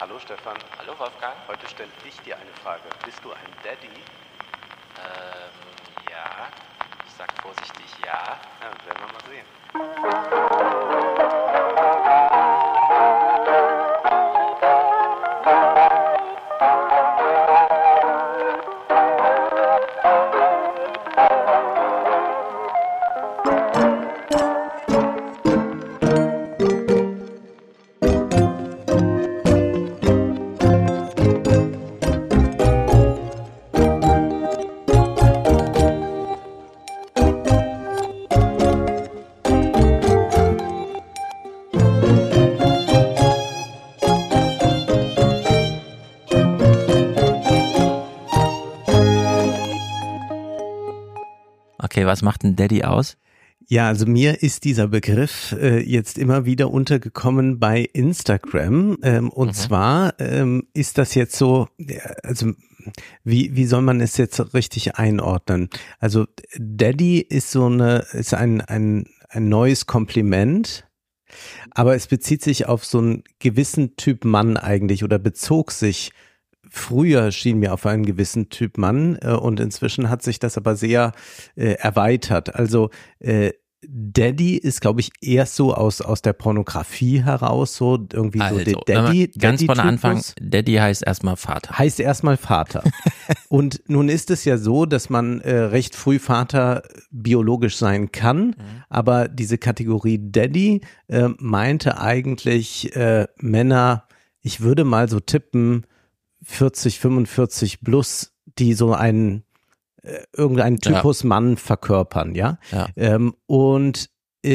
Hallo Stefan. Hallo Wolfgang. Heute stelle ich dir eine Frage. Bist du ein Daddy? Ja. Ich sag vorsichtig ja. Ja, werden wir mal sehen. Okay, was macht ein Daddy aus? Ja, also mir ist dieser Begriff jetzt immer wieder untergekommen bei Instagram und zwar ist das jetzt so, also wie soll man es jetzt richtig einordnen? Also Daddy ist ist ein neues Kompliment, aber es bezieht sich auf so einen gewissen Typ Mann eigentlich oder bezog sich früher schien mir auf einen gewissen Typ Mann und inzwischen hat sich das aber sehr erweitert. Also Daddy ist, glaube ich, erst so aus der Pornografie heraus, so irgendwie also, so Daddy. Ganz von Anfang, Daddy heißt erstmal Vater. Heißt erstmal Vater. Und nun ist es ja so, dass man recht früh Vater biologisch sein kann, aber diese Kategorie Daddy meinte eigentlich Männer, ich würde mal so tippen, 40, 45 plus, die so irgendeinen Typus Mann verkörpern, ja. Und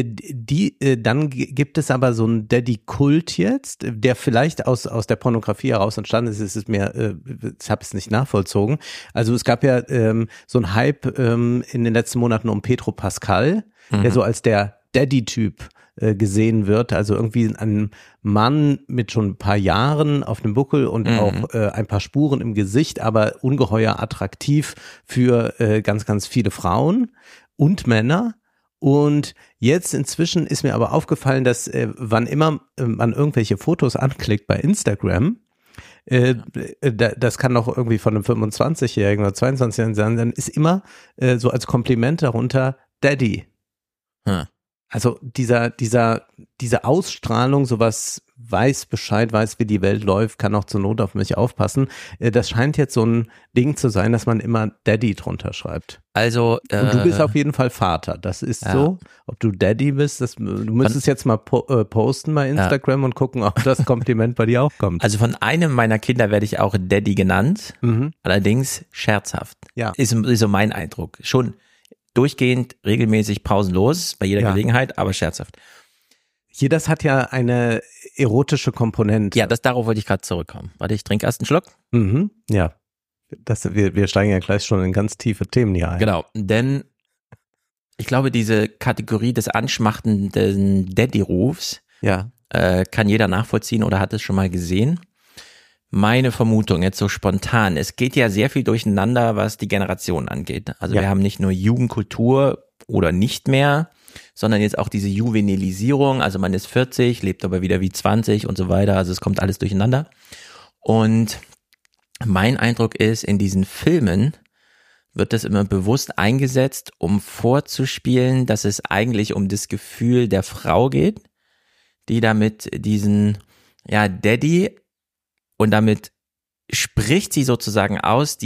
dann gibt es aber so einen Daddy-Kult jetzt, der vielleicht aus der Pornografie heraus entstanden ist. Es ist mir, ich habe es nicht nachvollzogen. Also es gab ja so einen Hype in den letzten Monaten um Petro Pascal, der so als der Daddy-Typ gesehen wird, also irgendwie ein Mann mit schon ein paar Jahren auf dem Buckel und auch ein paar Spuren im Gesicht, aber ungeheuer attraktiv für ganz, ganz viele Frauen und Männer. Und jetzt inzwischen ist mir aber aufgefallen, dass wann immer man irgendwelche Fotos anklickt bei Instagram, das kann doch irgendwie von einem 25-Jährigen oder 22-Jährigen sein, dann ist immer so als Kompliment darunter Daddy. Also diese Ausstrahlung, sowas weiß Bescheid, weiß, wie die Welt läuft, kann auch zur Not auf mich aufpassen. Das scheint jetzt so ein Ding zu sein, dass man immer Daddy drunter schreibt. Also und du bist auf jeden Fall Vater. Das ist so. Ob du Daddy bist, du müsstest jetzt mal posten bei Instagram und gucken, ob das Kompliment bei dir auch kommt. Also von einem meiner Kinder werde ich auch Daddy genannt, allerdings scherzhaft. Ja. Ist so mein Eindruck. Schon durchgehend, regelmäßig, pausenlos, bei jeder Gelegenheit, aber scherzhaft. Hier, das hat ja eine erotische Komponente. Ja, darauf wollte ich gerade zurückkommen. Warte, ich trinke erst einen Schluck. Ja, wir steigen ja gleich schon in ganz tiefe Themen hier ein. Genau, denn ich glaube, diese Kategorie des anschmachtenden Daddy-Rufs kann jeder nachvollziehen oder hat es schon mal gesehen. Meine Vermutung jetzt so spontan, es geht ja sehr viel durcheinander, was die Generation angeht. Also wir haben nicht nur Jugendkultur oder nicht mehr, sondern jetzt auch diese Juvenilisierung, also man ist 40, lebt aber wieder wie 20 und so weiter, also es kommt alles durcheinander. Und mein Eindruck ist, in diesen Filmen wird das immer bewusst eingesetzt, um vorzuspielen, dass es eigentlich um das Gefühl der Frau geht, die damit diesen, Daddy, und damit spricht sie sozusagen aus,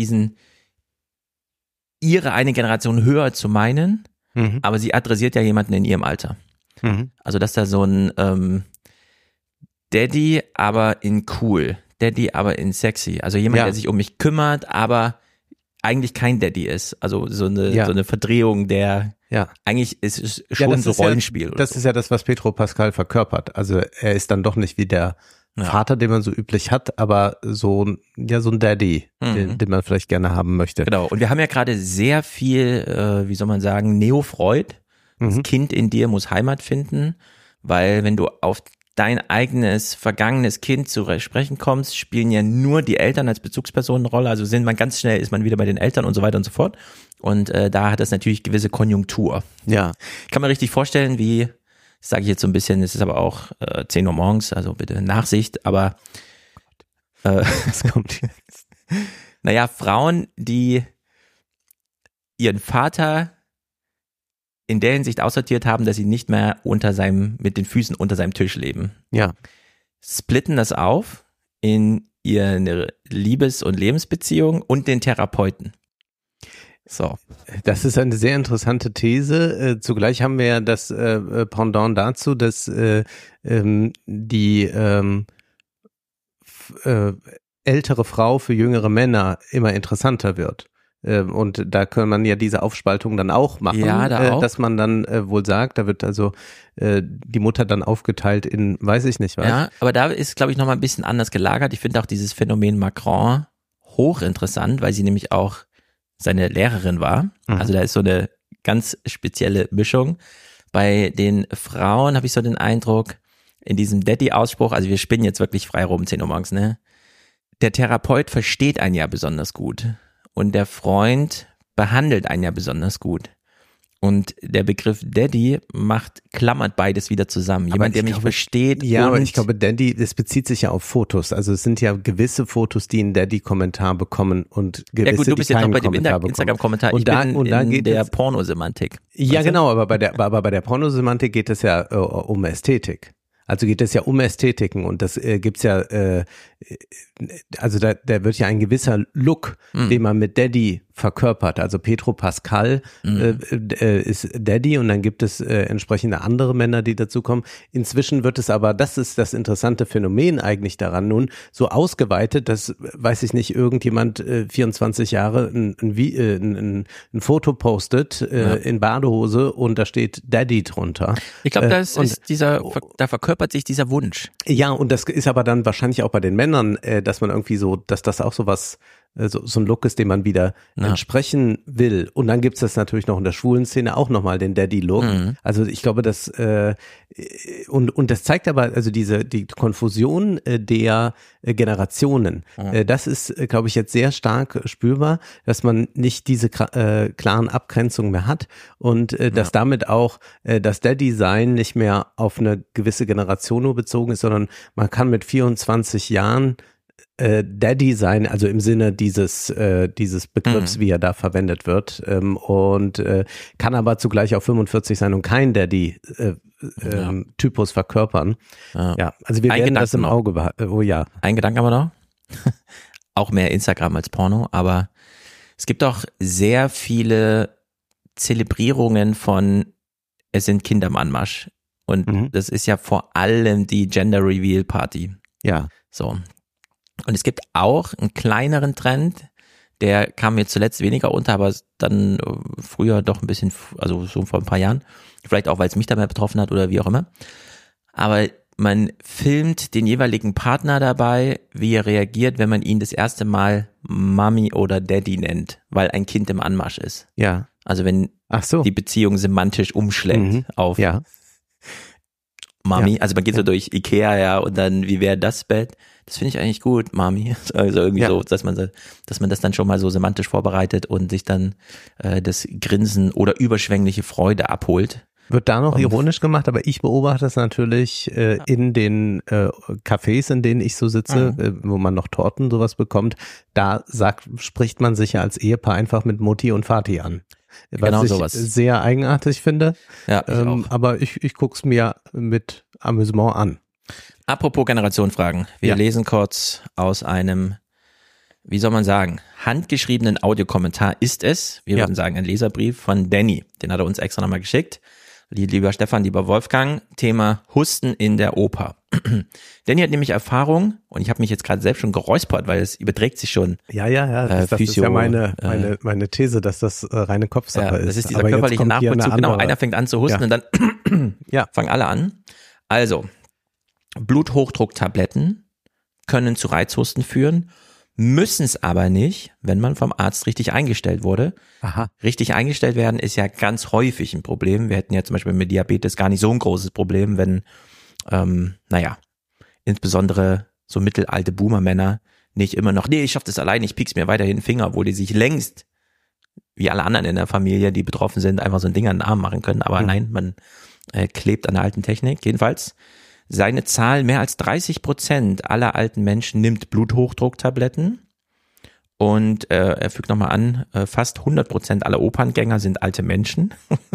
ihre eine Generation höher zu meinen, aber sie adressiert ja jemanden in ihrem Alter. Also dass da so ein Daddy, aber in cool, Daddy, aber in sexy. Also jemand, der sich um mich kümmert, aber eigentlich kein Daddy ist. Also so eine Verdrehung der, eigentlich ist es schon so Rollenspiel. Das ist ja das, was Petro Pascal verkörpert. Also er ist dann doch nicht wie der Vater, den man so üblich hat, aber so ein Daddy, den man vielleicht gerne haben möchte. Genau. Und wir haben ja gerade sehr viel, wie soll man sagen, Neo-Freud. Das Kind in dir muss Heimat finden, weil wenn du auf dein eigenes vergangenes Kind zu sprechen kommst, spielen ja nur die Eltern als Bezugspersonen eine Rolle. Also ist man wieder bei den Eltern und so weiter und so fort. Und da hat das natürlich gewisse Konjunktur. Ja. Ich kann mir richtig vorstellen, wie, das sage ich jetzt so ein bisschen, es ist aber auch 10 Uhr morgens, also bitte Nachsicht, aber Was kommt jetzt? Naja, Frauen, die ihren Vater in der Hinsicht aussortiert haben, dass sie nicht mehr mit den Füßen unter seinem Tisch leben. Ja. Splitten das auf in ihre Liebes- und Lebensbeziehung und den Therapeuten. So. Das ist eine sehr interessante These. Zugleich haben wir ja das Pendant dazu, dass die ältere Frau für jüngere Männer immer interessanter wird. Und da kann man ja diese Aufspaltung dann auch machen, ja, dass man dann wohl sagt, da wird also die Mutter dann aufgeteilt in, weiß ich nicht was. Ja, aber da ist, glaube ich, nochmal ein bisschen anders gelagert. Ich finde auch dieses Phänomen Macron hochinteressant, weil sie nämlich auch seine Lehrerin war. Also da ist so eine ganz spezielle Mischung. Bei den Frauen habe ich so den Eindruck, in diesem Daddy-Ausspruch, also wir spinnen jetzt wirklich frei rum, 10 Uhr morgens, ne? Der Therapeut versteht einen ja besonders gut. Und der Freund behandelt einen ja besonders gut. Und der Begriff Daddy klammert beides wieder zusammen. Jemand, der mich versteht. Ja, aber ich glaube, Daddy, das bezieht sich ja auf Fotos. Also es sind ja gewisse Fotos, die einen Daddy-Kommentar bekommen und gewisse, ja gut, du bist jetzt noch bei dem Kommentar Instagram-Kommentar. Ich bin in der Pornosemantik. Ja, genau, aber bei der Pornosemantik geht es ja um Ästhetik. Also geht es ja um Ästhetiken und das gibt's ja, also da wird ja ein gewisser Look, den man mit Daddy verkörpert. Also Petro Pascal ist Daddy und dann gibt es entsprechende andere Männer, die dazukommen. Inzwischen wird es aber, das ist das interessante Phänomen eigentlich daran nun, so ausgeweitet, dass, weiß ich nicht, irgendjemand 24 Jahre ein Foto postet in Badehose und da steht Daddy drunter. Ich glaube, da verkörpert sich dieser Wunsch. Ja, und das ist aber dann wahrscheinlich auch bei den Männern, dass man irgendwie so, dass das auch so was, so ein Look ist, den man wieder entsprechen will. Und dann gibt's das natürlich noch in der schwulen Szene auch nochmal, den Daddy-Look. Also ich glaube, das und das zeigt aber, also die Konfusion der Generationen. Das ist, glaube ich, jetzt sehr stark spürbar, dass man nicht diese klaren Abgrenzungen mehr hat und dass damit auch das Daddy-Sein nicht mehr auf eine gewisse Generation nur bezogen ist, sondern man kann mit 24 Jahren Daddy sein, also im Sinne dieses Begriffs, wie er da verwendet wird, und kann aber zugleich auch 45 sein und kein Daddy-Typus verkörpern. Ja, also wir werden das im Auge behalten. Oh ja. Ein Gedanke aber noch. Auch mehr Instagram als Porno, aber es gibt auch sehr viele Zelebrierungen von es sind Kinder im Anmarsch. Und das ist ja vor allem die Gender Reveal Party. Ja. So. Und es gibt auch einen kleineren Trend, der kam mir zuletzt weniger unter, aber dann früher doch ein bisschen, also so vor ein paar Jahren. Vielleicht auch, weil es mich dabei betroffen hat oder wie auch immer. Aber man filmt den jeweiligen Partner dabei, wie er reagiert, wenn man ihn das erste Mal Mami oder Daddy nennt, weil ein Kind im Anmarsch ist. Ja. Also wenn die Beziehung semantisch umschlägt auf Mami, also man geht so durch Ikea, und dann, wie wäre das Bett? Das finde ich eigentlich gut, Mami. Also irgendwie so, dass man das dann schon mal so semantisch vorbereitet und sich dann das Grinsen oder überschwängliche Freude abholt. Wird da noch ironisch gemacht, aber ich beobachte das natürlich in den Cafés, in denen ich so sitze, wo man noch Torten sowas bekommt. Da spricht man sich ja als Ehepaar einfach mit Mutti und Vati an. Was genau ich sowas. Sehr eigenartig finde. Ja, ich auch. Aber ich guck's mir mit Amüsement an. Apropos Generationenfragen. Wir lesen kurz aus einem, wie soll man sagen, handgeschriebenen Audiokommentar ist es. Wir würden sagen, ein Leserbrief von Danny. Den hat er uns extra nochmal geschickt. Lieber Stefan, lieber Wolfgang, Thema Husten in der Oper. Danny hat nämlich Erfahrung, und ich habe mich jetzt gerade selbst schon geräuspert, weil es überträgt sich schon. Das ist ja meine These, dass das reine Kopfsache ist. Das ist dieser körperliche Nachvollzug. Genau, einer fängt an zu husten und dann fangen alle an. Also, Bluthochdrucktabletten können zu Reizhusten führen, müssen es aber nicht, wenn man vom Arzt richtig eingestellt wurde. Aha. Richtig eingestellt werden ist ja ganz häufig ein Problem. Wir hätten ja zum Beispiel mit Diabetes gar nicht so ein großes Problem, wenn, insbesondere so mittelalte Boomer-Männer nicht immer noch, ich schaff das allein, ich piek's mir weiterhin den Finger, obwohl die sich längst, wie alle anderen in der Familie, die betroffen sind, einfach so ein Ding an den Arm machen können. Aber nein, man klebt an der alten Technik. Jedenfalls Seine Zahl, mehr als 30% aller alten Menschen nimmt Bluthochdrucktabletten. Und er fügt nochmal an, fast 100% aller Operngänger sind alte Menschen.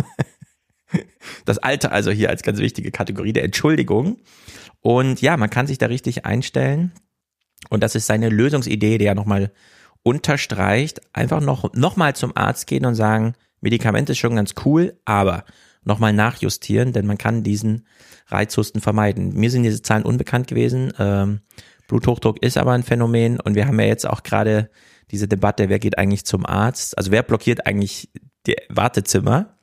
Das Alter also hier als ganz wichtige Kategorie der Entschuldigung. Und ja, man kann sich da richtig einstellen. Und das ist seine Lösungsidee, die er nochmal unterstreicht. Einfach noch mal zum Arzt gehen und sagen, Medikament ist schon ganz cool, aber nochmal nachjustieren, denn man kann diesen Reizhusten vermeiden. Mir sind diese Zahlen unbekannt gewesen. Bluthochdruck ist aber ein Phänomen und wir haben ja jetzt auch gerade diese Debatte, wer geht eigentlich zum Arzt? Also wer blockiert eigentlich die Wartezimmer?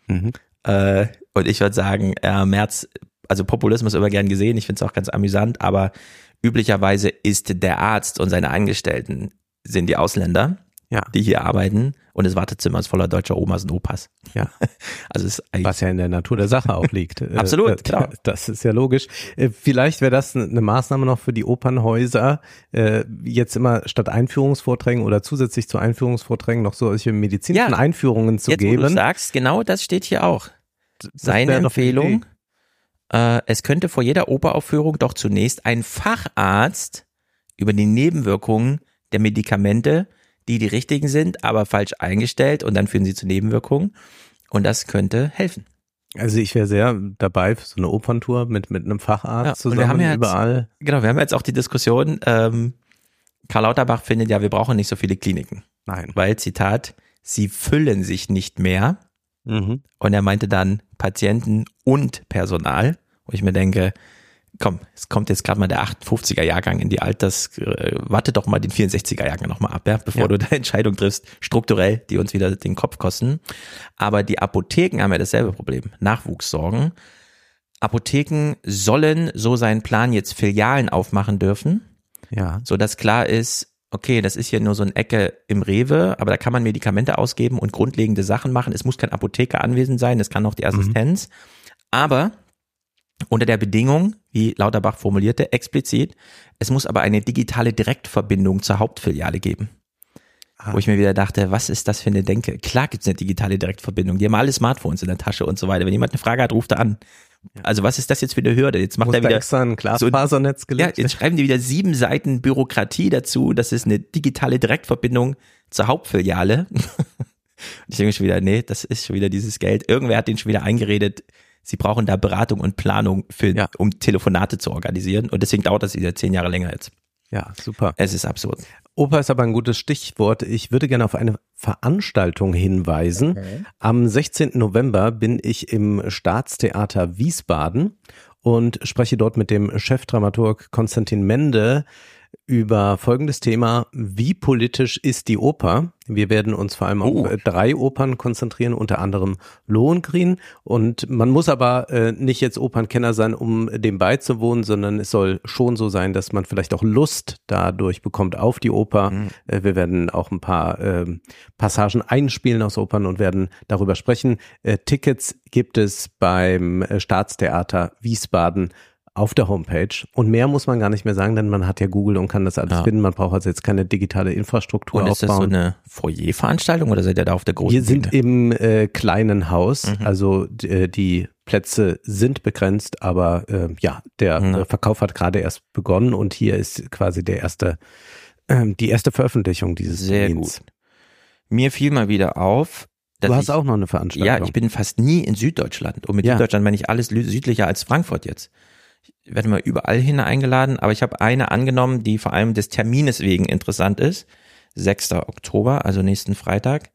Und ich würde sagen, Merz, also Populismus immer gern gesehen, ich finde es auch ganz amüsant, aber üblicherweise ist der Arzt und seine Angestellten sind die Ausländer, die hier arbeiten und das Wartezimmer ist voller deutscher Omas und Opas. Ja. Also es ist was ja in der Natur der Sache auch liegt. Absolut, klar. Das ist ja logisch. Vielleicht wäre das eine Maßnahme noch für die Opernhäuser, jetzt immer statt Einführungsvorträgen oder zusätzlich zu Einführungsvorträgen noch solche medizinischen Einführungen zu geben. Jetzt, wo du sagst, genau das steht hier auch. Seine Empfehlung, es könnte vor jeder Operaufführung doch zunächst ein Facharzt über die Nebenwirkungen der Medikamente, die richtigen sind, aber falsch eingestellt und dann führen sie zu Nebenwirkungen und das könnte helfen. Also ich wäre sehr dabei für so eine Operntour mit einem Facharzt zusammen wir haben ja überall. Genau, wir haben jetzt auch die Diskussion, Karl Lauterbach findet ja, wir brauchen nicht so viele Kliniken. Nein. Weil, Zitat, sie füllen sich nicht mehr. Und er meinte dann Patienten und Personal, wo ich mir denke, komm, es kommt jetzt gerade mal der 58er Jahrgang in die warte doch mal den 64er Jahrgang nochmal ab, bevor du da Entscheidungen triffst, strukturell, die uns wieder den Kopf kosten. Aber die Apotheken haben ja dasselbe Problem, Nachwuchssorgen. Apotheken sollen, so sein Plan, jetzt Filialen aufmachen dürfen, sodass klar ist, okay, das ist hier nur so eine Ecke im Rewe, aber da kann man Medikamente ausgeben und grundlegende Sachen machen. Es muss kein Apotheker anwesend sein, es kann auch die Assistenz. Aber unter der Bedingung, wie Lauterbach formulierte, explizit, es muss aber eine digitale Direktverbindung zur Hauptfiliale geben. Wo ich mir wieder dachte, was ist das für eine Denke? Klar gibt es eine digitale Direktverbindung, die haben alle Smartphones in der Tasche und so weiter. Wenn jemand eine Frage hat, ruft er an. Also was ist das jetzt für eine Hürde? Jetzt macht er wieder extra ein Glasfasernetz gelegt. Ja, jetzt schreiben die wieder 7 Seiten Bürokratie dazu, das ist eine digitale Direktverbindung zur Hauptfiliale. Und ich denke schon wieder, nee, das ist schon wieder dieses Geld. Irgendwer hat denen schon wieder eingeredet, sie brauchen da Beratung und Planung um Telefonate zu organisieren und deswegen dauert das wieder 10 Jahre länger jetzt. Ja, super. Es ist absurd. Oper ist aber ein gutes Stichwort. Ich würde gerne auf eine Veranstaltung hinweisen. Okay. Am 16. November bin ich im Staatstheater Wiesbaden und spreche dort mit dem Chefdramaturg Konstantin Mende über folgendes Thema: Wie politisch ist die Oper? Wir werden uns vor allem auf 3 Opern konzentrieren, unter anderem Lohengrin. Und man muss aber nicht jetzt Opernkenner sein, um dem beizuwohnen, sondern es soll schon so sein, dass man vielleicht auch Lust dadurch bekommt auf die Oper. Wir werden auch ein paar Passagen einspielen aus Opern und werden darüber sprechen. Tickets gibt es beim Staatstheater Wiesbaden auf der Homepage. Und mehr muss man gar nicht mehr sagen, denn man hat ja Google und kann das alles finden. Man braucht also jetzt keine digitale Infrastruktur aufbauen. Und ist das so eine Foyerveranstaltung oder seid ihr da auf der großen Bühne? Wir sind im kleinen Haus, also die Plätze sind begrenzt, aber der Verkauf hat gerade erst begonnen und hier ist quasi die erste Veröffentlichung dieses Termins. Sehr gut. Mir fiel mal wieder auf, du hast auch noch eine Veranstaltung. Ja, ich bin fast nie in Süddeutschland. Und mit Süddeutschland meine ich alles südlicher als Frankfurt jetzt. Ich werde mal überall hin eingeladen, aber ich habe eine angenommen, die vor allem des Termines wegen interessant ist. 6. Oktober, also nächsten Freitag.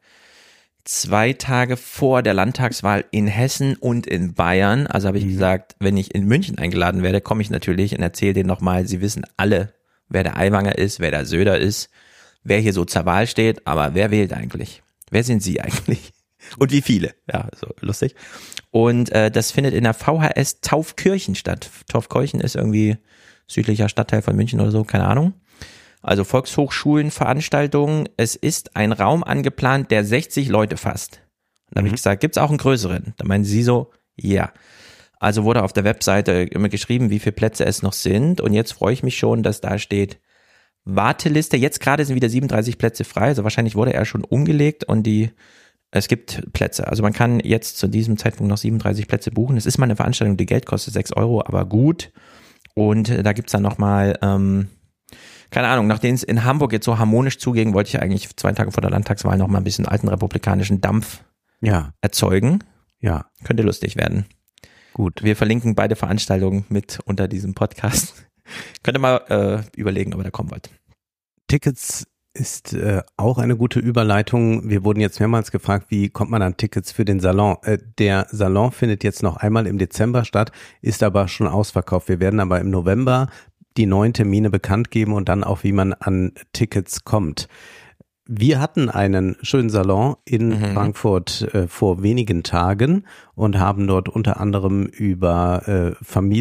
2 Tage vor der Landtagswahl in Hessen und in Bayern. Also habe ich gesagt, wenn ich in München eingeladen werde, komme ich natürlich und erzähle denen nochmal, sie wissen alle, wer der Aiwanger ist, wer der Söder ist, wer hier so zur Wahl steht, aber wer wählt eigentlich? Wer sind Sie eigentlich? Und wie viele? Ja, so lustig. Und das findet in der VHS Taufkirchen statt. Taufkirchen ist irgendwie südlicher Stadtteil von München oder so, keine Ahnung. Also Volkshochschulenveranstaltungen. Es ist ein Raum angeplant, der 60 Leute fasst. Und da habe ich gesagt, gibt's auch einen größeren? Da meinen sie so, ja. Also wurde auf der Webseite immer geschrieben, wie viele Plätze es noch sind. Und jetzt freue ich mich schon, dass da steht Warteliste. Jetzt gerade sind wieder 37 Plätze frei. Also wahrscheinlich wurde er schon umgelegt und es gibt Plätze. Also man kann jetzt zu diesem Zeitpunkt noch 37 Plätze buchen. Es ist mal eine Veranstaltung, die Geld kostet, 6 €, aber gut. Und da gibt's dann nochmal, keine Ahnung, nachdem es in Hamburg jetzt so harmonisch zuging, wollte ich eigentlich 2 Tage vor der Landtagswahl nochmal ein bisschen alten republikanischen Dampf erzeugen. Ja. Könnte lustig werden. Gut. Wir verlinken beide Veranstaltungen mit unter diesem Podcast. Könnt ihr mal überlegen, ob ihr da kommen wollt. Tickets ist auch eine gute Überleitung. Wir wurden jetzt mehrmals gefragt, wie kommt man an Tickets für den Salon? Der Salon findet jetzt noch einmal im Dezember statt, ist aber schon ausverkauft. Wir werden aber im November die neuen Termine bekannt geben und dann auch, wie man an Tickets kommt. Wir hatten einen schönen Salon in Frankfurt vor wenigen Tagen und haben dort unter anderem über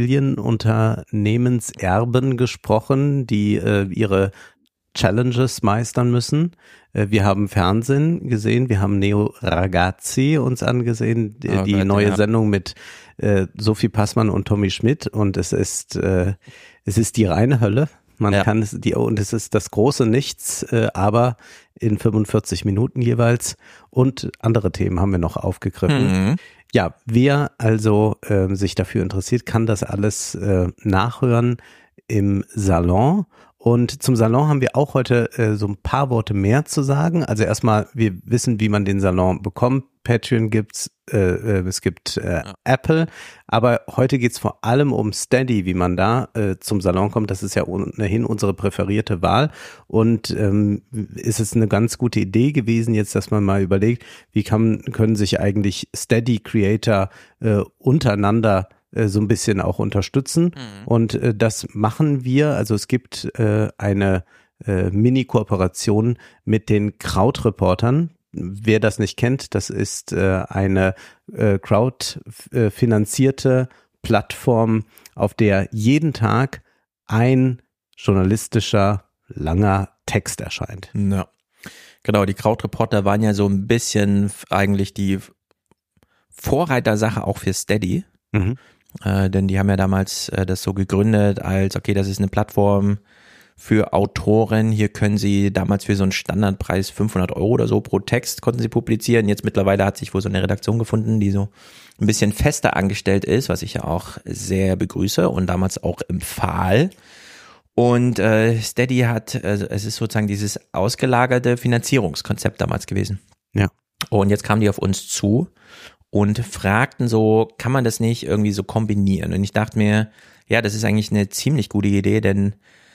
Familienunternehmenserben gesprochen, die ihre Challenges meistern müssen. Wir haben Fernsehen gesehen, wir haben Neo Ragazzi uns angesehen, die neue Sendung mit Sophie Passmann und Tommy Schmidt, und es ist die reine Hölle. Man kann und es ist das große Nichts, aber in 45 Minuten jeweils, und andere Themen haben wir noch aufgegriffen. Ja, wer also sich dafür interessiert, kann das alles nachhören im Salon. Und zum Salon haben wir auch heute so ein paar Worte mehr zu sagen. Also erstmal, wir wissen, wie man den Salon bekommt. Patreon gibt's, es gibt Apple, aber heute geht's vor allem um Steady, wie man da zum Salon kommt. Das ist ja ohnehin unsere präferierte Wahl, und ist es eine ganz gute Idee gewesen jetzt, dass man mal überlegt, wie können sich eigentlich Steady-Creator untereinander so ein bisschen auch unterstützen, und das machen wir. Also es gibt eine Mini-Kooperation mit den Krautreportern. Wer das nicht kennt, das ist eine crowdfinanzierte Plattform, auf der jeden Tag ein journalistischer, langer Text erscheint. Ja, genau, die Krautreporter waren ja so ein bisschen eigentlich die Vorreitersache auch für Steady. Denn die haben ja damals das so gegründet als, okay, das ist eine Plattform für Autoren. Hier können sie damals für so einen Standardpreis 500 € oder so pro Text konnten sie publizieren. Jetzt mittlerweile hat sich wohl so eine Redaktion gefunden, die so ein bisschen fester angestellt ist, was ich ja auch sehr begrüße und damals auch empfahl. Und Steady hat, es ist sozusagen dieses ausgelagerte Finanzierungskonzept damals gewesen. Ja. Und jetzt kamen die auf uns zu und fragten so, kann man das nicht irgendwie so kombinieren? Und ich dachte mir, ja, das ist eigentlich eine ziemlich gute Idee, denn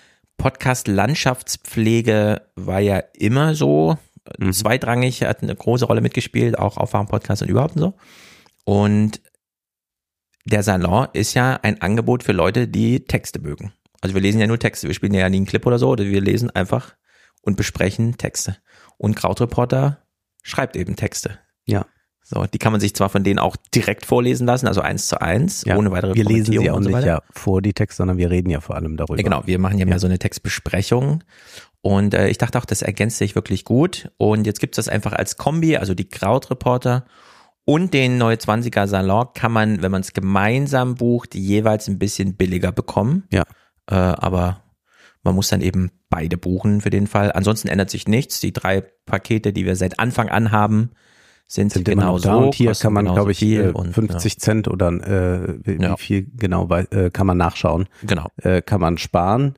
Podcast-Landschaftspflege war ja immer so zweitrangig, hat eine große Rolle mitgespielt, auch Aufwachen-Podcast und überhaupt so. Und der Salon ist ja ein Angebot für Leute, die Texte mögen. Also wir lesen ja nur Texte, wir spielen ja nie einen Clip oder so, oder wir lesen einfach und besprechen Texte. Und Krautreporter schreibt eben Texte. Ja. So, die kann man sich zwar von denen auch direkt vorlesen lassen, also 1:1, ohne weitere Wir lesen sie auch nicht vor, die Texte, sondern wir reden ja vor allem darüber. Ja, genau, wir machen ja mehr so eine Textbesprechung, und ich dachte auch, das ergänzt sich wirklich gut, und jetzt gibt es das einfach als Kombi, also die Krautreporter und den Neue 20er Salon kann man, wenn man es gemeinsam bucht, jeweils ein bisschen billiger bekommen. Ja. Aber man muss dann eben beide buchen für den Fall. Ansonsten ändert sich nichts. Die 3 Pakete, die wir seit Anfang an haben, sind genau so. Und hier kann man, glaube ich, 50 Cent oder wie viel genau kann man nachschauen. Genau. Kann man sparen.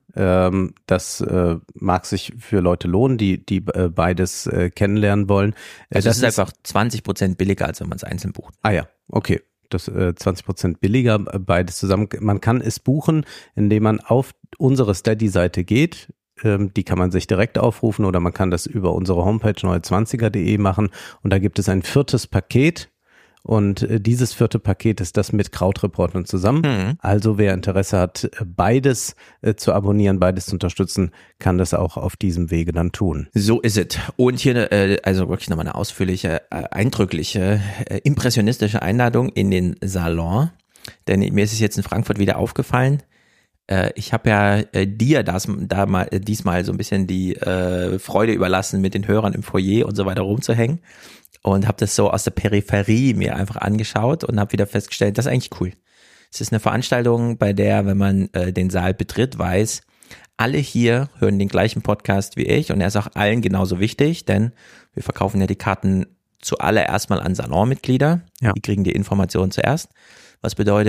Das mag sich für Leute lohnen, die beides kennenlernen wollen. Also das ist einfach 20% billiger, als wenn man es einzeln bucht. Ah ja, okay. Das 20% billiger, beides zusammen. Man kann es buchen, indem man auf unsere Steady-Seite geht. Die kann man sich direkt aufrufen, oder man kann das über unsere Homepage neue20er.de machen, und da gibt es ein 4. Paket, und dieses 4. Paket ist das mit Krautreportern zusammen. Also wer Interesse hat, beides zu abonnieren, beides zu unterstützen, kann das auch auf diesem Wege dann tun. So ist es. Und hier also wirklich nochmal eine ausführliche, eindrückliche, impressionistische Einladung in den Salon, denn mir ist es jetzt in Frankfurt wieder aufgefallen. Ich habe ja dir diesmal so ein bisschen die Freude überlassen, mit den Hörern im Foyer und so weiter rumzuhängen, und habe das so aus der Peripherie mir einfach angeschaut und habe wieder festgestellt, das ist eigentlich cool. Es ist eine Veranstaltung, bei der, wenn man den Saal betritt, weiß, alle hier hören den gleichen Podcast wie ich, und er ist auch allen genauso wichtig, denn wir verkaufen ja die Karten zuallererst mal an Salonmitglieder. Ja. Die kriegen die Informationen zuerst. Was bedeutet,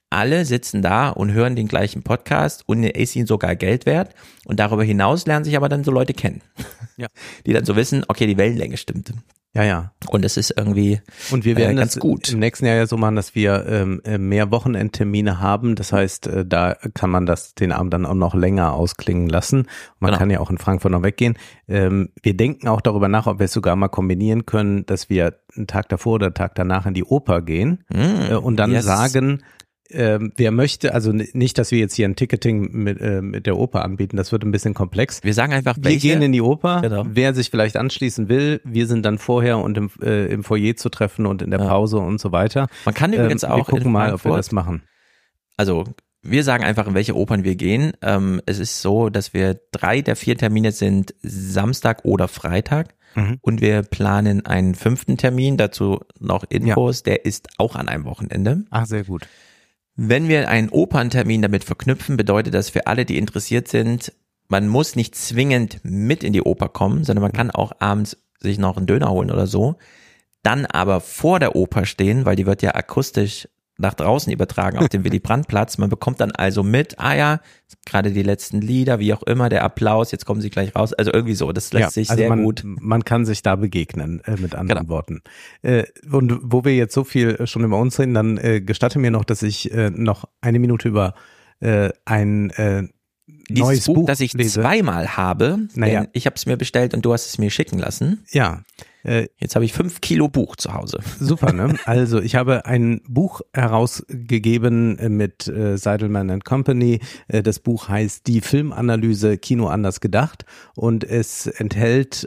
alle sitzen da und hören den gleichen Podcast und er ist ihnen sogar Geld wert und darüber hinaus lernen sich aber dann so Leute kennen, die dann so wissen, okay, die Wellenlänge stimmt. Ja. Und es ist irgendwie und wir werden ganz das gut. Im nächsten Jahr ja so machen, dass wir mehr Wochenendtermine haben. Das heißt, da kann man den Abend dann auch noch länger ausklingen lassen. Man kann ja auch in Frankfurt noch weggehen. Wir denken auch darüber nach, ob wir es sogar mal kombinieren können, dass wir einen Tag davor oder einen Tag danach in die Oper gehen und dann sagen, wer möchte, also nicht, dass wir jetzt hier ein Ticketing mit der Oper anbieten, das wird ein bisschen komplex. Wir sagen einfach, wir gehen in die Oper, genau. Wer sich vielleicht anschließen will, wir sind dann vorher und im Foyer zu treffen und in der Pause und so weiter. Man kann übrigens auch wir gucken mal, ob wir das machen. Also wir sagen einfach, in welche Opern wir gehen. Es ist so, dass wir 3 der 4 Termine sind Samstag oder Freitag. Und wir planen einen 5. Termin, dazu noch Infos, der ist auch an einem Wochenende. Ach, sehr gut. Wenn wir einen Operntermin damit verknüpfen, bedeutet das für alle, die interessiert sind, man muss nicht zwingend mit in die Oper kommen, sondern man kann auch abends sich noch einen Döner holen oder so, dann aber vor der Oper stehen, weil die wird ja akustisch nach draußen übertragen auf dem Willy-Brandt-Platz. Man bekommt dann also mit, gerade die letzten Lieder, wie auch immer, der Applaus, jetzt kommen sie gleich raus. Also irgendwie so, das lässt sich sehr gut. Man kann sich da begegnen, mit anderen Worten. Und wo wir jetzt so viel schon über uns reden, dann gestatte mir noch, dass ich noch eine Minute über ein neues Buch, das ich lese. Zweimal habe. Denn ich habe es mir bestellt und du hast es mir schicken lassen. Ja. Jetzt habe ich 5 Kilo Buch zu Hause. Super, ne? Also ich habe ein Buch herausgegeben mit Seidelman & Company. Das Buch heißt Die Filmanalyse Kino anders gedacht und es enthält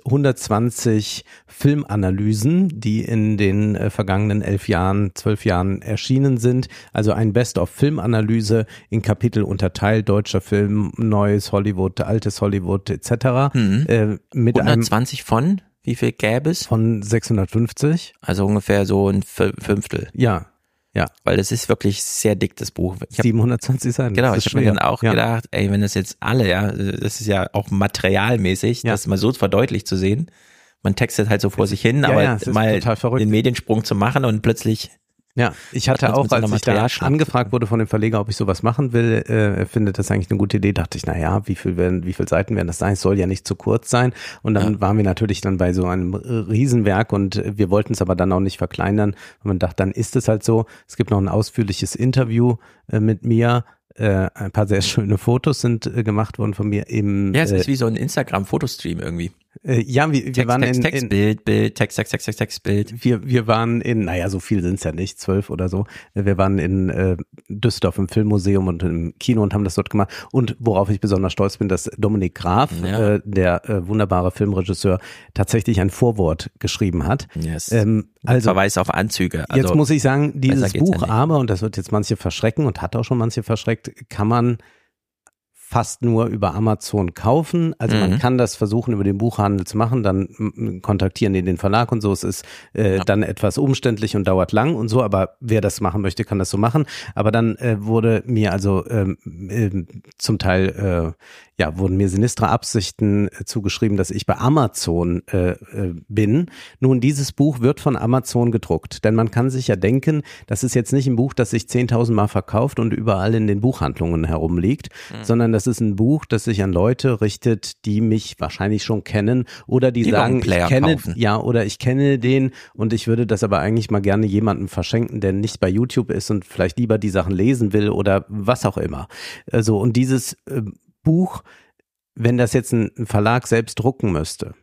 120 Filmanalysen, die in den vergangenen 12 Jahren erschienen sind. Also ein Best-of-Filmanalyse in Kapitel unterteilt, deutscher Film, neues Hollywood, altes Hollywood etc. Mit 120 von? Wie viel gäbe es? Von 650. Also ungefähr so ein Fünftel. Ja. Weil das ist wirklich sehr dick, das Buch. 720 Seiten. Genau, ich habe mir dann auch gedacht, wenn das jetzt alle, das ist ja auch materialmäßig, das mal so verdeutlicht zu sehen. Man textet halt so vor sich hin, aber mal den Mediensprung zu machen und plötzlich... Ja, ich hatte auch, als ich da angefragt wurde von dem Verleger, ob ich sowas machen will, findet das eigentlich eine gute Idee, dachte ich, wie viel Seiten werden das sein? Es soll ja nicht zu kurz sein. Und dann waren wir natürlich dann bei so einem Riesenwerk und wir wollten es aber dann auch nicht verkleinern. Und man dachte, dann ist es halt so. Es gibt noch ein ausführliches Interview mit mir. Ein paar sehr schöne Fotos sind gemacht worden von mir im. Ja, es ist wie so ein Instagram-Fotostream irgendwie. Wir waren Text, Bild, Text, Bild. Wir waren so viel sind es ja nicht, 12 oder so. Wir waren in Düsseldorf im Filmmuseum und im Kino und haben das dort gemacht. Und worauf ich besonders stolz bin, dass Dominik Graf, der wunderbare Filmregisseur, tatsächlich ein Vorwort geschrieben hat. Yes. Verweis auf Anzüge. Also, jetzt muss ich sagen, dieses Buch aber, und das wird jetzt manche verschrecken und hat auch schon manche verschreckt, kann man fast nur über Amazon kaufen. Also man kann das versuchen, über den Buchhandel zu machen, dann kontaktieren die den Verlag und so. Es ist dann etwas umständlich und dauert lang und so, aber wer das machen möchte, kann das so machen. Aber dann wurde mir also zum Teil wurden mir sinistre Absichten zugeschrieben, dass ich bei Amazon bin. Nun, dieses Buch wird von Amazon gedruckt, denn man kann sich ja denken, das ist jetzt nicht ein Buch, das sich 10.000 Mal verkauft und überall in den Buchhandlungen herumliegt, sondern das ist ein Buch, das sich an Leute richtet, die mich wahrscheinlich schon kennen oder die sagen, ich kenne den und ich würde das aber eigentlich mal gerne jemandem verschenken, der nicht bei YouTube ist und vielleicht lieber die Sachen lesen will oder was auch immer. Also, und dieses Buch, wenn das jetzt ein Verlag selbst drucken müsste,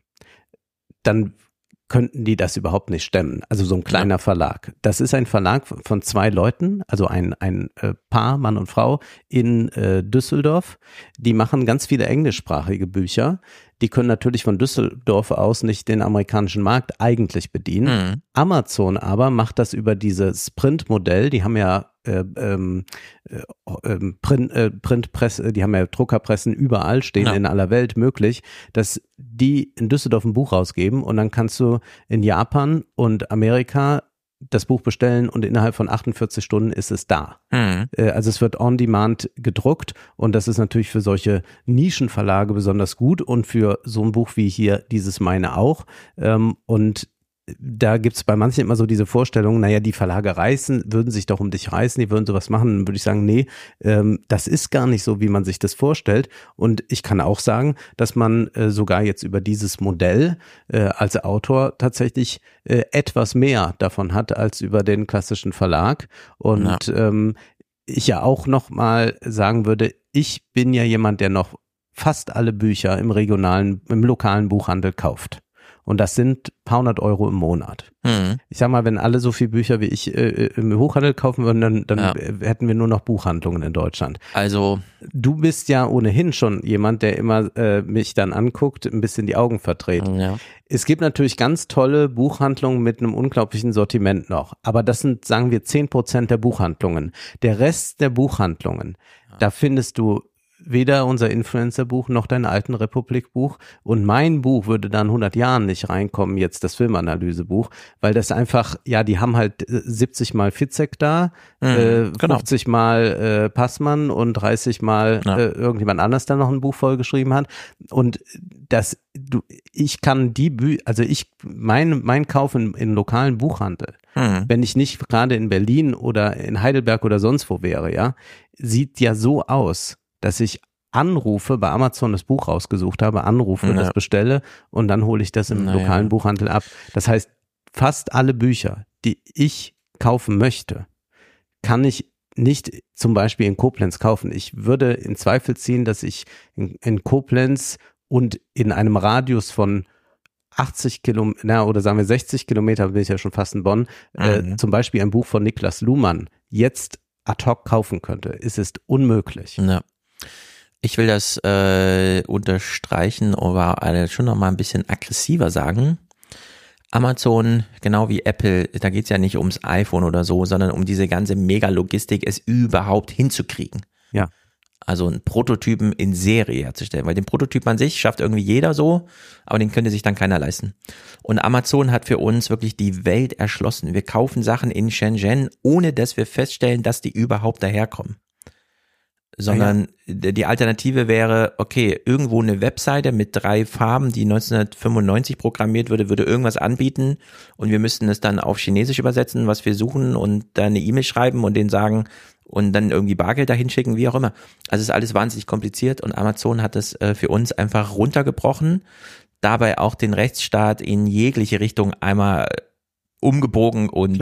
dann könnten die das überhaupt nicht stemmen. Also so ein kleiner Verlag. Das ist ein Verlag von 2 Leuten, also ein Paar, Mann und Frau in Düsseldorf. Die machen ganz viele englischsprachige Bücher. Die können natürlich von Düsseldorf aus nicht den amerikanischen Markt eigentlich bedienen. Amazon aber macht das über dieses Printmodell. Die haben ja Printpresse, die haben ja Druckerpressen überall stehen, in aller Welt möglich, dass die in Düsseldorf ein Buch rausgeben und dann kannst du in Japan und Amerika das Buch bestellen und innerhalb von 48 Stunden ist es da. Also es wird on demand gedruckt und das ist natürlich für solche Nischenverlage besonders gut und für so ein Buch wie hier dieses meine auch. Und da gibt's bei manchen immer so diese Vorstellung, naja, die Verlage würden sich doch um dich reißen, die würden sowas machen. Dann würde ich sagen, nee, das ist gar nicht so, wie man sich das vorstellt. Und ich kann auch sagen, dass man sogar jetzt über dieses Modell als Autor tatsächlich etwas mehr davon hat als über den klassischen Verlag. Und ich ja auch noch mal sagen würde, ich bin ja jemand, der noch fast alle Bücher im lokalen Buchhandel kauft. Und das sind ein paar hundert Euro im Monat. Ich sag mal, wenn alle so viele Bücher wie ich im Buchhandel kaufen würden, dann hätten wir nur noch Buchhandlungen in Deutschland. Also du bist ja ohnehin schon jemand, der immer mich dann anguckt, ein bisschen die Augen verdreht. Ja. Es gibt natürlich ganz tolle Buchhandlungen mit einem unglaublichen Sortiment noch. Aber das sind, sagen wir, 10% der Buchhandlungen. Der Rest der Buchhandlungen, da findest du weder unser Influencer-Buch noch dein Alten Republik-Buch, und mein Buch würde da in 100 Jahren nicht reinkommen, jetzt das Filmanalyse-Buch, weil das einfach, ja, die haben halt 70 Mal Fitzek da, 50 Mal Passmann und 30 Mal irgendjemand anders da noch ein Buch vollgeschrieben hat, und ich kann mein Kauf in lokalen Buchhandel, wenn ich nicht gerade in Berlin oder in Heidelberg oder sonst wo wäre, ja, sieht ja so aus, dass ich anrufe, bei Amazon das Buch rausgesucht habe, das bestelle und dann hole ich das im lokalen Buchhandel ab. Das heißt, fast alle Bücher, die ich kaufen möchte, kann ich nicht zum Beispiel in Koblenz kaufen. Ich würde in Zweifel ziehen, dass ich in Koblenz und in einem Radius von 80 Kilometer, oder sagen wir 60 Kilometer, bin ich ja schon fast in Bonn, zum Beispiel ein Buch von Niklas Luhmann jetzt ad hoc kaufen könnte. Es ist unmöglich. Ja. Ich will das unterstreichen, aber schon noch mal ein bisschen aggressiver sagen. Amazon, genau wie Apple, da geht's ja nicht ums iPhone oder so, sondern um diese ganze Mega-Logistik, es überhaupt hinzukriegen. Ja. Also einen Prototypen in Serie herzustellen, weil den Prototyp an sich schafft irgendwie jeder so, aber den könnte sich dann keiner leisten. Und Amazon hat für uns wirklich die Welt erschlossen. Wir kaufen Sachen in Shenzhen, ohne dass wir feststellen, dass die überhaupt daherkommen. Sondern die Alternative wäre, okay, irgendwo eine Webseite mit 3 Farben, die 1995 programmiert würde irgendwas anbieten und wir müssten es dann auf Chinesisch übersetzen, was wir suchen, und dann eine E-Mail schreiben und denen sagen und dann irgendwie Bargeld dahin schicken, wie auch immer. Also es ist alles wahnsinnig kompliziert, und Amazon hat es für uns einfach runtergebrochen, dabei auch den Rechtsstaat in jegliche Richtung einmal umgebogen und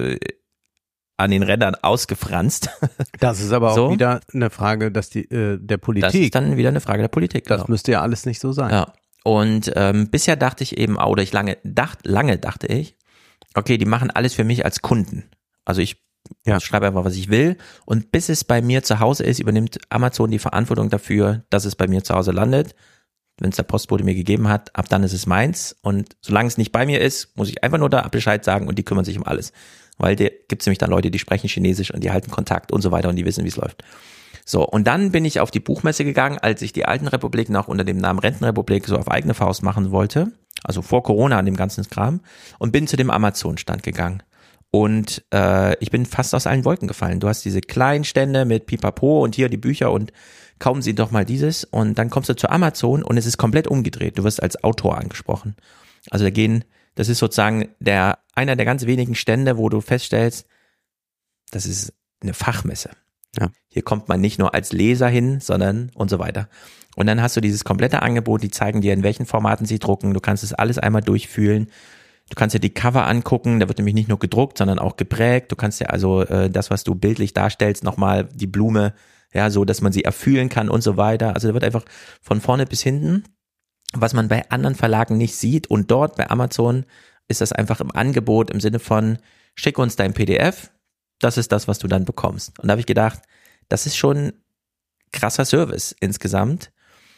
an den Rändern ausgefranst. Das ist aber auch wieder eine Frage, dass der Politik. Das ist dann wieder eine Frage der Politik. Das müsste ja alles nicht so sein. Ja. Und bisher dachte ich eben, oder lange dachte ich, okay, die machen alles für mich als Kunden. Also ich schreibe einfach, was ich will, und bis es bei mir zu Hause ist, übernimmt Amazon die Verantwortung dafür, dass es bei mir zu Hause landet. Wenn es der Postbote mir gegeben hat, ab dann ist es meins, und solange es nicht bei mir ist, muss ich einfach nur da Bescheid sagen und die kümmern sich um alles. Weil da gibt es nämlich dann Leute, die sprechen Chinesisch und die halten Kontakt und so weiter und die wissen, wie es läuft. So, und dann bin ich auf die Buchmesse gegangen, als ich die Alten Republik noch unter dem Namen Rentenrepublik so auf eigene Faust machen wollte, also vor Corona an dem ganzen Kram, und bin zu dem Amazon-Stand gegangen. Und ich bin fast aus allen Wolken gefallen. Du hast diese kleinen Stände mit Pipapo und hier die Bücher und kaufen Sie doch mal dieses, und dann kommst du zu Amazon und es ist komplett umgedreht. Du wirst als Autor angesprochen. Also das ist sozusagen einer der ganz wenigen Stände, wo du feststellst, das ist eine Fachmesse. Ja. Hier kommt man nicht nur als Leser hin, sondern und so weiter. Und dann hast du dieses komplette Angebot, die zeigen dir, in welchen Formaten sie drucken. Du kannst es alles einmal durchfühlen. Du kannst dir die Cover angucken, da wird nämlich nicht nur gedruckt, sondern auch geprägt. Du kannst dir also das, was du bildlich darstellst, nochmal die Blume, ja, so, dass man sie erfühlen kann und so weiter. Also da wird einfach von vorne bis hinten, was man bei anderen Verlagen nicht sieht, und dort bei Amazon ist das einfach im Angebot im Sinne von, schick uns dein PDF, das ist das, was du dann bekommst. Und da habe ich gedacht, das ist schon krasser Service insgesamt,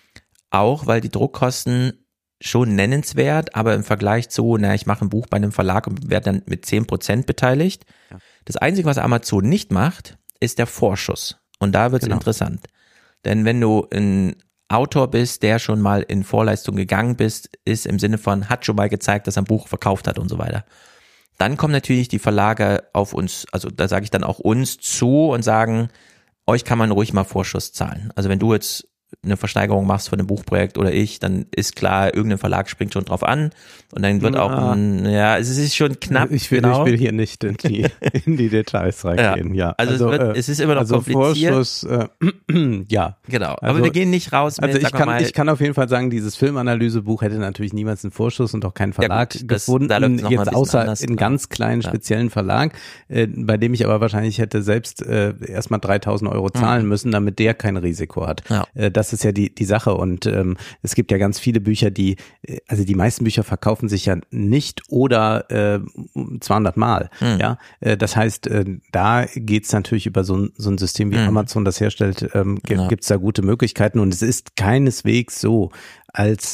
auch weil die Druckkosten schon nennenswert, aber im Vergleich zu, ich mache ein Buch bei einem Verlag und werde dann mit 10% beteiligt. Ja. Das Einzige, was Amazon nicht macht, ist der Vorschuss. Und da wird es interessant. Denn wenn du ein Autor bist, der schon mal in Vorleistung gegangen ist im Sinne von, hat schon mal gezeigt, dass er ein Buch verkauft hat und so weiter. Dann kommen natürlich die Verlage auf uns, also da sage ich dann auch uns zu und sagen, euch kann man ruhig mal Vorschuss zahlen. Also wenn du jetzt eine Versteigerung machst von einem Buchprojekt oder ich, dann ist klar, irgendein Verlag springt schon drauf an und dann wird auch es ist schon knapp. Ich will hier nicht in die Details reingehen, ja. Also es ist immer noch kompliziert. Vorschuss, ja. Genau, aber wir gehen nicht raus mit, ich kann auf jeden Fall sagen, dieses Filmanalysebuch hätte natürlich niemals einen Vorschuss und auch keinen Verlag gefunden, jetzt außer in ganz kleinen speziellen Verlag, bei dem ich aber wahrscheinlich hätte selbst erstmal 3.000 Euro zahlen müssen, damit der kein Risiko hat. Ja. Das ist ja die Sache und es gibt ja ganz viele Bücher, die meisten Bücher verkaufen sich ja nicht oder 200 Mal. Ja, das heißt, da geht's natürlich über so ein System wie Amazon das herstellt, gibt's da gute Möglichkeiten und es ist keineswegs so, als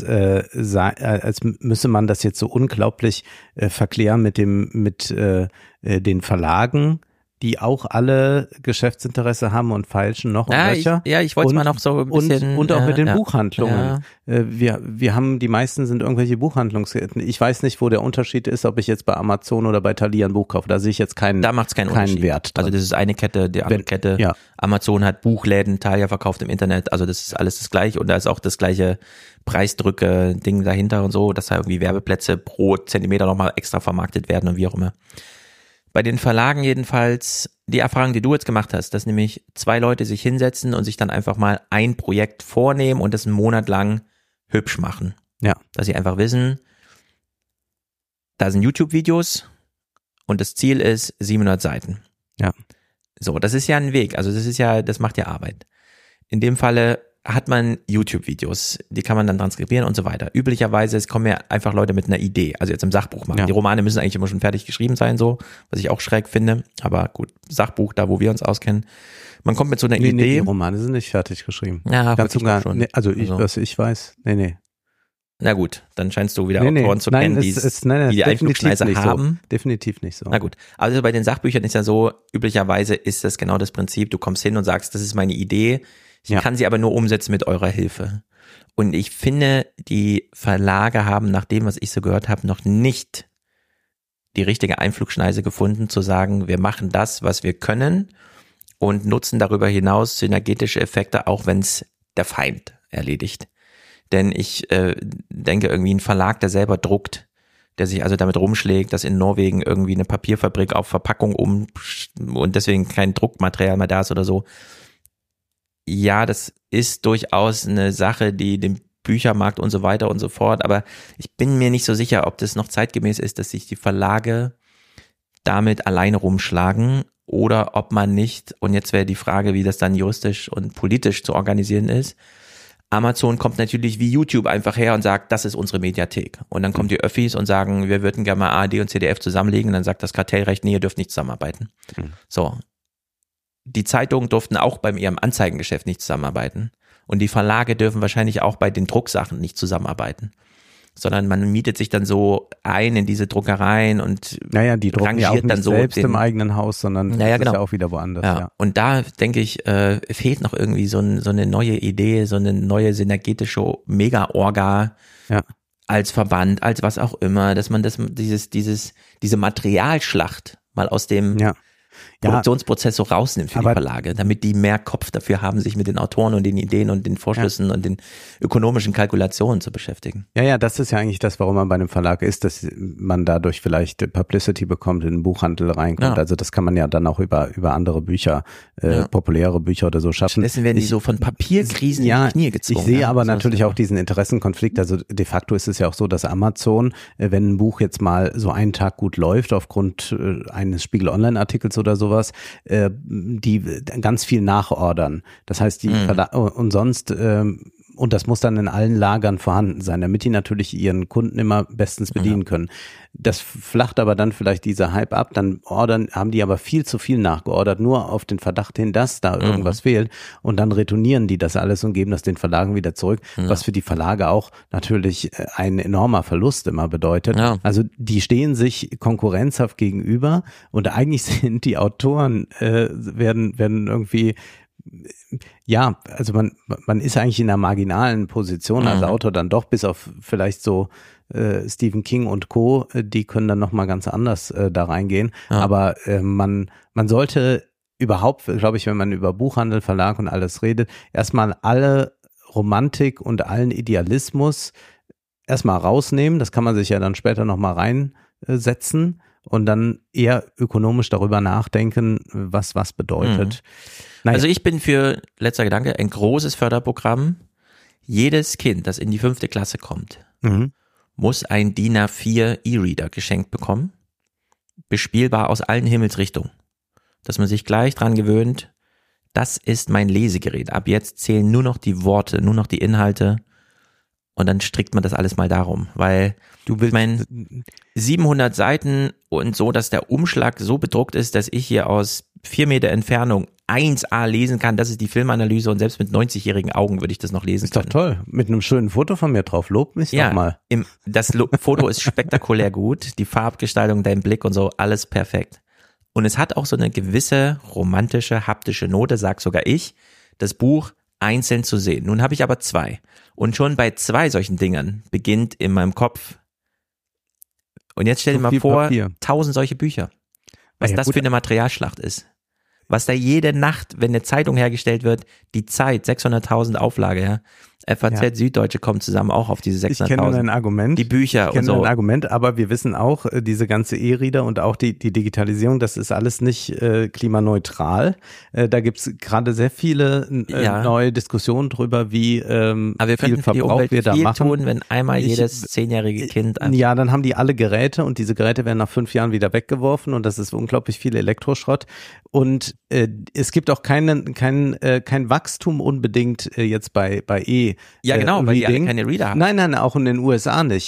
müsse man das jetzt so unglaublich verklären mit den Verlagen, die auch alle Geschäftsinteresse haben und feilschen noch und nöcher. Ich wollte es mal noch so ein bisschen. Und auch mit den Buchhandlungen. Ja. Wir haben, die meisten sind irgendwelche Buchhandlungsketten. Ich weiß nicht, wo der Unterschied ist, ob ich jetzt bei Amazon oder bei Thalia ein Buch kaufe. Da sehe ich jetzt keinen Wert drin. Also das ist eine Kette, die andere Kette. Ja. Amazon hat Buchläden, Thalia verkauft im Internet. Also das ist alles das Gleiche und da ist auch das gleiche Preisdrücke-Ding dahinter und so, dass da irgendwie Werbeplätze pro Zentimeter nochmal extra vermarktet werden und wie auch immer. Bei den Verlagen jedenfalls, die Erfahrung, die du jetzt gemacht hast, dass nämlich 2 Leute sich hinsetzen und sich dann einfach mal ein Projekt vornehmen und das einen Monat lang hübsch machen. Ja. Dass sie einfach wissen, da sind YouTube-Videos und das Ziel ist 700 Seiten. Ja. So, das ist ja ein Weg, also das macht ja Arbeit. In dem Falle hat man YouTube-Videos, die kann man dann transkribieren und so weiter. Üblicherweise kommen ja einfach Leute mit einer Idee, also jetzt im Sachbuch machen. Ja. Die Romane müssen eigentlich immer schon fertig geschrieben sein, so, was ich auch schräg finde. Aber gut, Sachbuch, da wo wir uns auskennen. Man kommt mit so einer Idee. Nee, die Romane sind nicht fertig geschrieben. Ja, ganz sogar schon. Nee, was ich weiß, nee. Na gut, dann scheinst du wieder Autoren zu kennen, die die Einflugschneise haben. So. Definitiv nicht so. Na gut, also bei den Sachbüchern ist ja so, üblicherweise ist das genau das Prinzip, du kommst hin und sagst, das ist meine Idee, ich kann sie aber nur umsetzen mit eurer Hilfe. Und ich finde, die Verlage haben nach dem, was ich so gehört habe, noch nicht die richtige Einflugschneise gefunden, zu sagen, wir machen das, was wir können und nutzen darüber hinaus synergetische Effekte, auch wenn es der Feind erledigt. Denn ich denke irgendwie ein Verlag, der selber druckt, der sich also damit rumschlägt, dass in Norwegen irgendwie eine Papierfabrik auf Verpackung und deswegen kein Druckmaterial mehr da ist oder so. Ja, das ist durchaus eine Sache, die den Büchermarkt und so weiter und so fort, aber ich bin mir nicht so sicher, ob das noch zeitgemäß ist, dass sich die Verlage damit alleine rumschlagen oder ob man nicht, und jetzt wäre die Frage, wie das dann juristisch und politisch zu organisieren ist. Amazon kommt natürlich wie YouTube einfach her und sagt, das ist unsere Mediathek. Und dann kommen die Öffis und sagen, wir würden gerne mal ARD und ZDF zusammenlegen und dann sagt das Kartellrecht, nee, ihr dürft nicht zusammenarbeiten. So. Die Zeitungen durften auch bei ihrem Anzeigengeschäft nicht zusammenarbeiten. Und die Verlage dürfen wahrscheinlich auch bei den Drucksachen nicht zusammenarbeiten. Sondern man mietet sich dann so ein in diese Druckereien und die drucken ja auch nicht dann so selbst im eigenen Haus, sondern das ist ja auch wieder woanders. Ja. Und da denke ich, fehlt noch irgendwie so eine neue Idee, so eine neue synergetische Mega-Orga als Verband, als was auch immer, dass man diese Materialschlacht mal aus dem Produktionsprozess so rausnimmt für die Verlage, damit die mehr Kopf dafür haben, sich mit den Autoren und den Ideen und den Vorschüssen und den ökonomischen Kalkulationen zu beschäftigen. Ja, das ist ja eigentlich das, warum man bei einem Verlag ist, dass man dadurch vielleicht Publicity bekommt, in den Buchhandel reinkommt. Ja. Also das kann man ja dann auch über andere Bücher, populäre Bücher oder so schaffen. Deswegen werden die so von Papierkrisen in die Knie gezwungen. Ich sehe aber natürlich auch diesen Interessenkonflikt. Also de facto ist es ja auch so, dass Amazon, wenn ein Buch jetzt mal so einen Tag gut läuft, aufgrund eines Spiegel-Online-Artikels oder sowas, die ganz viel nachordern. Das heißt, die und sonst und das muss dann in allen Lagern vorhanden sein, damit die natürlich ihren Kunden immer bestens bedienen können. Das flacht aber dann vielleicht dieser Hype ab, dann haben die aber viel zu viel nachgeordert, nur auf den Verdacht hin, dass da irgendwas fehlt und dann retournieren die das alles und geben das den Verlagen wieder zurück, was für die Verlage auch natürlich ein enormer Verlust immer bedeutet. Ja. Also die stehen sich konkurrenzhaft gegenüber und eigentlich sind die Autoren werden irgendwie also man ist eigentlich in einer marginalen Position als Autor dann doch, bis auf vielleicht so Stephen King und Co., die können dann nochmal ganz anders da reingehen. Ja. Aber man sollte überhaupt, glaube ich, wenn man über Buchhandel, Verlag und alles redet, erstmal alle Romantik und allen Idealismus erstmal rausnehmen. Das kann man sich ja dann später nochmal reinsetzen und dann eher ökonomisch darüber nachdenken, was bedeutet. Naja. Also ich bin für, letzter Gedanke, ein großes Förderprogramm. Jedes Kind, das in die 5. Klasse kommt, muss ein DIN A4 E-Reader geschenkt bekommen, bespielbar aus allen Himmelsrichtungen, dass man sich gleich dran gewöhnt, das ist mein Lesegerät. Ab jetzt zählen nur noch die Worte, nur noch die Inhalte und dann strickt man das alles mal darum, weil ich meine 700 Seiten und so, dass der Umschlag so bedruckt ist, dass ich hier aus 4 Meter Entfernung 1A lesen kann, das ist die Filmanalyse und selbst mit 90-jährigen Augen würde ich das noch lesen können. Ist doch toll, mit einem schönen Foto von mir drauf, lob mich doch mal. Das Foto ist spektakulär gut, die Farbgestaltung, dein Blick und so, alles perfekt. Und es hat auch so eine gewisse romantische, haptische Note, sag sogar ich, das Buch einzeln zu sehen. Nun habe ich aber 2 und schon bei 2 solchen Dingern beginnt in meinem Kopf, und jetzt stell dir mal vor, Papier. 1000 solche Bücher, was das für eine Materialschlacht ist. Was da jede Nacht, wenn eine Zeitung hergestellt wird, die Zeit, 600.000 Auflage, ja. FAZ, Süddeutsche kommen zusammen auch auf diese 600.000. Ich kenne dein Argument. Die Bücher und so. Ich kenne dein Argument, aber wir wissen auch, diese ganze E-Reader und auch die Digitalisierung, das ist alles nicht klimaneutral. Da gibt's gerade sehr viele neue Diskussionen drüber, wie aber wir viel Verbrauch wir da machen. Tun, wenn einmal jedes 10-jährige Kind ja, dann haben die alle Geräte und diese Geräte werden nach 5 Jahren wieder weggeworfen und das ist unglaublich viel Elektroschrott. Und es gibt auch kein Wachstum unbedingt jetzt bei ja, genau, weil die alle keine Reader haben. Nein, auch in den USA nicht.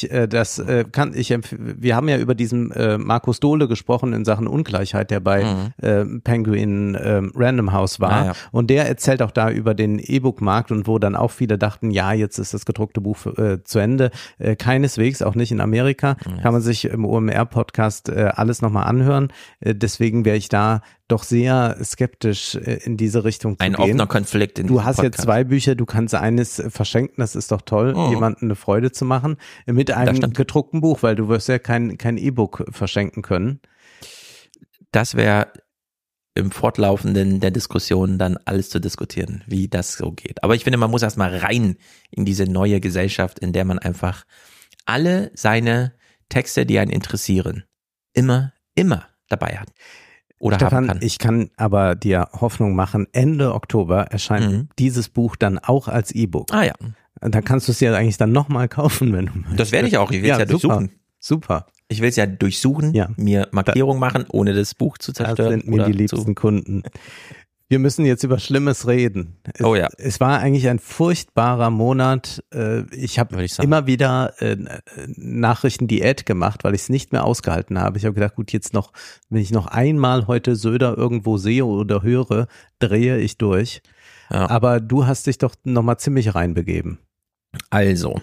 Wir haben ja über diesen Markus Dohle gesprochen in Sachen Ungleichheit, der bei Penguin Random House war. Ja. Und der erzählt auch da über den E-Book-Markt und wo dann auch viele dachten, ja, jetzt ist das gedruckte Buch zu Ende. Keineswegs, auch nicht in Amerika. Kann man sich im OMR-Podcast alles nochmal anhören. Deswegen wäre ich da doch sehr skeptisch in diese Richtung zu gehen. Ein offener Konflikt in diesem Podcast. Du hast jetzt 2 Bücher, du kannst eines verschenken, das ist doch toll, jemandem eine Freude zu machen, mit einem gedruckten Buch, weil du wirst ja kein E-Book verschenken können. Das wäre im Fortlaufenden der Diskussion dann alles zu diskutieren, wie das so geht. Aber ich finde, man muss erstmal rein in diese neue Gesellschaft, in der man einfach alle seine Texte, die einen interessieren, immer dabei hat. Oder Stefan, ich kann aber dir Hoffnung machen, Ende Oktober erscheint dieses Buch dann auch als E-Book. Ah ja. Da kannst du es ja eigentlich dann nochmal kaufen, wenn du möchtest. Das werde ich auch, ich will es ja durchsuchen. Super. Ich will es ja durchsuchen, mir Markierungen machen, ohne das Buch zu zerstören. Das sind mir die liebsten Kunden. Wir müssen jetzt über Schlimmes reden. Es war eigentlich ein furchtbarer Monat. Ich habe immer wieder Nachrichtendiät gemacht, weil ich es nicht mehr ausgehalten habe. Ich habe gedacht, gut, jetzt noch, wenn ich noch einmal heute Söder irgendwo sehe oder höre, drehe ich durch. Ja. Aber du hast dich doch nochmal ziemlich reinbegeben. Also,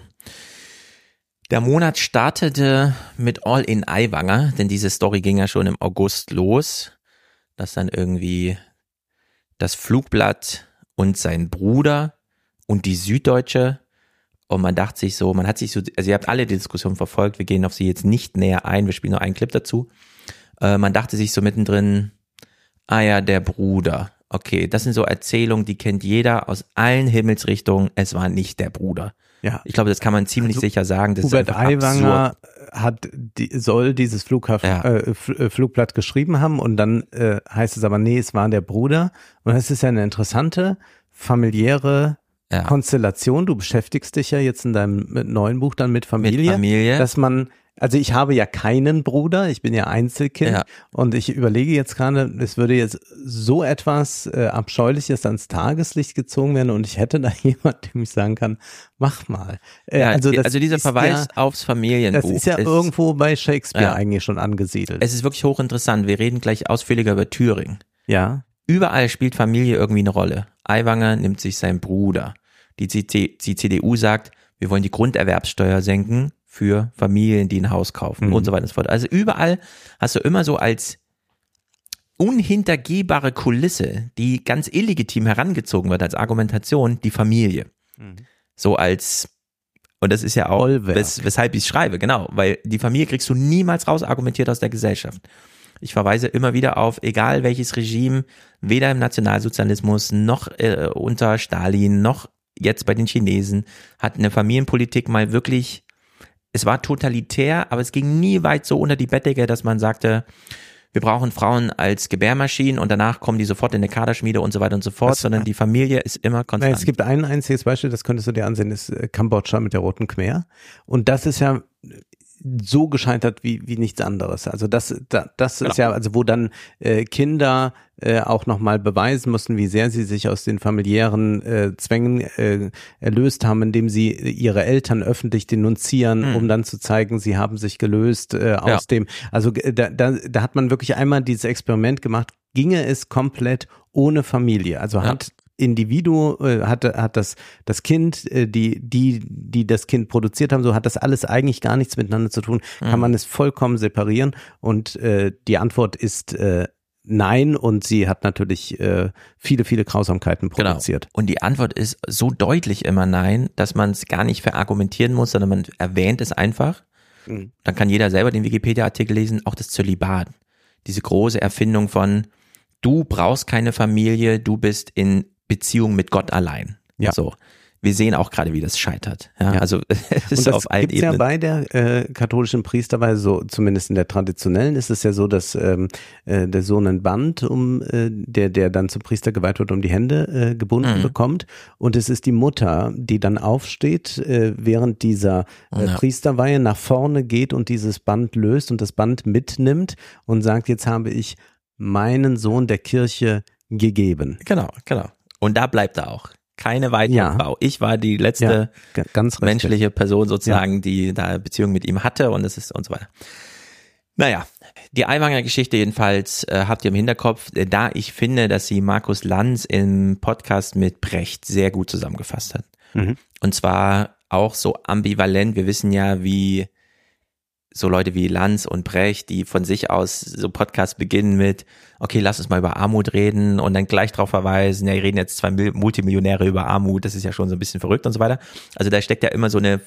der Monat startete mit All in Aiwanger, denn diese Story ging ja schon im August los, dass dann irgendwie das Flugblatt und sein Bruder und die Süddeutsche, und man hat sich so, also ihr habt alle die Diskussion verfolgt, wir gehen auf sie jetzt nicht näher ein, wir spielen nur einen Clip dazu. Man dachte sich so mittendrin, der Bruder, okay, das sind so Erzählungen, die kennt jeder aus allen Himmelsrichtungen, es war nicht der Bruder. Ja. Ich glaube, das kann man ziemlich sicher sagen. Das Hubert Aiwanger soll dieses Flugblatt geschrieben haben und dann heißt es aber, nee, es war der Bruder. Und das ist ja eine interessante, familiäre Konstellation. Du beschäftigst dich ja jetzt in deinem neuen Buch dann mit Familie. Dass man, also ich habe ja keinen Bruder, ich bin ja Einzelkind und ich überlege jetzt gerade, es würde jetzt so etwas Abscheuliches ans Tageslicht gezogen werden und ich hätte da jemand, dem ich sagen kann, mach mal. Also dieser Verweis aufs Familienbuch. Das ist ja irgendwo bei Shakespeare eigentlich schon angesiedelt. Es ist wirklich hochinteressant. Wir reden gleich ausführlicher über Thüringen. Ja. Überall spielt Familie irgendwie eine Rolle. Aiwanger nimmt sich seinen Bruder. Die CDU sagt, wir wollen die Grunderwerbssteuer senken für Familien, die ein Haus kaufen und so weiter und so fort. Also überall hast du immer so als unhintergehbare Kulisse, die ganz illegitim herangezogen wird als Argumentation, die Familie. So als, und das ist ja auch, weshalb ich es schreibe, genau, weil die Familie kriegst du niemals raus argumentiert aus der Gesellschaft. Ich verweise immer wieder auf, egal welches Regime, weder im Nationalsozialismus noch unter Stalin noch jetzt bei den Chinesen, hat eine Familienpolitik mal wirklich, es war totalitär, aber es ging nie weit so unter die Bettdecke, dass man sagte, wir brauchen Frauen als Gebärmaschinen und danach kommen die sofort in eine Kaderschmiede und so weiter und so fort, sondern die Familie ist immer konstant. Es gibt ein einziges Beispiel, das könntest du dir ansehen, ist Kambodscha mit der Roten Khmer. Und das ist ja so gescheitert wie nichts anderes. Also das ist ja, also wo dann Kinder auch nochmal beweisen mussten, wie sehr sie sich aus den familiären Zwängen erlöst haben, indem sie ihre Eltern öffentlich denunzieren, um dann zu zeigen, sie haben sich gelöst aus dem, also da hat man wirklich einmal dieses Experiment gemacht, ginge es komplett ohne Familie, also hat Individuum hat das Kind, die das Kind produziert haben, so hat das alles eigentlich gar nichts miteinander zu tun, kann man es vollkommen separieren und die Antwort ist nein und sie hat natürlich viele Grausamkeiten produziert. Genau. Und die Antwort ist so deutlich immer nein, dass man es gar nicht verargumentieren muss, sondern man erwähnt es einfach. Dann kann jeder selber den Wikipedia-Artikel lesen, auch das Zölibat. Diese große Erfindung von du brauchst keine Familie, du bist in Beziehung mit Gott allein. Ja. So. Wir sehen auch gerade, wie das scheitert. Ja. Also es ist auf allen Ebenen. Ja, bei der katholischen Priesterweise, so zumindest in der traditionellen, ist es ja so, dass der Sohn ein Band, der dann zum Priester geweiht wird, um die Hände gebunden bekommt. Und es ist die Mutter, die dann aufsteht, während dieser Priesterweihe nach vorne geht und dieses Band löst und das Band mitnimmt und sagt, jetzt habe ich meinen Sohn der Kirche gegeben. Genau. Und da bleibt er auch. Keine weitere Frau. Ich war die letzte ganz menschliche Person sozusagen, die da eine Beziehung mit ihm hatte und es ist und so weiter. Naja, die Aiwanger Geschichte jedenfalls habt ihr im Hinterkopf, da ich finde, dass sie Markus Lanz im Podcast mit Brecht sehr gut zusammengefasst hat. Und zwar auch so ambivalent. Wir wissen ja, wie so Leute wie Lanz und Brecht, die von sich aus so Podcasts beginnen mit, okay, lass uns mal über Armut reden und dann gleich darauf verweisen, ja, reden jetzt zwei Multimillionäre über Armut, das ist ja schon so ein bisschen verrückt und so weiter. Also da steckt ja immer so ein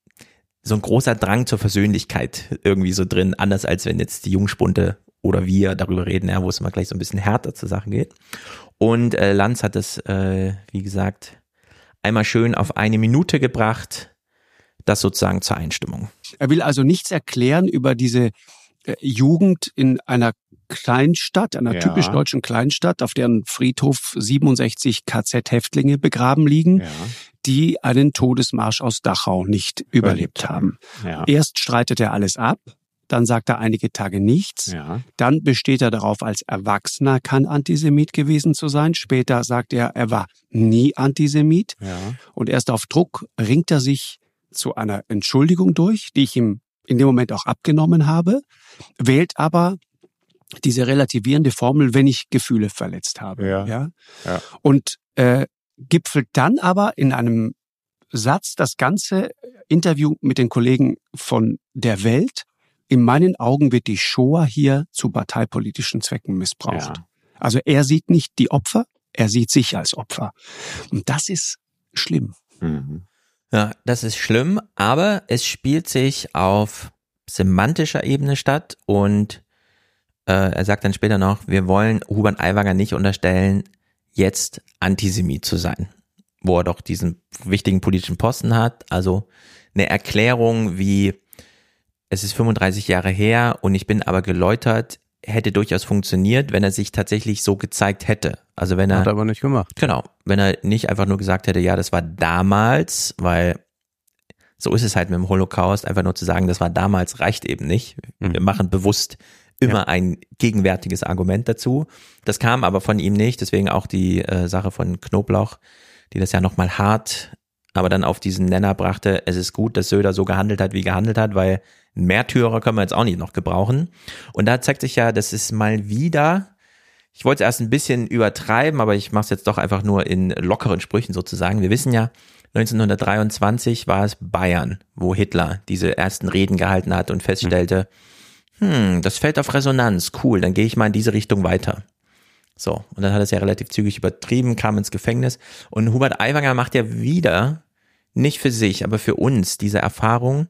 großer Drang zur Versöhnlichkeit irgendwie so drin, anders als wenn jetzt die Jungspunde oder wir darüber reden, ja, wo es immer gleich so ein bisschen härter zur Sache geht. Und Lanz hat es, wie gesagt, einmal schön auf 1 Minute gebracht, das sozusagen zur Einstimmung. Er will also nichts erklären über diese Jugend in einer Kleinstadt, einer typisch deutschen Kleinstadt, auf deren Friedhof 67 KZ-Häftlinge begraben liegen, die einen Todesmarsch aus Dachau nicht überlebt haben. Ja. Erst streitet er alles ab, dann sagt er einige Tage nichts, dann besteht er darauf, als Erwachsener kann Antisemit gewesen zu sein. Später sagt er war nie Antisemit und erst auf Druck ringt er sich zu einer Entschuldigung durch, die ich ihm in dem Moment auch abgenommen habe, wählt aber diese relativierende Formel, wenn ich Gefühle verletzt habe. Und gipfelt dann aber in einem Satz das ganze Interview mit den Kollegen von der Welt. In meinen Augen wird die Shoah hier zu parteipolitischen Zwecken missbraucht. Also er sieht nicht die Opfer, er sieht sich als Opfer. Und das ist schlimm. Ja, das ist schlimm, aber es spielt sich auf semantischer Ebene statt und er sagt dann später noch, wir wollen Hubert Aiwanger nicht unterstellen, jetzt Antisemit zu sein, wo er doch diesen wichtigen politischen Posten hat. Also eine Erklärung wie, es ist 35 Jahre her und ich bin aber geläutert, hätte durchaus funktioniert, wenn er sich tatsächlich so gezeigt hätte. Also wenn er hat er aber nicht gemacht. Genau, wenn er nicht einfach nur gesagt hätte, ja, das war damals, weil so ist es halt mit dem Holocaust, einfach nur zu sagen, das war damals, reicht eben nicht. Wir machen bewusst immer ein gegenwärtiges Argument dazu. Das kam aber von ihm nicht, deswegen auch die Sache von Knoblauch, die das ja nochmal hart, aber dann auf diesen Nenner brachte, es ist gut, dass Söder so gehandelt hat, wie gehandelt hat, weil einen Märtyrer können wir jetzt auch nicht noch gebrauchen. Und da zeigt sich ja, das ist mal wieder, ich wollte es erst ein bisschen übertreiben, aber ich mache es jetzt doch einfach nur in lockeren Sprüchen sozusagen. Wir wissen ja, 1923 war es Bayern, wo Hitler diese ersten Reden gehalten hat und feststellte, das fällt auf Resonanz, cool, dann gehe ich mal in diese Richtung weiter. So, und dann hat er es ja relativ zügig übertrieben, kam ins Gefängnis und Hubert Aiwanger macht ja wieder, nicht für sich, aber für uns, diese Erfahrung,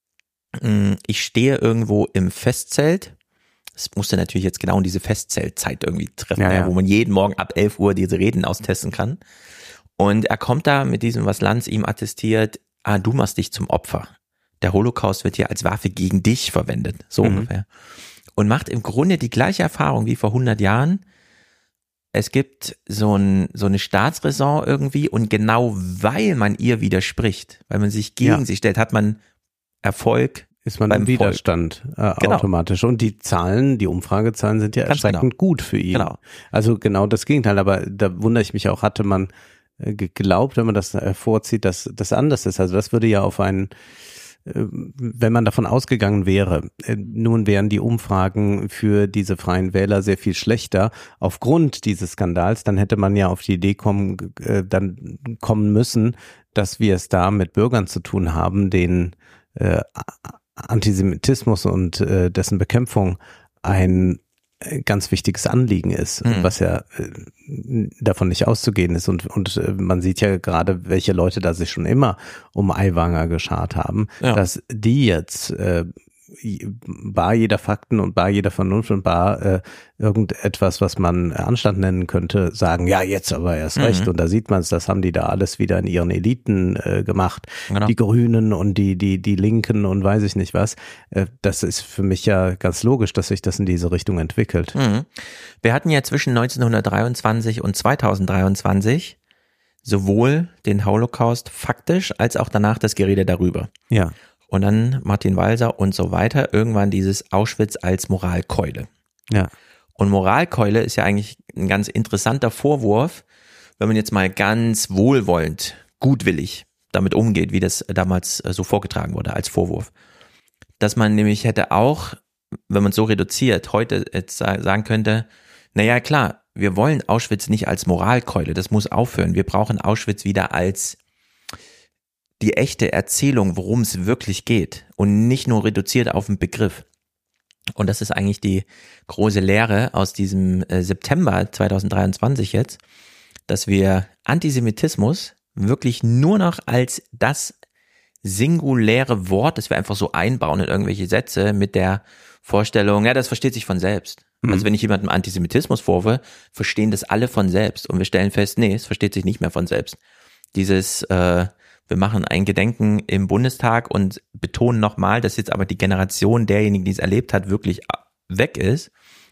ich stehe irgendwo im Festzelt, es musste natürlich jetzt genau in diese Festzeltzeit irgendwie treffen, wo man jeden Morgen ab 11 Uhr diese Reden austesten kann Und er kommt da mit diesem, was Lanz ihm attestiert, du machst dich zum Opfer. Der Holocaust wird hier als Waffe gegen dich verwendet, so ungefähr. Und macht im Grunde die gleiche Erfahrung wie vor 100 Jahren. Es gibt so eine Staatsräson irgendwie und genau weil man ihr widerspricht, weil man sich gegen sie stellt, hat man Erfolg. Ist man im Widerstand automatisch. Und die Umfragezahlen sind ja erschreckend gut für ihn. Genau. Also genau das Gegenteil, aber da wundere ich mich auch, hatte man geglaubt, wenn man das vorzieht, dass das anders ist. Also das würde ja auf wenn man davon ausgegangen wäre, nun wären die Umfragen für diese Freien Wähler sehr viel schlechter aufgrund dieses Skandals, dann hätte man ja auf die Idee kommen müssen, dass wir es da mit Bürgern zu tun haben, denen Antisemitismus und dessen Bekämpfung ein ganz wichtiges Anliegen ist, was ja davon nicht auszugehen ist. Und man sieht ja gerade, welche Leute da sich schon immer um Aiwanger geschart haben, dass die jetzt bar jeder Fakten und bar jeder Vernunft und bar irgendetwas, was man Anstand nennen könnte, sagen, ja, jetzt aber erst recht. Und da sieht man es, das haben die da alles wieder in ihren Eliten gemacht. Genau. Die Grünen und die Linken und weiß ich nicht was. Das ist für mich ja ganz logisch, dass sich das in diese Richtung entwickelt. Wir hatten ja zwischen 1923 und 2023 sowohl den Holocaust faktisch als auch danach das Gerede darüber. Ja. Und dann Martin Walser und so weiter, irgendwann dieses Auschwitz als Moralkeule. Ja. Und Moralkeule ist ja eigentlich ein ganz interessanter Vorwurf, wenn man jetzt mal ganz wohlwollend, gutwillig damit umgeht, wie das damals so vorgetragen wurde als Vorwurf. Dass man nämlich hätte auch, wenn man es so reduziert, heute jetzt sagen könnte, naja klar, wir wollen Auschwitz nicht als Moralkeule, das muss aufhören. Wir brauchen Auschwitz wieder als die echte Erzählung, worum es wirklich geht und nicht nur reduziert auf einen Begriff. Und das ist eigentlich die große Lehre aus diesem September 2023 jetzt, dass wir Antisemitismus wirklich nur noch als das singuläre Wort, das wir einfach so einbauen in irgendwelche Sätze mit der Vorstellung, ja, das versteht sich von selbst. Also wenn ich jemandem Antisemitismus vorwürfe, verstehen das alle von selbst und wir stellen fest, nee, es versteht sich nicht mehr von selbst. Dieses wir machen ein Gedenken im Bundestag und betonen nochmal, dass jetzt aber die Generation derjenigen, die es erlebt hat, wirklich weg ist.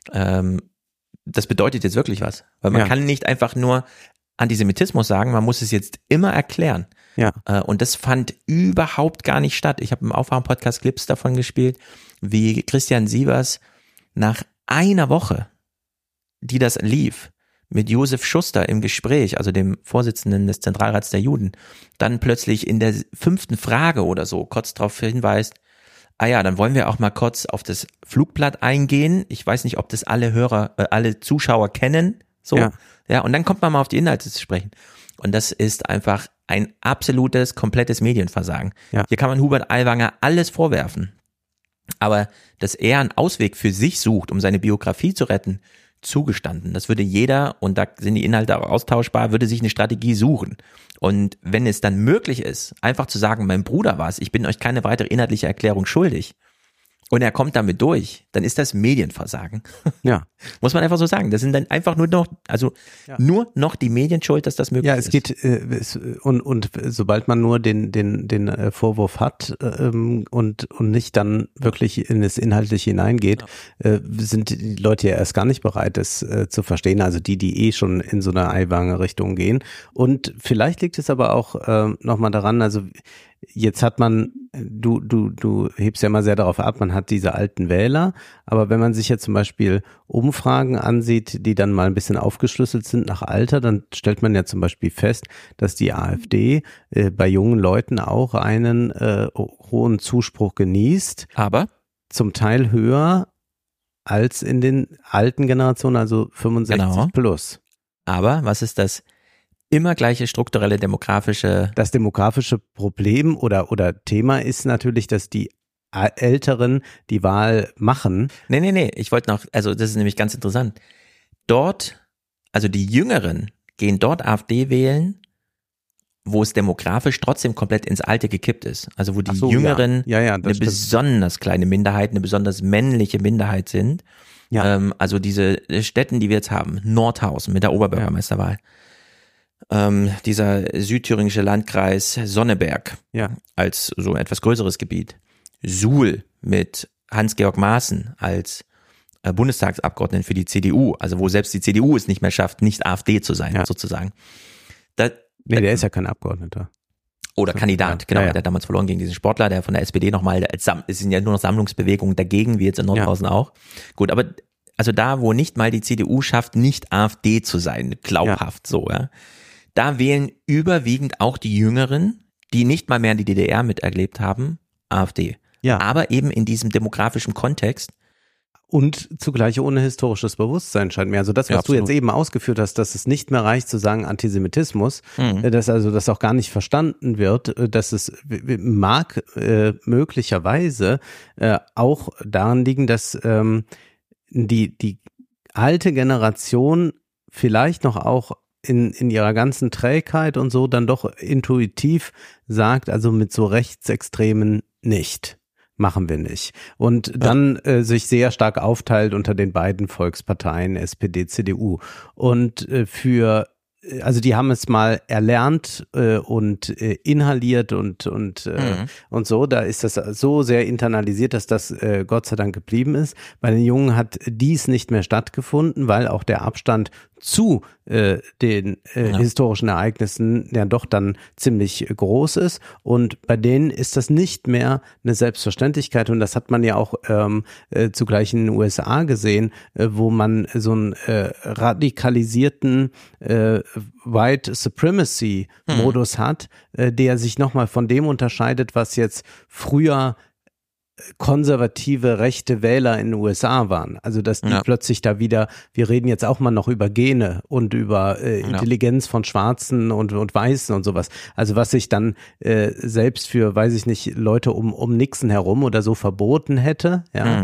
Das bedeutet jetzt wirklich was. Weil man kann nicht einfach nur Antisemitismus sagen, man muss es jetzt immer erklären. Ja. Und das fand überhaupt gar nicht statt. Ich habe im Aufwachen-Podcast Clips davon gespielt, wie Christian Sievers nach einer Woche, die das lief, mit Josef Schuster im Gespräch, also dem Vorsitzenden des Zentralrats der Juden, dann plötzlich in der 5. Frage oder so kurz darauf hinweist, dann wollen wir auch mal kurz auf das Flugblatt eingehen. Ich weiß nicht, ob das alle Zuschauer kennen. So, ja, und dann kommt man mal auf die Inhalte zu sprechen. Und das ist einfach ein absolutes, komplettes Medienversagen. Ja. Hier kann man Hubert Aiwanger alles vorwerfen. Aber dass er einen Ausweg für sich sucht, um seine Biografie zu retten, zugestanden. Das würde jeder, und da sind die Inhalte auch austauschbar, würde sich eine Strategie suchen. Und wenn es dann möglich ist, einfach zu sagen, mein Bruder war es, ich bin euch keine weitere inhaltliche Erklärung schuldig, und er kommt damit durch, dann ist das Medienversagen. Ja. Muss man einfach so sagen. Das sind dann einfach nur noch die Medien schuld, dass das möglich ist. Ja, es geht, und sobald man nur den Vorwurf hat und nicht dann wirklich in das Inhaltliche hineingeht, sind die Leute ja erst gar nicht bereit, das zu verstehen. Also die schon in so eine Aiwanger-Richtung gehen. Und vielleicht liegt es aber auch nochmal daran, also jetzt hat man, du hebst ja immer sehr darauf ab, man hat diese alten Wähler, aber wenn man sich jetzt zum Beispiel Umfragen ansieht, die dann mal ein bisschen aufgeschlüsselt sind nach Alter, dann stellt man ja zum Beispiel fest, dass die AfD bei jungen Leuten auch einen hohen Zuspruch genießt. Aber? Zum Teil höher als in den alten Generationen, also 65 plus. Aber was ist das? Immer gleiche strukturelle Das demografische Problem oder Thema ist natürlich, dass die Älteren die Wahl machen. Nee, ich wollte noch, also das ist nämlich ganz interessant. Dort, also die Jüngeren gehen dort AfD wählen, wo es demografisch trotzdem komplett ins Alte gekippt ist. Also wo die Jüngeren eine besonders kleine Minderheit, eine besonders männliche Minderheit sind. Ja. Also diese Städten, die wir jetzt haben, Nordhausen mit der Oberbürgermeisterwahl. dieser südthüringische Landkreis Sonneberg als so ein etwas größeres Gebiet, Suhl mit Hans-Georg Maaßen als Bundestagsabgeordneten für die CDU, also wo selbst die CDU es nicht mehr schafft, nicht AfD zu sein, sozusagen. Der ist ja kein Abgeordneter. Oder Kandidat, genau, der hat damals verloren gegen diesen Sportler, der von der SPD nochmal, es sind ja nur noch Sammlungsbewegungen dagegen, wie jetzt in Nordhausen auch. Gut, aber also da, wo nicht mal die CDU schafft, nicht AfD zu sein, glaubhaft da wählen überwiegend auch die Jüngeren, die nicht mal mehr die DDR miterlebt haben, AfD. Ja. Aber eben in diesem demografischen Kontext. Und zugleich ohne historisches Bewusstsein scheint mir. Also das, was du jetzt eben ausgeführt hast, dass es nicht mehr reicht zu sagen Antisemitismus, dass also das auch gar nicht verstanden wird, dass es mag möglicherweise auch daran liegen, dass die alte Generation vielleicht noch auch in ihrer ganzen Trägheit und so dann doch intuitiv sagt, also mit so Rechtsextremen nicht. Machen wir nicht. Und dann sich sehr stark aufteilt unter den beiden Volksparteien, SPD, CDU. Und also die haben es mal erlernt und inhaliert und so. Da ist das so sehr internalisiert, dass das Gott sei Dank geblieben ist. Bei den Jungen hat dies nicht mehr stattgefunden, weil auch der Abstand zu den historischen Ereignissen ja doch dann ziemlich groß ist. Und bei denen ist das nicht mehr eine Selbstverständlichkeit. Und das hat man ja auch zugleich in den USA gesehen, wo man so einen radikalisierten White Supremacy Modus hat, der sich nochmal von dem unterscheidet, was jetzt früher konservative rechte Wähler in den USA waren. Also dass die plötzlich da wieder, wir reden jetzt auch mal noch über Gene und über Intelligenz von Schwarzen und Weißen und sowas. Also was sich dann selbst für, weiß ich nicht, Leute um Nixon herum oder so verboten hätte,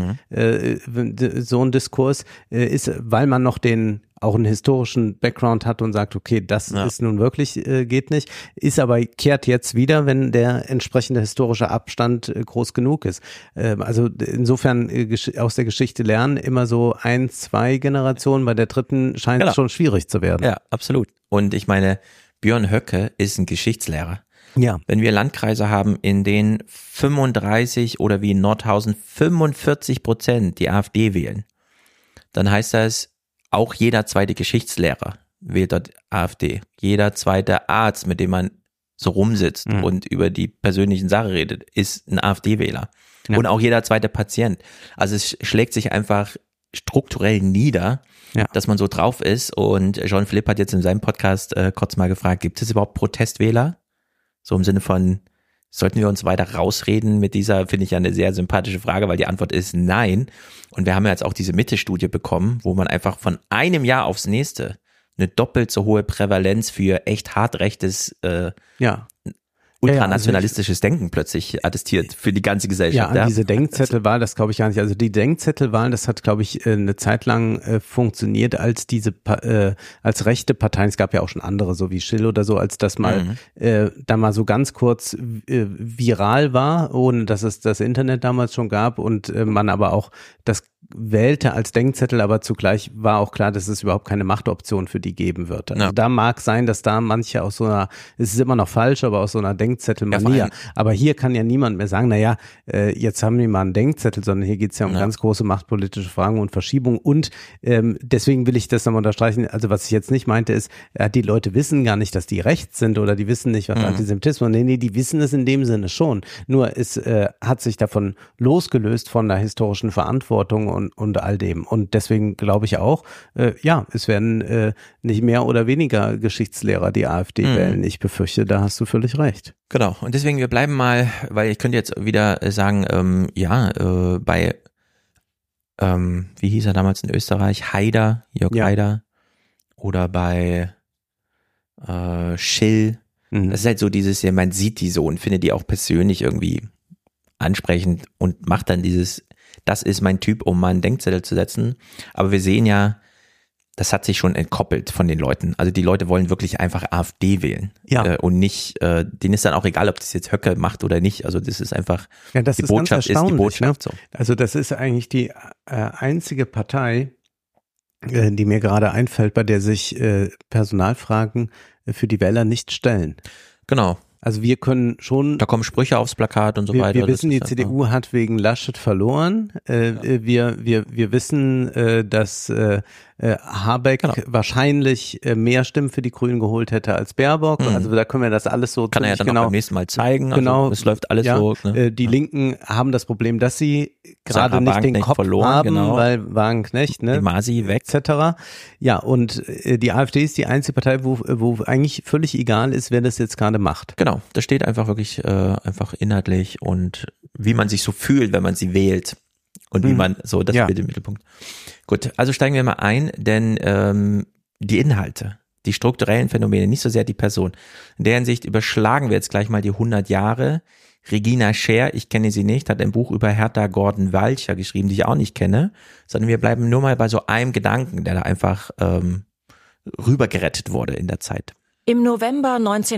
so ein Diskurs ist, weil man noch auch einen historischen Background hat und sagt, okay, das ist nun wirklich, geht nicht, ist aber kehrt jetzt wieder, wenn der entsprechende historische Abstand groß genug ist. Also insofern aus der Geschichte lernen, immer so 1, 2 Generationen, bei der dritten scheint es schon schwierig zu werden. Ja, absolut. Und ich meine, Björn Höcke ist ein Geschichtslehrer. Ja. Wenn wir Landkreise haben, in denen 35 oder wie in Nordhausen 45% die AfD wählen, dann heißt das, auch jeder zweite Geschichtslehrer wählt dort AfD. Jeder zweite Arzt, mit dem man so rumsitzt und über die persönlichen Sachen redet, ist ein AfD-Wähler. Ja. Und auch jeder zweite Patient. Also es schlägt sich einfach strukturell nieder, dass man so drauf ist. Und Jean-Philippe hat jetzt in seinem Podcast kurz mal gefragt, gibt es überhaupt Protestwähler? So im Sinne von, sollten wir uns weiter rausreden mit dieser, finde ich ja eine sehr sympathische Frage, weil die Antwort ist nein. Und wir haben ja jetzt auch diese Mitte-Studie bekommen, wo man einfach von einem Jahr aufs nächste eine doppelt so hohe Prävalenz für echt hart rechtes, ultranationalistisches Denken plötzlich attestiert für die ganze Gesellschaft. Ja, diese Denkzettelwahl, das glaube ich gar nicht. Also die Denkzettelwahl, das hat, glaube ich, eine Zeit lang funktioniert, als als rechte Parteien, es gab ja auch schon andere, so wie Schill oder so, als das mal da mal so ganz kurz viral war, ohne dass es das Internet damals schon gab und man aber auch das wählte als Denkzettel, aber zugleich war auch klar, dass es überhaupt keine Machtoption für die geben wird. Also da mag sein, dass da manche aus so einer, es ist immer noch falsch, aber aus so einer Denkzettelmanier. Aber hier kann ja niemand mehr sagen, naja, jetzt haben wir mal einen Denkzettel, sondern hier geht es ja um ganz große machtpolitische Fragen und Verschiebungen. Und deswegen will ich das nochmal unterstreichen. Also was ich jetzt nicht meinte ist, die Leute wissen gar nicht, dass die rechts sind oder die wissen nicht, was Antisemitismus ist. Nee, die wissen es in dem Sinne schon. Nur es hat sich davon losgelöst von der historischen Verantwortung und all dem. Und deswegen glaube ich auch, es werden nicht mehr oder weniger Geschichtslehrer die AfD wählen. Ich befürchte, da hast du völlig recht. Genau. Und deswegen, wir bleiben mal, weil ich könnte jetzt wieder sagen, bei, wie hieß er damals in Österreich? Haider, Jörg Haider. Oder bei Schill. Das ist halt so dieses, man sieht die so und findet die auch persönlich irgendwie ansprechend und macht dann dieses, das ist mein Typ, um mal einen Denkzettel zu setzen. Aber wir sehen ja, das hat sich schon entkoppelt von den Leuten. Also die Leute wollen wirklich einfach AfD wählen. Und nicht, denen ist dann auch egal, ob das jetzt Höcke macht oder nicht. Also das ist einfach, die Botschaft ist die Botschaft. Ne? So. Also das ist eigentlich die einzige Partei, die mir gerade einfällt, bei der sich Personalfragen für die Wähler nicht stellen. Genau. Also wir können schon... Da kommen Sprüche aufs Plakat und so weiter. Wir wissen, die CDU hat wegen Laschet verloren. Wir wissen, dass Habeck wahrscheinlich mehr Stimmen für die Grünen geholt hätte als Baerbock. Also da können wir das alles so kann er ja dann auch beim nächsten Mal zeigen. Genau. Also es läuft alles so. Ne? Die Linken haben das Problem, dass sie gerade nicht den Kopf verloren, haben, genau. weil Wagenknecht, ne? Die Masi weg. Etc. Ja, und die AfD ist die einzige Partei, wo eigentlich völlig egal ist, wer das jetzt gerade macht. Genau, das steht einfach wirklich einfach inhaltlich und wie man sich so fühlt, wenn man sie wählt und wie man so, das steht im Mittelpunkt. Gut, also steigen wir mal ein, denn die Inhalte, die strukturellen Phänomene, nicht so sehr die Person. In der Hinsicht überschlagen wir jetzt gleich mal die 100 Jahre. Regina Scher, ich kenne sie nicht, hat ein Buch über Hertha Gordon-Walcher geschrieben, die ich auch nicht kenne, sondern wir bleiben nur mal bei so einem Gedanken, der da einfach rübergerettet wurde in der Zeit. Im November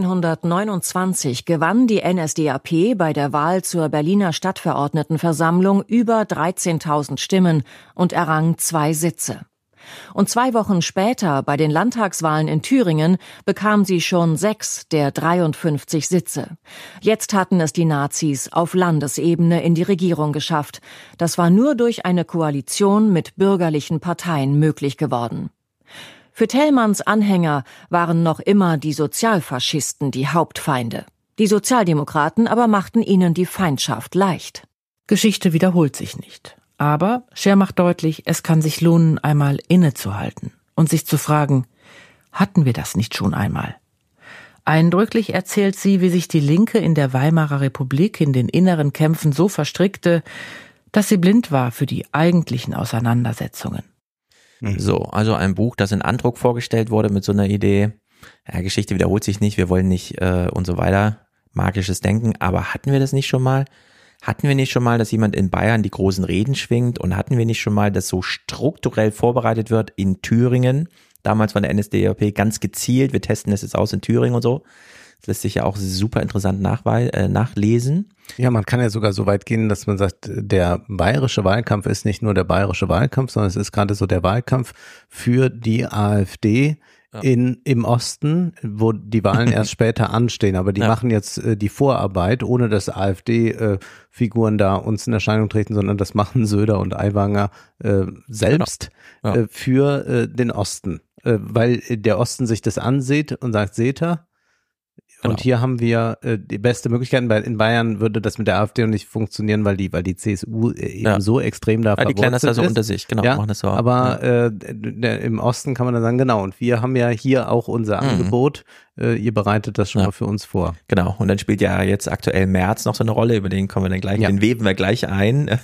1929 gewann die NSDAP bei der Wahl zur Berliner Stadtverordnetenversammlung über 13.000 Stimmen und errang 2 Sitze. Und 2 Wochen später bei den Landtagswahlen in Thüringen bekam sie schon 6 der 53 Sitze. Jetzt hatten es die Nazis auf Landesebene in die Regierung geschafft. Das war nur durch eine Koalition mit bürgerlichen Parteien möglich geworden. Für Thälmanns Anhänger waren noch immer die Sozialfaschisten die Hauptfeinde. Die Sozialdemokraten aber machten ihnen die Feindschaft leicht. Geschichte wiederholt sich nicht. Aber Scher macht deutlich, es kann sich lohnen, einmal innezuhalten und sich zu fragen, hatten wir das nicht schon einmal? Eindrücklich erzählt sie, wie sich die Linke in der Weimarer Republik in den inneren Kämpfen so verstrickte, dass sie blind war für die eigentlichen Auseinandersetzungen. So, also ein Buch, das in Andruck vorgestellt wurde mit so einer Idee, ja, Geschichte wiederholt sich nicht, wir wollen nicht und so weiter, magisches Denken, aber hatten wir das nicht schon mal? Hatten wir nicht schon mal, dass jemand in Bayern die großen Reden schwingt und hatten wir nicht schon mal, dass so strukturell vorbereitet wird in Thüringen, damals von der NSDAP ganz gezielt, wir testen das jetzt aus in Thüringen und so. Das lässt sich ja auch super interessant nachlesen. Ja, man kann ja sogar so weit gehen, dass man sagt, der bayerische Wahlkampf ist nicht nur der bayerische Wahlkampf, sondern es ist gerade so der Wahlkampf für die AfD im Osten, wo die Wahlen erst später anstehen. Aber die machen jetzt die Vorarbeit, ohne dass AfD-Figuren da uns in Erscheinung treten, sondern das machen Söder und Aiwanger selbst für den Osten. Weil der Osten sich das ansieht und sagt, seht ihr? Und hier haben wir die beste Möglichkeit, weil in Bayern würde das mit der AfD noch nicht funktionieren, weil die CSU eben so extrem da verwurzelt ist. Die klären das ja so unter sich, genau. Ja, machen das so. Aber im Osten kann man dann sagen, genau, und wir haben ja hier auch unser Angebot, ihr bereitet das schon mal für uns vor. Genau, und dann spielt ja jetzt aktuell März noch so eine Rolle, über den kommen wir dann gleich, den weben wir gleich ein.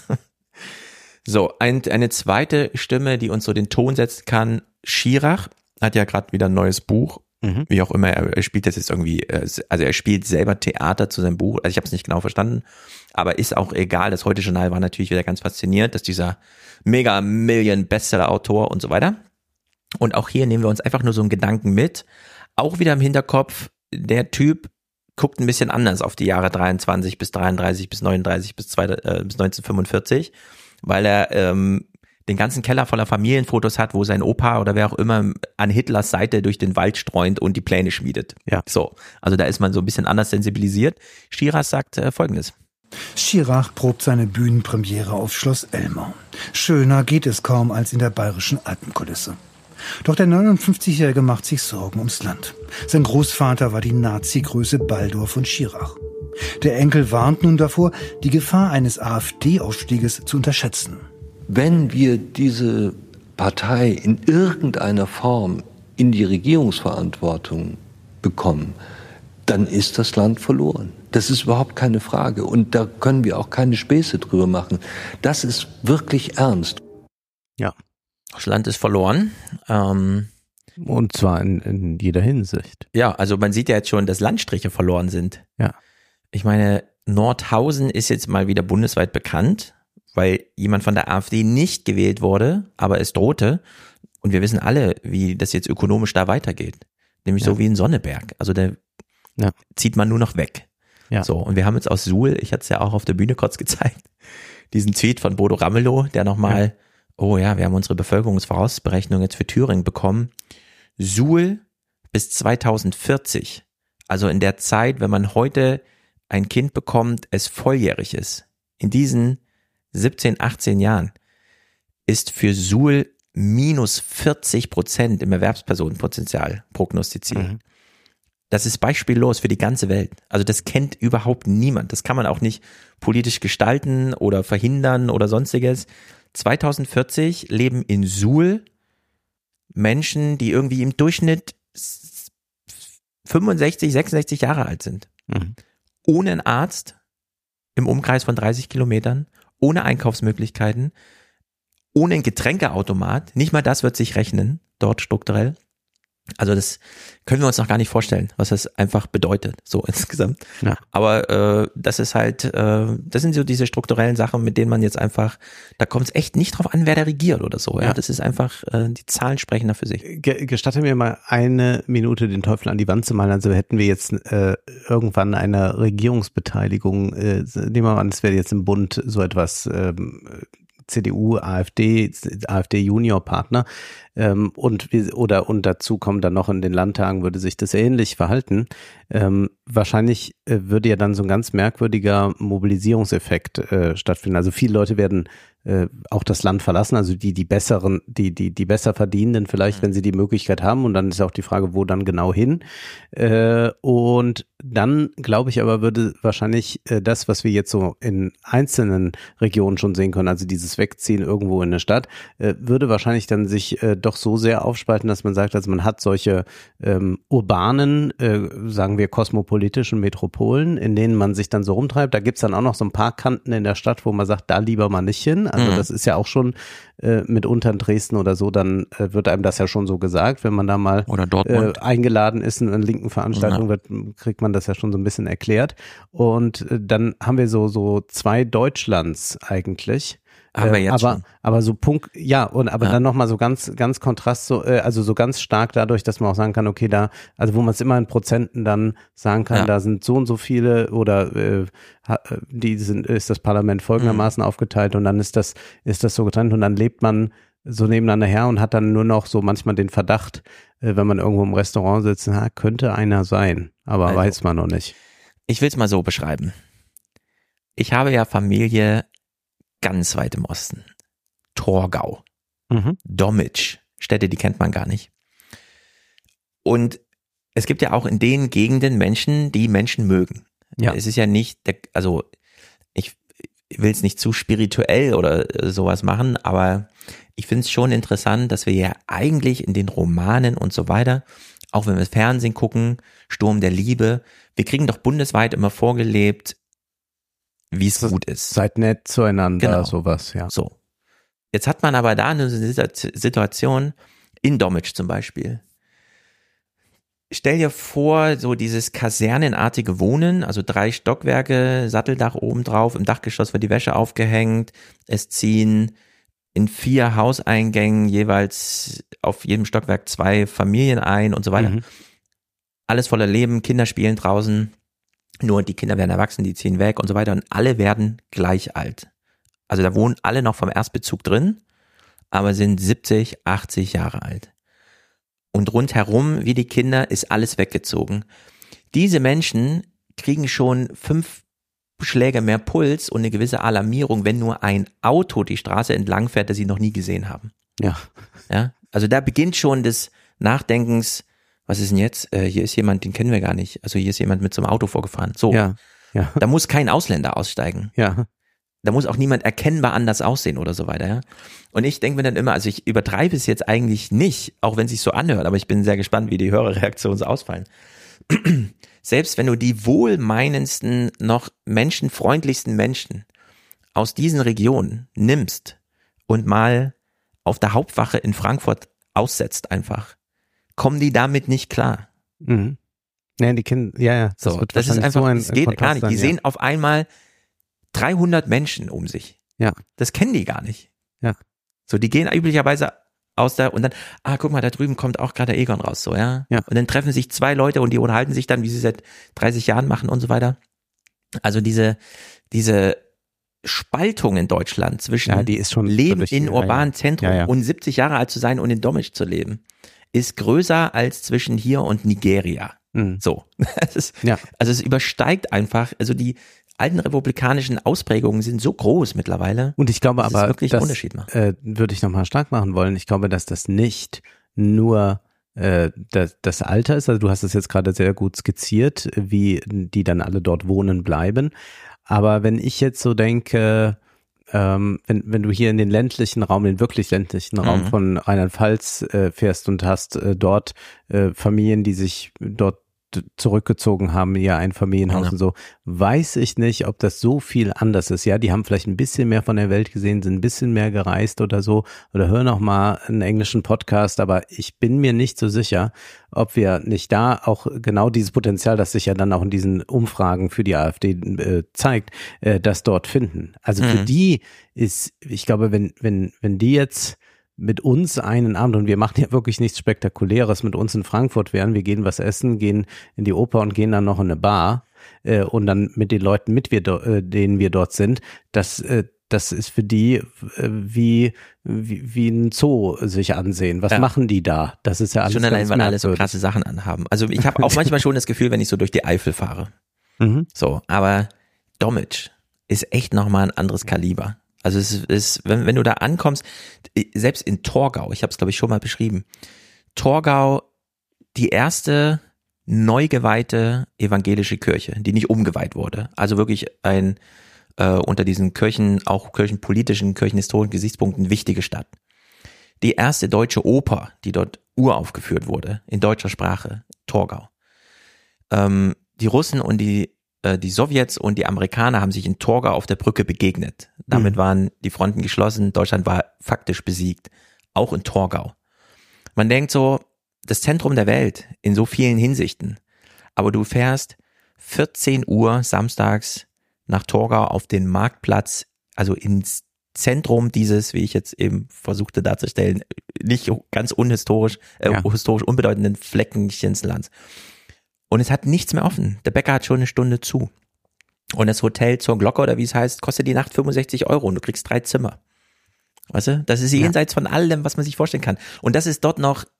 So, eine zweite Stimme, die uns so den Ton setzen kann, Schirach, hat ja gerade wieder ein neues Buch. Wie auch immer, er spielt das jetzt irgendwie, also er spielt selber Theater zu seinem Buch, also ich habe es nicht genau verstanden, aber ist auch egal, das Heute-Journal war natürlich wieder ganz fasziniert, dass dieser Mega-Million-Bestseller-Autor und so weiter. Und auch hier nehmen wir uns einfach nur so einen Gedanken mit, auch wieder im Hinterkopf, der Typ guckt ein bisschen anders auf die Jahre 23 bis 33 bis 39 bis 1945, weil er den ganzen Keller voller Familienfotos hat, wo sein Opa oder wer auch immer an Hitlers Seite durch den Wald streunt und die Pläne schmiedet. Ja. So, also da ist man so ein bisschen anders sensibilisiert. Schirach sagt Folgendes. Schirach probt seine Bühnenpremiere auf Schloss Elmau. Schöner geht es kaum als in der bayerischen Alpenkulisse. Doch der 59-Jährige macht sich Sorgen ums Land. Sein Großvater war die Nazi-Größe Baldur von Schirach. Der Enkel warnt nun davor, die Gefahr eines AfD-Aufstieges zu unterschätzen. Wenn wir diese Partei in irgendeiner Form in die Regierungsverantwortung bekommen, dann ist das Land verloren. Das ist überhaupt keine Frage. Und da können wir auch keine Späße drüber machen. Das ist wirklich ernst. Ja, das Land ist verloren. Und zwar in jeder Hinsicht. Ja, also man sieht ja jetzt schon, dass Landstriche verloren sind. Ja. Ich meine, Nordhausen ist jetzt mal wieder bundesweit bekannt, weil jemand von der AfD nicht gewählt wurde, aber es drohte. Und wir wissen alle, wie das jetzt ökonomisch da weitergeht. Nämlich so wie in Sonneberg. Also der zieht man nur noch weg. Ja. So, und wir haben jetzt aus Suhl, ich hatte es ja auch auf der Bühne kurz gezeigt, diesen Tweet von Bodo Ramelow, der nochmal, wir haben unsere Bevölkerungsvorausberechnung jetzt für Thüringen bekommen. Suhl bis 2040, also in der Zeit, wenn man heute ein Kind bekommt, es volljährig ist, in diesen 17, 18 Jahren, ist für Suhl minus 40% im Erwerbspersonenpotenzial prognostiziert. Mhm. Das ist beispiellos für die ganze Welt. Also das kennt überhaupt niemand. Das kann man auch nicht politisch gestalten oder verhindern oder sonstiges. 2040 leben in Suhl Menschen, die irgendwie im Durchschnitt 65, 66 Jahre alt sind. Mhm. Ohne einen Arzt im Umkreis von 30 Kilometern, ohne Einkaufsmöglichkeiten, ohne einen Getränkeautomat. Nicht mal das wird sich rechnen, dort strukturell. Also das können wir uns noch gar nicht vorstellen, was das einfach bedeutet, so insgesamt. Ja. Aber das ist halt, das sind so diese strukturellen Sachen, mit denen man jetzt einfach, da kommt es echt nicht drauf an, wer da regiert oder so. Ja, das ist einfach, die Zahlen sprechen da für sich. Gestatte mir mal eine Minute den Teufel an die Wand zu malen. Also hätten wir jetzt irgendwann eine Regierungsbeteiligung, nehmen wir mal an, es wäre jetzt im Bund so etwas CDU, AfD Juniorpartner und dazu kommen dann noch in den Landtagen, würde sich das ähnlich verhalten. Wahrscheinlich würde ja dann so ein ganz merkwürdiger Mobilisierungseffekt stattfinden. Also viele Leute werden auch das Land verlassen, also die besseren, die besser verdienenden vielleicht, wenn sie die Möglichkeit haben, und dann ist auch die Frage, wo dann genau hin. Und dann, glaube ich, aber würde wahrscheinlich das, was wir jetzt so in einzelnen Regionen schon sehen können, also dieses Wegziehen irgendwo in eine Stadt, würde wahrscheinlich dann sich doch so sehr aufspalten, dass man sagt, also man hat solche urbanen, sagen wir kosmopolitischen Metropolen, in denen man sich dann so rumtreibt. Da gibt's dann auch noch so ein paar Kanten in der Stadt, wo man sagt, da lieber mal nicht hin. Also das ist ja auch schon mitunter in Dresden oder so, dann wird einem das ja schon so gesagt, wenn man da mal eingeladen ist in einer linken Veranstaltung, kriegt man das ja schon so ein bisschen erklärt. Und dann haben wir so zwei Deutschlands eigentlich. Aber so Punkt, dann nochmal so ganz Kontrast, so, also so ganz stark dadurch, dass man auch sagen kann, okay, da, also wo man es immer in Prozenten dann sagen kann, da sind so und so viele oder ist das Parlament folgendermaßen aufgeteilt und dann ist das so getrennt und dann lebt man so nebeneinander her und hat dann nur noch so manchmal den Verdacht, wenn man irgendwo im Restaurant sitzt, könnte einer sein, aber also, weiß man noch nicht. Ich will es mal so beschreiben. Ich habe ja Familie ganz weit im Osten. Torgau, Dommitsch, Städte, die kennt man gar nicht. Und es gibt ja auch in den Gegenden Menschen, die Menschen mögen. Ja. Es ist ja nicht, also ich will es nicht zu spirituell oder sowas machen, aber ich finde es schon interessant, dass wir ja eigentlich in den Romanen und so weiter, auch wenn wir Fernsehen gucken, Sturm der Liebe, wir kriegen doch bundesweit immer vorgelebt, wie es gut ist. Seid nett zueinander, sowas, ja. So. Jetzt hat man aber da eine Situation in Dommitsch zum Beispiel. Stell dir vor, so dieses kasernenartige Wohnen, also 3 Stockwerke, Satteldach oben drauf, im Dachgeschoss wird die Wäsche aufgehängt, es ziehen in 4 Hauseingängen jeweils auf jedem Stockwerk 2 Familien ein und so weiter. Alles voller Leben, Kinder spielen draußen. Nur die Kinder werden erwachsen, die ziehen weg und so weiter und alle werden gleich alt. Also da wohnen alle noch vom Erstbezug drin, aber sind 70, 80 Jahre alt. Und rundherum, wie die Kinder, ist alles weggezogen. Diese Menschen kriegen schon 5 Schläge mehr Puls und eine gewisse Alarmierung, wenn nur ein Auto die Straße entlang fährt, das sie noch nie gesehen haben. Ja. Also da beginnt schon des Nachdenkens, was ist denn jetzt? Hier ist jemand, den kennen wir gar nicht. Also hier ist jemand mit so einem Auto vorgefahren. So. Ja. Da muss kein Ausländer aussteigen. Ja. Da muss auch niemand erkennbar anders aussehen oder so weiter. Ja. Und ich denke mir dann immer, also ich übertreibe es jetzt eigentlich nicht, auch wenn es sich so anhört, aber ich bin sehr gespannt, wie die Hörerreaktionen so ausfallen. Selbst wenn du die wohlmeinendsten, noch menschenfreundlichsten Menschen aus diesen Regionen nimmst und mal auf der Hauptwache in Frankfurt aussetzt einfach, kommen die damit nicht klar. Ja, die Kinder, das ist einfach, es geht gar nicht. Die sehen auf einmal 300 Menschen um sich. Ja. Das kennen die gar nicht. Ja. So, die gehen üblicherweise aus der, und dann, guck mal, da drüben kommt auch gerade der Egon raus, so, ja. Und dann treffen sich 2 Leute und die unterhalten sich dann, wie sie seit 30 Jahren machen und so weiter. Also diese Spaltung in Deutschland zwischen die ist schon Leben in urbanen Zentren und 70 Jahre alt zu sein und in Dommitsch zu leben, ist größer als zwischen hier und Nigeria. So. Also es übersteigt einfach, also die alten republikanischen Ausprägungen sind so groß mittlerweile. Und ich glaube aber, wirklich das Unterschied macht. Würde ich nochmal stark machen wollen. Ich glaube, dass das nicht nur das Alter ist, also du hast es jetzt gerade sehr gut skizziert, wie die dann alle dort wohnen bleiben. Aber wenn ich jetzt so denke, wenn du hier in den ländlichen Raum, den wirklich ländlichen Raum von Rheinland-Pfalz fährst und hast dort Familien, die sich dort zurückgezogen haben, ihr Einfamilienhaus und so, weiß ich nicht, ob das so viel anders ist. Ja, die haben vielleicht ein bisschen mehr von der Welt gesehen, sind ein bisschen mehr gereist oder so, oder hören auch mal einen englischen Podcast, aber ich bin mir nicht so sicher, ob wir nicht da auch genau dieses Potenzial, das sich ja dann auch in diesen Umfragen für die AfD zeigt, das dort finden. Also für die ist, ich glaube, wenn die jetzt mit uns einen Abend, und wir machen ja wirklich nichts Spektakuläres, mit uns in Frankfurt wären, wir gehen was essen, gehen in die Oper und gehen dann noch in eine Bar und dann mit den Leuten, denen wir dort sind, das ist für die wie ein Zoo sich ansehen. Was machen die da? Das ist ja alles schon ganz allein, weil alle so merkwürdig. krasse Sachen anhaben. Also ich habe auch manchmal schon das Gefühl, wenn ich so durch die Eifel fahre. So, aber Dommitzsch ist echt nochmal ein anderes Kaliber. Also es ist, wenn du da ankommst, selbst in Torgau, ich habe es glaube ich schon mal beschrieben, Torgau, die erste neu geweihte evangelische Kirche, die nicht umgeweiht wurde, also wirklich ein unter diesen Kirchen, auch kirchenpolitischen, kirchenhistorischen Gesichtspunkten wichtige Stadt. Die erste deutsche Oper, die dort uraufgeführt wurde, in deutscher Sprache, Torgau. Die Russen und die Sowjets und die Amerikaner haben sich in Torgau auf der Brücke begegnet. Damit waren die Fronten geschlossen, Deutschland war faktisch besiegt, auch in Torgau. Man denkt so, das Zentrum der Welt in so vielen Hinsichten, aber du fährst 14 Uhr samstags nach Torgau auf den Marktplatz, also ins Zentrum dieses, wie ich jetzt eben versuchte darzustellen, nicht ganz historisch unbedeutenden Fleckenchens Lands. Und es hat nichts mehr offen. Der Bäcker hat schon eine Stunde zu. Und das Hotel zur Glocke, oder wie es heißt, kostet die Nacht 65 € und du kriegst 3 Zimmer. Weißt du? Das ist jenseits von allem, was man sich vorstellen kann. Und das ist dort noch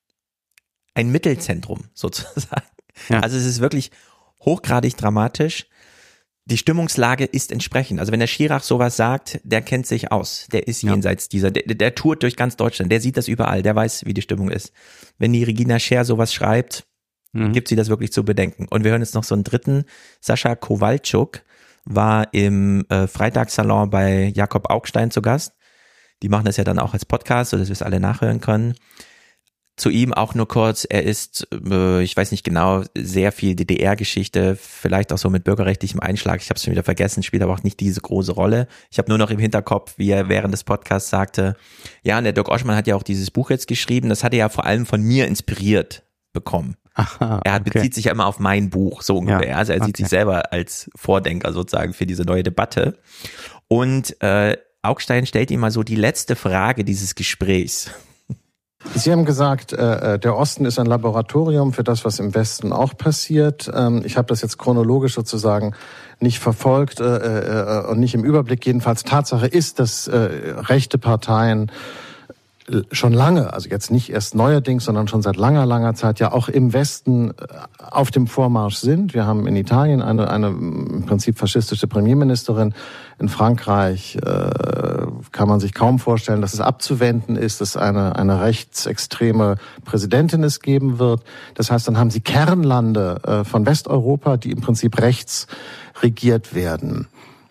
ein Mittelzentrum, sozusagen. Ja. Also es ist wirklich hochgradig dramatisch. Die Stimmungslage ist entsprechend. Also wenn der Schirach sowas sagt, der kennt sich aus. Der ist jenseits dieser, der tourt durch ganz Deutschland. Der sieht das überall. Der weiß, wie die Stimmung ist. Wenn die Regina Scher sowas schreibt, gibt sie das wirklich zu bedenken. Und wir hören jetzt noch so einen dritten. Sascha Kowalczuk war im Freitagssalon bei Jakob Augstein zu Gast. Die machen das ja dann auch als Podcast, sodass wir es alle nachhören können. Zu ihm auch nur kurz, er ist, ich weiß nicht genau, sehr viel DDR-Geschichte, vielleicht auch so mit bürgerrechtlichem Einschlag. Ich habe es schon wieder vergessen, spielt aber auch nicht diese große Rolle. Ich habe nur noch im Hinterkopf, wie er während des Podcasts sagte, ja, und der Dirk Oschmann hat ja auch dieses Buch jetzt geschrieben, das hat er ja vor allem von mir inspiriert bekommen. Aha, er bezieht sich ja immer auf mein Buch, so ungefähr. Ja, also er sieht sich selber als Vordenker sozusagen für diese neue Debatte. Und Augstein stellt ihm mal so die letzte Frage dieses Gesprächs. Sie haben gesagt, der Osten ist ein Laboratorium für das, was im Westen auch passiert. Ich habe das jetzt chronologisch sozusagen nicht verfolgt und nicht im Überblick. Jedenfalls Tatsache ist, dass rechte Parteien schon lange, also jetzt nicht erst neuerdings, sondern schon seit langer Zeit ja auch im Westen auf dem Vormarsch sind. Wir haben in Italien eine im Prinzip faschistische Premierministerin. In Frankreich kann man sich kaum vorstellen, dass es abzuwenden ist, dass eine rechtsextreme Präsidentin es geben wird. Das heißt, dann haben Sie Kernlande von Westeuropa, die im Prinzip rechts regiert werden.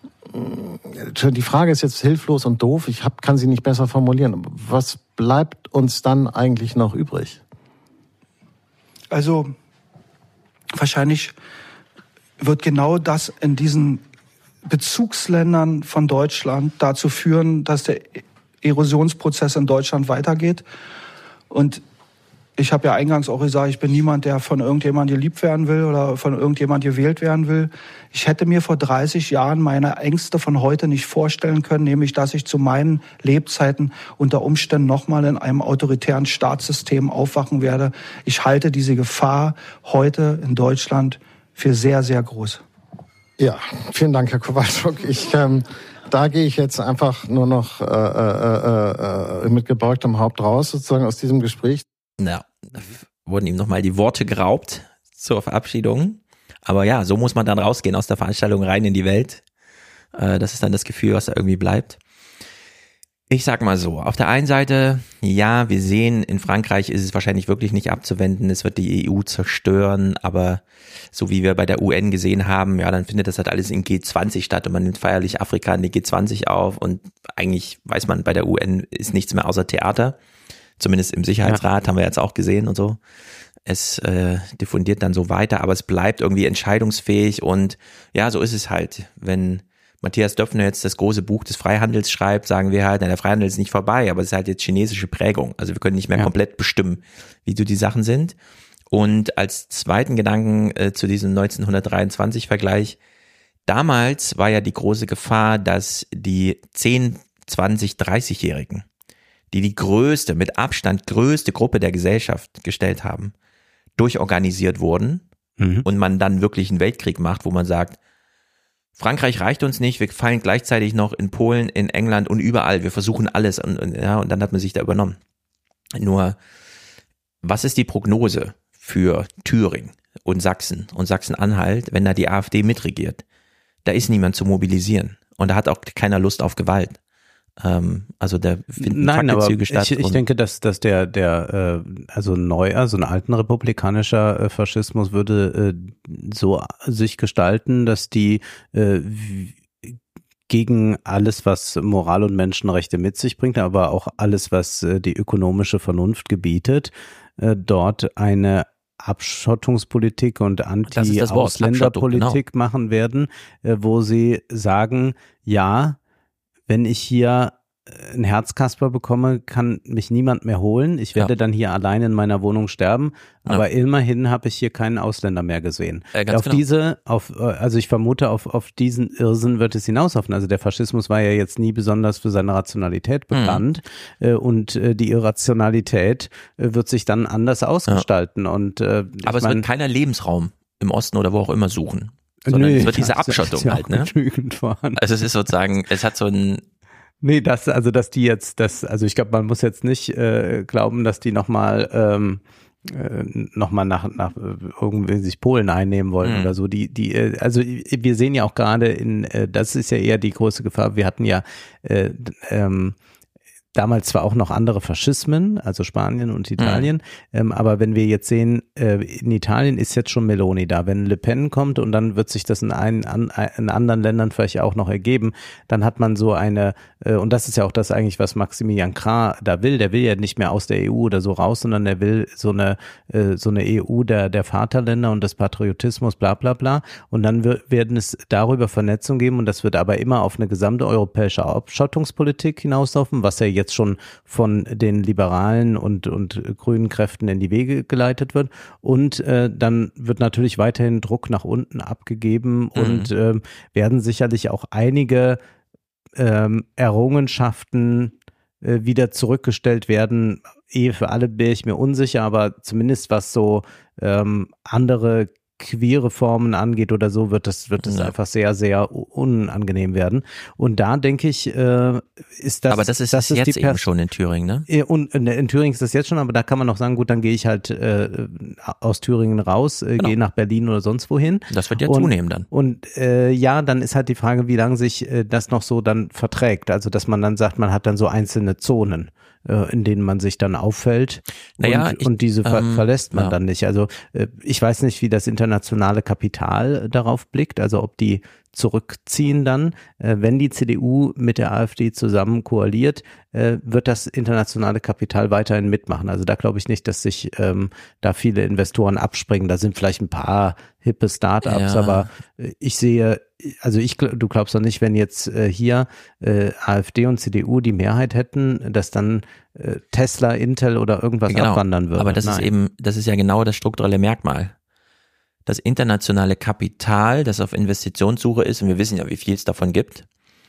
Die Frage ist jetzt hilflos und doof. Ich kann sie nicht besser formulieren. Was bleibt uns dann eigentlich noch übrig? Also wahrscheinlich wird genau das in diesen Bezugsländern von Deutschland dazu führen, dass der Erosionsprozess in Deutschland weitergeht. Und ich habe ja eingangs auch gesagt, ich bin niemand, der von irgendjemandem geliebt werden will oder von irgendjemandem gewählt werden will. Ich hätte mir vor 30 Jahren meine Ängste von heute nicht vorstellen können, nämlich, dass ich zu meinen Lebzeiten unter Umständen nochmal in einem autoritären Staatssystem aufwachen werde. Ich halte diese Gefahr heute in Deutschland für sehr, sehr groß. Ja, vielen Dank, Herr Kowalczuk. Da gehe ich jetzt einfach nur noch mit gebeugtem Haupt raus, sozusagen aus diesem Gespräch. Ja, wurden ihm nochmal die Worte geraubt zur Verabschiedung. Aber ja, so muss man dann rausgehen aus der Veranstaltung rein in die Welt. Das ist dann das Gefühl, was da irgendwie bleibt. Ich sag mal so, auf der einen Seite, ja, wir sehen, in Frankreich ist es wahrscheinlich wirklich nicht abzuwenden, es wird die EU zerstören, aber so wie wir bei der UN gesehen haben, ja, dann findet das halt alles in G20 statt und man nimmt feierlich Afrika in die G20 auf und eigentlich weiß man, bei der UN ist nichts mehr außer Theater, zumindest im Sicherheitsrat haben wir jetzt auch gesehen und so. Es diffundiert dann so weiter, aber es bleibt irgendwie entscheidungsfähig und ja, so ist es halt, wenn Matthias Döpfner jetzt das große Buch des Freihandels schreibt, sagen wir halt, der Freihandel ist nicht vorbei, aber es ist halt jetzt chinesische Prägung. Also wir können nicht mehr komplett bestimmen, wie so die Sachen sind. Und als zweiten Gedanken zu diesem 1923-Vergleich, damals war ja die große Gefahr, dass die 10, 20, 30-Jährigen, die größte, mit Abstand größte Gruppe der Gesellschaft gestellt haben, durchorganisiert wurden und man dann wirklich einen Weltkrieg macht, wo man sagt, Frankreich reicht uns nicht, wir fallen gleichzeitig noch in Polen, in England und überall, wir versuchen alles und dann hat man sich da übernommen. Nur, was ist die Prognose für Thüringen und Sachsen-Anhalt, wenn da die AfD mitregiert? Da ist niemand zu mobilisieren und da hat auch keiner Lust auf Gewalt. Also da finden Fackelzüge statt. Ich denke, dass also neuer, so ein alten republikanischer Faschismus würde so sich gestalten, dass die gegen alles, was Moral und Menschenrechte mit sich bringt, aber auch alles, was die ökonomische Vernunft gebietet, dort eine Abschottungspolitik und Anti-Ausländerpolitik machen werden, wo sie sagen, ja, wenn ich hier ein Herzkasper bekomme, kann mich niemand mehr holen. Ich werde dann hier allein in meiner Wohnung sterben, aber immerhin habe ich hier keinen Ausländer mehr gesehen. Also ich vermute, auf diesen Irrsinn wird es hinauslaufen. Also der Faschismus war ja jetzt nie besonders für seine Rationalität bekannt und die Irrationalität wird sich dann anders ausgestalten. Und, aber es wird keiner Lebensraum im Osten oder wo auch immer suchen. Sondern es wird diese Abschottung halt, ne? Also es ist sozusagen, es hat so ein also ich glaube, man muss jetzt nicht glauben, dass die nochmal nach irgendwie sich Polen einnehmen wollen oder so. Also wir sehen ja auch gerade das ist ja eher die große Gefahr. Wir hatten ja damals zwar auch noch andere Faschismen, also Spanien und Italien, aber wenn wir jetzt sehen, in Italien ist jetzt schon Meloni da. Wenn Le Pen kommt und dann wird sich das in anderen Ländern vielleicht auch noch ergeben, dann hat man so eine, und das ist ja auch das eigentlich, was Maximilian Krah da will, der will ja nicht mehr aus der EU oder so raus, sondern der will so eine EU der Vaterländer und des Patriotismus, bla bla bla, und dann werden es darüber Vernetzung geben und das wird aber immer auf eine gesamte europäische Abschottungspolitik hinauslaufen, was ja jetzt schon von den liberalen und grünen Kräften in die Wege geleitet wird. Und dann wird natürlich weiterhin Druck nach unten abgegeben und werden sicherlich auch einige Errungenschaften wieder zurückgestellt werden. Für alle bin ich mir unsicher, aber zumindest was so andere queere Formen angeht oder so, wird das einfach sehr, sehr unangenehm werden. Und da denke ich, ist das. Aber das ist jetzt eben schon in Thüringen, ne? Und in Thüringen ist das jetzt schon, aber da kann man noch sagen, gut, dann gehe ich halt aus Thüringen raus, gehe nach Berlin oder sonst wohin. Das wird ja zunehmen dann. Und dann ist halt die Frage, wie lange sich das noch so dann verträgt. Also, dass man dann sagt, man hat dann so einzelne Zonen, in denen man sich dann auffällt und diese verlässt man dann nicht. Also ich weiß nicht, wie das internationale Kapital darauf blickt, also ob die zurückziehen dann, wenn die CDU mit der AfD zusammen koaliert, wird das internationale Kapital weiterhin mitmachen. Also da glaube ich nicht, dass sich da viele Investoren abspringen. Da sind vielleicht ein paar hippe Startups, aber ich sehe, also du glaubst doch nicht, wenn jetzt hier AfD und CDU die Mehrheit hätten, dass dann Tesla, Intel oder irgendwas abwandern würde. Aber das ist ja genau das strukturelle Merkmal. Das internationale Kapital, das auf Investitionssuche ist, und wir wissen ja, wie viel es davon gibt,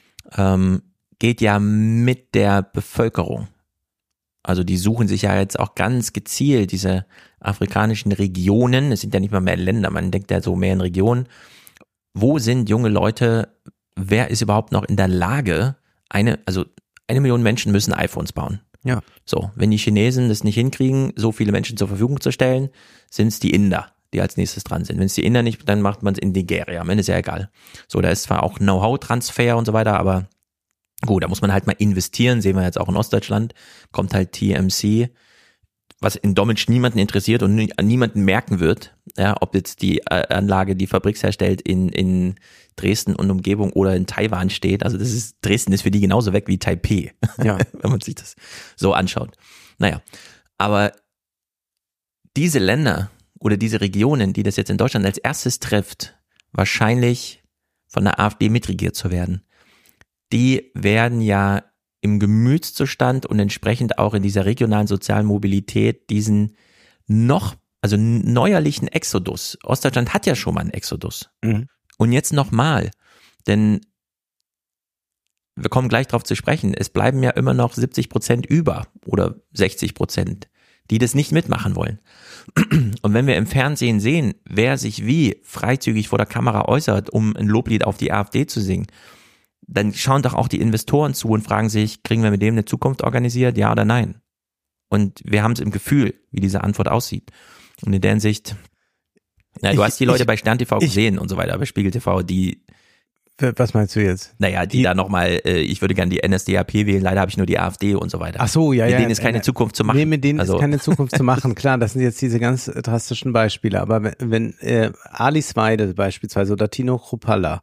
geht ja mit der Bevölkerung. Also die suchen sich ja jetzt auch ganz gezielt diese afrikanischen Regionen, es sind ja nicht mal mehr Länder, man denkt ja so mehr in Regionen. Wo sind junge Leute, wer ist überhaupt noch in der Lage, 1 Million Menschen müssen iPhones bauen. Ja. So, wenn die Chinesen das nicht hinkriegen, so viele Menschen zur Verfügung zu stellen, sind es die Inder, die als nächstes dran sind. Wenn es die Inder nicht, dann macht man es in Nigeria. Am Ende ist ja egal. So, da ist zwar auch Know-how-Transfer und so weiter, aber gut, da muss man halt mal investieren. Sehen wir jetzt auch in Ostdeutschland. Kommt halt TMC, was in Dommisch niemanden interessiert und niemanden merken wird, ja, ob jetzt die Anlage, die Fabriks herstellt, in Dresden und Umgebung oder in Taiwan steht. Also Dresden ist für die genauso weg wie Taipei, ja, wenn man sich das so anschaut. Naja, aber diese Länder oder diese Regionen, die das jetzt in Deutschland als erstes trifft, wahrscheinlich von der AfD mitregiert zu werden, die werden ja im Gemütszustand und entsprechend auch in dieser regionalen sozialen Mobilität diesen neuerlichen Exodus. Ostdeutschland hat ja schon mal einen Exodus. Mhm. Und jetzt nochmal, denn wir kommen gleich drauf zu sprechen, es bleiben ja immer noch 70% über oder 60%, die das nicht mitmachen wollen. Und wenn wir im Fernsehen sehen, wer sich wie freizügig vor der Kamera äußert, um ein Loblied auf die AfD zu singen, dann schauen doch auch die Investoren zu und fragen sich, kriegen wir mit dem eine Zukunft organisiert, ja oder nein? Und wir haben es im Gefühl, wie diese Antwort aussieht. Und in der Hinsicht, du hast die Leute bei Stern TV gesehen und so weiter, bei Spiegel TV, die... Was meinst du jetzt? Naja, die da nochmal, ich würde gerne die NSDAP wählen, leider habe ich nur die AfD und so weiter. Ach so, ja, mit denen ist keine Zukunft zu machen. Nee, mit denen ist keine Zukunft zu machen, klar, das sind jetzt diese ganz drastischen Beispiele. Aber wenn Alice Weidel beispielsweise oder Tino Kruppalla,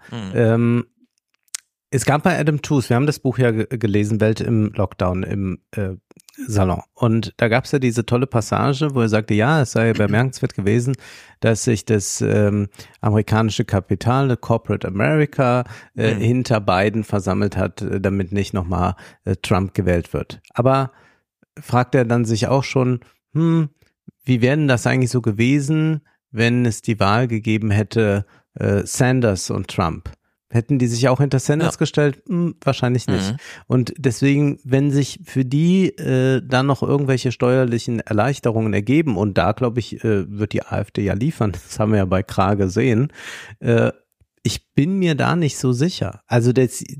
es gab bei Adam Tooze, wir haben das Buch ja gelesen, Welt im Lockdown im Salon. Und da gab es ja diese tolle Passage, wo er sagte, ja, es sei bemerkenswert gewesen, dass sich das amerikanische Kapital, der Corporate America, hinter Biden versammelt hat, damit nicht nochmal Trump gewählt wird. Aber fragt er dann sich auch schon, wie wäre denn das eigentlich so gewesen, wenn es die Wahl gegeben hätte, Sanders und Trump? Hätten die sich auch hinter Sanders gestellt? Wahrscheinlich nicht. Und deswegen, wenn sich für die dann noch irgendwelche steuerlichen Erleichterungen ergeben, und da, glaube ich, wird die AfD ja liefern, das haben wir ja bei Krah gesehen, ich bin mir da nicht so sicher. Also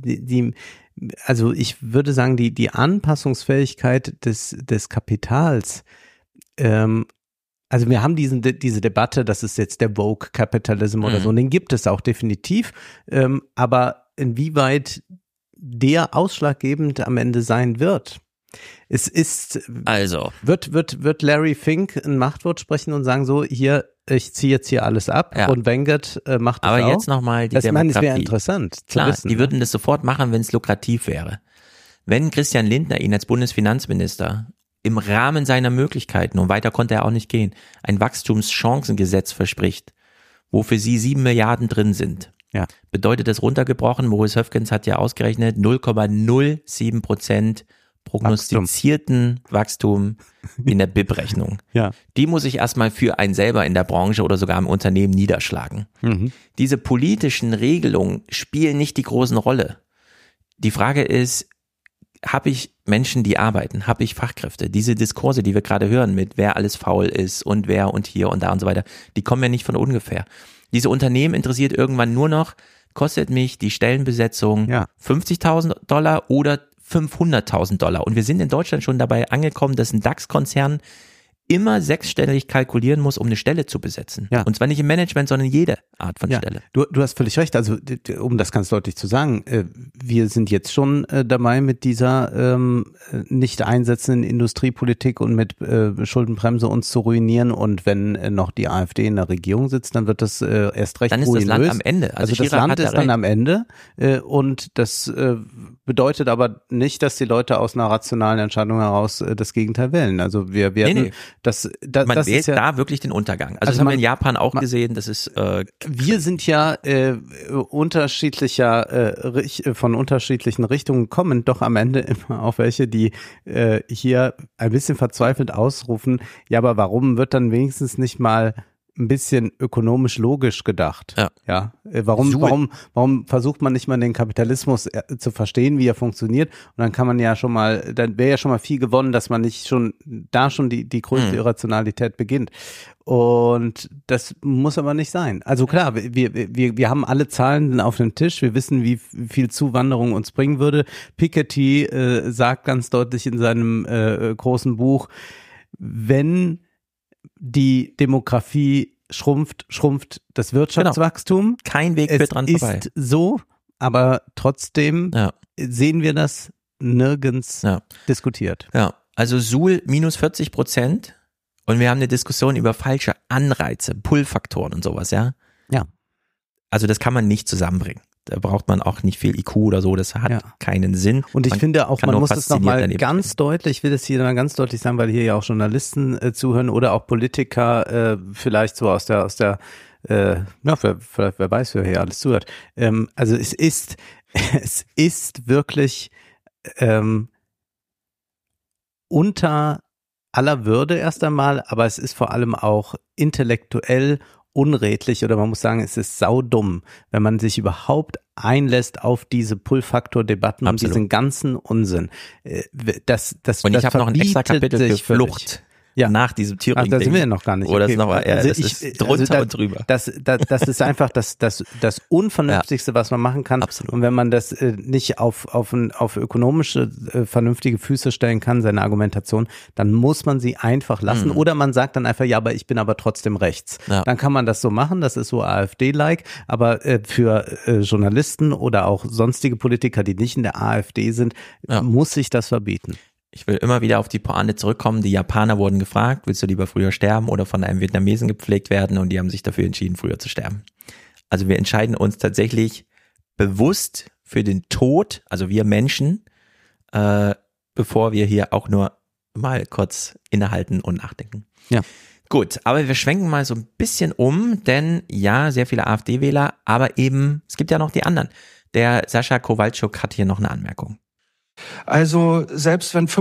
ich würde sagen, die Anpassungsfähigkeit des Kapitals, also wir haben diese Debatte, das ist jetzt der Woke-Capitalism oder so, und den gibt es auch definitiv, aber inwieweit der ausschlaggebend am Ende sein wird. Es ist, wird Larry Fink ein Machtwort sprechen und sagen so, hier, ich ziehe jetzt hier alles ab und Weingart macht das auch. Aber jetzt nochmal die Demokratie. Ich meine, es wäre interessant zu wissen. Die würden das sofort machen, wenn es lukrativ wäre. Wenn Christian Lindner ihn als Bundesfinanzminister im Rahmen seiner Möglichkeiten, und weiter konnte er auch nicht gehen, ein Wachstumschancengesetz verspricht, wo für sie 7 Milliarden drin sind, bedeutet das runtergebrochen, Maurice Höfgens hat ja ausgerechnet, 0,07% prognostizierten Wachstum in der BIP-Rechnung. Die muss ich erstmal für einen selber in der Branche oder sogar im Unternehmen niederschlagen. Diese politischen Regelungen spielen nicht die großen Rolle. Die Frage ist, habe ich Menschen, die arbeiten? Habe ich Fachkräfte? Diese Diskurse, die wir gerade hören mit wer alles faul ist und wer und hier und da und so weiter, die kommen ja nicht von ungefähr. Diese Unternehmen interessiert irgendwann nur noch, kostet mich die Stellenbesetzung $50.000 oder $500.000. Und wir sind in Deutschland schon dabei angekommen, dass ein DAX-Konzern immer sechsstellig kalkulieren muss, um eine Stelle zu besetzen. Und zwar nicht im Management, sondern jede Art von Stelle. Du hast völlig recht. Also um das ganz deutlich zu sagen, wir sind jetzt schon dabei mit dieser nicht einsetzenden Industriepolitik und mit Schuldenbremse uns zu ruinieren. Und wenn noch die AfD in der Regierung sitzt, dann wird das erst recht ruinös. Dann ist das Land am Ende. Also das Land ist dann am Ende. Und das bedeutet aber nicht, dass die Leute aus einer rationalen Entscheidung heraus das Gegenteil wählen. Also wir werden man wählt da wirklich den Untergang. Also das haben wir in Japan auch gesehen. Das ist wir sind ja von unterschiedlichen Richtungen kommen, doch am Ende immer auf welche, die hier ein bisschen verzweifelt ausrufen, ja, aber warum wird dann wenigstens nicht mal ein bisschen ökonomisch logisch gedacht. Ja. Warum versucht man nicht mal den Kapitalismus zu verstehen, wie er funktioniert? Und dann kann man dann wäre ja schon mal viel gewonnen, dass man nicht schon die größte Irrationalität beginnt. Und das muss aber nicht sein. Also klar, wir haben alle Zahlen auf dem Tisch. Wir wissen, wie viel Zuwanderung uns bringen würde. Piketty sagt ganz deutlich in seinem großen Buch, wenn die Demografie schrumpft das Wirtschaftswachstum. Genau. Kein Weg führt dran vorbei. Es ist so, aber trotzdem sehen wir das nirgends diskutiert. Ja, also Suhl minus 40%. Und wir haben eine Diskussion über falsche Anreize, Pull-Faktoren und sowas, ja? Ja. Also das kann man nicht zusammenbringen. Da braucht man auch nicht viel IQ oder so, das hat keinen Sinn. Und ich finde auch, man muss es nochmal ganz deutlich, ich will das hier mal ganz deutlich sagen, weil hier ja auch Journalisten zuhören oder auch Politiker, vielleicht so aus der wer weiß, wer hier alles zuhört. Also es ist wirklich unter aller Würde erst einmal, aber es ist vor allem auch intellektuell unredlich oder man muss sagen, es ist saudumm, wenn man sich überhaupt einlässt auf diese Pull-Faktor-Debatten und diesen ganzen Unsinn. Und ich habe noch ein extra Kapitel für Flucht. Nach diesem Turing-Ding. Da sind wir ja noch gar nicht. Oder das ist drunter und drüber. Das ist einfach das Unvernünftigste, was man machen kann. Absolut. Und wenn man das nicht auf ökonomische, vernünftige Füße stellen kann, seine Argumentation, dann muss man sie einfach lassen. Oder man sagt dann einfach, ja, aber ich bin aber trotzdem rechts. Ja. Dann kann man das so machen, das ist so AfD-like. Aber für Journalisten oder auch sonstige Politiker, die nicht in der AfD sind, muss sich das verbieten. Ich will immer wieder auf die Pointe zurückkommen. Die Japaner wurden gefragt, willst du lieber früher sterben oder von einem Vietnamesen gepflegt werden? Und die haben sich dafür entschieden, früher zu sterben. Also wir entscheiden uns tatsächlich bewusst für den Tod, also wir Menschen, bevor wir hier auch nur mal kurz innehalten und nachdenken. Ja. Gut, aber wir schwenken mal so ein bisschen um, denn ja, sehr viele AfD-Wähler, aber eben, es gibt ja noch die anderen. Der Sascha Kowalczuk hat hier noch eine Anmerkung. Also selbst wenn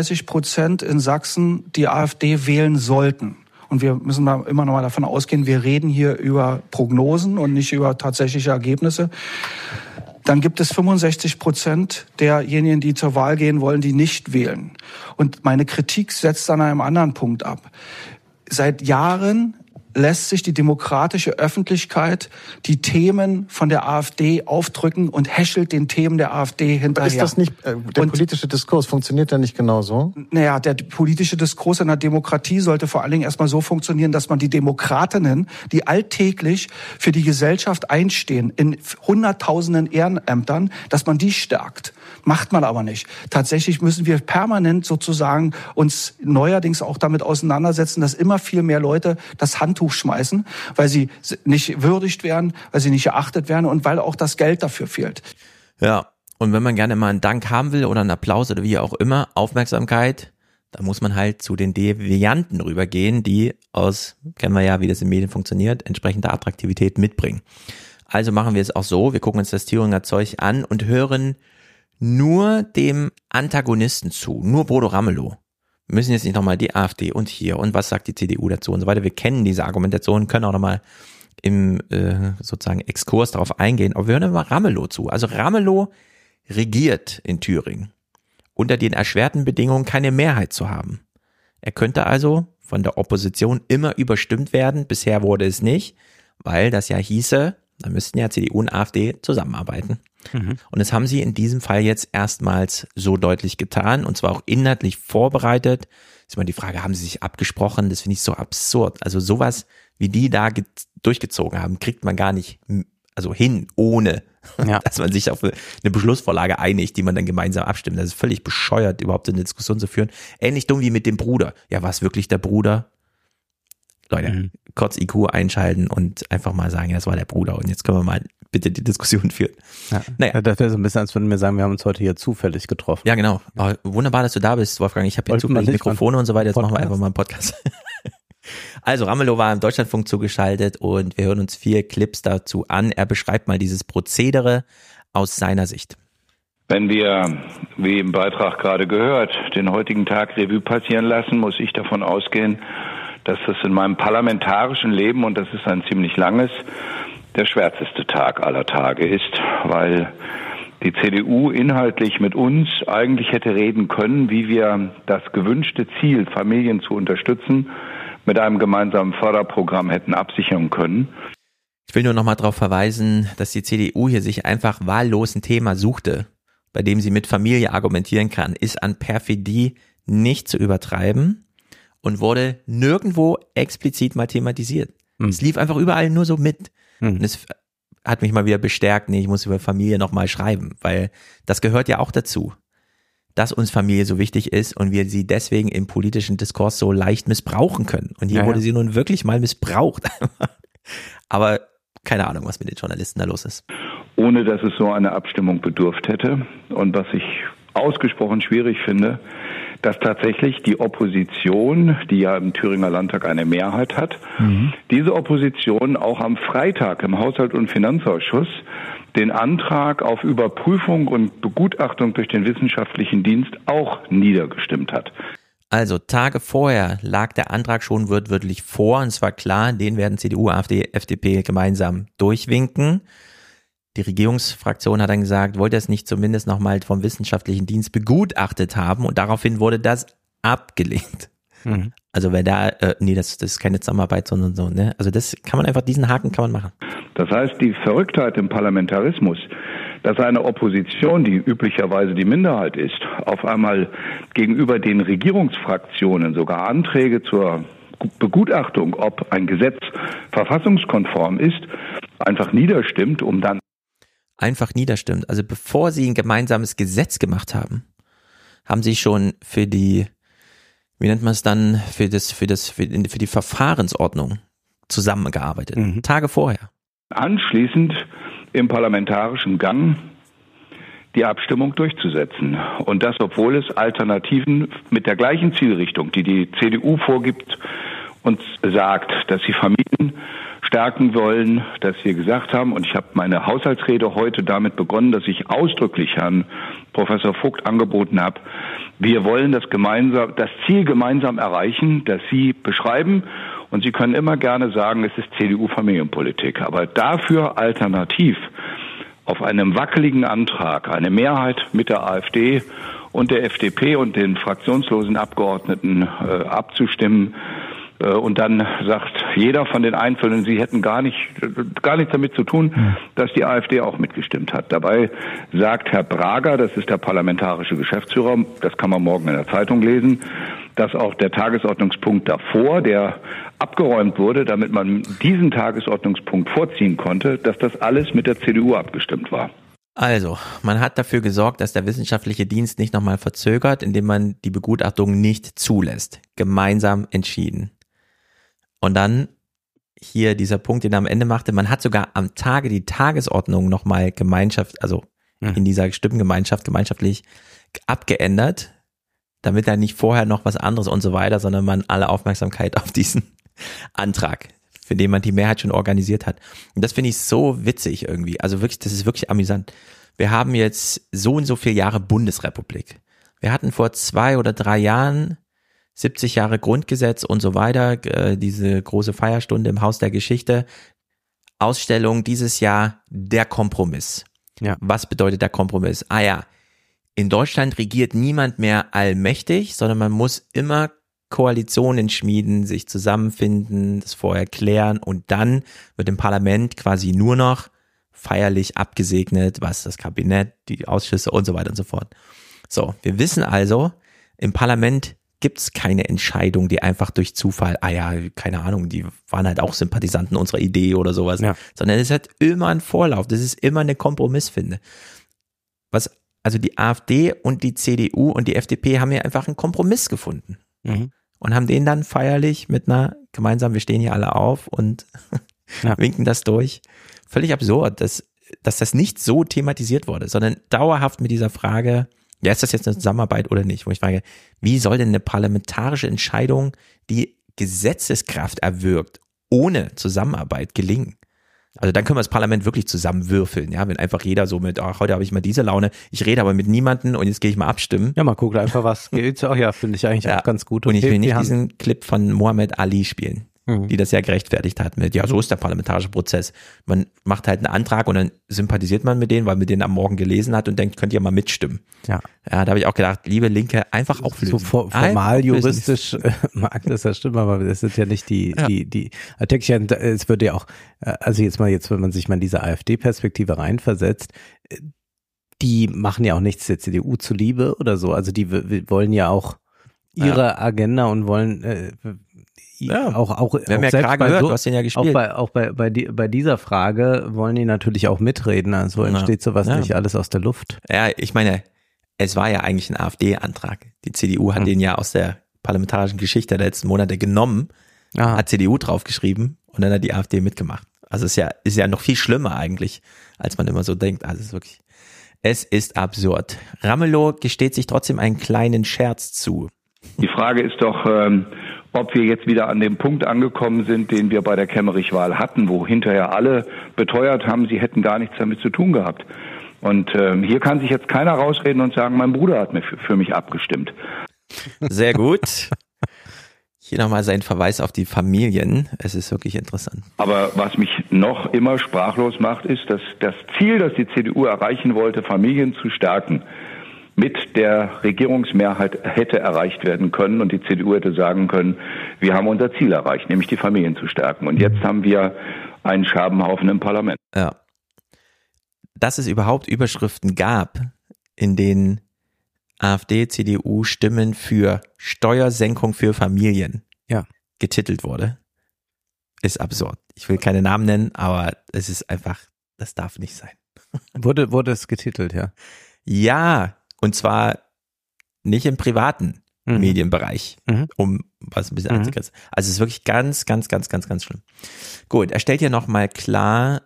35% in Sachsen die AfD wählen sollten, und wir müssen da immer noch mal davon ausgehen, wir reden hier über Prognosen und nicht über tatsächliche Ergebnisse, dann gibt es 65% derjenigen, die zur Wahl gehen wollen, die nicht wählen. Und meine Kritik setzt an einem anderen Punkt ab. Seit Jahren lässt sich die demokratische Öffentlichkeit die Themen von der AfD aufdrücken und häschelt den Themen der AfD hinterher. Ist das nicht, der politische Diskurs funktioniert ja nicht genauso? Naja, der politische Diskurs in der Demokratie sollte vor allen Dingen erstmal so funktionieren, dass man die Demokratinnen, die alltäglich für die Gesellschaft einstehen, in Hunderttausenden Ehrenämtern, dass man die stärkt. Macht man aber nicht. Tatsächlich müssen wir permanent sozusagen uns neuerdings auch damit auseinandersetzen, dass immer viel mehr Leute das Handtuch schmeißen, weil sie nicht würdigt werden, weil sie nicht geachtet werden und weil auch das Geld dafür fehlt. Ja, und wenn man gerne mal einen Dank haben will oder einen Applaus oder wie auch immer, Aufmerksamkeit, da muss man halt zu den Devianten rübergehen, die kennen wir ja, wie das in Medien funktioniert, entsprechende Attraktivität mitbringen. Also machen wir es auch so, wir gucken uns das Thüringer Zeug an und hören nur dem Antagonisten zu, nur Bodo Ramelow. Wir müssen jetzt nicht nochmal die AfD und hier und was sagt die CDU dazu und so weiter. Wir kennen diese Argumentation, können auch nochmal im sozusagen Exkurs darauf eingehen. Aber wir hören immer Ramelow zu. Also Ramelow regiert in Thüringen unter den erschwerten Bedingungen, keine Mehrheit zu haben. Er könnte also von der Opposition immer überstimmt werden. Bisher wurde es nicht, weil das ja hieße, da müssten ja CDU und AfD zusammenarbeiten. Und das haben sie in diesem Fall jetzt erstmals so deutlich getan und zwar auch inhaltlich vorbereitet. Ist immer die Frage, haben sie sich abgesprochen? Das finde ich so absurd. Also sowas, wie die da durchgezogen haben, kriegt man gar nicht hin, ohne dass man sich auf eine Beschlussvorlage einigt, die man dann gemeinsam abstimmt. Das ist völlig bescheuert, überhaupt eine Diskussion zu führen. Ähnlich dumm wie mit dem Bruder. Ja, war es wirklich der Bruder? Leute, kurz IQ einschalten und einfach mal sagen, ja, das war der Bruder und jetzt können wir mal bitte die Diskussion führen. Ja. Naja. Das wäre so ein bisschen, als würden wir sagen, wir haben uns heute hier zufällig getroffen. Ja, genau. Aber wunderbar, dass du da bist, Wolfgang. Ich habe hier zufällig Mikrofone und so weiter. Jetzt machen wir einfach mal einen Podcast. Also Ramelow war im Deutschlandfunk zugeschaltet und wir hören uns 4 Clips dazu an. Er beschreibt mal dieses Prozedere aus seiner Sicht. Wenn wir, wie im Beitrag gerade gehört, den heutigen Tag Revue passieren lassen, muss ich davon ausgehen, dass das in meinem parlamentarischen Leben, und das ist ein ziemlich langes, der schwärzeste Tag aller Tage ist, weil die CDU inhaltlich mit uns eigentlich hätte reden können, wie wir das gewünschte Ziel, Familien zu unterstützen, mit einem gemeinsamen Förderprogramm hätten absichern können. Ich will nur noch mal darauf verweisen, dass die CDU hier sich einfach wahllos ein Thema suchte, bei dem sie mit Familie argumentieren kann, ist an Perfidie nicht zu übertreiben und wurde nirgendwo explizit mal thematisiert. Es lief einfach überall nur so mit. Und es hat mich mal wieder bestärkt, nee, ich muss über Familie nochmal schreiben, weil das gehört ja auch dazu, dass uns Familie so wichtig ist und wir sie deswegen im politischen Diskurs so leicht missbrauchen können. Und hier wurde sie nun wirklich mal missbraucht. Aber keine Ahnung, was mit den Journalisten da los ist. Ohne dass es so eine Abstimmung bedurft hätte. Und was ich ausgesprochen schwierig finde, dass tatsächlich die Opposition, die ja im Thüringer Landtag eine Mehrheit hat, diese Opposition auch am Freitag im Haushalt- und Finanzausschuss den Antrag auf Überprüfung und Begutachtung durch den wissenschaftlichen Dienst auch niedergestimmt hat. Also Tage vorher lag der Antrag schon wortwörtlich vor und es war klar, den werden CDU, AfD, FDP gemeinsam durchwinken. Die Regierungsfraktion hat dann gesagt, wollte es nicht zumindest nochmal vom wissenschaftlichen Dienst begutachtet haben und daraufhin wurde das abgelehnt. Also wer da, das ist keine Zusammenarbeit, sondern so, ne? Also das kann man einfach, diesen Haken kann man machen. Das heißt, die Verrücktheit im Parlamentarismus, dass eine Opposition, die üblicherweise die Minderheit ist, auf einmal gegenüber den Regierungsfraktionen sogar Anträge zur Begutachtung, ob ein Gesetz verfassungskonform ist, einfach niederstimmt, um dann Also bevor sie ein gemeinsames Gesetz gemacht haben, haben sie schon für die, wie nennt man es dann, für die Verfahrensordnung zusammengearbeitet. Tage vorher. Anschließend im parlamentarischen Gang die Abstimmung durchzusetzen. Und das, obwohl es Alternativen mit der gleichen Zielrichtung, die die CDU vorgibt, uns sagt, dass sie Familien stärken wollen, dass wir gesagt haben, und ich habe meine Haushaltsrede heute damit begonnen, dass ich ausdrücklich Herrn Professor Vogt angeboten habe, wir wollen das Ziel gemeinsam erreichen, das Sie beschreiben, und Sie können immer gerne sagen, es ist CDU-Familienpolitik, aber dafür alternativ auf einem wackeligen Antrag eine Mehrheit mit der AfD und der FDP und den fraktionslosen Abgeordneten abzustimmen. Und dann sagt jeder von den Einzelnen, sie hätten gar nichts damit zu tun, dass die AfD auch mitgestimmt hat. Dabei sagt Herr Brager, das ist der parlamentarische Geschäftsführer, das kann man morgen in der Zeitung lesen, dass auch der Tagesordnungspunkt davor, der abgeräumt wurde, damit man diesen Tagesordnungspunkt vorziehen konnte, dass das alles mit der CDU abgestimmt war. Also, man hat dafür gesorgt, dass der wissenschaftliche Dienst nicht nochmal verzögert, indem man die Begutachtung nicht zulässt. Gemeinsam entschieden. Und dann hier dieser Punkt, den er am Ende machte, man hat sogar am Tage die Tagesordnung nochmal in dieser Stimmengemeinschaft gemeinschaftlich abgeändert, damit da nicht vorher noch was anderes und so weiter, sondern man alle Aufmerksamkeit auf diesen Antrag, für den man die Mehrheit schon organisiert hat. Und das finde ich so witzig irgendwie. Also wirklich, das ist wirklich amüsant. Wir haben jetzt so und so viele Jahre Bundesrepublik. Wir hatten vor 2 oder 3 Jahren 70 Jahre Grundgesetz und so weiter, diese große Feierstunde im Haus der Geschichte. Ausstellung dieses Jahr, der Kompromiss. Ja. Was bedeutet der Kompromiss? In Deutschland regiert niemand mehr allmächtig, sondern man muss immer Koalitionen schmieden, sich zusammenfinden, das vorher klären und dann wird im Parlament quasi nur noch feierlich abgesegnet, was das Kabinett, die Ausschüsse und so weiter und so fort. So, wir wissen also, im Parlament gibt es keine Entscheidung, die einfach durch Zufall, keine Ahnung, die waren halt auch Sympathisanten unserer Idee oder sowas, sondern es hat immer einen Vorlauf, das ist immer eine Kompromissfinde. Also die AfD und die CDU und die FDP haben ja einfach einen Kompromiss gefunden und haben den dann feierlich mit einer gemeinsam, wir stehen hier alle auf und winken das durch. Völlig absurd, dass das nicht so thematisiert wurde, sondern dauerhaft mit dieser Frage, ist das jetzt eine Zusammenarbeit oder nicht? Wo ich frage, wie soll denn eine parlamentarische Entscheidung, die Gesetzeskraft erwirkt, ohne Zusammenarbeit gelingen? Also dann können wir das Parlament wirklich zusammenwürfeln, ja, wenn einfach jeder so mit, ach, heute habe ich mal diese Laune, ich rede aber mit niemandem und jetzt gehe ich mal abstimmen. Ja, mal gucken einfach, was geht. Ach ja, finde ich eigentlich auch ganz gut. Und ich will nicht diesen Clip von Mohammed Ali spielen, die das ja gerechtfertigt hat mit, ja, so ist der parlamentarische Prozess. Man macht halt einen Antrag und dann sympathisiert man mit denen, weil man den am Morgen gelesen hat und denkt, könnt ihr mal mitstimmen. Ja, da habe ich auch gedacht, liebe Linke, einfach auflösen. So formal juristisch mag das ja stimmen, aber das sind ja nicht die Artikelchen, es würde ja auch, also jetzt, wenn man sich mal in diese AfD-Perspektive reinversetzt, die machen ja auch nichts der CDU zuliebe oder so, also die wollen ja auch ihre Agenda und wollen auch wir haben ja gerade gehört, du hast den ja gespielt. Auch bei dieser Frage wollen die natürlich auch mitreden, also entsteht sowas nicht alles aus der Luft. Ja, ich meine, es war ja eigentlich ein AfD-Antrag. Die CDU hat den ja aus der parlamentarischen Geschichte der letzten Monate genommen, hat CDU draufgeschrieben und dann hat die AfD mitgemacht. Also ist ja noch viel schlimmer eigentlich, als man immer so denkt. Also es ist absurd. Ramelow gesteht sich trotzdem einen kleinen Scherz zu. Die Frage ist doch, ob wir jetzt wieder an dem Punkt angekommen sind, den wir bei der Kemmerich-Wahl hatten, wo hinterher alle beteuert haben, sie hätten gar nichts damit zu tun gehabt. Und hier kann sich jetzt keiner rausreden und sagen, mein Bruder hat für mich abgestimmt. Sehr gut. Hier nochmal sein Verweis auf die Familien. Es ist wirklich interessant. Aber was mich noch immer sprachlos macht, ist, dass das Ziel, das die CDU erreichen wollte, Familien zu stärken, mit der Regierungsmehrheit hätte erreicht werden können und die CDU hätte sagen können, wir haben unser Ziel erreicht, nämlich die Familien zu stärken. Und jetzt haben wir einen Scherbenhaufen im Parlament. Ja. Dass es überhaupt Überschriften gab, in denen AfD, CDU Stimmen für Steuersenkung für Familien getitelt wurde, ist absurd. Ich will keine Namen nennen, aber es ist einfach, das darf nicht sein. Wurde es getitelt, ja? Ja, und zwar nicht im privaten Medienbereich, um was ein bisschen einzugrenzen. Also es ist wirklich ganz, ganz, ganz, ganz, ganz schlimm. Gut, er stellt hier nochmal klar,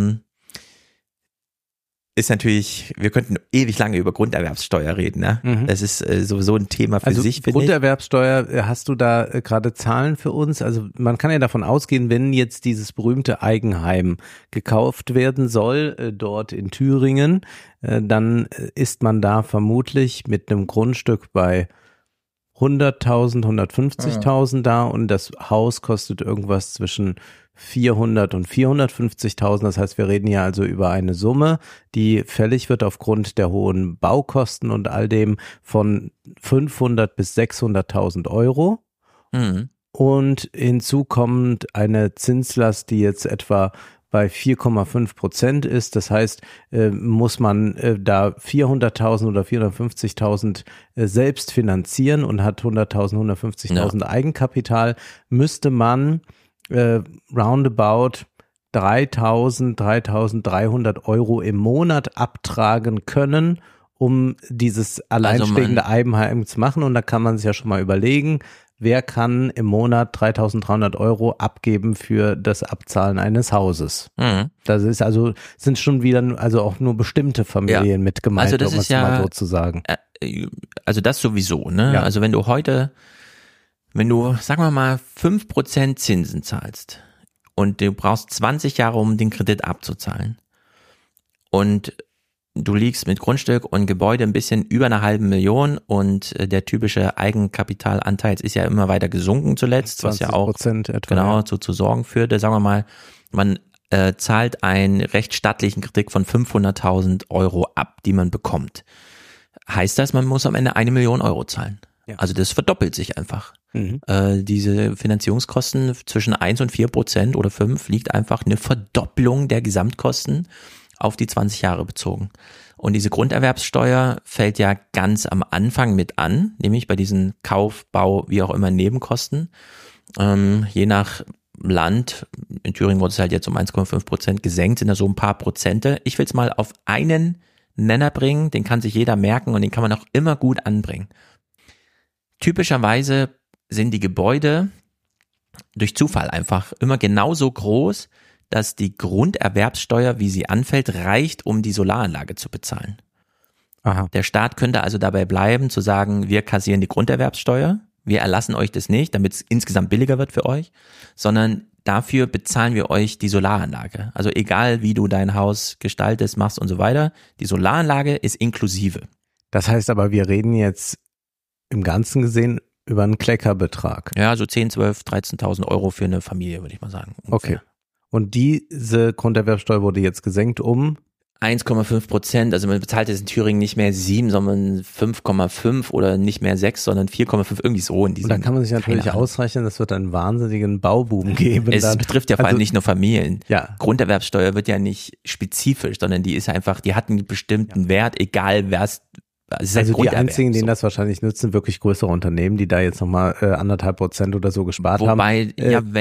ist natürlich, wir könnten ewig lange über Grunderwerbssteuer reden, ne? Das ist sowieso ein Thema für sich, finde ich. Grunderwerbssteuer, hast du da gerade Zahlen für uns? Also man kann ja davon ausgehen, wenn jetzt dieses berühmte Eigenheim gekauft werden soll, dort in Thüringen, dann ist man da vermutlich mit einem Grundstück bei 100.000, 150.000 da und das Haus kostet irgendwas zwischen 400 und 450.000, das heißt, wir reden ja also über eine Summe, die fällig wird aufgrund der hohen Baukosten und all dem von 500 bis 600.000 Euro. Und hinzu kommt eine Zinslast, die jetzt etwa bei 4,5% ist. Das heißt, muss man da 400.000 oder 450.000 selbst finanzieren und hat 100.000, 150.000 Eigenkapital, müsste man roundabout 3.300 Euro im Monat abtragen können, um dieses alleinstehende Eigenheim zu machen. Und da kann man sich ja schon mal überlegen, wer kann im Monat 3.300 Euro abgeben für das Abzahlen eines Hauses. Das ist also, sind schon wieder, also auch nur bestimmte Familien mit gemeint, also das um ist es mal so zu sagen. Also das sowieso, ne? Ja. Also wenn du, sagen wir mal, 5% Zinsen zahlst und du brauchst 20 Jahre, um den Kredit abzuzahlen und du liegst mit Grundstück und Gebäude ein bisschen über 500.000 und der typische Eigenkapitalanteil ist ja immer weiter gesunken zuletzt, was ja auch etwa, zu Sorgen führte. Sagen wir mal, man zahlt einen recht stattlichen Kredit von 500.000 Euro ab, die man bekommt. Heißt das, man muss am Ende 1 Million Euro zahlen. Ja. Also das verdoppelt sich einfach. Diese Finanzierungskosten zwischen 1 und 4% oder 5 liegt einfach eine Verdopplung der Gesamtkosten auf die 20 Jahre bezogen. Und diese Grunderwerbssteuer fällt ja ganz am Anfang mit an, nämlich bei diesen Kauf, Bau, wie auch immer Nebenkosten. Je nach Land, in Thüringen wurde es halt jetzt um 1,5% gesenkt, sind da so ein paar Prozente. Ich will es mal auf einen Nenner bringen, den kann sich jeder merken und den kann man auch immer gut anbringen. Typischerweise sind die Gebäude durch Zufall einfach immer genauso groß, dass die Grunderwerbssteuer, wie sie anfällt, reicht, um die Solaranlage zu bezahlen. Aha. Der Staat könnte also dabei bleiben, zu sagen, wir kassieren die Grunderwerbssteuer, wir erlassen euch das nicht, damit es insgesamt billiger wird für euch, sondern dafür bezahlen wir euch die Solaranlage. Also egal, wie du dein Haus gestaltest, machst und so weiter, die Solaranlage ist inklusive. Das heißt aber, wir reden jetzt im Ganzen gesehen über einen Kleckerbetrag. Ja, so 10, 12, 13.000 Euro für eine Familie, würde ich mal sagen. Ungefähr. Okay. Und diese Grunderwerbsteuer wurde jetzt gesenkt um 1,5%, also man bezahlt jetzt in Thüringen nicht mehr 7, sondern 5,5 oder nicht mehr 6, sondern 4,5, irgendwie so in diesem. Und dann kann man sich natürlich ausrechnen, das wird einen wahnsinnigen Bauboom geben. Es betrifft ja vor allem nicht nur Familien. Ja. Grunderwerbsteuer wird ja nicht spezifisch, sondern die ist einfach, die hat einen bestimmten Wert, egal wer es. Also die einzigen, denen das wahrscheinlich nützen, wirklich größere Unternehmen, die da jetzt nochmal 1,5% oder so gespart haben. Wobei,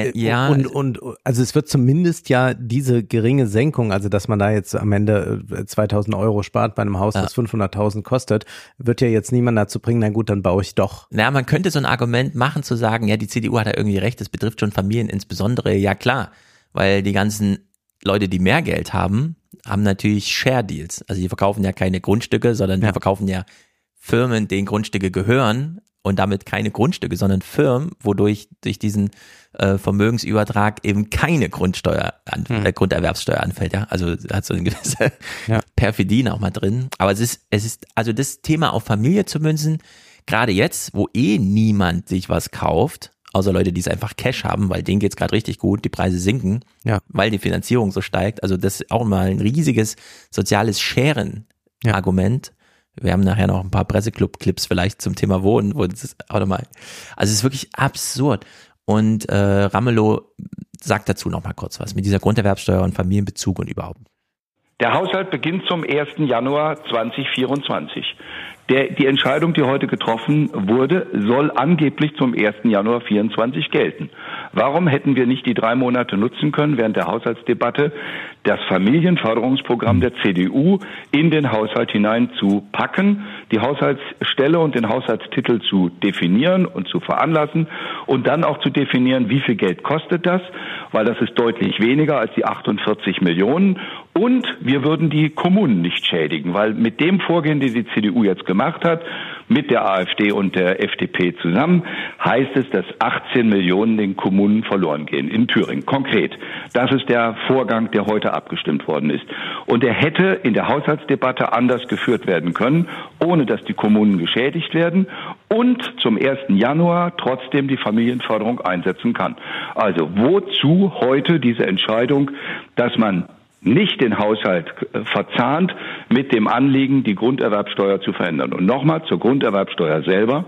Und also es wird zumindest ja diese geringe Senkung, also dass man da jetzt am Ende 2.000 Euro spart bei einem Haus, das 500.000 kostet, wird ja jetzt niemand dazu bringen, na gut, dann baue ich doch. Na, man könnte so ein Argument machen, zu sagen, ja, die CDU hat ja irgendwie recht, das betrifft schon Familien insbesondere, ja klar, weil die ganzen Leute, die mehr Geld haben natürlich Share Deals. Also die verkaufen ja keine Grundstücke, sondern die verkaufen ja Firmen, denen Grundstücke gehören und damit keine Grundstücke, sondern Firmen, wodurch durch diesen Vermögensübertrag eben keine Grunderwerbssteuer anfällt. Ja, also hat so eine gewisse Perfidie auch mal drin. Aber es ist also das Thema auf Familie zu münzen, gerade jetzt, wo niemand sich was kauft, außer Leute, die es einfach Cash haben, weil denen geht's gerade richtig gut, die Preise sinken, weil die Finanzierung so steigt. Also das ist auch mal ein riesiges soziales Scheren-Argument. Wir haben nachher noch ein paar Presseclub-Clips vielleicht zum Thema Wohnen, wo das auch nochmal, also es ist wirklich absurd. Und Ramelow sagt dazu nochmal kurz was mit dieser Grunderwerbsteuer und Familienbezug und überhaupt. Der Haushalt beginnt zum 1. Januar 2024. Die Entscheidung, die heute getroffen wurde, soll angeblich zum 1. Januar 2024 gelten. Warum hätten wir nicht die 3 Monate nutzen können, während der Haushaltsdebatte das Familienförderungsprogramm der CDU in den Haushalt hinein zu packen, die Haushaltsstelle und den Haushaltstitel zu definieren und zu veranlassen und dann auch zu definieren, wie viel Geld kostet das, weil das ist deutlich weniger als die 48 Millionen. Und wir würden die Kommunen nicht schädigen, weil mit dem Vorgehen, das die CDU jetzt gemacht hat, mit der AfD und der FDP zusammen, heißt es, dass 18 Millionen den Kommunen verloren gehen, in Thüringen, konkret. Das ist der Vorgang, der heute abgestimmt worden ist. Und er hätte in der Haushaltsdebatte anders geführt werden können, ohne dass die Kommunen geschädigt werden und zum 1. Januar trotzdem die Familienförderung einsetzen kann. Also wozu heute diese Entscheidung, dass man nicht den Haushalt verzahnt mit dem Anliegen, die Grunderwerbsteuer zu verändern. Und nochmal zur Grunderwerbsteuer selber.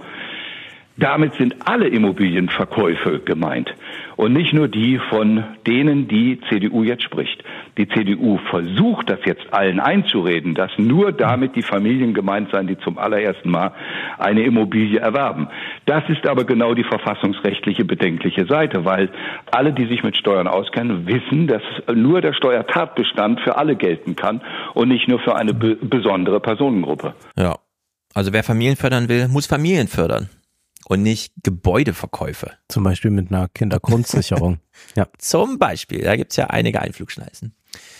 Damit sind alle Immobilienverkäufe gemeint und nicht nur die von denen, die CDU jetzt spricht. Die CDU versucht das jetzt allen einzureden, dass nur damit die Familien gemeint seien, die zum allerersten Mal eine Immobilie erwerben. Das ist aber genau die verfassungsrechtliche bedenkliche Seite, weil alle, die sich mit Steuern auskennen, wissen, dass nur der Steuertatbestand für alle gelten kann und nicht nur für eine besondere Personengruppe. Ja, also wer Familien fördern will, muss Familien fördern. Und nicht Gebäudeverkäufe. Zum Beispiel mit einer Kindergrundsicherung. Ja. Zum Beispiel, da gibt's ja einige Einflugschneisen.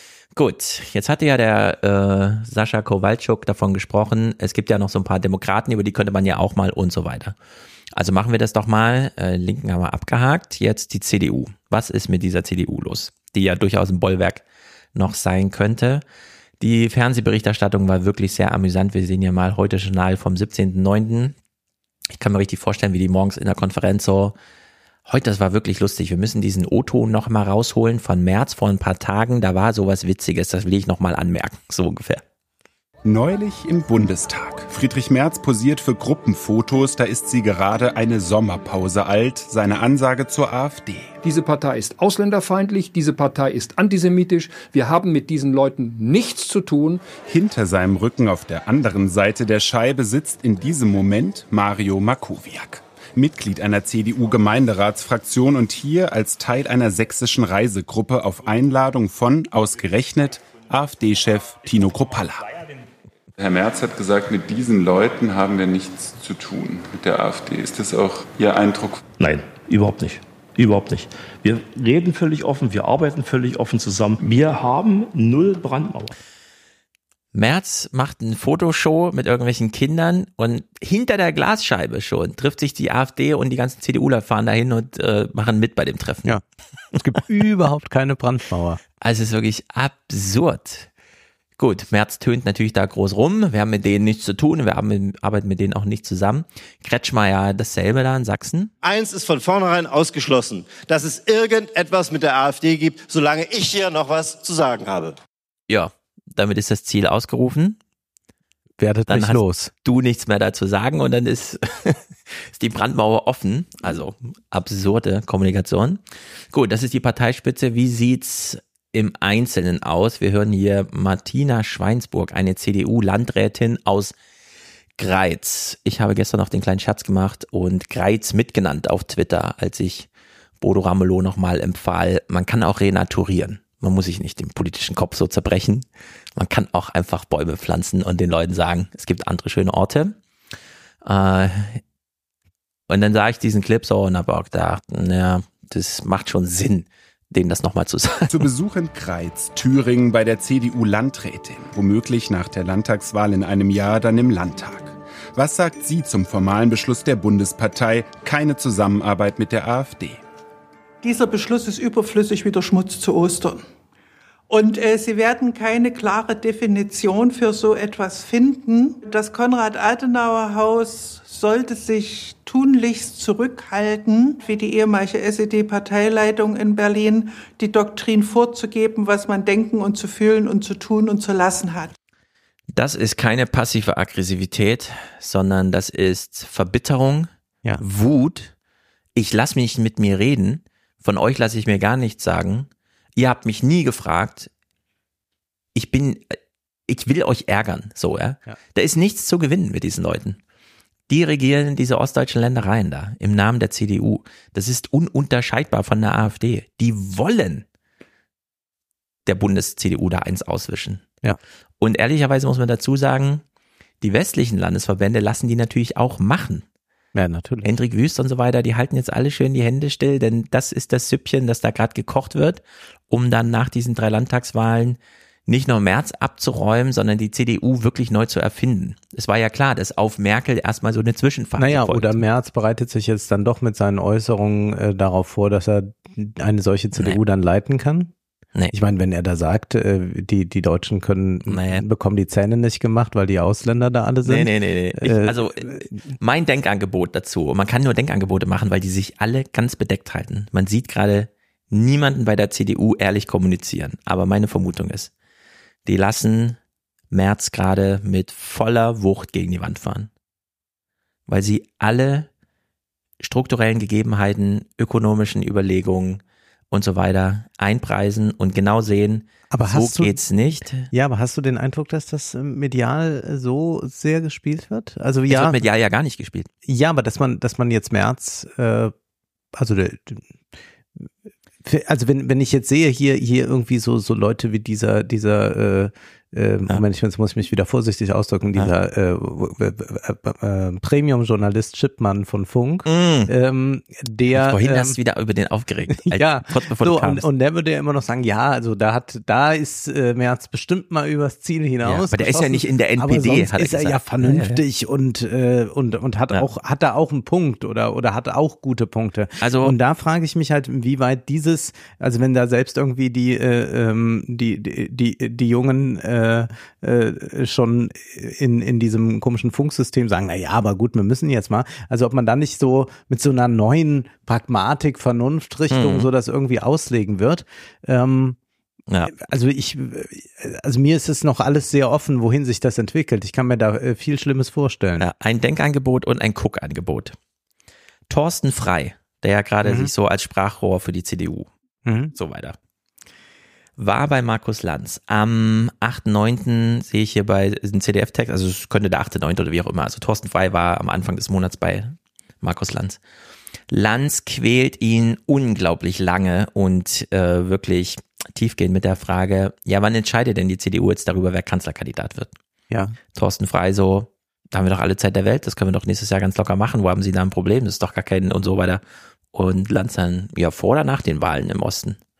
Gut, jetzt hatte ja der Sascha Kowalczuk davon gesprochen, es gibt ja noch so ein paar Demokraten, über die könnte man ja auch mal und so weiter. Also machen wir das doch mal, Linken haben wir abgehakt, jetzt die CDU. Was ist mit dieser CDU los? Die ja durchaus ein Bollwerk noch sein könnte. Die Fernsehberichterstattung war wirklich sehr amüsant. Wir sehen ja mal heute Journal vom 17.09. Ich kann mir richtig vorstellen, wie die morgens in der Konferenz so, heute, das war wirklich lustig, wir müssen diesen O-Ton noch mal rausholen von März vor ein paar Tagen, da war sowas Witziges, das will ich noch mal anmerken, so ungefähr. Neulich im Bundestag. Friedrich Merz posiert für Gruppenfotos, da ist sie gerade eine Sommerpause alt. Seine Ansage zur AfD. Diese Partei ist ausländerfeindlich, diese Partei ist antisemitisch. Wir haben mit diesen Leuten nichts zu tun. Hinter seinem Rücken auf der anderen Seite der Scheibe sitzt in diesem Moment Mario Markowiak. Mitglied einer CDU-Gemeinderatsfraktion und hier als Teil einer sächsischen Reisegruppe auf Einladung von, ausgerechnet, AfD-Chef Tino Kruppalla. Herr Merz hat gesagt, mit diesen Leuten haben wir nichts zu tun, mit der AfD. Ist das auch Ihr Eindruck? Nein, überhaupt nicht. Überhaupt nicht. Wir reden völlig offen, wir arbeiten völlig offen zusammen. Wir haben null Brandmauer. Merz macht eine Fotoshow mit irgendwelchen Kindern und hinter der Glasscheibe schon trifft sich die AfD und die ganzen CDUler fahren dahin und machen mit bei dem Treffen. Ja, es gibt überhaupt keine Brandmauer. Also es ist wirklich absurd. Gut, Merz tönt natürlich da groß rum. Wir haben mit denen nichts zu tun. Wir arbeiten mit denen auch nicht zusammen. Kretschmer ja dasselbe da in Sachsen. Eins ist von vornherein ausgeschlossen, dass es irgendetwas mit der AfD gibt, solange ich hier noch was zu sagen habe. Ja, damit ist das Ziel ausgerufen. Werdet dann nicht hast los. Du nichts mehr dazu sagen und dann ist die Brandmauer offen. Also absurde Kommunikation. Gut, das ist die Parteispitze. Wie sieht's im Einzelnen aus? Wir hören hier Martina Schweinsburg, eine CDU-Landrätin aus Greiz. Ich habe gestern noch den kleinen Scherz gemacht und Greiz mitgenannt auf Twitter, als ich Bodo Ramelow nochmal empfahl, man kann auch renaturieren. Man muss sich nicht den politischen Kopf so zerbrechen. Man kann auch einfach Bäume pflanzen und den Leuten sagen, es gibt andere schöne Orte. Und dann sah ich diesen Clip so und habe auch gedacht, naja, das macht schon Sinn, denen das nochmal zu sagen. Zu Besuch in Greiz, Thüringen bei der CDU-Landrätin, womöglich nach der Landtagswahl in einem Jahr dann im Landtag. Was sagt sie zum formalen Beschluss der Bundespartei, keine Zusammenarbeit mit der AfD? Dieser Beschluss ist überflüssig wie der Schmutz zu Ostern. Und Sie werden keine klare Definition für so etwas finden. Das Konrad-Adenauer-Haus sollte sich tunlichst zurückhalten, wie die ehemalige SED-Parteileitung in Berlin, die Doktrin vorzugeben, was man denken und zu fühlen und zu tun und zu lassen hat. Das ist keine passive Aggressivität, sondern das ist Verbitterung, Wut. Ich lasse mich mit mir reden. Von euch lasse ich mir gar nichts sagen. Ihr habt mich nie gefragt. Ich will euch ärgern, so, ja. Da ist nichts zu gewinnen mit diesen Leuten. Die regieren diese ostdeutschen Ländereien da im Namen der CDU. Das ist ununterscheidbar von der AfD. Die wollen der Bundes-CDU da eins auswischen. Ja. Und ehrlicherweise muss man dazu sagen, die westlichen Landesverbände lassen die natürlich auch machen. Ja, natürlich. Hendrik Wüst und so weiter, die halten jetzt alle schön die Hände still, denn das ist das Süppchen, das da gerade gekocht wird, um dann nach diesen 3 Landtagswahlen nicht nur Merz abzuräumen, sondern die CDU wirklich neu zu erfinden. Es war ja klar, dass auf Merkel erstmal so eine Zwischenphase folgt. Oder Merz bereitet sich jetzt dann doch mit seinen Äußerungen darauf vor, dass er eine solche CDU dann leiten kann. Nee. Ich meine, wenn er da sagt, die Deutschen bekommen die Zähne nicht gemacht, weil die Ausländer da alle sind. Nee. Mein Denkangebot dazu, man kann nur Denkangebote machen, weil die sich alle ganz bedeckt halten. Man sieht gerade niemanden bei der CDU ehrlich kommunizieren. Aber meine Vermutung ist, die lassen Merz gerade mit voller Wucht gegen die Wand fahren. Weil sie alle strukturellen Gegebenheiten, ökonomischen Überlegungen und so weiter einpreisen und genau sehen, aber so geht's nicht. Ja, aber hast du den Eindruck, dass das medial so sehr gespielt wird? Also es wird medial ja gar nicht gespielt. Ja, aber dass man jetzt Merz, also wenn ich jetzt sehe, hier irgendwie so Leute wie dieser Moment, jetzt muss ich mich wieder vorsichtig ausdrücken, dieser Premium-Journalist Schippmann von Funk, der vorhin hast du wieder über den aufgeregt. Ja, kurz bevor du kamst. Und der würde ja immer noch sagen, ja, also da ist Merz bestimmt mal übers Ziel hinaus. Ja, aber der ist ja nicht in der NPD, aber sonst hat er ist er gesagt. ja vernünftig und hat da auch einen Punkt oder hat auch gute Punkte. Also, und da frage ich mich halt, inwieweit also wenn da selbst irgendwie die Jungen schon in diesem komischen Funksystem sagen, na ja, aber gut, wir müssen jetzt mal, also ob man da nicht so mit so einer neuen Pragmatik, Vernunftrichtung so das irgendwie auslegen wird. Also mir ist es noch alles sehr offen, wohin sich das entwickelt. Ich kann mir da viel Schlimmes vorstellen. Ja, ein Denkangebot und ein Guckangebot. Thorsten Frey, der ja gerade sich so als Sprachrohr für die CDU so weiter war bei Markus Lanz. Am 8.9. sehe ich hier bei diesem CDF-Text, also es könnte der 8.9. oder wie auch immer, also Thorsten Frey war am Anfang des Monats bei Markus Lanz. Lanz quält ihn unglaublich lange und wirklich tiefgehend mit der Frage, ja, wann entscheidet denn die CDU jetzt darüber, wer Kanzlerkandidat wird? Ja. Thorsten Frey so, da haben wir doch alle Zeit der Welt, das können wir doch nächstes Jahr ganz locker machen, wo haben Sie da ein Problem, das ist doch gar kein und so weiter. Und Lanz dann, ja, vor oder nach den Wahlen im Osten?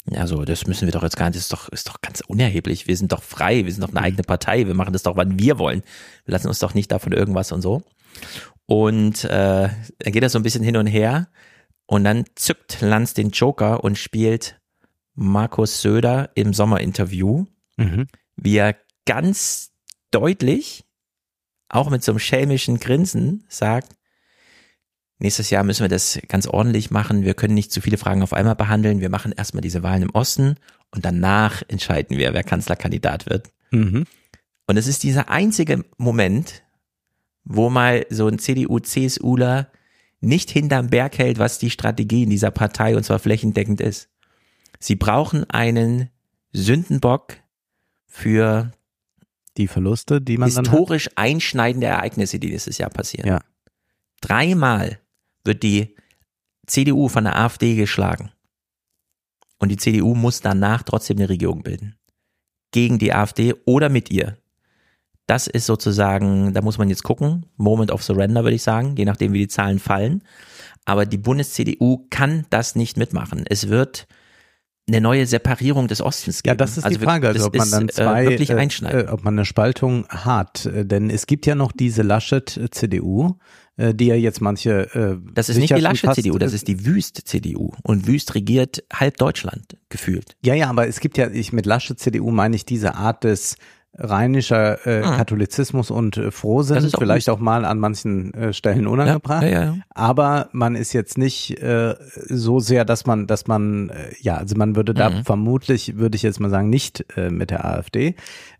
Also das müssen wir doch jetzt gar nicht, ist doch ganz unerheblich. Wir sind doch frei, wir sind doch eine eigene Partei, wir machen das doch, wann wir wollen. Wir lassen uns doch nicht davon irgendwas und so. Und dann geht das so ein bisschen hin und her und dann zückt Lanz den Joker und spielt Markus Söder im Sommerinterview, wie er ganz deutlich, auch mit so einem schelmischen Grinsen, sagt, nächstes Jahr müssen wir das ganz ordentlich machen. Wir können nicht zu viele Fragen auf einmal behandeln. Wir machen erstmal diese Wahlen im Osten und danach entscheiden wir, wer Kanzlerkandidat wird. Und es ist dieser einzige Moment, wo mal so ein CDU-CSUler nicht hinterm Berg hält, was die Strategie in dieser Partei und zwar flächendeckend ist. Sie brauchen einen Sündenbock für die Verluste, die man historisch einschneidende Ereignisse, die dieses Jahr passieren. Ja. 3-mal wird die CDU von der AfD geschlagen. Und die CDU muss danach trotzdem eine Regierung bilden. Gegen die AfD oder mit ihr. Das ist sozusagen, da muss man jetzt gucken, Moment of Surrender würde ich sagen, je nachdem wie die Zahlen fallen. Aber die Bundes-CDU kann das nicht mitmachen. Es wird eine neue Separierung des Ostens geben. Ja, das ist die Frage, also ob man dann wirklich einschneiden. Ob man eine Spaltung hat. Denn es gibt ja noch diese Laschet-CDU, die ja jetzt manche das ist nicht die Laschet-CDU, das ist die Wüst-CDU. Und Wüst regiert halb Deutschland, gefühlt. Ja, aber es gibt ja, mit Laschet-CDU meine ich diese Art des rheinischer Katholizismus und Frohsinn, vielleicht auch mal an manchen Stellen unangebracht. Ja. Aber man ist jetzt nicht so sehr, dass man also man würde da vermutlich, würde ich jetzt mal sagen, nicht mit der AfD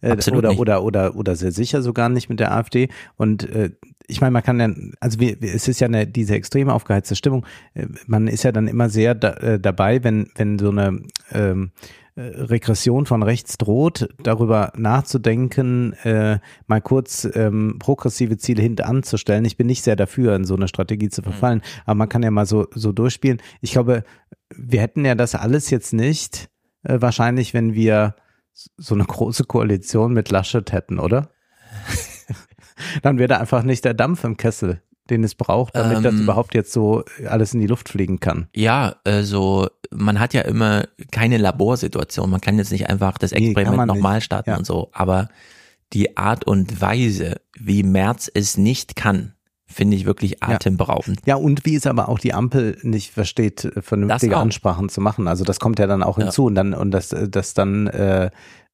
oder sehr sicher sogar nicht mit der AfD. Und ich meine, man kann ja, also es ist ja diese extrem aufgeheizte Stimmung. Man ist ja dann immer sehr dabei, wenn so eine Regression von rechts droht, darüber nachzudenken, mal kurz progressive Ziele hintanzustellen. Ich bin nicht sehr dafür, in so eine Strategie zu verfallen, aber man kann ja mal so durchspielen. Ich glaube, wir hätten ja das alles jetzt nicht, wahrscheinlich, wenn wir so eine große Koalition mit Laschet hätten, oder? Dann wäre da einfach nicht der Dampf im Kessel, den es braucht, damit das überhaupt jetzt so alles in die Luft fliegen kann. Ja, also man hat ja immer keine Laborsituation. Man kann jetzt nicht einfach das Experiment nochmal starten und so. Aber die Art und Weise, wie Merz es nicht kann, finde ich wirklich atemberaubend. Ja, und wie es aber auch die Ampel nicht versteht, vernünftige Ansprachen zu machen. Also das kommt ja dann auch hinzu und das dann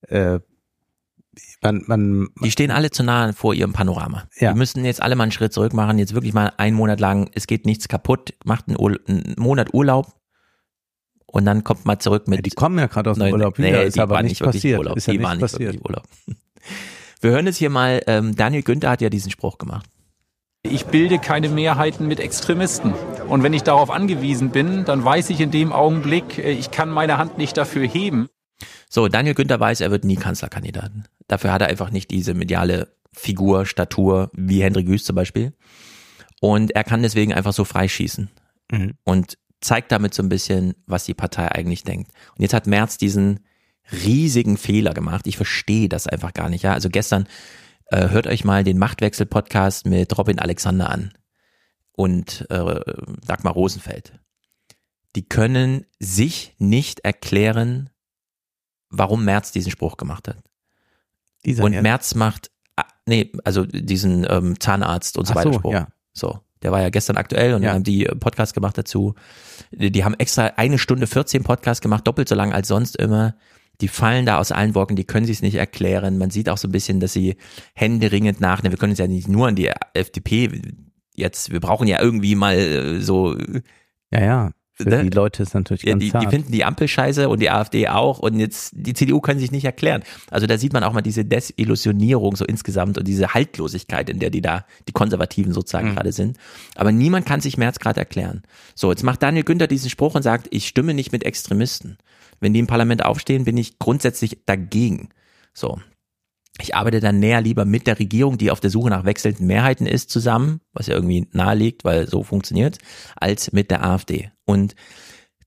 die stehen alle zu nah vor ihrem Panorama. Ja. Die müssen jetzt alle mal einen Schritt zurück machen, jetzt wirklich mal einen Monat lang, es geht nichts kaputt, macht einen Monat Urlaub und dann kommt mal zurück mit... Ja, die kommen ja gerade aus dem Urlaub wieder, ist aber nicht passiert. Ist ja nicht passiert. Urlaub. Wir hören jetzt hier mal, Daniel Günther hat ja diesen Spruch gemacht. Ich bilde keine Mehrheiten mit Extremisten. Und wenn ich darauf angewiesen bin, dann weiß ich in dem Augenblick, ich kann meine Hand nicht dafür heben. So, Daniel Günther weiß, er wird nie Kanzlerkandidat. Dafür hat er einfach nicht diese mediale Figur, Statur wie Hendrik Wüst zum Beispiel. Und er kann deswegen einfach so freischießen. Und zeigt damit so ein bisschen, was die Partei eigentlich denkt. Und jetzt hat Merz diesen riesigen Fehler gemacht. Ich verstehe das einfach gar nicht. Ja, also gestern hört euch mal den Machtwechsel-Podcast mit Robin Alexander an und Dagmar Rosenfeld. Die können sich nicht erklären, warum Merz diesen Spruch gemacht hat. Merz macht, also diesen Zahnarzt und so weiter Spruch. Ja. So, der war ja gestern aktuell und haben die Podcast gemacht dazu. Die haben extra 1 Stunde 14 Podcasts gemacht, doppelt so lang als sonst immer. Die fallen da aus allen Wolken, die können sich es nicht erklären. Man sieht auch so ein bisschen, dass sie händeringend wir können uns ja nicht nur an die FDP jetzt, wir brauchen ja irgendwie mal so. Ja. Für die Leute ist natürlich ganz die finden die Ampel scheiße und die AfD auch und jetzt die CDU können sich nicht erklären. Also da sieht man auch mal diese Desillusionierung so insgesamt und diese Haltlosigkeit, in der die Konservativen sozusagen gerade sind. Aber niemand kann sich Merz gerade erklären. So, jetzt macht Daniel Günther diesen Spruch und sagt, ich stimme nicht mit Extremisten. Wenn die im Parlament aufstehen, bin ich grundsätzlich dagegen. So. Ich arbeite dann näher lieber mit der Regierung, die auf der Suche nach wechselnden Mehrheiten ist, zusammen, was ja irgendwie nahe liegt, weil so funktioniert, als mit der AfD. Und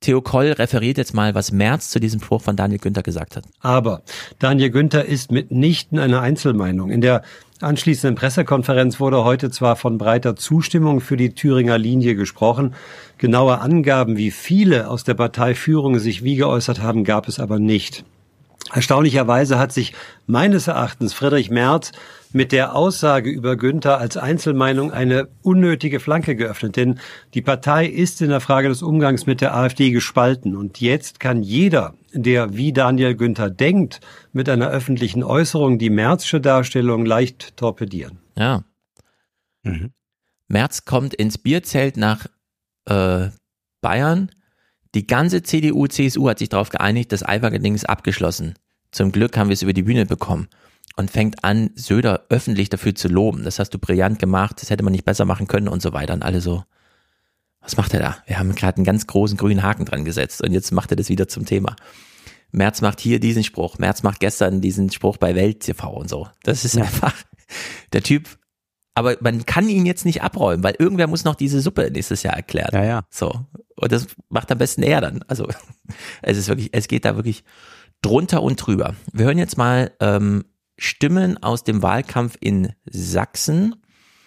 Theo Koll referiert jetzt mal, was Merz zu diesem Spruch von Daniel Günther gesagt hat. Aber Daniel Günther ist mitnichten eine Einzelmeinung. In der anschließenden Pressekonferenz wurde heute zwar von breiter Zustimmung für die Thüringer Linie gesprochen. Genaue Angaben, wie viele aus der Parteiführung sich wie geäußert haben, gab es aber nicht. Erstaunlicherweise hat sich meines Erachtens Friedrich Merz mit der Aussage über Günther als Einzelmeinung eine unnötige Flanke geöffnet. Denn die Partei ist in der Frage des Umgangs mit der AfD gespalten. Und jetzt kann jeder, der wie Daniel Günther denkt, mit einer öffentlichen Äußerung die Merzsche Darstellung leicht torpedieren. Ja. Mhm. Merz kommt ins Bierzelt nach Bayern. Die ganze CDU, CSU hat sich darauf geeinigt, das Aiwanger-Ding ist abgeschlossen. Zum Glück haben wir es über die Bühne bekommen. Und fängt an, Söder öffentlich dafür zu loben. Das hast du brillant gemacht, das hätte man nicht besser machen können und so weiter. Und alle so, was macht er da? Wir haben gerade einen ganz großen grünen Haken dran gesetzt und jetzt macht er das wieder zum Thema. Merz macht hier diesen Spruch, Merz macht gestern diesen Spruch bei Welt TV und so. Das ist einfach der Typ. Aber man kann ihn jetzt nicht abräumen, weil irgendwer muss noch diese Suppe nächstes Jahr erklären. Ja. So. Und das macht am besten er dann. Also, es geht da wirklich drunter und drüber. Wir hören jetzt mal, Stimmen aus dem Wahlkampf in Sachsen,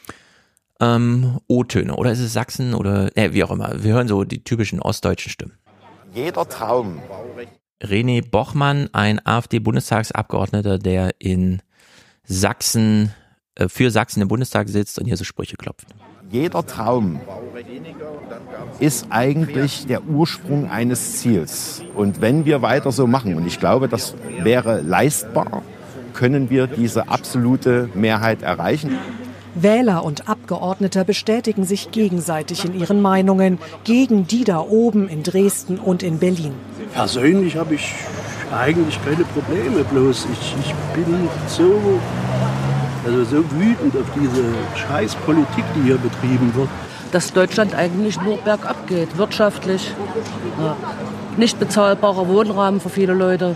O-Töne, oder ist es Sachsen oder wie auch immer. Wir hören so die typischen ostdeutschen Stimmen. Jeder Traum. René Bochmann, ein AfD-Bundestagsabgeordneter, der in Sachsen, für Sachsen im Bundestag sitzt und hier so Sprüche klopft. Jeder Traum ist eigentlich der Ursprung eines Ziels. Und wenn wir weiter so machen, und ich glaube, das wäre leistbar, können wir diese absolute Mehrheit erreichen. Wähler und Abgeordnete bestätigen sich gegenseitig in ihren Meinungen gegen die da oben in Dresden und in Berlin. Persönlich habe ich eigentlich keine Probleme, bloß ich bin so wütend auf diese Scheißpolitik, die hier betrieben wird. Dass Deutschland eigentlich nur bergab geht, wirtschaftlich. Ja. Nicht bezahlbarer Wohnraum für viele Leute.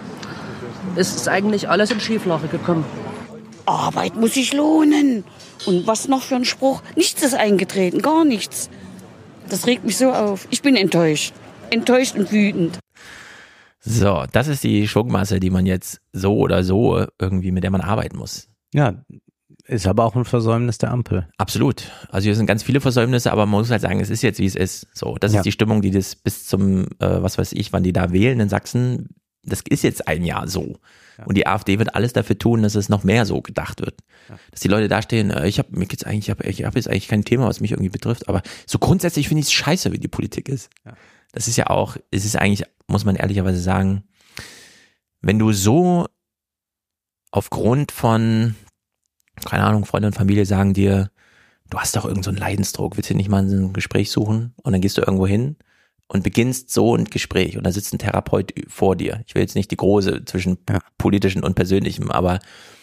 Es ist eigentlich alles in Schieflage gekommen. Arbeit muss sich lohnen. Und was noch für ein Spruch? Nichts ist eingetreten, gar nichts. Das regt mich so auf. Ich bin enttäuscht. Enttäuscht und wütend. So, das ist die Schwungmasse, die man jetzt so oder so irgendwie, mit der man arbeiten muss. Ja, ist aber auch ein Versäumnis der Ampel. Absolut. Also hier sind ganz viele Versäumnisse, aber man muss halt sagen, es ist jetzt, wie es ist. So, das ist die Stimmung, die das bis zum, was weiß ich, wann die da wählen in Sachsen, das ist jetzt ein Jahr so. Ja. Und die AfD wird alles dafür tun, dass es noch mehr so gedacht wird. Ja. Dass die Leute da stehen, ich habe jetzt eigentlich kein Thema, was mich irgendwie betrifft, aber so grundsätzlich finde ich es scheiße, wie die Politik ist. Ja. Das ist ja auch, es ist eigentlich, muss man ehrlicherweise sagen, wenn du so aufgrund von, keine Ahnung, Freunde und Familie sagen dir, du hast doch irgend so einen Leidensdruck, willst du nicht mal ein Gespräch suchen? Und dann gehst du irgendwo hin und beginnst so ein Gespräch und da sitzt ein Therapeut vor dir. Ich will jetzt nicht die große zwischen politischen und persönlichem, aber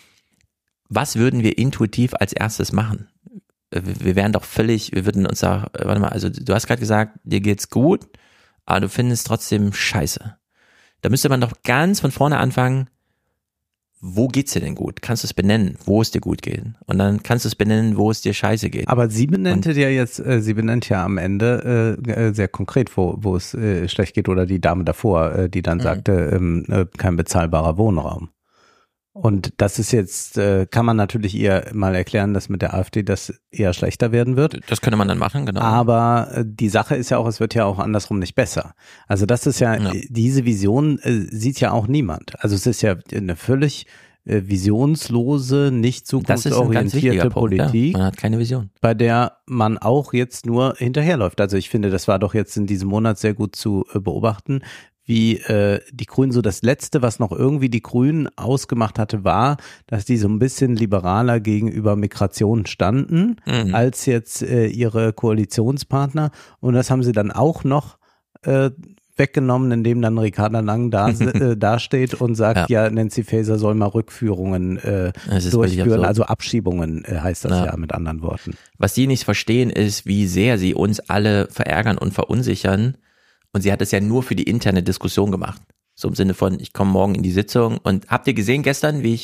was würden wir intuitiv als erstes machen? Wir wären doch völlig, wir würden uns da, warte mal, also du hast gerade gesagt, dir geht's gut, aber du findest trotzdem scheiße. Da müsste man doch ganz von vorne anfangen, wo geht's dir denn gut? Kannst du es benennen, wo es dir gut geht? Und dann kannst du es benennen, wo es dir scheiße geht. Aber sie benennt sie benennt ja am Ende sehr konkret, wo es schlecht geht, oder die Dame davor, die dann sagte, kein bezahlbarer Wohnraum. Und das ist jetzt, kann man natürlich ihr mal erklären, dass mit der AfD das eher schlechter werden wird. Das könnte man dann machen, genau. Aber die Sache ist ja auch, es wird ja auch andersrum nicht besser. Also das ist ja, diese Vision sieht ja auch niemand. Also es ist ja eine völlig visionslose, nicht zukunftsorientierte Politik. Ja, man hat keine Vision. Bei der man auch jetzt nur hinterherläuft. Also ich finde, das war doch jetzt in diesem Monat sehr gut zu beobachten, wie die Grünen, so das Letzte, was noch irgendwie die Grünen ausgemacht hatte, war, dass die so ein bisschen liberaler gegenüber Migration standen, als jetzt ihre Koalitionspartner. Und das haben sie dann auch noch weggenommen, indem dann Ricarda Lang da steht und sagt, ja, Nancy Faeser soll mal Rückführungen durchführen, also Abschiebungen heißt das ja mit anderen Worten. Was sie nicht verstehen, ist, wie sehr sie uns alle verärgern und verunsichern. Und sie hat es ja nur für die interne Diskussion gemacht. So im Sinne von, ich komme morgen in die Sitzung. Und habt ihr gesehen gestern, wie ich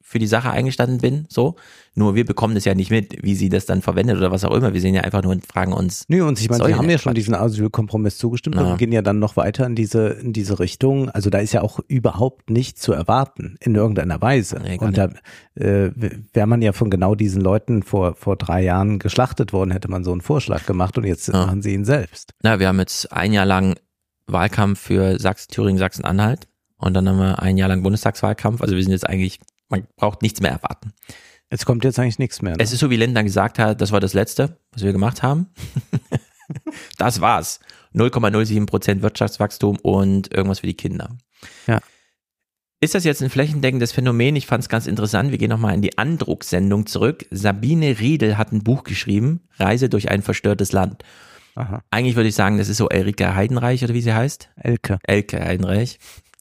für die Sache eingestanden bin, so. Nur wir bekommen das ja nicht mit, wie sie das dann verwendet oder was auch immer. Wir sehen ja einfach nur und fragen uns. Nö, und ich meine, sie haben ja schon diesen Asylkompromiss zugestimmt und gehen ja dann noch weiter in diese Richtung. Also da ist ja auch überhaupt nichts zu erwarten in irgendeiner Weise. Nee, und da wäre man ja von genau diesen Leuten vor 3 Jahren geschlachtet worden, hätte man so einen Vorschlag gemacht und jetzt machen sie ihn selbst. Na, wir haben jetzt 1 Jahr lang Wahlkampf für Thüringen, Sachsen-Anhalt und dann haben wir 1 Jahr lang Bundestagswahlkampf. Also wir sind jetzt eigentlich, man braucht nichts mehr erwarten. Es kommt jetzt eigentlich nichts mehr. Ne? Es ist so, wie Lindner gesagt hat, das war das Letzte, was wir gemacht haben. Das war's. 0,07% Wirtschaftswachstum und irgendwas für die Kinder. Ja. Ist das jetzt ein flächendeckendes Phänomen? Ich fand es ganz interessant. Wir gehen nochmal in die Andrucksendung zurück. Sabine Riedel hat ein Buch geschrieben, Reise durch ein verstörtes Land. Aha. Eigentlich würde ich sagen, das ist so Elke Heidenreich oder wie sie heißt. Elke Heidenreich.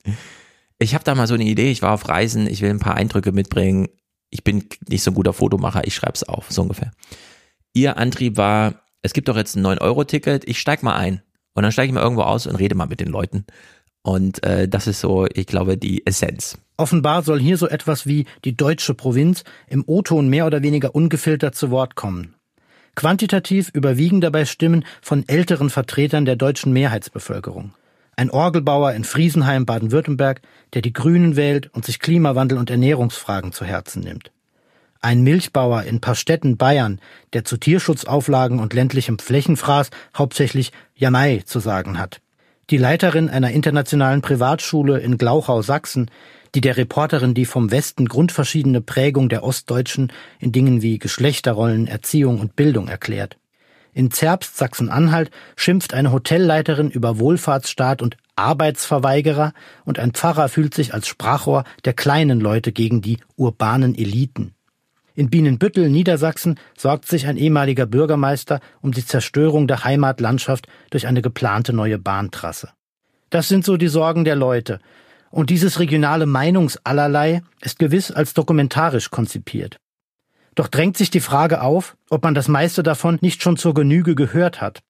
Ich habe da mal so eine Idee, ich war auf Reisen, ich will ein paar Eindrücke mitbringen. Ich bin nicht so ein guter Fotomacher, ich schreib's auf, so ungefähr. Ihr Antrieb war, es gibt doch jetzt ein 9-Euro-Ticket, ich steig mal ein. Und dann steige ich mal irgendwo aus und rede mal mit den Leuten. Und das ist so, ich glaube, die Essenz. Offenbar soll hier so etwas wie die deutsche Provinz im O-Ton mehr oder weniger ungefiltert zu Wort kommen. Quantitativ überwiegen dabei Stimmen von älteren Vertretern der deutschen Mehrheitsbevölkerung. Ein Orgelbauer in Friesenheim, Baden-Württemberg, der die Grünen wählt und sich Klimawandel und Ernährungsfragen zu Herzen nimmt. Ein Milchbauer in Pastetten, Bayern, der zu Tierschutzauflagen und ländlichem Flächenfraß hauptsächlich Janei zu sagen hat. Die Leiterin einer internationalen Privatschule in Glauchau, Sachsen, die der Reporterin die vom Westen grundverschiedene Prägung der Ostdeutschen in Dingen wie Geschlechterrollen, Erziehung und Bildung erklärt. In Zerbst, Sachsen-Anhalt, schimpft eine Hotelleiterin über Wohlfahrtsstaat und Arbeitsverweigerer und ein Pfarrer fühlt sich als Sprachrohr der kleinen Leute gegen die urbanen Eliten. In Bienenbüttel, Niedersachsen, sorgt sich ein ehemaliger Bürgermeister um die Zerstörung der Heimatlandschaft durch eine geplante neue Bahntrasse. Das sind so die Sorgen der Leute. Und dieses regionale Meinungsallerlei ist gewiss als dokumentarisch konzipiert. Doch drängt sich die Frage auf, ob man das meiste davon nicht schon zur Genüge gehört hat.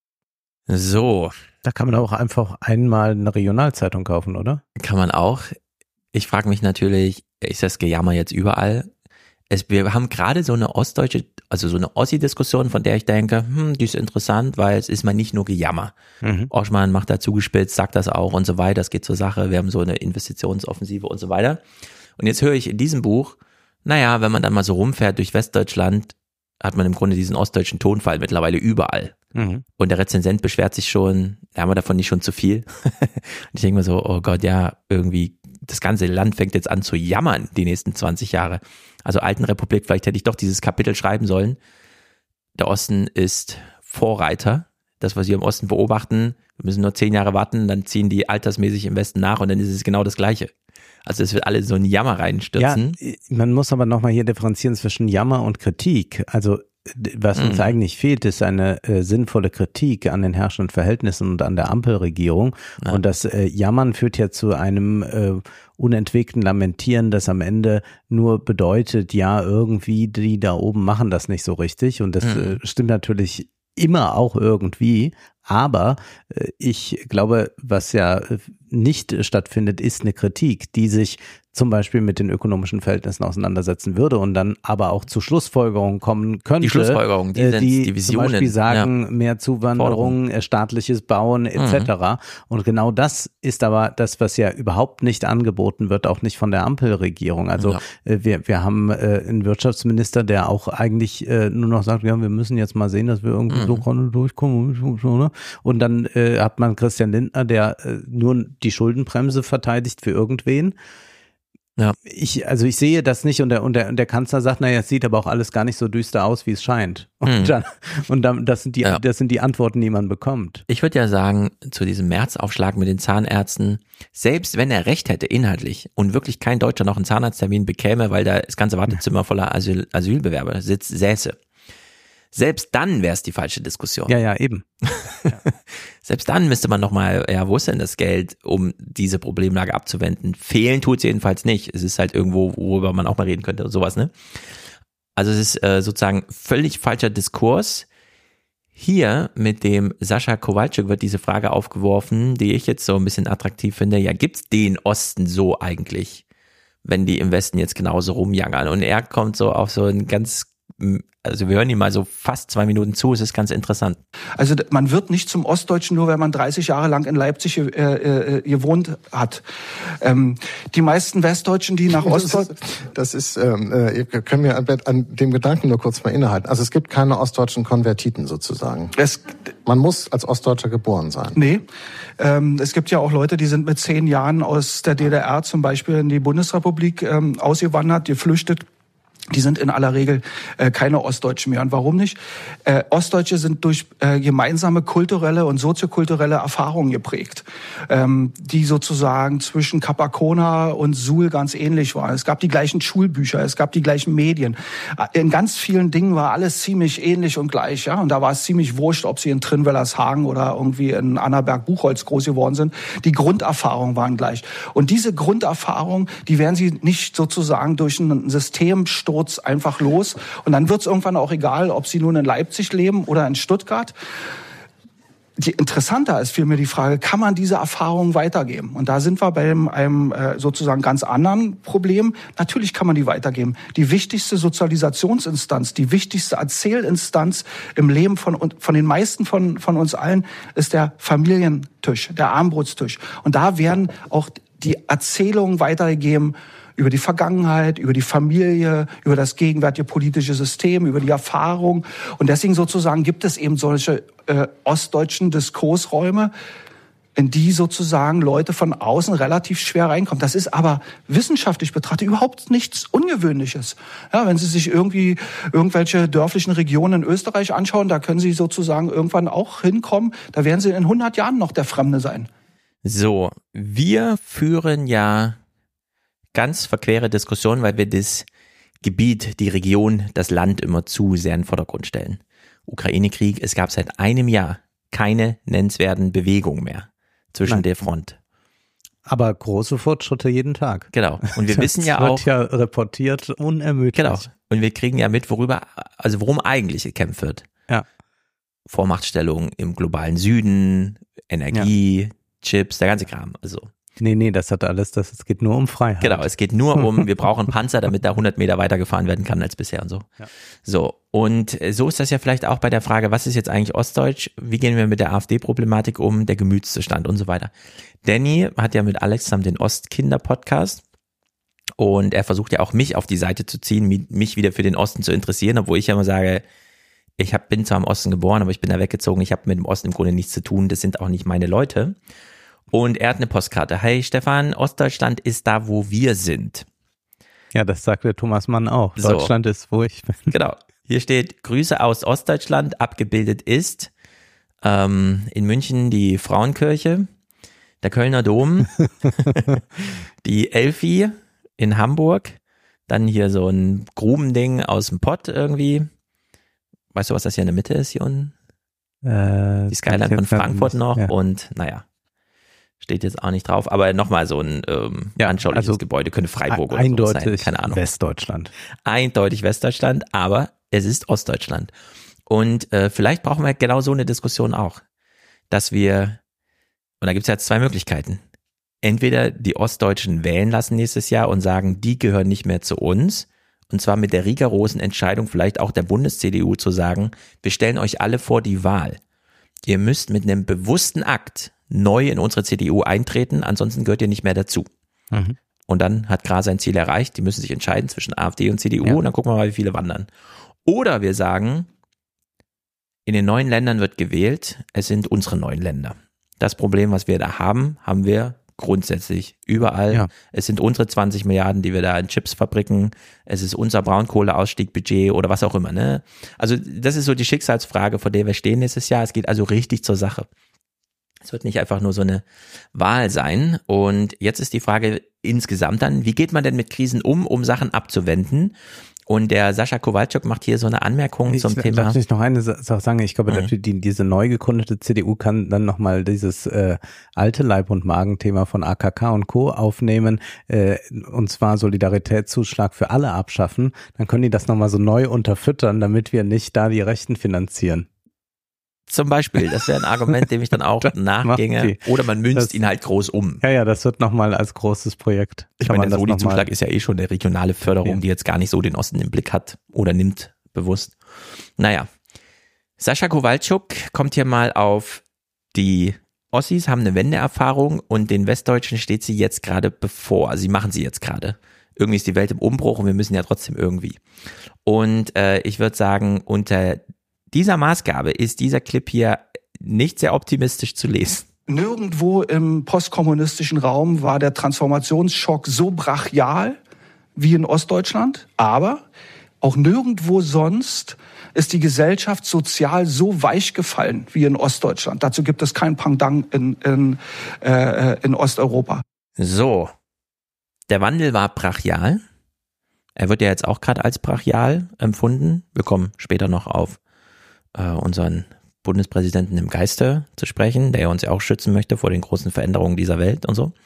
So. Da kann man auch einfach einmal eine Regionalzeitung kaufen, oder? Kann man auch. Ich frage mich natürlich, ist das Gejammer jetzt überall? Wir haben gerade so eine ostdeutsche, also so eine Ossi-Diskussion, von der ich denke, die ist interessant, weil es ist mal nicht nur Gejammer. Oschmann macht da zugespitzt, sagt das auch und so weiter, es geht zur Sache, wir haben so eine Investitionsoffensive und so weiter. Und jetzt höre ich in diesem Buch, naja, wenn man dann mal so rumfährt durch Westdeutschland, hat man im Grunde diesen ostdeutschen Tonfall mittlerweile überall. Und der Rezensent beschwert sich schon, haben wir davon nicht schon zu viel? Und ich denke mir so, oh Gott, ja, irgendwie, das ganze Land fängt jetzt an zu jammern, die nächsten 20 Jahre. Also Altenrepublik, vielleicht hätte ich doch dieses Kapitel schreiben sollen. Der Osten ist Vorreiter. Das, was wir im Osten beobachten, wir müssen nur 10 Jahre warten, dann ziehen die altersmäßig im Westen nach und dann ist es genau das Gleiche. Also es wird alle so in Jammer reinstürzen. Ja, man muss aber nochmal hier differenzieren zwischen Jammer und Kritik. Also was uns eigentlich fehlt, ist eine sinnvolle Kritik an den herrschenden Verhältnissen und an der Ampelregierung. Ja. Und das Jammern führt ja zu einem unentwegten Lamentieren, das am Ende nur bedeutet, ja, irgendwie die da oben machen das nicht so richtig. Und das stimmt natürlich immer auch irgendwie. Aber ich glaube, was ja nicht stattfindet, ist eine Kritik, die sich zum Beispiel mit den ökonomischen Verhältnissen auseinandersetzen würde und dann aber auch zu Schlussfolgerungen kommen könnte. Die Schlussfolgerungen, die Visionen, zum Beispiel sagen, mehr Zuwanderung, staatliches Bauen etc. Und genau das ist aber das, was ja überhaupt nicht angeboten wird, auch nicht von der Ampelregierung. Also wir haben einen Wirtschaftsminister, der auch eigentlich nur noch sagt, ja, wir müssen jetzt mal sehen, dass wir irgendwie so durchkommen. Und dann hat man Christian Lindner, der nur die Schuldenbremse verteidigt für irgendwen. Ja. Ich sehe das nicht und der Kanzler sagt, naja, es sieht aber auch alles gar nicht so düster aus, wie es scheint. Und dann, das sind die Antworten, die man bekommt. Ich würde ja sagen, zu diesem März-Aufschlag mit den Zahnärzten, selbst wenn er recht hätte inhaltlich und wirklich kein Deutscher noch einen Zahnarzttermin bekäme, weil da das ganze Wartezimmer voller Asylbewerber säße. Selbst dann wäre es die falsche Diskussion. Ja, eben. Selbst dann müsste man nochmal, wo ist denn das Geld, um diese Problemlage abzuwenden? Fehlen tut es jedenfalls nicht. Es ist halt irgendwo, worüber man auch mal reden könnte und sowas, ne? Also es ist sozusagen völlig falscher Diskurs. Hier mit dem Sascha Kowalczyk wird diese Frage aufgeworfen, die ich jetzt so ein bisschen attraktiv finde. Ja, gibt's den Osten so eigentlich? wenn die im Westen jetzt genauso rumjangern. Und er kommt so auf so ein also wir hören ihm mal so fast 2 Minuten zu, es ist ganz interessant. Also man wird nicht zum Ostdeutschen, nur wenn man 30 Jahre lang in Leipzig gewohnt hat. Die meisten Westdeutschen, die nach Ostdeutschland... können wir an dem Gedanken nur kurz mal innehalten. Also es gibt keine ostdeutschen Konvertiten sozusagen. Man muss als Ostdeutscher geboren sein. Nee, es gibt ja auch Leute, die sind mit 10 Jahren aus der DDR zum Beispiel in die Bundesrepublik ausgewandert, geflüchtet. Die sind in aller Regel keine Ostdeutschen mehr. Und warum nicht? Ostdeutsche sind durch gemeinsame kulturelle und soziokulturelle Erfahrungen geprägt, die sozusagen zwischen Capacona und Suhl ganz ähnlich waren. Es gab die gleichen Schulbücher, es gab die gleichen Medien. In ganz vielen Dingen war alles ziemlich ähnlich und gleich. Ja? Und da war es ziemlich wurscht, ob sie in Trinwellershagen oder irgendwie in Annaberg-Buchholz groß geworden sind. Die Grunderfahrungen waren gleich. Und diese Grunderfahrungen, die werden sie nicht sozusagen durch ein Systemsturz einfach los. Und dann wird es irgendwann auch egal, ob sie nun in Leipzig leben oder in Stuttgart. Interessanter ist vielmehr die Frage, kann man diese Erfahrungen weitergeben? Und da sind wir bei einem sozusagen ganz anderen Problem. Natürlich kann man die weitergeben. Die wichtigste Sozialisationsinstanz, die wichtigste Erzählinstanz im Leben von den meisten von uns allen ist der Familientisch, der Armbrotstisch. Und da werden auch die Erzählungen weitergegeben über die Vergangenheit, über die Familie, über das gegenwärtige politische System, über die Erfahrung. Und deswegen sozusagen gibt es eben solche ostdeutschen Diskursräume, in die sozusagen Leute von außen relativ schwer reinkommen. Das ist aber wissenschaftlich betrachtet überhaupt nichts Ungewöhnliches. Ja, wenn Sie sich irgendwelche dörflichen Regionen in Österreich anschauen, da können Sie sozusagen irgendwann auch hinkommen. Da werden Sie in 100 Jahren noch der Fremde sein. So, wir führen ja ganz verquere Diskussion, weil wir das Gebiet, die Region, das Land immer zu sehr in den Vordergrund stellen. Ukraine-Krieg, es gab seit einem Jahr keine nennenswerten Bewegungen mehr zwischen der Front. Aber große Fortschritte jeden Tag. Genau. Und wir wissen ja auch. Das wird ja reportiert unermüdlich. Genau. Und wir kriegen ja mit, worum eigentlich gekämpft wird. Ja. Vormachtstellung im globalen Süden, Energie, Chips, der ganze Kram. Also. Nee, das es geht nur um Freiheit. Genau, es geht nur um, wir brauchen Panzer, damit da 100 Meter weitergefahren werden kann als bisher und so. Ja. So, und so ist das ja vielleicht auch bei der Frage, was ist jetzt eigentlich Ostdeutsch? Wie gehen wir mit der AfD-Problematik um, der Gemütszustand und so weiter. Danny hat ja mit Alex zusammen den Ostkinder-Podcast und er versucht ja auch mich auf die Seite zu ziehen, mich wieder für den Osten zu interessieren, obwohl ich ja immer sage, bin zwar im Osten geboren, aber ich bin da weggezogen, ich habe mit dem Osten im Grunde nichts zu tun, das sind auch nicht meine Leute. Und er hat eine Postkarte. Hey Stefan, Ostdeutschland ist da, wo wir sind. Ja, das sagt der Thomas Mann auch. So. Deutschland ist, wo ich bin. Genau. Hier steht, Grüße aus Ostdeutschland. Abgebildet ist in München die Frauenkirche, der Kölner Dom, die Elfi in Hamburg, dann hier so ein Grubending aus dem Pott irgendwie. Weißt du, was das hier in der Mitte ist hier unten? Die Skyline von Frankfurt noch und naja. Steht jetzt auch nicht drauf, aber nochmal so ein anschauliches Gebäude, könnte Freiburg oder so sein, keine Ahnung. Westdeutschland. Eindeutig Westdeutschland, aber es ist Ostdeutschland. Und vielleicht brauchen wir genau so eine Diskussion auch, dass wir, und da gibt es jetzt 2 Möglichkeiten, entweder die Ostdeutschen wählen lassen nächstes Jahr und sagen, die gehören nicht mehr zu uns, und zwar mit der rigorosen Entscheidung vielleicht auch der Bundes-CDU zu sagen, wir stellen euch alle vor die Wahl. Ihr müsst mit einem bewussten Akt neu in unsere CDU eintreten, ansonsten gehört ihr nicht mehr dazu. Mhm. Und dann hat Gras sein Ziel erreicht, die müssen sich entscheiden zwischen AfD und CDU und dann gucken wir mal, wie viele wandern. Oder wir sagen, in den neuen Ländern wird gewählt, es sind unsere neuen Länder. Das Problem, was wir da haben wir grundsätzlich überall. Ja. Es sind unsere 20 Milliarden, die wir da in Chips fabriken. Es ist unser Braunkohleausstiegbudget oder was auch immer. Ne? Also das ist so die Schicksalsfrage, vor der wir stehen nächstes Jahr. Es geht also richtig zur Sache. Es wird nicht einfach nur so eine Wahl sein. Und jetzt ist die Frage insgesamt dann, wie geht man denn mit Krisen um Sachen abzuwenden? Und der Sascha Kowalczuk macht hier so eine Anmerkung zum Thema. Darf ich noch eine Sache sagen? Ich glaube, diese neu gegründete CDU kann dann nochmal dieses alte Leib- und Magenthema von AKK und Co. aufnehmen, und zwar Solidaritätszuschlag für alle abschaffen. Dann können die das nochmal so neu unterfüttern, damit wir nicht da die Rechten finanzieren. Zum Beispiel, das wäre ein Argument, dem ich dann auch nachginge. Oder man münzt ihn halt groß um. Ja, das wird nochmal als großes Projekt. Ich meine, der Soli-Zuschlag ist ja eh schon eine regionale Förderung, die jetzt gar nicht so den Osten im Blick hat oder nimmt, bewusst. Naja, Sascha Kowalczuk kommt hier mal auf die Ossis, haben eine Wendeerfahrung und den Westdeutschen steht sie jetzt gerade bevor. Also sie machen sie jetzt gerade. Irgendwie ist die Welt im Umbruch und wir müssen ja trotzdem irgendwie. Und ich würde sagen, unter dieser Maßgabe ist dieser Clip hier nicht sehr optimistisch zu lesen. Nirgendwo im postkommunistischen Raum war der Transformationsschock so brachial wie in Ostdeutschland, aber auch nirgendwo sonst ist die Gesellschaft sozial so weich gefallen wie in Ostdeutschland. Dazu gibt es kein Pendant in Osteuropa. So, der Wandel war brachial. Er wird ja jetzt auch gerade als brachial empfunden. Wir kommen später noch auf unseren Bundespräsidenten im Geiste zu sprechen, der uns ja auch schützen möchte vor den großen Veränderungen dieser Welt und so.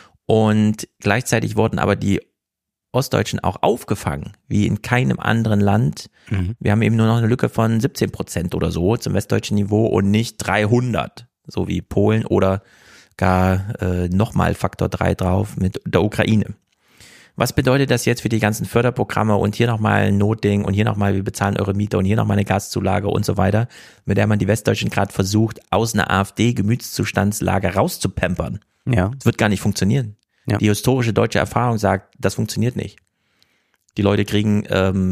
Und gleichzeitig wurden aber die Ostdeutschen auch aufgefangen, wie in keinem anderen Land. Wir haben eben nur noch eine Lücke von 17% oder so zum westdeutschen Niveau und nicht 300, so wie Polen oder gar nochmal Faktor 3 drauf mit der Ukraine. Was bedeutet das jetzt für die ganzen Förderprogramme und hier nochmal ein Notding und hier nochmal, wir bezahlen eure Miete und hier nochmal eine Gaszulage und so weiter, mit der man die Westdeutschen gerade versucht, aus einer AfD-Gemütszustandslage rauszupampern. Ja. Das wird gar nicht funktionieren. Ja. Die historische deutsche Erfahrung sagt, das funktioniert nicht. Die Leute kriegen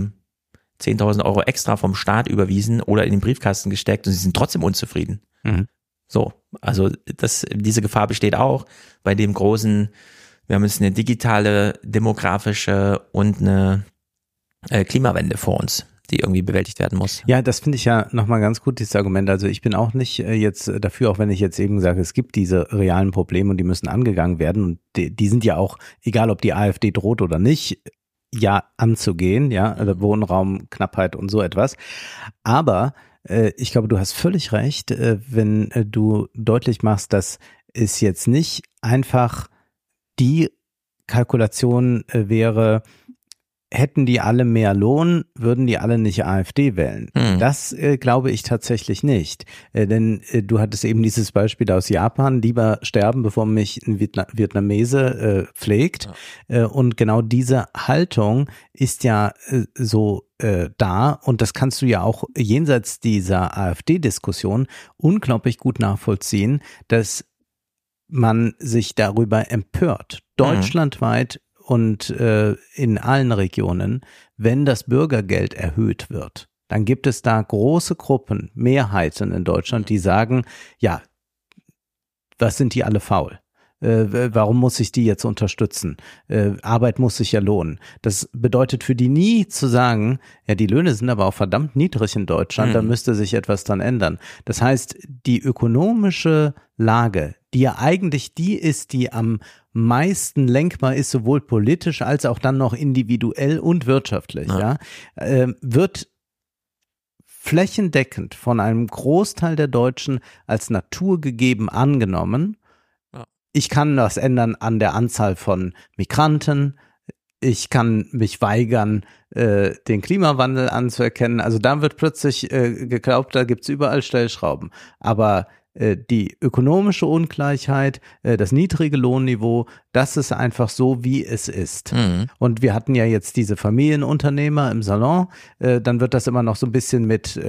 10.000 Euro extra vom Staat überwiesen oder in den Briefkasten gesteckt und sie sind trotzdem unzufrieden. So, also diese Gefahr besteht auch bei dem großen. Wir haben jetzt eine digitale, demografische und eine Klimawende vor uns, die irgendwie bewältigt werden muss. Ja, das finde ich ja nochmal ganz gut, dieses Argument. Also ich bin auch nicht jetzt dafür, auch wenn ich jetzt eben sage, es gibt diese realen Probleme und die müssen angegangen werden. Und die sind ja auch, egal ob die AfD droht oder nicht, ja anzugehen, ja, also Wohnraum, Knappheit und so etwas. Aber ich glaube, du hast völlig recht, wenn du deutlich machst, dass es jetzt nicht einfach die Kalkulation wäre, hätten die alle mehr Lohn, würden die alle nicht AfD wählen. Das glaube ich tatsächlich nicht. Denn du hattest eben dieses Beispiel aus Japan, lieber sterben, bevor mich ein Vietnamese pflegt. Ja. Und genau diese Haltung ist ja so da und das kannst du ja auch jenseits dieser AfD-Diskussion unglaublich gut nachvollziehen, dass man sich darüber empört, deutschlandweit und in allen Regionen, wenn das Bürgergeld erhöht wird. Dann gibt es da große Gruppen, Mehrheiten in Deutschland, die sagen, ja, was sind die alle faul? Warum muss ich die jetzt unterstützen? Arbeit muss sich ja lohnen. Das bedeutet für die nie zu sagen, ja, die Löhne sind aber auch verdammt niedrig in Deutschland, da müsste sich etwas dran ändern. Das heißt, die ökonomische Lage, die ja eigentlich die ist, die am meisten lenkbar ist, sowohl politisch als auch dann noch individuell und wirtschaftlich, wird flächendeckend von einem Großteil der Deutschen als naturgegeben angenommen. Ich kann was ändern an der Anzahl von Migranten. Ich kann mich weigern, den Klimawandel anzuerkennen. Also da wird plötzlich geglaubt, da gibt's überall Stellschrauben. Aber die ökonomische Ungleichheit, das niedrige Lohnniveau, das ist einfach so, wie es ist. Und wir hatten ja jetzt diese Familienunternehmer im Salon, dann wird das immer noch so ein bisschen mit,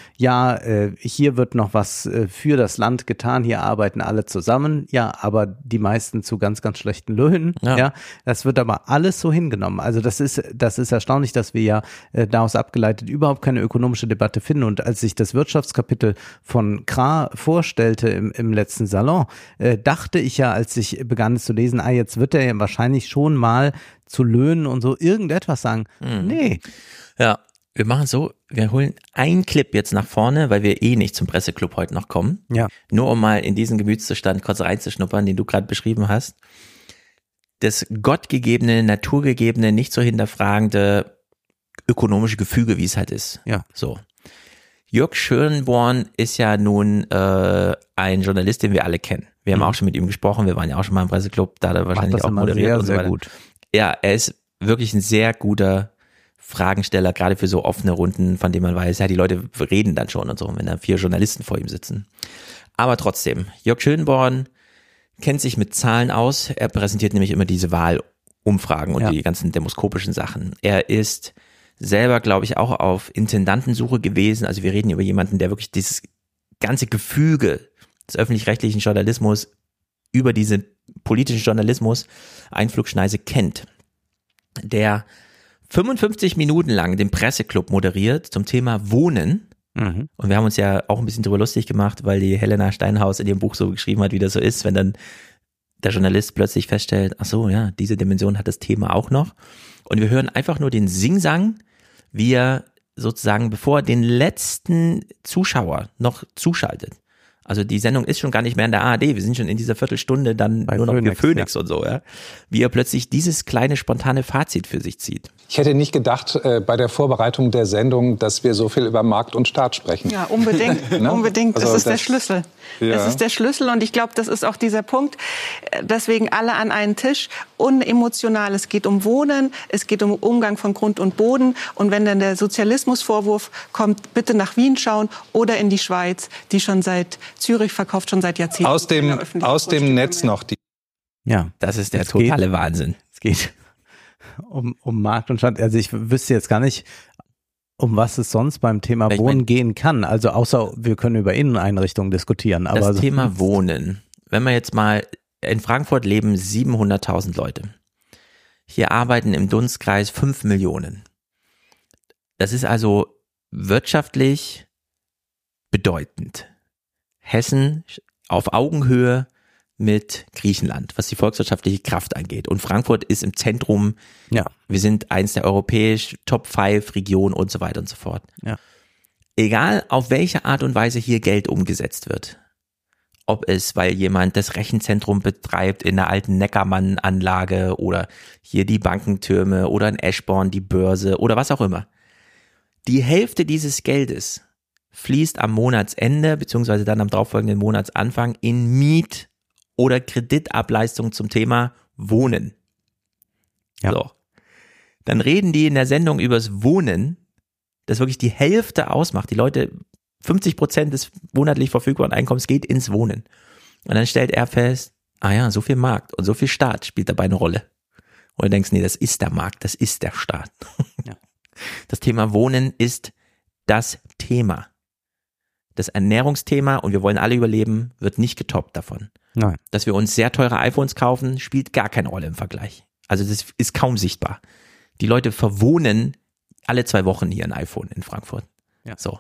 hier wird noch was für das Land getan, hier arbeiten alle zusammen, ja, aber die meisten zu ganz, ganz schlechten Löhnen, ja. Das wird aber alles so hingenommen. Also das ist erstaunlich, dass wir ja daraus abgeleitet überhaupt keine ökonomische Debatte finden. Und als ich das Wirtschaftskapitel von Krah vorstellte im letzten Salon, dachte ich ja, als ich begann es zu lesen, jetzt wird er ja wahrscheinlich schon mal zu Löhnen und so irgendetwas sagen. Nee. Ja, wir machen so, wir holen einen Clip jetzt nach vorne, weil wir nicht zum Presseclub heute noch kommen. Ja. Nur um mal in diesen Gemütszustand kurz reinzuschnuppern, den du gerade beschrieben hast. Das gottgegebene, naturgegebene, nicht so hinterfragende ökonomische Gefüge, wie es halt ist. Ja. So. Jörg Schönborn ist ja nun ein Journalist, den wir alle kennen. Wir haben auch schon mit ihm gesprochen, wir waren ja auch schon mal im Presseclub, da hat er wahrscheinlich auch moderiert und so weiter. Gut. Ja, er ist wirklich ein sehr guter Fragensteller, gerade für so offene Runden, von denen man weiß, ja, die Leute reden dann schon und so, wenn da 4 Journalisten vor ihm sitzen. Aber trotzdem, Jörg Schönborn kennt sich mit Zahlen aus. Er präsentiert nämlich immer diese Wahlumfragen und die ganzen demoskopischen Sachen. Er ist selber, glaube ich, auch auf Intendantensuche gewesen. Also wir reden über jemanden, der wirklich dieses ganze Gefüge des öffentlich-rechtlichen Journalismus über diese politischen Journalismus Einflugschneise kennt. Der 55 Minuten lang den Presseclub moderiert zum Thema Wohnen. Und wir haben uns ja auch ein bisschen drüber lustig gemacht, weil die Helena Steinhaus in ihrem Buch so geschrieben hat, wie das so ist, wenn dann der Journalist plötzlich feststellt, ach so, ja, diese Dimension hat das Thema auch noch. Und wir hören einfach nur den Singsang, wie er sozusagen, bevor er den letzten Zuschauer noch zuschaltet. Also die Sendung ist schon gar nicht mehr in der ARD, wir sind schon in dieser Viertelstunde dann bei nur noch für Phoenix und so, ja. Wie er plötzlich dieses kleine spontane Fazit für sich zieht. Ich hätte nicht gedacht bei der Vorbereitung der Sendung, dass wir so viel über Markt und Staat sprechen. Ja, unbedingt, Ne? unbedingt. Also Das ist der Schlüssel. Ja. Das ist der Schlüssel und ich glaube, das ist auch dieser Punkt. Deswegen alle an einen Tisch, unemotional. Es geht um Wohnen, es geht um Umgang von Grund und Boden. Und wenn dann der Sozialismusvorwurf kommt, bitte nach Wien schauen oder in die Schweiz, die schon seit Zürich verkauft, schon seit Jahrzehnten. Aus dem Netz noch. Ja, das ist der totale Wahnsinn. Es geht um Markt und Stadt. Also ich wüsste jetzt gar nicht, um was es sonst beim Thema Wohnen gehen kann. Also außer wir können über Inneneinrichtungen diskutieren. Aber das Thema Wohnen. Wenn man jetzt mal, in Frankfurt leben 700.000 Leute. Hier arbeiten im Dunstkreis 5 Millionen. Das ist also wirtschaftlich bedeutend. Hessen auf Augenhöhe mit Griechenland, was die volkswirtschaftliche Kraft angeht. Und Frankfurt ist im Zentrum. Ja. Wir sind eins der europäischen Top 5 Regionen und so weiter und so fort. Ja. Egal, auf welche Art und Weise hier Geld umgesetzt wird. Ob es, weil jemand das Rechenzentrum betreibt in der alten Neckermann-Anlage oder hier die Bankentürme oder in Eschborn die Börse oder was auch immer. Die Hälfte dieses Geldes fließt am Monatsende beziehungsweise dann am darauffolgenden Monatsanfang in Miet- oder Kreditableistung zum Thema Wohnen. Ja. So. Dann reden die in der Sendung übers Wohnen, das wirklich die Hälfte ausmacht. Die Leute, 50% des monatlich verfügbaren Einkommens geht ins Wohnen. Und dann stellt er fest, ah ja, so viel Markt und so viel Staat spielt dabei eine Rolle. Und du denkst, nee, das ist der Markt, das ist der Staat. Ja. Das Thema Wohnen ist das Thema. Das Ernährungsthema, und wir wollen alle überleben, wird nicht getoppt davon. Nein. Dass wir uns sehr teure iPhones kaufen, spielt gar keine Rolle im Vergleich. Also das ist kaum sichtbar. Die Leute verwohnen alle 2 Wochen hier ein iPhone in Frankfurt. Ja. So.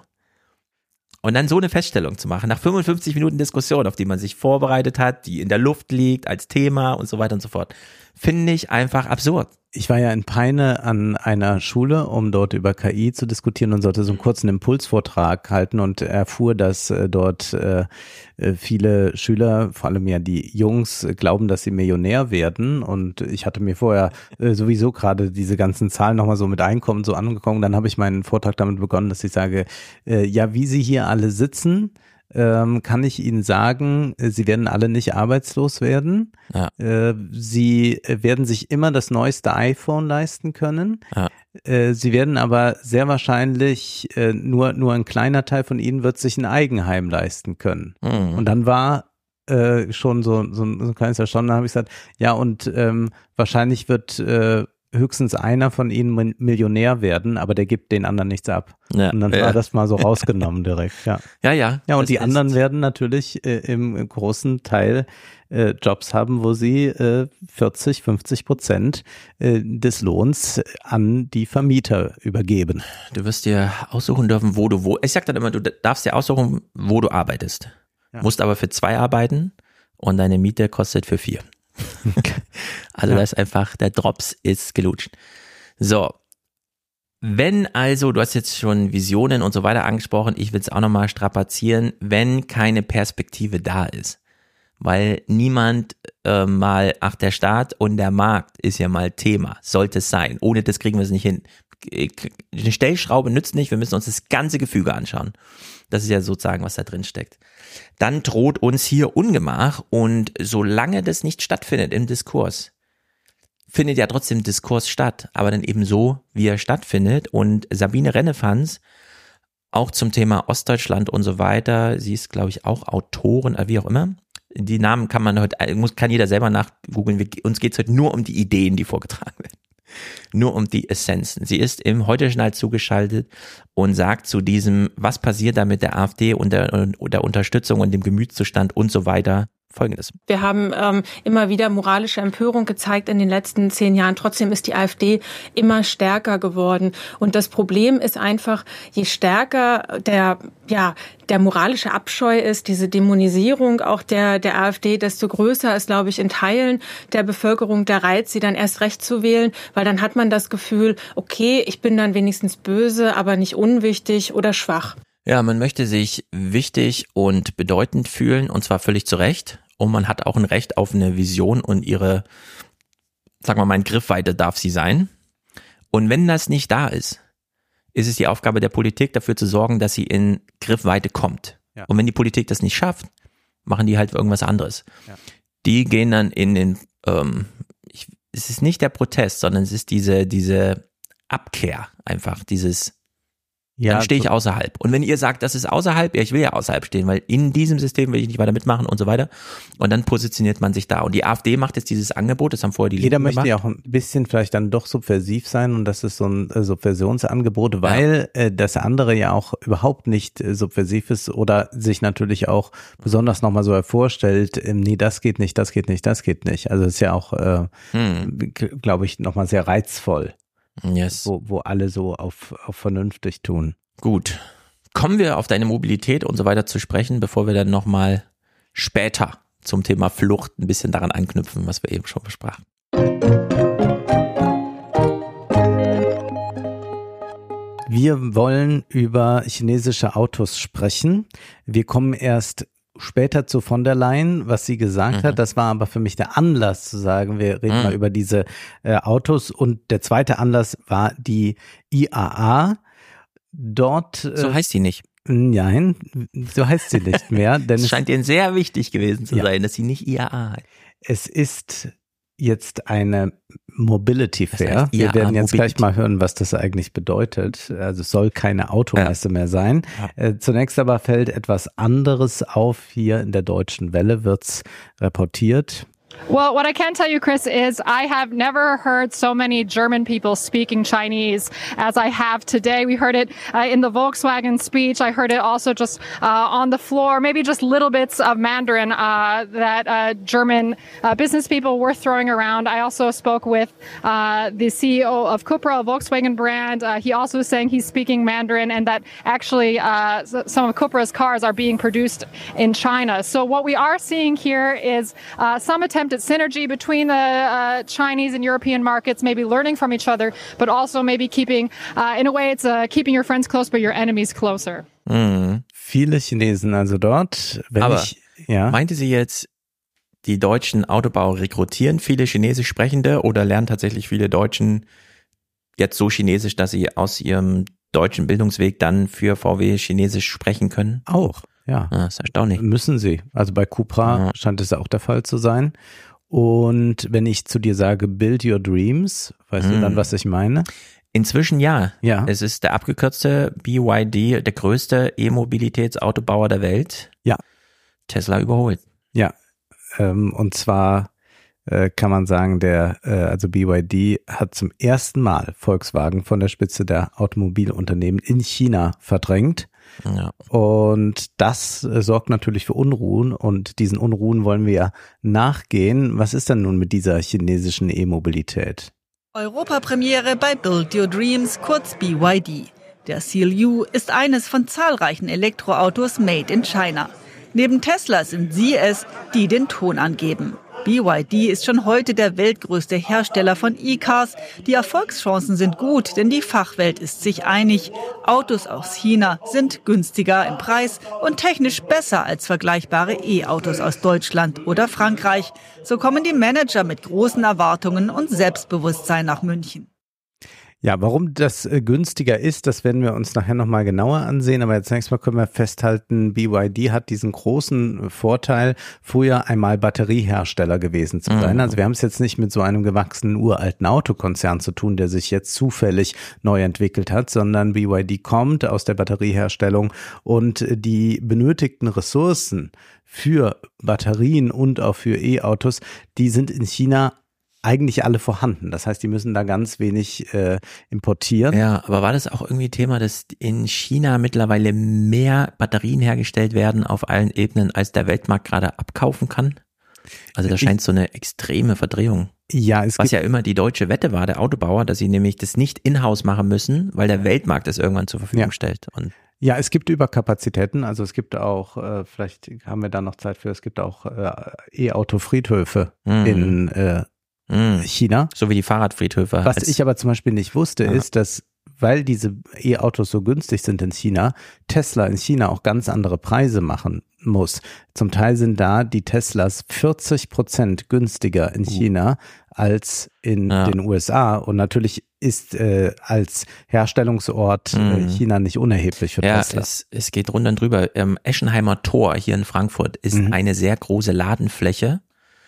Und dann so eine Feststellung zu machen, nach 55 Minuten Diskussion, auf die man sich vorbereitet hat, die in der Luft liegt als Thema und so weiter und so fort, finde ich einfach absurd. Ich war ja in Peine an einer Schule, um dort über KI zu diskutieren und sollte so einen kurzen Impulsvortrag halten und erfuhr, dass dort viele Schüler, vor allem ja die Jungs, glauben, dass sie Millionär werden. Und ich hatte mir vorher sowieso gerade diese ganzen Zahlen nochmal so mit Einkommen so angekommen. Dann habe ich meinen Vortrag damit begonnen, dass ich sage, ja, wie sie hier alle sitzen, kann ich Ihnen sagen, Sie werden alle nicht arbeitslos werden. Ja. Sie werden sich immer das neueste iPhone leisten können. Ja. Sie werden aber sehr wahrscheinlich, nur ein kleiner Teil von Ihnen wird sich ein Eigenheim leisten können. Mhm. Und dann war schon so ein kleines Erstaunen, da habe ich gesagt, ja, und wahrscheinlich wird höchstens einer von ihnen Millionär werden, aber der gibt den anderen nichts ab. Ja, und dann war das mal so rausgenommen direkt, ja. Ja. Ja, und die anderen werden natürlich im großen Teil Jobs haben, wo sie 40-50% des Lohns an die Vermieter übergeben. Du wirst dir aussuchen dürfen, ich sag dann immer, du darfst dir aussuchen, wo du arbeitest. Ja. Musst aber für 2 arbeiten und deine Miete kostet für 4. Also das ist einfach, der Drops ist gelutscht. So, wenn also, du hast jetzt schon Visionen und so weiter angesprochen, ich will es auch nochmal strapazieren, wenn keine Perspektive da ist, weil niemand der Staat und der Markt ist ja mal Thema, sollte es sein, ohne das kriegen wir es nicht hin. Eine Stellschraube nützt nicht, wir müssen uns das ganze Gefüge anschauen. Das ist ja sozusagen, was da drin steckt. Dann droht uns hier Ungemach und solange das nicht stattfindet im Diskurs, findet ja trotzdem Diskurs statt, aber dann eben so, wie er stattfindet. Und Sabine Rennefanz, auch zum Thema Ostdeutschland und so weiter, sie ist, glaube ich, auch Autorin, wie auch immer. Die Namen kann jeder selber nachgoogeln. Uns geht es heute nur um die Ideen, die vorgetragen werden. Nur um die Essenzen. Sie ist im Heute-Journal zugeschaltet und sagt zu diesem, was passiert da mit der AfD und der Unterstützung und dem Gemütszustand und so weiter, Folgendes. Wir haben immer wieder moralische Empörung gezeigt in den letzten 10 Jahren. Trotzdem ist die AfD immer stärker geworden. Und das Problem ist einfach, je stärker der moralische Abscheu ist, diese Dämonisierung auch der AfD, desto größer ist, glaube ich, in Teilen der Bevölkerung der Reiz, sie dann erst recht zu wählen, weil dann hat man das Gefühl, okay, ich bin dann wenigstens böse, aber nicht unwichtig oder schwach. Ja, man möchte sich wichtig und bedeutend fühlen, und zwar völlig zu Recht. Und man hat auch ein Recht auf eine Vision und ihre, sagen wir mal, in Griffweite darf sie sein. Und wenn das nicht da ist, ist es die Aufgabe der Politik, dafür zu sorgen, dass sie in Griffweite kommt. Ja. Und wenn die Politik das nicht schafft, machen die halt irgendwas anderes. Ja. Die gehen dann in den, es ist nicht der Protest, sondern es ist diese Abkehr einfach, dann stehe ich außerhalb. Und wenn ihr sagt, das ist außerhalb, ich will ja außerhalb stehen, weil in diesem System will ich nicht weiter mitmachen und so weiter. Und dann positioniert man sich da. Und die AfD macht jetzt dieses Angebot, das haben vorher die Jeder Linken möchte gemacht. ja auch ein bisschen vielleicht dann doch subversiv sein und das ist so ein Subversionsangebot, weil das andere ja auch überhaupt nicht subversiv ist oder sich natürlich auch besonders nochmal so hervorstellt, nee, das geht nicht, das geht nicht, das geht nicht. Also es ist ja auch, glaube ich, nochmal sehr reizvoll. Yes. Wo alle so auf vernünftig tun. Gut. Kommen wir auf deine Mobilität und so weiter zu sprechen, bevor wir dann nochmal später zum Thema Flucht ein bisschen daran anknüpfen, was wir eben schon besprachen. Wir wollen über chinesische Autos sprechen. Wir kommen erst später zu von der Leyen, was sie gesagt hat. Das war aber für mich der Anlass zu sagen, wir reden mal über diese Autos. Und der zweite Anlass war die IAA. Dort. So heißt sie nicht. Nein, so heißt sie nicht mehr. Denn es scheint Ihnen sehr wichtig gewesen zu sein, dass sie nicht IAA heißt. Es ist jetzt eine Mobility Fair. Das heißt wir werden jetzt Mobility. gleich mal hören, was das eigentlich bedeutet. Also es soll keine Automesse mehr sein. Zunächst aber fällt etwas anderes auf. Hier in der Deutschen Welle wird's reportiert. Well, what I can tell you, Chris, is I have never heard so many German people speaking Chinese as I have today. We heard it in the Volkswagen speech. I heard it also just on the floor, maybe just little bits of Mandarin that German business people were throwing around. I also spoke with the CEO of Cupra, a Volkswagen brand. He also was saying he's speaking Mandarin and that actually some of Cupra's cars are being produced in China. So what we are seeing here is some attempt at synergy between the Chinese and European markets, maybe learning from each other, but also maybe keeping, in a way, it's keeping your friends close, but your enemies closer. Viele Chinesen also dort. Meinte sie jetzt, die deutschen Autobauer rekrutieren viele Chinesisch Sprechende oder lernen tatsächlich viele Deutschen jetzt so Chinesisch, dass sie aus ihrem deutschen Bildungsweg dann für VW Chinesisch sprechen können? Auch. Ja, das ist erstaunlich. Müssen sie. Also bei Cupra scheint es auch der Fall zu sein. Und wenn ich zu dir sage, build your dreams, weißt du dann, was ich meine? Inzwischen ja. Es ist der abgekürzte BYD, der größte E-Mobilitätsautobauer der Welt. Ja. Tesla überholt. Ja, und zwar kann man sagen, also BYD hat zum ersten Mal Volkswagen von der Spitze der Automobilunternehmen in China verdrängt. Ja. Und das sorgt natürlich für Unruhen und diesen Unruhen wollen wir ja nachgehen. Was ist denn nun mit dieser chinesischen E-Mobilität? Europapremiere bei Build Your Dreams, kurz BYD. Der CLU ist eines von zahlreichen Elektroautos made in China. Neben Tesla sind sie es, die den Ton angeben. BYD ist schon heute der weltgrößte Hersteller von E-Cars. Die Erfolgschancen sind gut, denn die Fachwelt ist sich einig. Autos aus China sind günstiger im Preis und technisch besser als vergleichbare E-Autos aus Deutschland oder Frankreich. So kommen die Manager mit großen Erwartungen und Selbstbewusstsein nach München. Ja, warum das günstiger ist, das werden wir uns nachher nochmal genauer ansehen. Aber jetzt zunächst mal können wir festhalten, BYD hat diesen großen Vorteil, früher einmal Batteriehersteller gewesen zu sein. Also wir haben es jetzt nicht mit so einem gewachsenen uralten Autokonzern zu tun, der sich jetzt zufällig neu entwickelt hat, sondern BYD kommt aus der Batterieherstellung und die benötigten Ressourcen für Batterien und auch für E-Autos, die sind in China eigentlich alle vorhanden. Das heißt, die müssen da ganz wenig importieren. Ja, aber war das auch irgendwie Thema, dass in China mittlerweile mehr Batterien hergestellt werden auf allen Ebenen, als der Weltmarkt gerade abkaufen kann? Also da scheint so eine extreme Verdrehung. Ja, was ja immer die deutsche Wette war, der Autobauer, dass sie nämlich das nicht in-house machen müssen, weil der Weltmarkt das irgendwann zur Verfügung stellt. Und ja, es gibt Überkapazitäten, also es gibt auch, vielleicht haben wir da noch Zeit für, es gibt auch E-Auto-Friedhöfe in China. So wie die Fahrradfriedhöfe. Was ich aber zum Beispiel nicht wusste, ist, dass, weil diese E-Autos so günstig sind in China, Tesla in China auch ganz andere Preise machen muss. Zum Teil sind da die Teslas 40% günstiger in China als in den USA. Und natürlich ist als Herstellungsort China nicht unerheblich für Tesla. Ja, es geht runter und drüber. Eschenheimer Tor hier in Frankfurt ist eine sehr große Ladenfläche,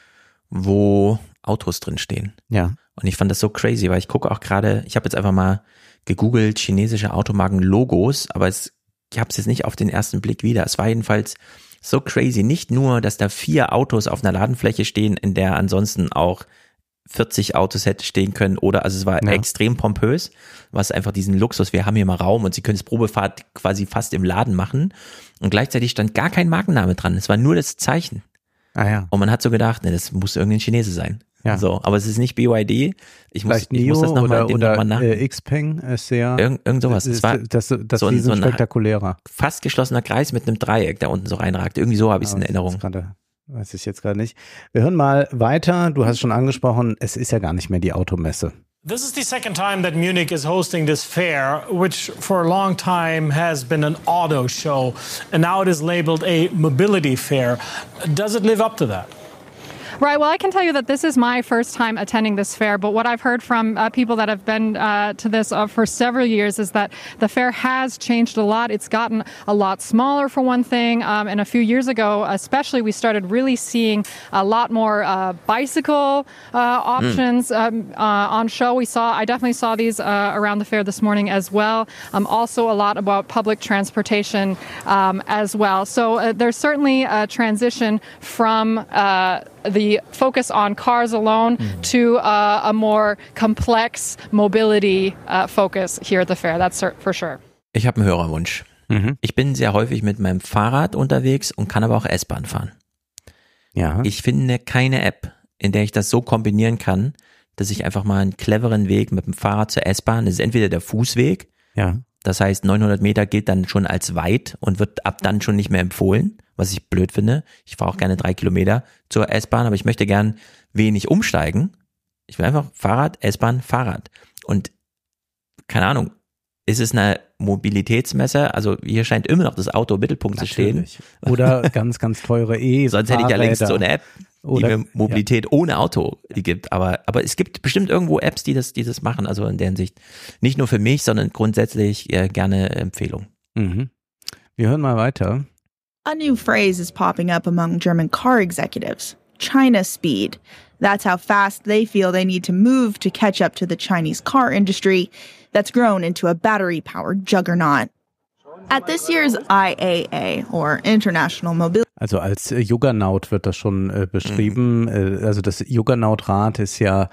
wo Autos drin stehen. Ja. Und ich fand das so crazy, weil ich gucke auch gerade, ich habe jetzt einfach mal gegoogelt, chinesische Automarken-Logos, aber ich habe es jetzt nicht auf den ersten Blick wieder. Es war jedenfalls so crazy. Nicht nur, dass da 4 Autos auf einer Ladenfläche stehen, in der ansonsten auch 40 Autos hätte stehen können, oder, also es war extrem pompös, was einfach diesen Luxus, wir haben hier mal Raum und sie können das Probefahrt quasi fast im Laden machen, und gleichzeitig stand gar kein Markenname dran, es war nur das Zeichen. Ah ja. Und man hat so gedacht, ne, das muss irgendein Chinese sein. Ja. So, aber es ist nicht BYD. Ich muss das nochmal nach. Xpeng ist sehr. Irgend sowas. Das so ist spektakulärer. Fast geschlossener Kreis mit einem Dreieck, der unten so reinragt. Irgendwie so habe ich es in Erinnerung. Weiß ich jetzt gerade nicht. Wir hören mal weiter. Du hast schon angesprochen, es ist ja gar nicht mehr die Automesse. This is the second time that Munich is hosting this fair, which for a long time has been an auto show, and now it is labeled a mobility fair. Does it live up to that? Right. Well, I can tell you that this is my first time attending this fair, but what I've heard from people that have been to this for several years is that the fair has changed a lot. It's gotten a lot smaller, for one thing, and a few years ago, especially, we started really seeing a lot more bicycle options on show. I definitely saw these around the fair this morning as well. Also a lot about public transportation as well. So there's certainly a transition from the focus on cars alone to a more complex mobility focus here at the fair. That's for sure. Ich habe einen Hörerwunsch. Ich bin sehr häufig mit meinem Fahrrad unterwegs und kann aber auch S-Bahn fahren. Ja. Ich finde keine App, in der ich das so kombinieren kann, dass ich einfach mal einen cleveren Weg mit dem Fahrrad zur S-Bahn, das ist entweder der Fußweg, das heißt 900 Meter gilt dann schon als weit und wird ab dann schon nicht mehr empfohlen, was ich blöd finde. Ich fahre auch gerne 3 Kilometer zur S-Bahn, aber ich möchte gern wenig umsteigen. Ich will einfach Fahrrad, S-Bahn, Fahrrad. Und keine Ahnung, ist es eine Mobilitätsmesse? Also hier scheint immer noch das Auto im Mittelpunkt zu stehen. Oder ganz, ganz teure Sonst hätte ich ja längst so eine App, die mir Mobilität ohne Auto gibt. Aber es gibt bestimmt irgendwo Apps, die das machen. Also in der Hinsicht nicht nur für mich, sondern grundsätzlich gerne Empfehlung. Wir hören mal weiter. A new phrase is popping up among German car executives, China speed. That's how fast they feel they need to move to catch up to the Chinese car industry that's grown into a battery-powered juggernaut. At this year's IAA, or International Mobility. Also als Juggernaut wird das schon beschrieben. Also das Juggernaut-Rad ist ja,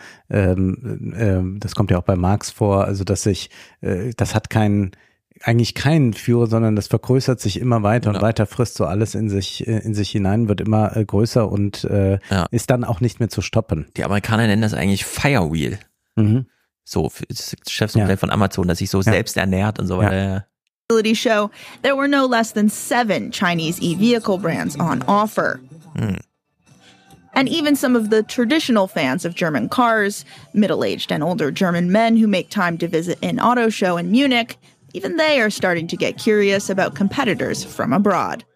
das kommt ja auch bei Marx vor, also das hat eigentlich keinen Führer, sondern das vergrößert sich immer weiter und weiter, frisst so alles in sich hinein, wird immer größer und ist dann auch nicht mehr zu stoppen. Die Amerikaner nennen das eigentlich Firewheel. So, das Chefsmodell von Amazon, das sich so selbst ernährt und so weiter. Show, there were no less than 7 Chinese e-vehicle brands on offer. And even some of the traditional fans of German cars, middle-aged and older German men who make time to visit an auto show in Munich, even they are starting to get curious about competitors from abroad.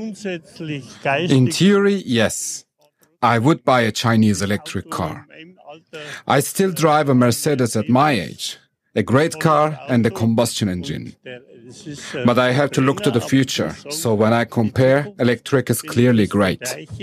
In theory, yes. I would buy a Chinese electric car. I still drive a Mercedes at my age. A great car and a combustion engine. But I have to look to the future. So when I compare, electric is clearly great.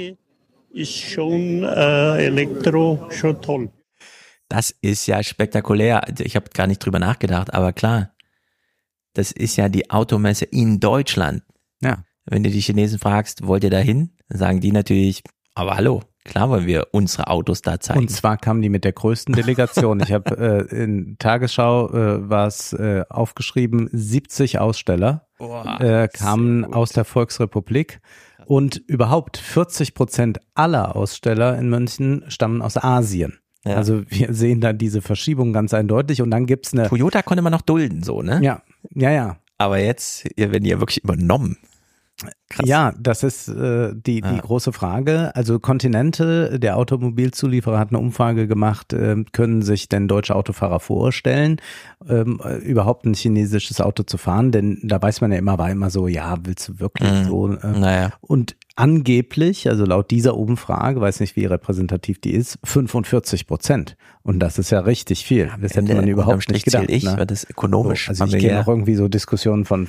Das ist ja spektakulär. Ich habe gar nicht drüber nachgedacht, aber klar, das ist ja die Automesse in Deutschland. Ja. Wenn du die Chinesen fragst, wollt ihr da hin? Dann sagen die natürlich, aber hallo, klar wollen wir unsere Autos da zeigen. Und zwar kamen die mit der größten Delegation. Ich habe in Tagesschau war es aufgeschrieben, 70 Aussteller kamen aus der Volksrepublik. Und überhaupt 40% aller Aussteller in München stammen aus Asien. Ja. Also wir sehen da diese Verschiebung ganz eindeutig und dann gibt's eine... Toyota konnte man noch dulden, so, ne? Ja. Aber jetzt werden die ja wirklich übernommen. Krass. Ja, das ist die große Frage. Also Continental, der Automobilzulieferer, hat eine Umfrage gemacht, können sich denn deutsche Autofahrer vorstellen, überhaupt ein chinesisches Auto zu fahren? Denn da weiß man ja immer, war immer so, ja, willst du wirklich so? Naja. Und angeblich, also laut dieser Umfrage, weiß nicht, wie repräsentativ die ist, 45%. Und das ist ja richtig viel. Ja, das hätte man überhaupt nicht gedacht. Weil das ökonomisch. Also ich kenne auch irgendwie so Diskussionen von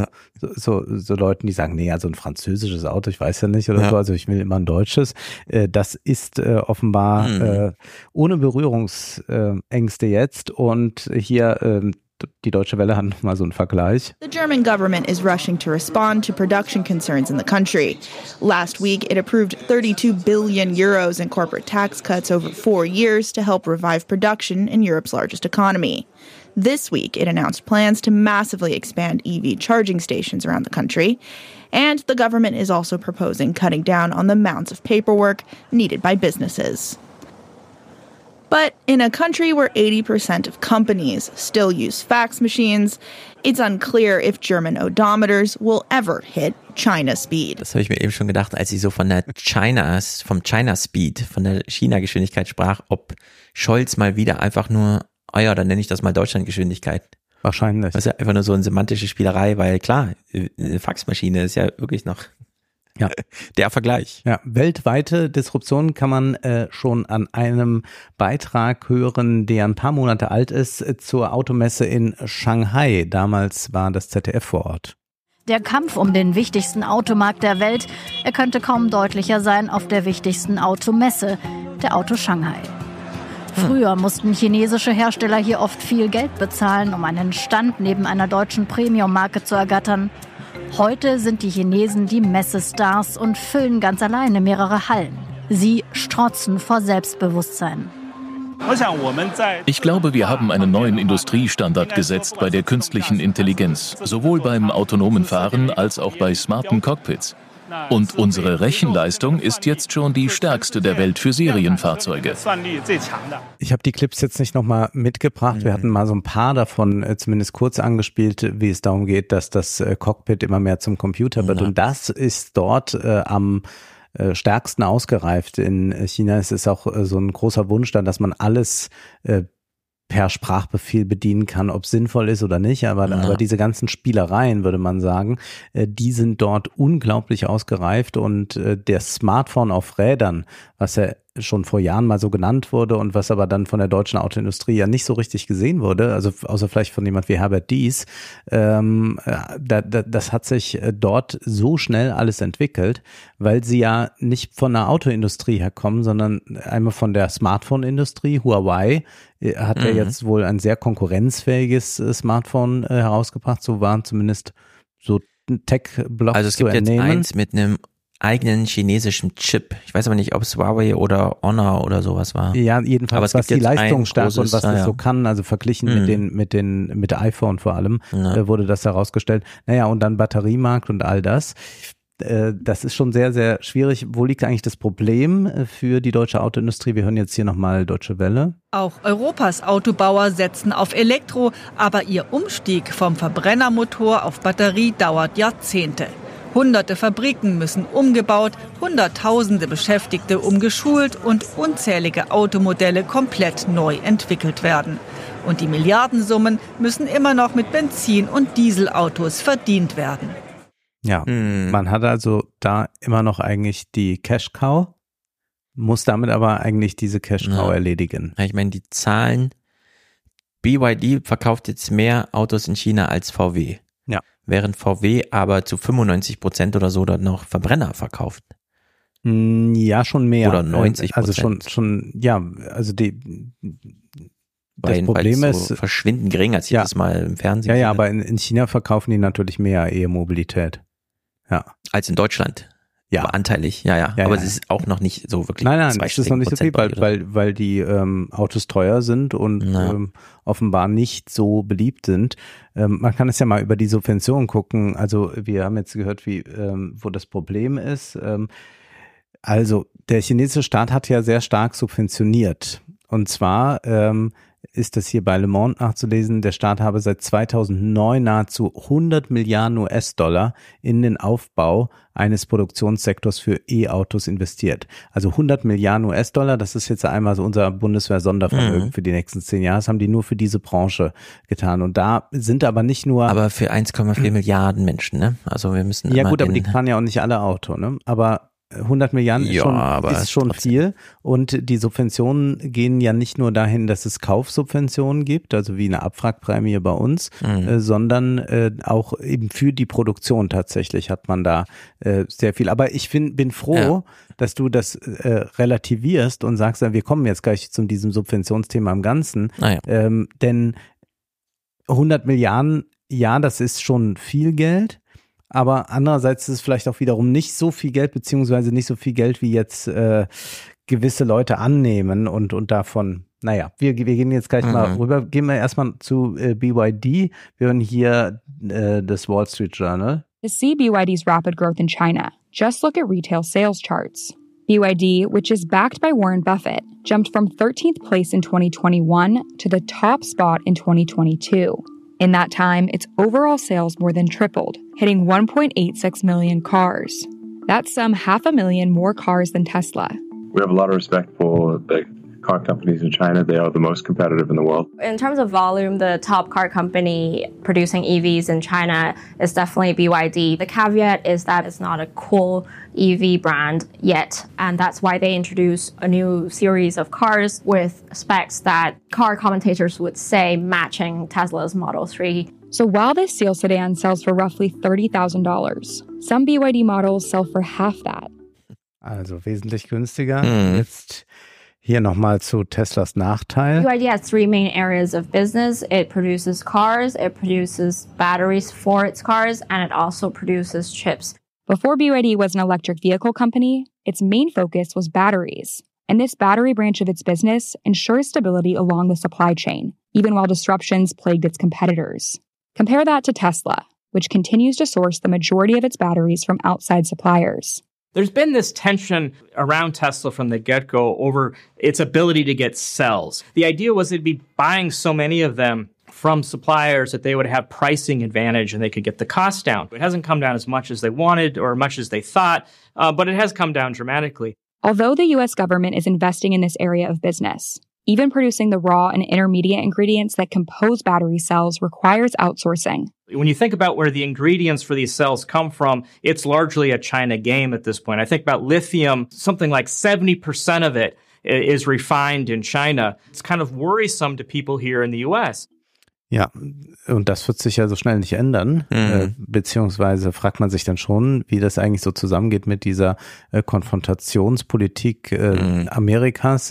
so Leuten, die sagen, nee, also ein französisches Auto, ich weiß ja nicht oder so, also ich will immer ein deutsches. Das ist offenbar ohne Berührungsängste jetzt. Und hier die Deutsche Welle hat nochmal so einen Vergleich. The German government is rushing to respond to production concerns in the country. Last week, it approved 32 billion euros in corporate tax cuts over 4 years to help revive production in Europe's largest economy. This week, it announced plans to massively expand EV charging stations around the country. And the government is also proposing cutting down on the amounts of paperwork needed by businesses. But in a country where 80% of companies still use fax machines, it's unclear if German odometers will ever hit China Speed. Das habe ich mir eben schon gedacht, als sie so vom China Speed, von der China-Geschwindigkeit sprach, ob Scholz mal wieder einfach nur, dann nenne ich das mal Deutschland-Geschwindigkeit. Wahrscheinlich. Das ist ja einfach nur so eine semantische Spielerei, weil klar, eine Faxmaschine ist ja wirklich noch der Vergleich. Ja, weltweite Disruption kann man schon an einem Beitrag hören, der ein paar Monate alt ist, zur Automesse in Shanghai. Damals war das ZDF vor Ort. Der Kampf um den wichtigsten Automarkt der Welt, er könnte kaum deutlicher sein auf der wichtigsten Automesse, der Auto Shanghai. Früher mussten chinesische Hersteller hier oft viel Geld bezahlen, um einen Stand neben einer deutschen Premium-Marke zu ergattern. Heute sind die Chinesen die Messestars und füllen ganz alleine mehrere Hallen. Sie strotzen vor Selbstbewusstsein. Ich glaube, wir haben einen neuen Industriestandard gesetzt bei der künstlichen Intelligenz, sowohl beim autonomen Fahren als auch bei smarten Cockpits. Und unsere Rechenleistung ist jetzt schon die stärkste der Welt für Serienfahrzeuge. Ich habe die Clips jetzt nicht nochmal mitgebracht. Wir hatten mal so ein paar davon zumindest kurz angespielt, wie es darum geht, dass das Cockpit immer mehr zum Computer wird. Und das ist dort am stärksten ausgereift in China. Es ist auch so ein großer Wunsch dann, dass man alles per Sprachbefehl bedienen kann, ob es sinnvoll ist oder nicht, aber diese ganzen Spielereien, würde man sagen, die sind dort unglaublich ausgereift und der Smartphone auf Rädern, was ja schon vor Jahren mal so genannt wurde und was aber dann von der deutschen Autoindustrie ja nicht so richtig gesehen wurde, also außer vielleicht von jemand wie Herbert Diess, das hat sich dort so schnell alles entwickelt, weil sie ja nicht von der Autoindustrie herkommen, sondern einmal von der Smartphone-Industrie. Huawei hat ja jetzt wohl ein sehr konkurrenzfähiges Smartphone herausgebracht, so waren zumindest so Tech-Blogs Also es gibt jetzt eins mit einem eigenen chinesischen Chip. Ich weiß aber nicht, ob es Huawei oder Honor oder sowas war. Ja, jedenfalls, was die Leistung stark und was das so kann, also verglichen mit iPhone vor allem, wurde das herausgestellt. Naja, und dann Batteriemarkt und all das. Das ist schon sehr, sehr schwierig. Wo liegt eigentlich das Problem für die deutsche Autoindustrie? Wir hören jetzt hier nochmal Deutsche Welle. Auch Europas Autobauer setzen auf Elektro, aber ihr Umstieg vom Verbrennermotor auf Batterie dauert Jahrzehnte. Hunderte Fabriken müssen umgebaut, Hunderttausende Beschäftigte umgeschult und unzählige Automodelle komplett neu entwickelt werden. Und die Milliardensummen müssen immer noch mit Benzin- und Dieselautos verdient werden. Ja, man hat also da immer noch eigentlich die Cash-Cow, Muss damit aber eigentlich diese Cash-Cow erledigen. Ich meine, die Zahlen, BYD verkauft jetzt mehr Autos in China als VW. Ja. Während VW aber zu 95% oder so dort noch Verbrenner verkauft. Ja, schon mehr. Oder 90%. Also schon, ja, also das Problem ist, so verschwindend gering, als ich das mal im Fernsehen Ja, aber in China verkaufen die natürlich mehr E-Mobilität. Ja. Als in Deutschland. Ja. Aber anteilig, ja. Aber es ist auch noch nicht so wirklich. Nein, es ist noch nicht so viel, weil die Autos teuer sind und offenbar nicht so beliebt sind. Man kann es ja mal über die Subventionen gucken. Also wir haben jetzt gehört, wo das Problem ist. Also der chinesische Staat hat ja sehr stark subventioniert. Und zwar ist das hier bei Le Monde nachzulesen, der Staat habe seit 2009 nahezu 100 Milliarden US-Dollar in den Aufbau eines Produktionssektors für E-Autos investiert. Also 100 Milliarden US-Dollar, das ist jetzt einmal so unser Bundeswehr-Sondervermögen für die nächsten 10 Jahre. Das haben die nur für diese Branche getan. Und da sind aber nicht nur... Aber für 1,4 Milliarden Menschen, ne? Also wir müssen... Ja gut, aber die fahren ja auch nicht alle Auto, ne? Aber 100 Milliarden ist schon viel und die Subventionen gehen ja nicht nur dahin, dass es Kaufsubventionen gibt, also wie eine Abwrackprämie bei uns, sondern auch eben für die Produktion tatsächlich hat man da sehr viel. Aber ich bin froh, dass du das relativierst und sagst, wir kommen jetzt gleich zu diesem Subventionsthema im Ganzen, denn 100 Milliarden, ja, das ist schon viel Geld. Aber andererseits ist es vielleicht auch wiederum nicht so viel Geld, beziehungsweise nicht so viel Geld, wie jetzt gewisse Leute annehmen und davon, naja, wir gehen jetzt gleich mal rüber, gehen wir erstmal zu BYD. Wir hören hier das Wall Street Journal. To see BYD's rapid growth in China, just look at retail sales charts. BYD, which is backed by Warren Buffett, jumped from 13th place in 2021 to the top spot in 2022. In that time, its overall sales more than tripled, hitting 1.86 million cars. That's some 500,000 more cars than Tesla. We have a lot of respect for the car companies in China. They are the most competitive in the world. In terms of volume, the top car company producing EVs in China is definitely BYD. The caveat is that it's not a cool EV brand yet, and that's why they introduce a new series of cars with specs that car commentators would say matching Tesla's Model 3. So while this Seal sedan sells for roughly $30,000, some BYD models sell for half that. Also wesentlich günstiger. Jetzt hier nochmal zu Teslas Nachteil. BYD has three main areas of business. It produces cars, it produces batteries for its cars, and it also produces chips. Before BYD was an electric vehicle company, its main focus was batteries. And this battery branch of its business ensures stability along the supply chain, even while disruptions plagued its competitors. Compare that to Tesla, which continues to source the majority of its batteries from outside suppliers. There's been this tension around Tesla from the get-go over its ability to get cells. The idea was they'd be buying so many of them from suppliers that they would have pricing advantage and they could get the cost down. It hasn't come down as much as they wanted or much as they thought, but it has come down dramatically. Although the U.S. government is investing in this area of business, even producing the raw and intermediate ingredients that compose battery cells requires outsourcing. When you think about where the ingredients for these cells come from, it's largely a China game at this point. I think about lithium, something like 70% of it is refined in China. It's kind of worrisome to people here in the U.S. Ja, und das wird sich ja so schnell nicht ändern, beziehungsweise fragt man sich dann schon, wie das eigentlich so zusammengeht mit dieser Konfrontationspolitik Amerikas.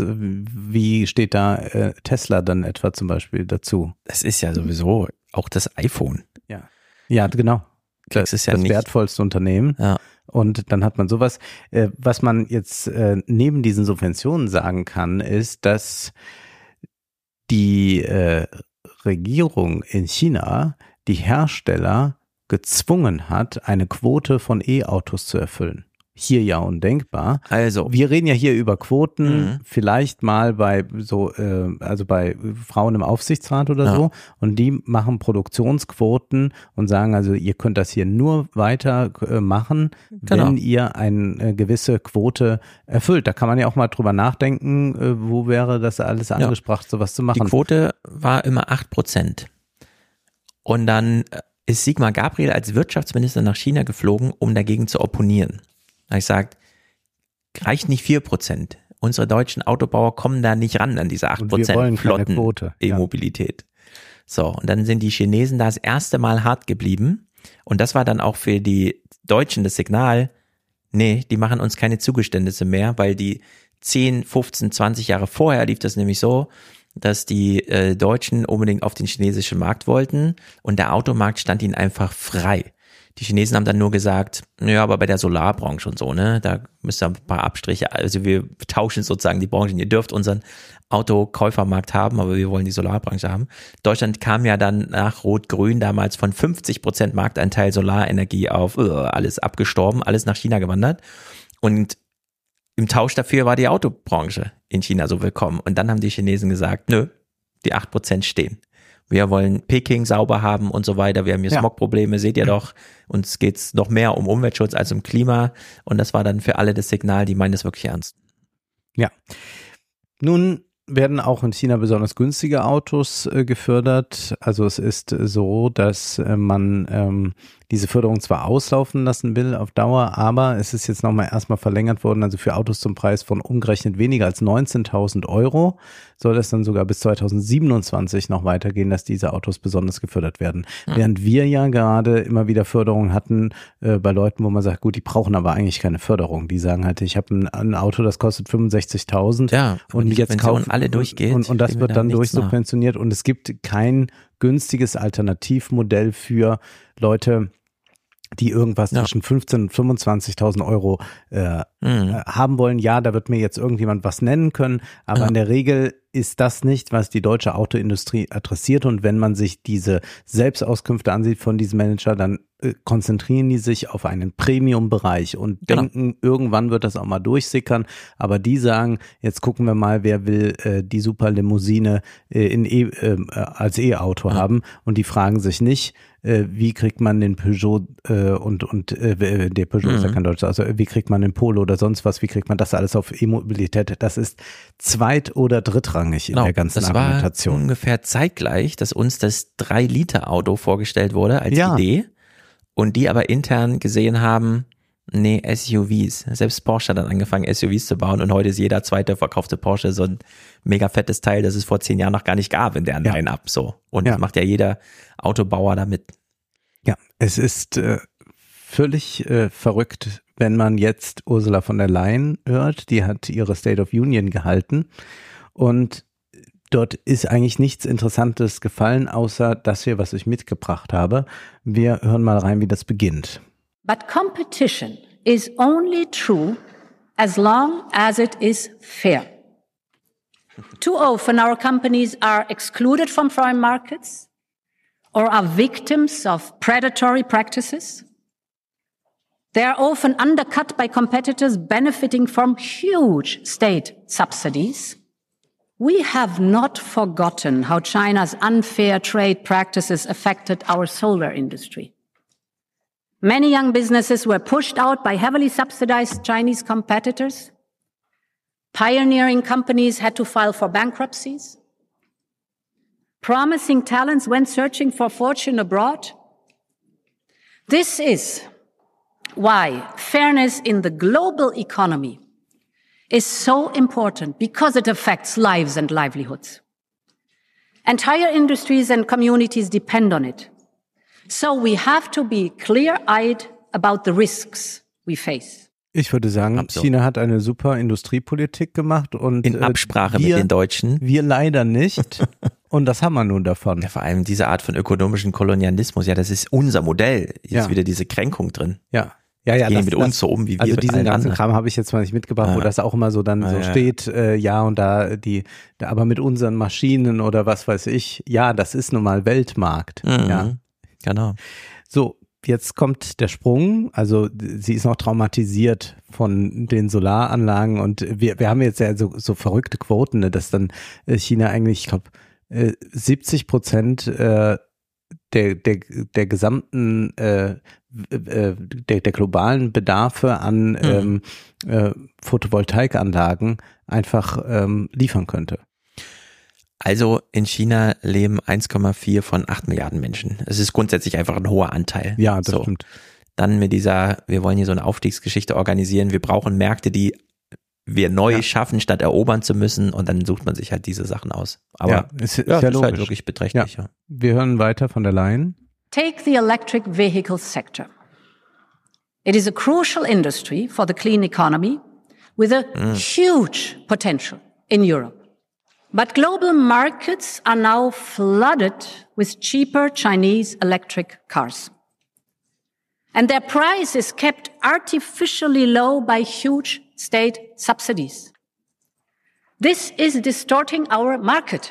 Wie steht da Tesla dann etwa zum Beispiel dazu? Das ist ja sowieso auch das iPhone. Ja, genau. Das ist ja das nicht wertvollste Unternehmen. Ja. Und dann hat man sowas. Was man jetzt neben diesen Subventionen sagen kann, ist, dass die Regierung in China die Hersteller gezwungen hat, eine Quote von E-Autos zu erfüllen. Hier ja undenkbar. Also. Wir reden ja hier über Quoten, vielleicht mal bei so, also bei Frauen im Aufsichtsrat oder so. Und die machen Produktionsquoten und sagen also, ihr könnt das hier nur weiter machen, wenn ihr eine gewisse Quote erfüllt. Da kann man ja auch mal drüber nachdenken, wo wäre das alles angesprochen, sowas zu machen. Die Quote war immer 8%. Und dann ist Sigmar Gabriel als Wirtschaftsminister nach China geflogen, um dagegen zu opponieren. Ich sage, reicht nicht 4%. unsere deutschen Autobauer kommen da nicht ran an diese 8% Flotten-E-Mobilität. So, und dann sind die Chinesen da das erste Mal hart geblieben. Und das war dann auch für die Deutschen das Signal, nee, die machen uns keine Zugeständnisse mehr, weil die 10, 15, 20 Jahre vorher lief das nämlich so, dass die Deutschen unbedingt auf den chinesischen Markt wollten und der Automarkt stand ihnen einfach frei. Die Chinesen haben dann nur gesagt, ja, aber bei der Solarbranche und so, ne, da müsst ihr ein paar Abstriche, also wir tauschen sozusagen die Branchen, ihr dürft unseren Autokäufermarkt haben, aber wir wollen die Solarbranche haben. Deutschland kam ja dann nach Rot-Grün damals von 50% Marktanteil Solarenergie auf alles abgestorben, alles nach China gewandert und im Tausch dafür war die Autobranche in China so willkommen. Und dann haben die Chinesen gesagt, nö, die 8% stehen. Wir wollen Peking sauber haben und so weiter. Wir haben hier Smogprobleme, seht ihr doch. Uns geht's noch mehr um Umweltschutz als um Klima. Und das war dann für alle das Signal, die meinen das wirklich ernst. Ja. Nun werden auch in China besonders günstige Autos gefördert. Also es ist so, dass man diese Förderung zwar auslaufen lassen will auf Dauer, aber es ist jetzt nochmal erstmal verlängert worden, also für Autos zum Preis von umgerechnet weniger als 19.000 Euro soll es dann sogar bis 2027 noch weitergehen, dass diese Autos besonders gefördert werden. Während wir ja gerade immer wieder Förderungen hatten bei Leuten, wo man sagt, gut, die brauchen aber eigentlich keine Förderung. Die sagen halt, ich habe ein Auto, das kostet 65.000 und jetzt kaufen alle durchgeht. Und das wird dann durchsubventioniert und es gibt kein günstiges Alternativmodell für Leute, die irgendwas zwischen 15.000 und 25.000 Euro haben wollen. Ja, da wird mir jetzt irgendjemand was nennen können, aber in der Regel ist das nicht, was die deutsche Autoindustrie adressiert. Und wenn man sich diese Selbstauskünfte ansieht von diesem Manager, dann konzentrieren die sich auf einen Premium-Bereich und denken, irgendwann wird das auch mal durchsickern. Aber die sagen, jetzt gucken wir mal, wer will die super Limousine als E-Auto haben. Und die fragen sich nicht, wie kriegt man den Peugeot der Peugeot ist ja kein Deutscher, also wie kriegt man den Polo oder sonst was, wie kriegt man das alles auf E-Mobilität? Das ist zweit- oder drittrangig in der ganzen Argumentation. Das war ungefähr zeitgleich, dass uns das 3-Liter-Auto vorgestellt wurde als Idee und die aber intern gesehen haben, nee, SUVs. Selbst Porsche hat dann angefangen, SUVs zu bauen und heute ist jeder zweite verkaufte Porsche so ein mega fettes Teil, das es vor 10 Jahren noch gar nicht gab in deren Line-Up. So. Und das macht ja jeder Autobauer damit. Ja, es ist völlig verrückt, wenn man jetzt Ursula von der Leyen hört. Die hat ihre State of Union gehalten und dort ist eigentlich nichts Interessantes gefallen, außer das hier, was ich mitgebracht habe. Wir hören mal rein, wie das beginnt. But competition is only true as long as it is fair. Too often our companies are excluded from foreign markets or are victims of predatory practices. They are often undercut by competitors benefiting from huge state subsidies. We have not forgotten how China's unfair trade practices affected our solar industry. Many young businesses were pushed out by heavily subsidized Chinese competitors. Pioneering companies had to file for bankruptcies. Promising talents went searching for fortune abroad. This is why fairness in the global economy is so important, because it affects lives and livelihoods. Entire industries and communities depend on it. So we have to be clear-eyed about the risks we face. Ich würde sagen, China hat eine super Industriepolitik gemacht und in Absprache mit den Deutschen. Wir leider nicht. Und das haben wir nun davon. Ja, vor allem diese Art von ökonomischen Kolonialismus, ja, das ist unser Modell. Jetzt ist wieder diese Kränkung drin. Ja. Gehen mit uns so um, wie wir also mit diesen allen ganzen anderen. Kram habe ich jetzt mal nicht mitgebracht, wo das auch immer so dann so steht, und da aber mit unseren Maschinen oder was weiß ich, das ist nun mal Weltmarkt. Ja. Genau. So, jetzt kommt der Sprung. Also sie ist noch traumatisiert von den Solaranlagen und wir haben jetzt ja so verrückte Quoten, ne, dass dann China eigentlich, ich glaube, 70% der gesamten der globalen Bedarfe an Photovoltaikanlagen einfach liefern könnte. Also in China leben 1,4 von 8 Milliarden Menschen. Es ist grundsätzlich einfach ein hoher Anteil. Ja, das stimmt. Dann mit wir wollen hier so eine Aufstiegsgeschichte organisieren. Wir brauchen Märkte, die wir neu schaffen, statt erobern zu müssen, und dann sucht man sich halt diese Sachen aus. Aber ist das logisch. ist halt wirklich beträchtlich. Ja. Wir hören weiter von der Leyen. Take the electric vehicle sector. It is a crucial industry for the clean economy with a huge potential in Europe. But global markets are now flooded with cheaper Chinese electric cars. And their price is kept artificially low by huge state subsidies. This is distorting our market.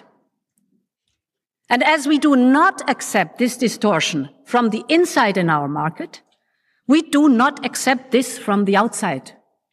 And as we do not accept this distortion from the inside in our market, we do not accept this from the outside.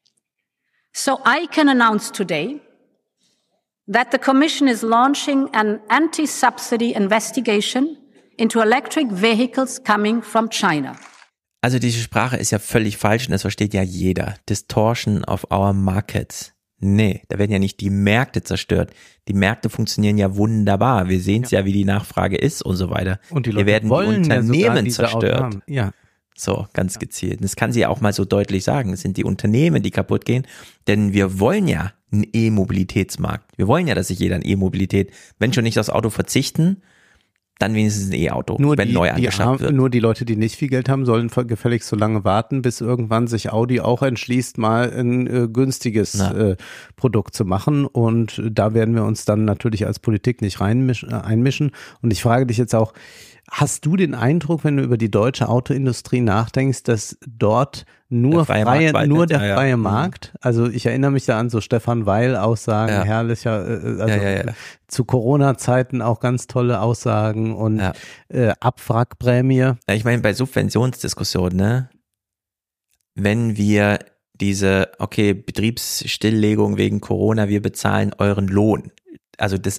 So I can announce today that the Commission is launching an anti-subsidy investigation into electric vehicles coming from China. Also diese Sprache ist ja völlig falsch und das versteht ja jeder. Distortion of our markets. Nee, da werden ja nicht die Märkte zerstört. Die Märkte funktionieren ja wunderbar. Wir sehen es ja, wie die Nachfrage ist und so weiter. Und die Leute Hier werden wollen die Unternehmen ja zerstört. Ja. So, ganz gezielt. Das kann sie ja auch mal so deutlich sagen. Es sind die Unternehmen, die kaputt gehen. Denn wir wollen ja einen E-Mobilitätsmarkt. Wir wollen ja, dass sich jeder an E-Mobilität, wenn schon nicht aufs Auto verzichten, dann wenigstens ein E-Auto, wenn neu angeschafft wird. Nur die Leute, die nicht viel Geld haben, sollen gefälligst so lange warten, bis irgendwann sich Audi auch entschließt, mal ein günstiges Produkt zu machen. Und da werden wir uns dann natürlich als Politik nicht einmischen. Und ich frage dich jetzt auch, hast du den Eindruck, wenn du über die deutsche Autoindustrie nachdenkst, dass dort nur der freie Markt, also ich erinnere mich da an so Stefan Weil Aussagen, herrlicher, zu Corona-Zeiten auch ganz tolle Aussagen und Abwrackprämie. Ja, ich meine, bei Subventionsdiskussionen, ne, wenn wir diese, Betriebsstilllegung wegen Corona, wir bezahlen euren Lohn, also das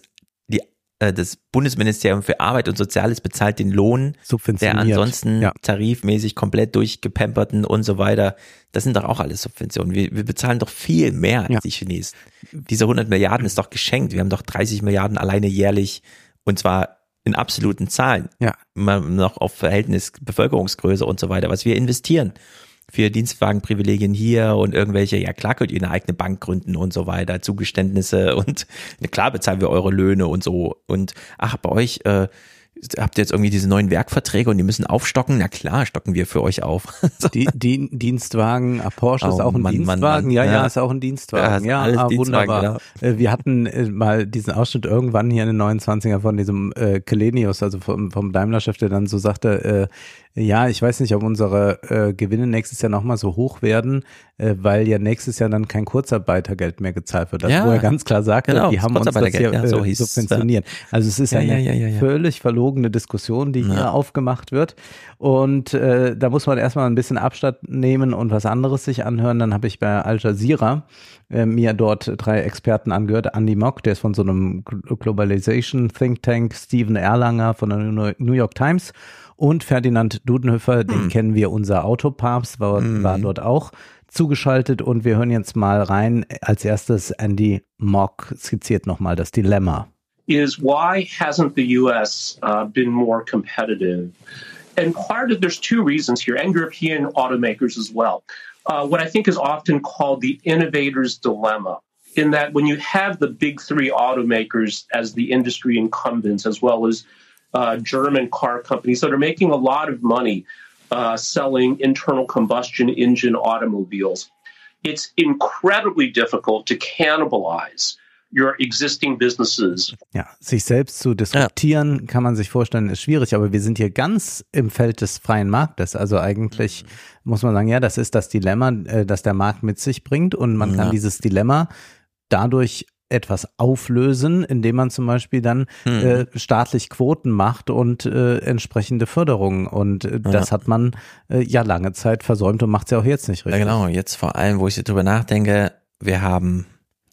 Bundesministerium für Arbeit und Soziales bezahlt den Lohn der ansonsten tarifmäßig komplett durchgepamperten und so weiter. Das sind doch auch alles Subventionen. Wir bezahlen doch viel mehr als die Chinesen. Diese 100 Milliarden ist doch geschenkt. Wir haben doch 30 Milliarden alleine jährlich, und zwar in absoluten Zahlen. Ja. Immer noch auf Verhältnis Bevölkerungsgröße und so weiter, was wir investieren. Für Dienstwagenprivilegien hier und irgendwelche, ja klar könnt ihr eine eigene Bank gründen und so weiter, Zugeständnisse und klar bezahlen wir eure Löhne und so. Und bei euch habt ihr jetzt irgendwie diese neuen Werkverträge und die müssen aufstocken? Na klar, stocken wir für euch auf. So. Die Dienstwagen, Porsche ist auch ein Dienstwagen. Ja, ist auch ein Dienstwagen. Ja, alles wunderbar. Genau. Wir hatten mal diesen Ausschnitt irgendwann hier in den 29er von diesem Källenius, also vom Daimler-Chef, der dann so sagte, ich weiß nicht, ob unsere Gewinne nächstes Jahr nochmal so hoch werden, weil ja nächstes Jahr dann kein Kurzarbeitergeld mehr gezahlt wird. Also wo er ganz klar sagte, die haben uns das hier subventioniert. Also es ist eine völlig verlogene Diskussion, die hier aufgemacht wird. Und da muss man erstmal ein bisschen Abstand nehmen und was anderes sich anhören. Dann habe ich bei Al Jazeera mir dort 3 Experten angehört. Andy Mock, der ist von so einem Globalization Think Tank, Steven Erlanger von der New York Times und Ferdinand Dudenhöfer, den kennen wir, unser Autopapst, war dort auch zugeschaltet, und wir hören jetzt mal rein. Als erstes Andy Mock skizziert nochmal das Dilemma. Is why hasn't the US been more competitive? And there's 2 reasons here, and European automakers as well. What I think is often called the innovator's dilemma, in that when you have the big 3 automakers as the industry incumbents, as well as German car companies that are making a lot of money selling internal combustion engine automobiles, it's incredibly difficult to cannibalize your existing businesses. Ja, sich selbst zu disruptieren, kann man sich vorstellen, ist schwierig, aber wir sind hier ganz im Feld des freien Marktes. Also eigentlich muss man sagen, das ist das Dilemma, das der Markt mit sich bringt, und man kann dieses Dilemma dadurch etwas auflösen, indem man zum Beispiel dann staatlich Quoten macht und entsprechende Förderungen, und das hat man lange Zeit versäumt und macht es ja auch jetzt nicht richtig. Ja genau, jetzt vor allem, wo ich drüber nachdenke, wir haben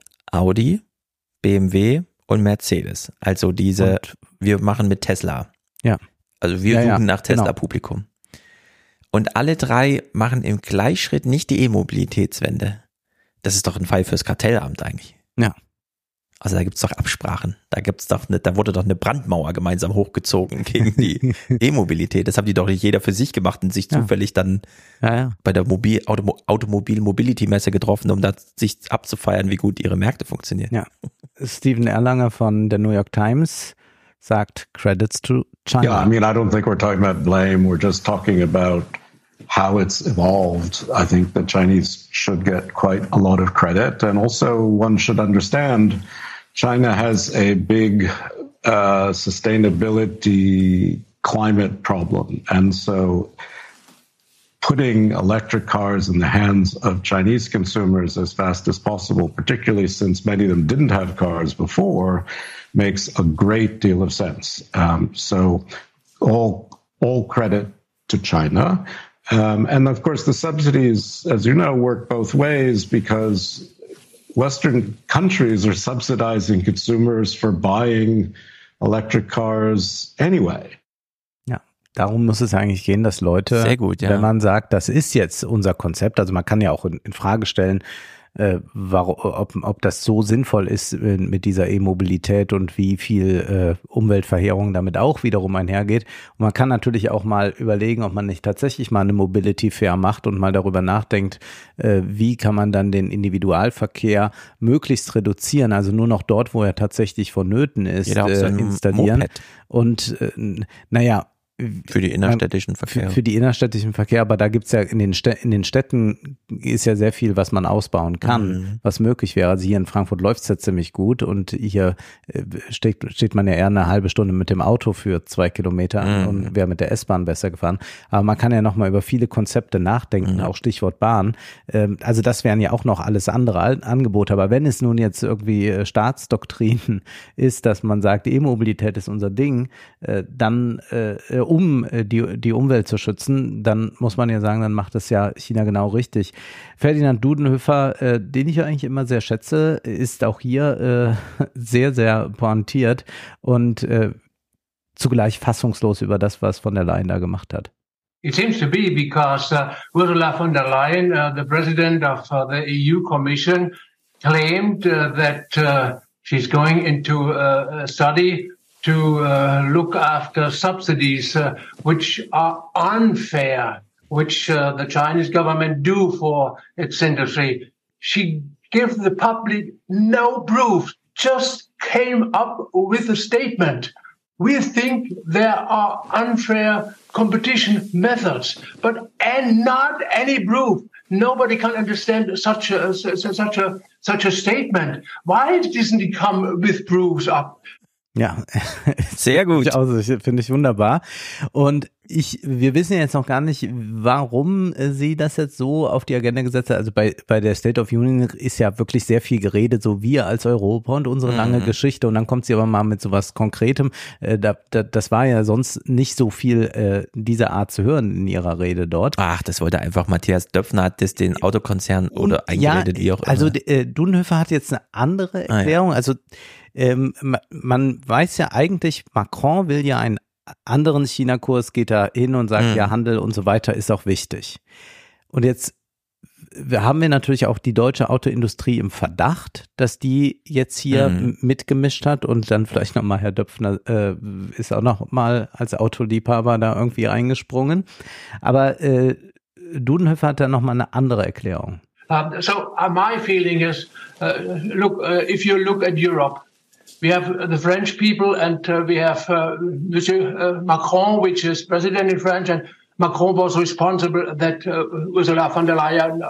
Audi, BMW und Mercedes, also wir machen mit Tesla. Ja. Also wir suchen nach Tesla-Publikum. Und alle 3 machen im Gleichschritt nicht die E-Mobilitätswende. Das ist doch ein Fall fürs Kartellamt eigentlich. Ja. Also da gibt's doch Absprachen. Da wurde doch eine Brandmauer gemeinsam hochgezogen gegen die E-Mobilität. Das haben die doch nicht jeder für sich gemacht und sich zufällig dann bei der Automobil-Mobility-Messe getroffen, um da sich abzufeiern, wie gut ihre Märkte funktionieren. Ja. Steven Erlanger von der New York Times sagt, Credits to China. Yeah, I mean, I don't think we're talking about blame. We're just talking about how it's evolved. I think the Chinese should get quite a lot of credit. And also one should understand China has a big sustainability climate problem. And so putting electric cars in the hands of Chinese consumers as fast as possible, particularly since many of them didn't have cars before, makes a great deal of sense. So all credit to China. And of course, the subsidies, as you know, work both ways because Western countries are subsidizing consumers for buying electric cars anyway. Ja, darum muss es eigentlich gehen, dass Leute, sehr gut, wenn man sagt, das ist jetzt unser Konzept, also man kann ja auch in Frage stellen, ob das so sinnvoll ist mit dieser E-Mobilität und wie viel Umweltverheerung damit auch wiederum einhergeht. Und man kann natürlich auch mal überlegen, ob man nicht tatsächlich mal eine Mobility Fair macht und mal darüber nachdenkt, wie kann man dann den Individualverkehr möglichst reduzieren, also nur noch dort, wo er tatsächlich vonnöten ist, installieren. Moped. Und für die innerstädtischen Verkehr. Für die innerstädtischen Verkehr, aber da gibt's ja in den Städten ist ja sehr viel, was man ausbauen kann, was möglich wäre. Also hier in Frankfurt läuft's ja ziemlich gut und hier steht man ja eher eine halbe Stunde mit dem Auto für 2 Kilometer an und wäre mit der S-Bahn besser gefahren. Aber man kann ja nochmal über viele Konzepte nachdenken, auch Stichwort Bahn. Also das wären ja auch noch alles andere Angebote. Aber wenn es nun jetzt irgendwie Staatsdoktrin ist, dass man sagt, E-Mobilität ist unser Ding, dann um die Umwelt zu schützen, dann muss man ja sagen, dann macht es ja China genau richtig. Ferdinand Dudenhöfer, den ich eigentlich immer sehr schätze, ist auch hier sehr, sehr pointiert und zugleich fassungslos über das, was von der Leyen da gemacht hat. It seems to be because Ursula von der Leyen, the president of the EU Commission, claimed that she's going into a study to look after subsidies which are unfair, which the Chinese government do for its industry. She gave the public no proof, just came up with a statement. We think there are unfair competition methods, and not any proof. Nobody can understand such a statement. Why doesn't he come with proofs up? Ja, sehr gut. Finde ich wunderbar. Und wir wissen jetzt noch gar nicht, warum sie das jetzt so auf die Agenda gesetzt hat. Also bei der State of Union ist ja wirklich sehr viel geredet, so wir als Europa und unsere lange Geschichte. Und dann kommt sie aber mal mit sowas Konkretem. Das war ja sonst nicht so viel dieser Art zu hören in ihrer Rede dort. Ach, das wollte einfach Matthias Döpfner, hat das den Autokonzern oder eingeredet, wie auch immer. Also Dudenhöfer hat jetzt eine andere Erklärung. Also man weiß ja eigentlich, Macron will ja einen anderen China-Kurs, geht da hin und sagt, ja, Handel und so weiter ist auch wichtig. Und jetzt haben wir natürlich auch die deutsche Autoindustrie im Verdacht, dass die jetzt hier mitgemischt hat und dann vielleicht nochmal Herr Döpfner ist auch noch mal als Autoliebhaber da irgendwie reingesprungen. Aber Dudenhöfer hat da nochmal eine andere Erklärung. My feeling is, if you look at Europe, we have the French people and we have Monsieur Macron, which is president in France, and Macron was responsible that Ursula von der Leyen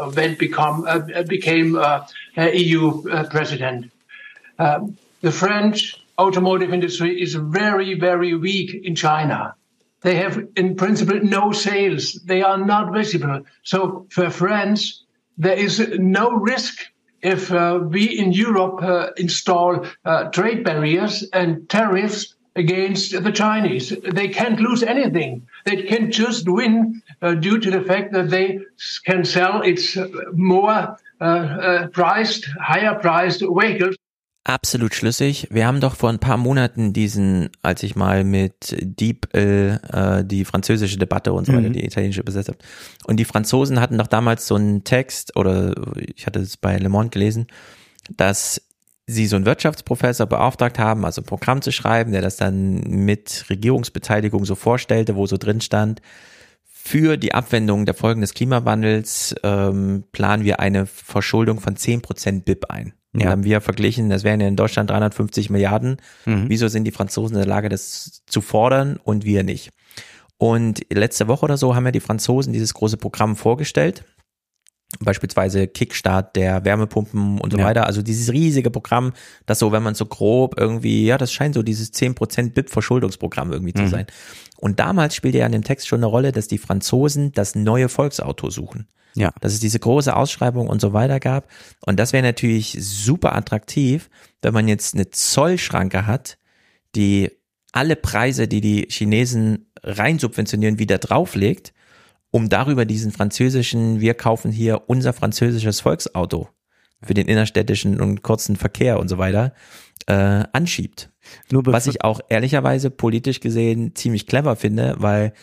became EU president. The French automotive industry is very, very weak in China. They have, in principle, no sales. They are not visible. So for France, there is no risk if we in Europe install trade barriers and tariffs against the Chinese. They can't lose anything. They can just win due to the fact that they can sell its more higher priced vehicles. Absolut schlüssig. Wir haben doch vor ein paar Monaten als ich mal mit DeepL die französische Debatte und so weiter, die italienische übersetzt habe. Und die Franzosen hatten doch damals so einen Text, oder ich hatte es bei Le Monde gelesen, dass sie so einen Wirtschaftsprofessor beauftragt haben, also ein Programm zu schreiben, der das dann mit Regierungsbeteiligung so vorstellte, wo so drin stand, für die Abwendung der Folgen des Klimawandels planen wir eine Verschuldung von 10% BIP ein. Ja. Haben wir verglichen, das wären ja in Deutschland 350 Milliarden. Wieso sind die Franzosen in der Lage, das zu fordern und wir nicht? Und letzte Woche oder so haben ja die Franzosen dieses große Programm vorgestellt. Beispielsweise Kickstart der Wärmepumpen und so weiter. Also dieses riesige Programm, das so, wenn man so grob irgendwie, ja, das scheint so dieses 10% BIP-Verschuldungsprogramm irgendwie zu sein. Und damals spielte ja in dem Text schon eine Rolle, dass die Franzosen das neue Volksauto suchen. Ja. Dass es diese große Ausschreibung und so weiter gab. Und das wäre natürlich super attraktiv, wenn man jetzt eine Zollschranke hat, die alle Preise, die die Chinesen rein subventionieren, wieder drauflegt, um darüber diesen französischen, wir kaufen hier unser französisches Volksauto für den innerstädtischen und kurzen Verkehr und so weiter, anschiebt. Was ich auch ehrlicherweise politisch gesehen ziemlich clever finde, weil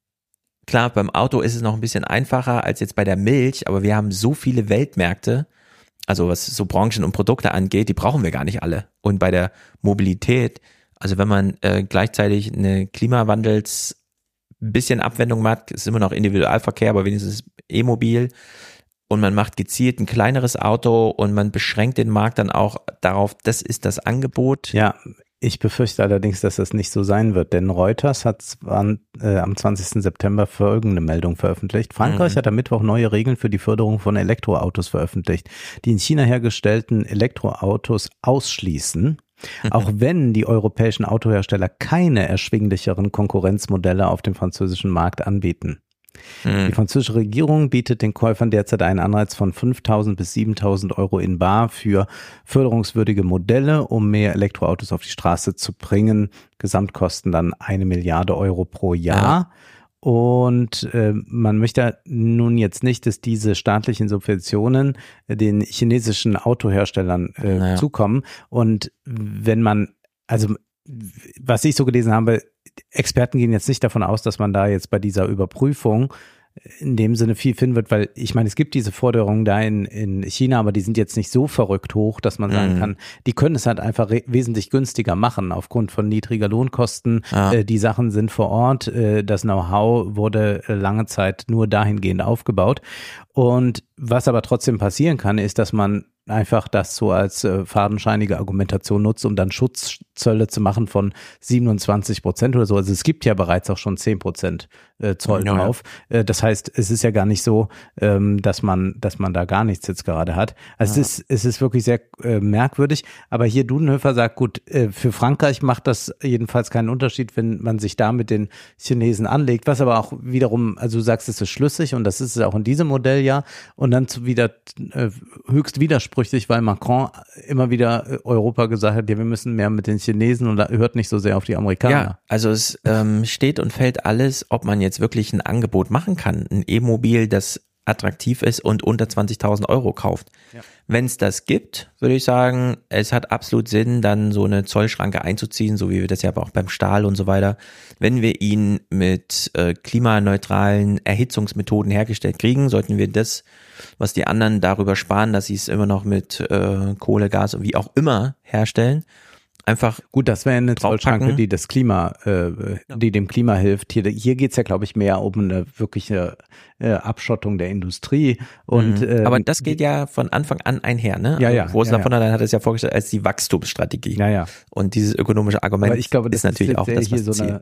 klar, beim Auto ist es noch ein bisschen einfacher als jetzt bei der Milch, aber wir haben so viele Weltmärkte, also was so Branchen und Produkte angeht, die brauchen wir gar nicht alle. Und bei der Mobilität, also wenn man gleichzeitig eine Klimawandels bisschen Abwendung macht, ist immer noch Individualverkehr, aber wenigstens E-Mobil, und man macht gezielt ein kleineres Auto und man beschränkt den Markt dann auch darauf, das ist das Angebot. Ja, ich befürchte allerdings, dass das nicht so sein wird, denn Reuters hat am 20. September folgende Meldung veröffentlicht. Frankreich hat am Mittwoch neue Regeln für die Förderung von Elektroautos veröffentlicht, die in China hergestellten Elektroautos ausschließen. Auch wenn die europäischen Autohersteller keine erschwinglicheren Konkurrenzmodelle auf dem französischen Markt anbieten. Die französische Regierung bietet den Käufern derzeit einen Anreiz von 5.000 bis 7.000 Euro in bar für förderungswürdige Modelle, um mehr Elektroautos auf die Straße zu bringen. Gesamtkosten dann 1 Milliarde Euro pro Jahr. Und man möchte nun jetzt nicht, dass diese staatlichen Subventionen den chinesischen Autoherstellern zukommen. Und wenn man, also was ich so gelesen habe, Experten gehen jetzt nicht davon aus, dass man da jetzt bei dieser Überprüfung in dem Sinne viel finden wird, weil ich meine, es gibt diese Forderungen da in China, aber die sind jetzt nicht so verrückt hoch, dass man sagen kann, die können es halt einfach wesentlich günstiger machen aufgrund von niedriger Lohnkosten. Die Sachen sind vor Ort, das Know-how wurde lange Zeit nur dahingehend aufgebaut. Und was aber trotzdem passieren kann, ist, dass man einfach das so als fadenscheinige Argumentation nutzt, um dann Schutzzölle zu machen von 27% oder so. Also es gibt ja bereits auch schon 10% Zoll drauf. Das heißt, es ist ja gar nicht so, dass man da gar nichts jetzt gerade hat. Also es ist wirklich sehr merkwürdig. Aber hier Dudenhöfer sagt, gut, für Frankreich macht das jedenfalls keinen Unterschied, wenn man sich da mit den Chinesen anlegt. Was aber auch wiederum, also du sagst, es ist schlüssig und das ist es auch in diesem Modell ja. Und dann wieder höchst widersprüchlich, weil Macron immer wieder Europa gesagt hat, ja, wir müssen mehr mit den Chinesen und hört nicht so sehr auf die Amerikaner. Ja, also es steht und fällt alles, ob man jetzt wirklich ein Angebot machen kann, ein E-Mobil, das attraktiv ist und unter 20.000 Euro kauft. Ja. Wenn es das gibt, würde ich sagen, es hat absolut Sinn, dann so eine Zollschranke einzuziehen, so wie wir das ja aber auch beim Stahl und so weiter. Wenn wir ihn mit klimaneutralen Erhitzungsmethoden hergestellt kriegen, sollten wir das, was die anderen darüber sparen, dass sie es immer noch mit Kohle, Gas und wie auch immer herstellen, einfach gut, das wäre eine Zollschranke, die das Klima, die dem Klima hilft. Hier geht's ja, glaube ich, mehr um eine wirkliche Abschottung der Industrie. Und aber das geht ja von Anfang an einher, ne? Ja, ja. Ursula von der Leyen hat es ja vorgestellt als die Wachstumsstrategie. Ja, ja. Und dieses ökonomische Argument aber ich glaube, das ist natürlich auch das, was so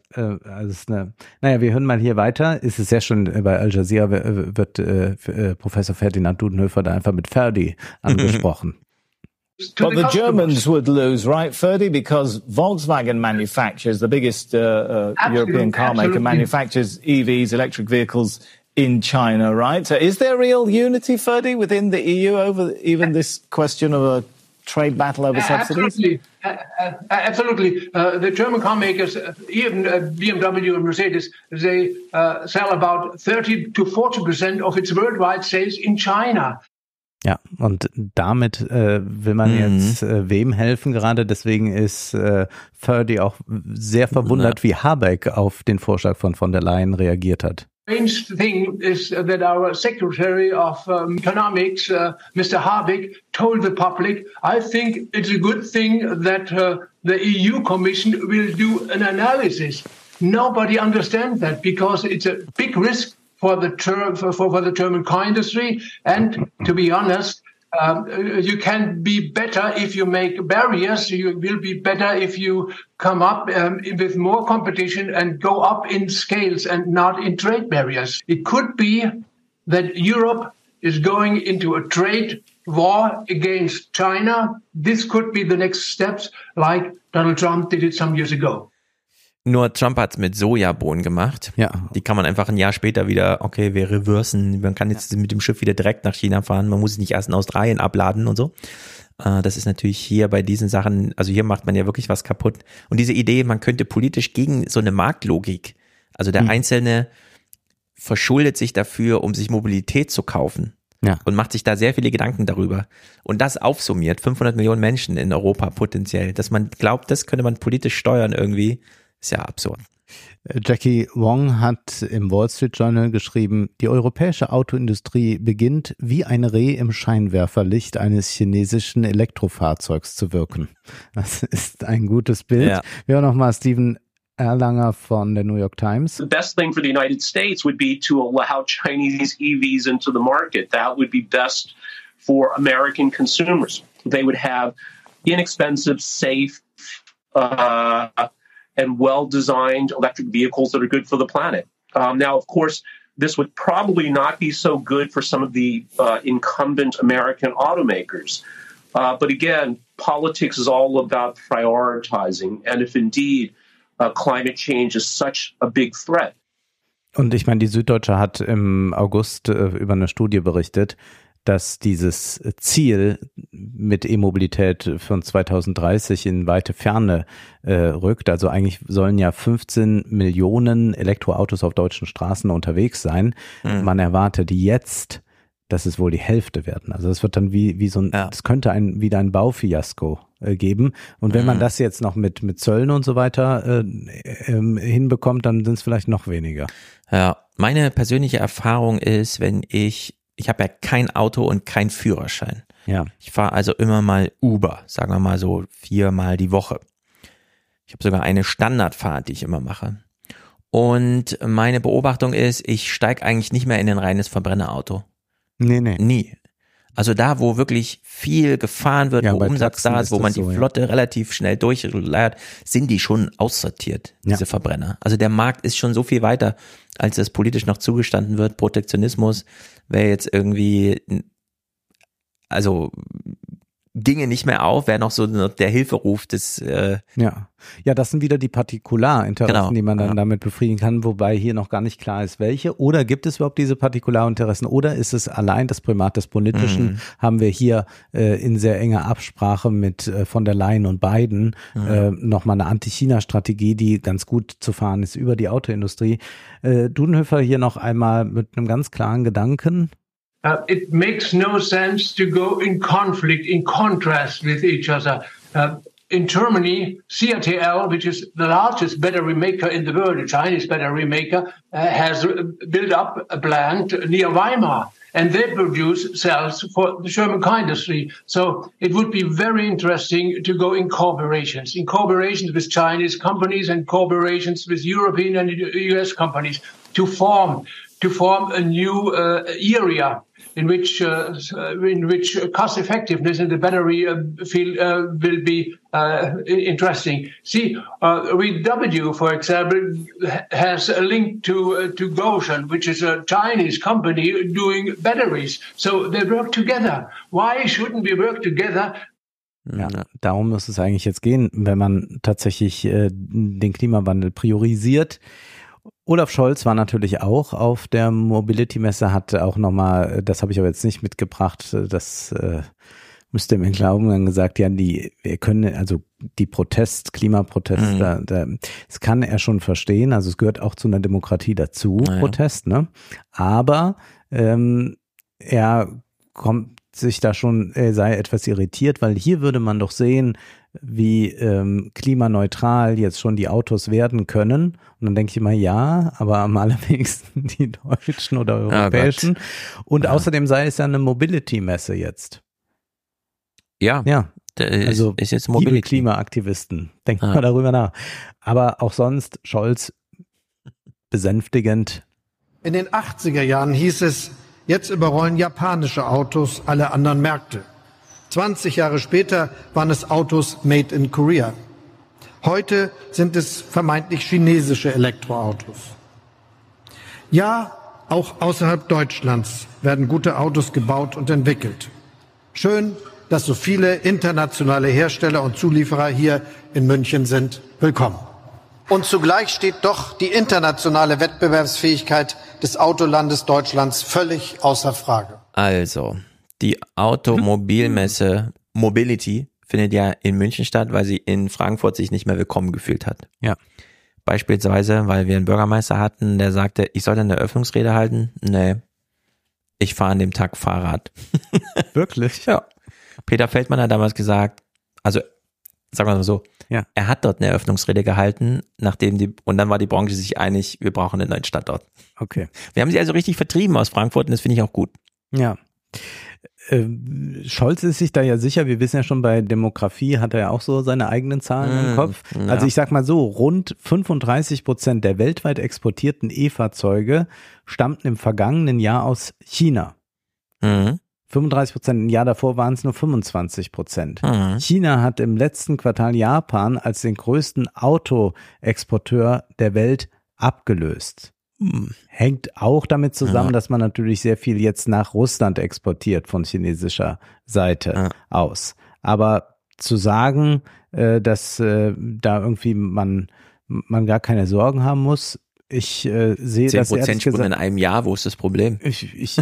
naja, wir hören mal hier weiter. Es ist sehr schön, bei Al Jazeera wird Professor Ferdinand Dudenhöfer da einfach mit Ferdi angesprochen. But the Germans would lose, right, Ferdy? Because Volkswagen manufactures, the biggest European car maker, manufactures EVs, electric vehicles in China, right? So is there real unity, Ferdy, within the EU over even this question of a trade battle over subsidies? Absolutely. The German car makers, even BMW and Mercedes, they sell about 30 to 40% of its worldwide sales in China. Ja, und damit will man jetzt wem helfen gerade? Deswegen ist Ferdi auch sehr verwundert, wie Habeck auf den Vorschlag von der Leyen reagiert hat. strange thing is that our Secretary of Economics, Mr. Habeck, told the public, I think it's a good thing that the EU Commission will do an analysis. Nobody understands that because it's a big risk for the German car industry. And to be honest, you can be better if you make barriers. You will be better if you come up with more competition and go up in scales and not in trade barriers. It could be that Europe is going into a trade war against China. This could be the next steps, like Donald Trump did it some years ago. Nur Trump hat's mit Sojabohnen gemacht. Ja. Die kann man einfach ein Jahr später wieder, okay, wir reversen, man kann jetzt mit dem Schiff wieder direkt nach China fahren, man muss es nicht erst in Australien abladen und so. Das ist natürlich hier bei diesen Sachen, also hier macht man ja wirklich was kaputt. Und diese Idee, man könnte politisch gegen so eine Marktlogik, also der Einzelne verschuldet sich dafür, um sich Mobilität zu kaufen. Ja. Und macht sich da sehr viele Gedanken darüber. Und das aufsummiert, 500 Millionen Menschen in Europa potenziell, dass man glaubt, das könnte man politisch steuern irgendwie, ist ja absurd. Jackie Wong hat im Wall Street Journal geschrieben, die europäische Autoindustrie beginnt wie ein Reh im Scheinwerferlicht eines chinesischen Elektrofahrzeugs zu wirken. Das ist ein gutes Bild. Ja. Wir hören nochmal Steven Erlanger von der New York Times. The best thing for the United States would be to allow Chinese EVs into the market. That would be best for American consumers. They would have inexpensive, safe, and well-designed electric vehicles that are good for the planet. Now, of course, this would probably not be so good for some of the incumbent American automakers. But again, politics is all about prioritizing. And if indeed climate change is such a big threat. Und ich meine, die Süddeutsche hat im August über eine Studie berichtet, dass dieses Ziel mit E-Mobilität von 2030 in weite Ferne rückt. Also eigentlich sollen ja 15 Millionen Elektroautos auf deutschen Straßen unterwegs sein. Man erwartet jetzt, dass es wohl die Hälfte werden. Also es wird dann wie so ein, es könnte wieder ein Baufiasko geben. Und wenn man das jetzt noch mit Zöllen und so weiter hinbekommt, dann sind es vielleicht noch weniger. Ja, meine persönliche Erfahrung ist, wenn ich habe ja kein Auto und keinen Führerschein. Ja. Ich fahre also immer mal Uber, sagen wir mal so 4-mal die Woche. Ich habe sogar eine Standardfahrt, die ich immer mache. Und meine Beobachtung ist, ich steige eigentlich nicht mehr in ein reines Verbrennerauto. Nee. Nie. Also da, wo wirklich viel gefahren wird, wo Umsatz da ist, wo man die Flotte relativ schnell durchleiert, sind die schon aussortiert, diese Verbrenner. Also der Markt ist schon so viel weiter, als es politisch noch zugestanden wird. Protektionismus wäre jetzt irgendwie, also ginge nicht mehr auf, wäre noch so der Hilferuf des Ja, das sind wieder die Partikularinteressen, die man dann damit befriedigen kann, wobei hier noch gar nicht klar ist, welche. Oder gibt es überhaupt diese Partikularinteressen oder ist es allein das Primat des Politischen? Haben wir hier in sehr enger Absprache mit von der Leyen und Biden nochmal eine Anti-China-Strategie, die ganz gut zu fahren ist über die Autoindustrie. Dudenhöfer hier noch einmal mit einem ganz klaren Gedanken. It makes no sense to go in conflict, in contrast with each other. In Germany, CATL, which is the largest battery maker in the world, a Chinese battery maker, has built up a plant near Weimar, and they produce cells for the German car industry. So it would be very interesting to go in cooperations with Chinese companies and cooperations with European and US companies to form a new area in which cost effectiveness in the battery field will be interesting. See, VW, for example, has a link to Gotion, which is a Chinese company doing batteries. So they work together. Why shouldn't we work together? Ja, darum muss es eigentlich jetzt gehen, wenn man tatsächlich den Klimawandel priorisiert. Olaf Scholz war natürlich auch auf der Mobility-Messe, hat auch nochmal, das habe ich aber jetzt nicht mitgebracht, das müsst ihr mir glauben, dann gesagt, ja, wir können, also die Klimaprotest, das kann er schon verstehen, also es gehört auch zu einer Demokratie dazu, Protest, ne? Aber er kommt sich da schon, sei etwas irritiert, weil hier würde man doch sehen, wie klimaneutral jetzt schon die Autos werden können. Und dann denke ich immer, ja, aber am allerwenigsten die deutschen oder europäischen. Und außerdem sei es ja eine Mobility-Messe jetzt. Ja. Also ist jetzt liebe Klimaaktivisten, denkt mal darüber nach. Aber auch sonst, Scholz besänftigend. In den 80er Jahren hieß es, jetzt überrollen japanische Autos alle anderen Märkte. 20 Jahre später waren es Autos made in Korea. Heute sind es vermeintlich chinesische Elektroautos. Ja, auch außerhalb Deutschlands werden gute Autos gebaut und entwickelt. Schön, dass so viele internationale Hersteller und Zulieferer hier in München sind. Willkommen. Und zugleich steht doch die internationale Wettbewerbsfähigkeit des Autolandes Deutschlands völlig außer Frage. Also, die Automobilmesse Mobility findet ja in München statt, weil sie in Frankfurt sich nicht mehr willkommen gefühlt hat. Ja. Beispielsweise, weil wir einen Bürgermeister hatten, der sagte, ich sollte eine Eröffnungsrede halten. Nee, ich fahre an dem Tag Fahrrad. Wirklich? Ja. Peter Feldmann hat damals gesagt, also sagen wir mal so, er hat dort eine Eröffnungsrede gehalten, und dann war die Branche sich einig, wir brauchen einen neuen Standort. Okay. Wir haben sie also richtig vertrieben aus Frankfurt und das finde ich auch gut. Ja. Scholz ist sich da ja sicher, wir wissen ja schon, bei Demografie hat er ja auch so seine eigenen Zahlen im Kopf. Ja. Also ich sag mal so, rund 35% der weltweit exportierten E-Fahrzeuge stammten im vergangenen Jahr aus China. 35%, im Jahr davor waren es nur 25%. China hat im letzten Quartal Japan als den größten Autoexporteur der Welt abgelöst. Hängt auch damit zusammen, dass man natürlich sehr viel jetzt nach Russland exportiert von chinesischer Seite aus. Aber zu sagen, dass da irgendwie man gar keine Sorgen haben muss, ich sehe das 10% Sprung in einem Jahr, wo ist das Problem? Ich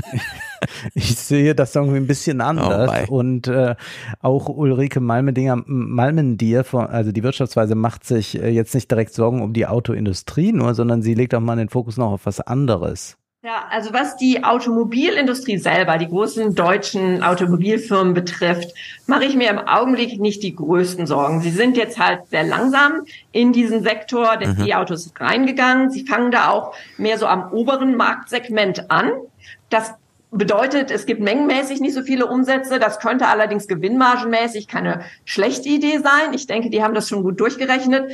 sehe das irgendwie ein bisschen anders und auch Ulrike Malmendier, also die Wirtschaftsweise, macht sich jetzt nicht direkt Sorgen um die Autoindustrie nur, sondern sie legt auch mal den Fokus noch auf was anderes. Ja, also was die Automobilindustrie selber, die großen deutschen Automobilfirmen betrifft, mache ich mir im Augenblick nicht die größten Sorgen. Sie sind jetzt halt sehr langsam in diesen Sektor des E-Autos reingegangen. Sie fangen da auch mehr so am oberen Marktsegment an. Das bedeutet, es gibt mengenmäßig nicht so viele Umsätze. Das könnte allerdings gewinnmargenmäßig keine schlechte Idee sein. Ich denke, die haben das schon gut durchgerechnet.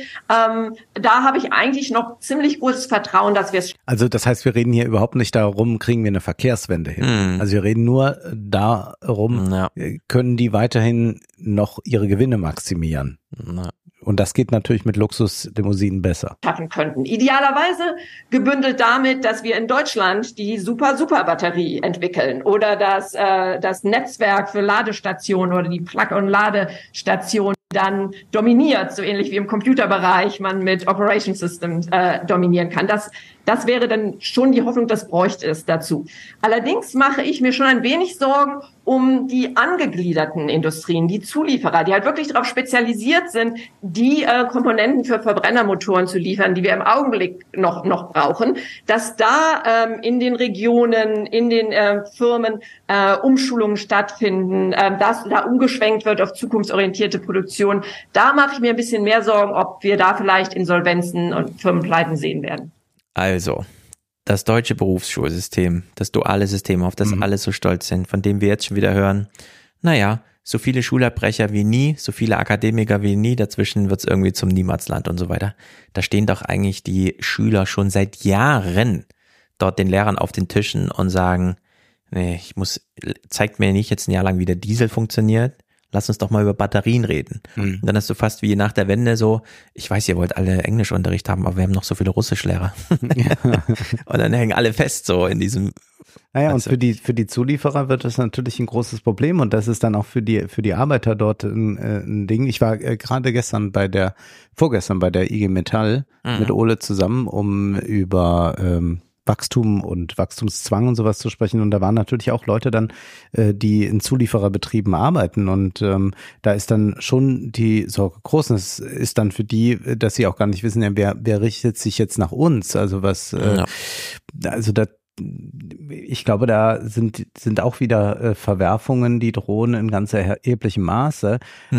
Da habe ich eigentlich noch ziemlich großes Vertrauen, dass wir es. Also das heißt, wir reden hier überhaupt nicht darum, kriegen wir eine Verkehrswende hin. Also wir reden nur darum, können die weiterhin noch ihre Gewinne maximieren. Und das geht natürlich mit Luxuslimousinen besser. Schaffen könnten. Idealerweise gebündelt damit, dass wir in Deutschland die Super-Batterie entwickeln oder das Netzwerk für Ladestationen oder die Plug-and-Ladestationen dann dominiert, so ähnlich wie im Computerbereich man mit Operation Systems dominieren kann. Das wäre dann schon die Hoffnung, das bräuchte es dazu. Allerdings mache ich mir schon ein wenig Sorgen um die angegliederten Industrien, die Zulieferer, die halt wirklich darauf spezialisiert sind, die Komponenten für Verbrennermotoren zu liefern, die wir im Augenblick noch brauchen, dass da in den Regionen, in den Firmen Umschulungen stattfinden, dass da umgeschwenkt wird auf zukunftsorientierte Produktion. Da mache ich mir ein bisschen mehr Sorgen, ob wir da vielleicht Insolvenzen und Firmenpleiten sehen werden. Also, das deutsche Berufsschulsystem, das duale System, auf das alle so stolz sind, von dem wir jetzt schon wieder hören, naja, so viele Schulabbrecher wie nie, so viele Akademiker wie nie, dazwischen wird's irgendwie zum Niemandsland und so weiter. Da stehen doch eigentlich die Schüler schon seit Jahren dort den Lehrern auf den Tischen und sagen, nee, zeigt mir nicht jetzt ein Jahr lang, wie der Diesel funktioniert. Lass uns doch mal über Batterien reden. Und dann hast du fast wie nach der Wende so, ich weiß, ihr wollt alle Englischunterricht haben, aber wir haben noch so viele Russischlehrer. Und dann hängen alle fest so in diesem. Naja, und für die Zulieferer wird das natürlich ein großes Problem und das ist dann auch für die Arbeiter dort ein Ding. Ich war gerade vorgestern bei der IG Metall mit Ole zusammen, um über Wachstum und Wachstumszwang und sowas zu sprechen. Und da waren natürlich auch Leute dann, die in Zuliefererbetrieben arbeiten. Und da ist dann schon die Sorge groß. Und es ist dann für die, dass sie auch gar nicht wissen, ja, wer richtet sich jetzt nach uns? Also was, also da ich glaube, da sind auch wieder Verwerfungen, die drohen in ganz erheblichem Maße.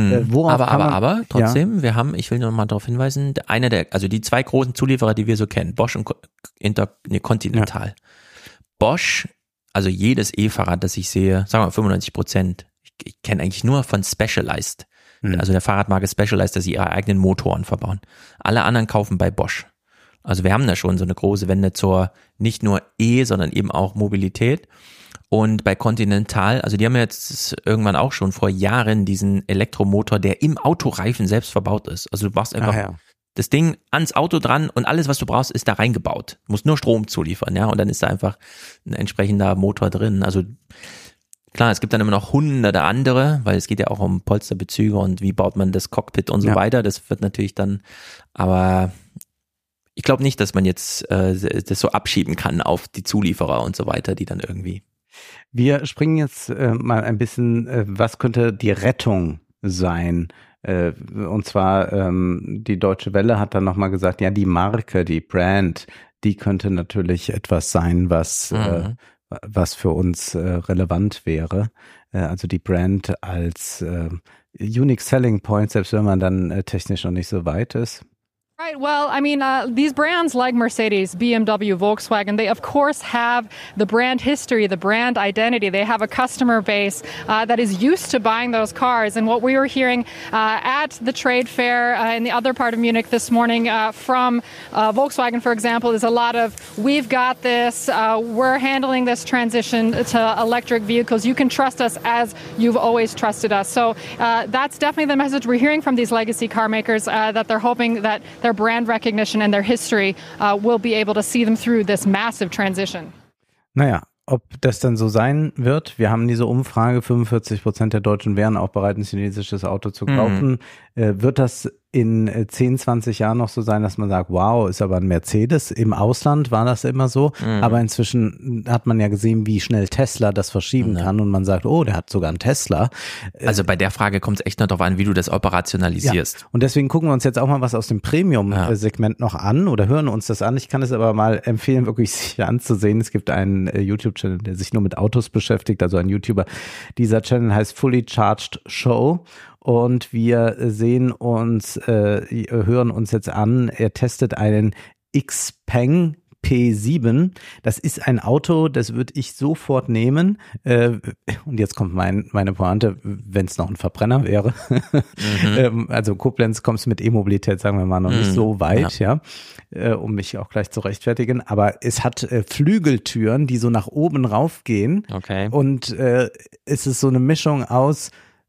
Aber trotzdem, ich will nur mal darauf hinweisen, die zwei großen Zulieferer, die wir so kennen, Bosch und Continental. Ja. Bosch, also jedes E-Fahrrad, das ich sehe, sagen wir 95%, ich kenne eigentlich nur von Specialized. Also der Fahrradmarke Specialized, dass sie ihre eigenen Motoren verbauen. Alle anderen kaufen bei Bosch. Also wir haben da schon so eine große Wende zur nicht nur sondern eben auch Mobilität. Und bei Continental, also die haben jetzt irgendwann auch schon vor Jahren diesen Elektromotor, der im Autoreifen selbst verbaut ist. Also du machst einfach das Ding ans Auto dran und alles, was du brauchst, ist da reingebaut. Du musst nur Strom zuliefern, ja, und dann ist da einfach ein entsprechender Motor drin. Also klar, es gibt dann immer noch hunderte andere, weil es geht ja auch um Polsterbezüge und wie baut man das Cockpit und so weiter. Das wird natürlich dann, aber ich glaube nicht, dass man jetzt das so abschieben kann auf die Zulieferer und so weiter, die dann irgendwie. Wir springen jetzt mal ein bisschen, was könnte die Rettung sein? Und zwar die Deutsche Welle hat dann nochmal gesagt, ja, die Marke, die Brand, die könnte natürlich etwas sein, was für uns relevant wäre. Also die Brand als Unique Selling Point, selbst wenn man dann technisch noch nicht so weit ist. Right. Well, I mean, these brands like Mercedes, BMW, Volkswagen, they of course have the brand history, the brand identity. They have a customer base that is used to buying those cars. And what we were hearing at the trade fair in the other part of Munich this morning from Volkswagen, for example, is a lot of, we've got this, we're handling this transition to electric vehicles. You can trust us as you've always trusted us. So that's definitely the message we're hearing from these legacy car makers, that they're hoping that their brand recognition and their history will be able to see them through this massive transition. Naja, ob das dann so sein wird, wir haben diese Umfrage, 45% der Deutschen wären auch bereit, ein chinesisches Auto zu kaufen. Wird das in 10, 20 Jahren noch so sein, dass man sagt, wow, ist aber ein Mercedes. Im Ausland war das immer so, aber inzwischen hat man ja gesehen, wie schnell Tesla das verschieben kann und man sagt, oh, der hat sogar einen Tesla. Also bei der Frage kommt es echt noch darauf an, wie du das operationalisierst. Ja. Und deswegen gucken wir uns jetzt auch mal was aus dem Premium-Segment noch an oder hören uns das an. Ich kann es aber mal empfehlen, wirklich sich anzusehen. Es gibt einen YouTube-Channel, der sich nur mit Autos beschäftigt, also ein YouTuber. Dieser Channel heißt Fully Charged Show. Und wir hören uns jetzt an, er testet einen Xpeng P7. Das ist ein Auto, das würde ich sofort nehmen. Und jetzt kommt meine Pointe, wenn es noch ein Verbrenner wäre. Also Koblenz kommst mit E-Mobilität, sagen wir mal, noch nicht so weit, um mich auch gleich zu rechtfertigen. Aber es hat Flügeltüren, die so nach oben raufgehen. Okay. Und es ist so eine Mischung aus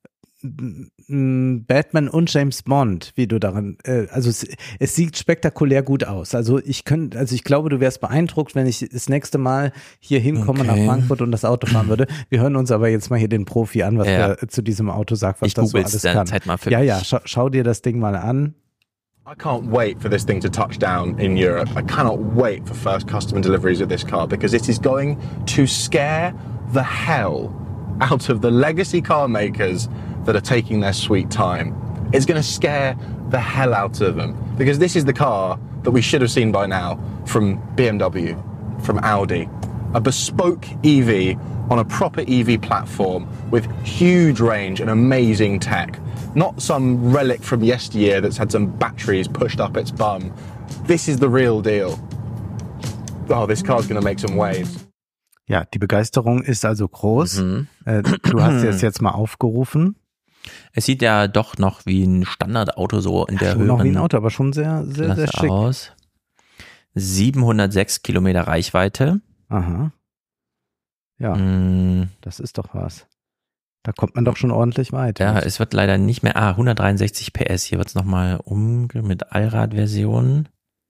Batman und James Bond, wie du darin, also es sieht spektakulär gut aus. Also ich glaube, du wärst beeindruckt, wenn ich das nächste Mal hier hinkomme nach Frankfurt und das Auto fahren würde. Wir hören uns aber jetzt mal hier den Profi an, was der zu diesem Auto sagt, was das so alles kann. Schau dir das Ding mal an. I can't wait for this thing to touch down in Europe. I cannot wait for first customer deliveries of this car because it is going to scare the hell out of the legacy car makers that are taking their sweet time. It's going to scare the hell out of them because this is the car that we should have seen by now from BMW, from Audi. A bespoke EV on a proper EV platform with huge range and amazing tech. Not some relic from yesteryear that's had some batteries pushed up its bum. This is the real deal. Oh, this car's going to make some waves. Ja, die Begeisterung ist also groß. Du hast es jetzt mal aufgerufen. Es sieht ja doch noch wie ein Standardauto so in der Höhe. Noch wie ein Auto, aber schon sehr, sehr, sehr schick. Aus. 706 Kilometer Reichweite. Aha. Ja, das ist doch was. Da kommt man doch schon ordentlich weit. Ja, es wird leider nicht mehr, 163 PS. Hier wird es nochmal mit Allradversion.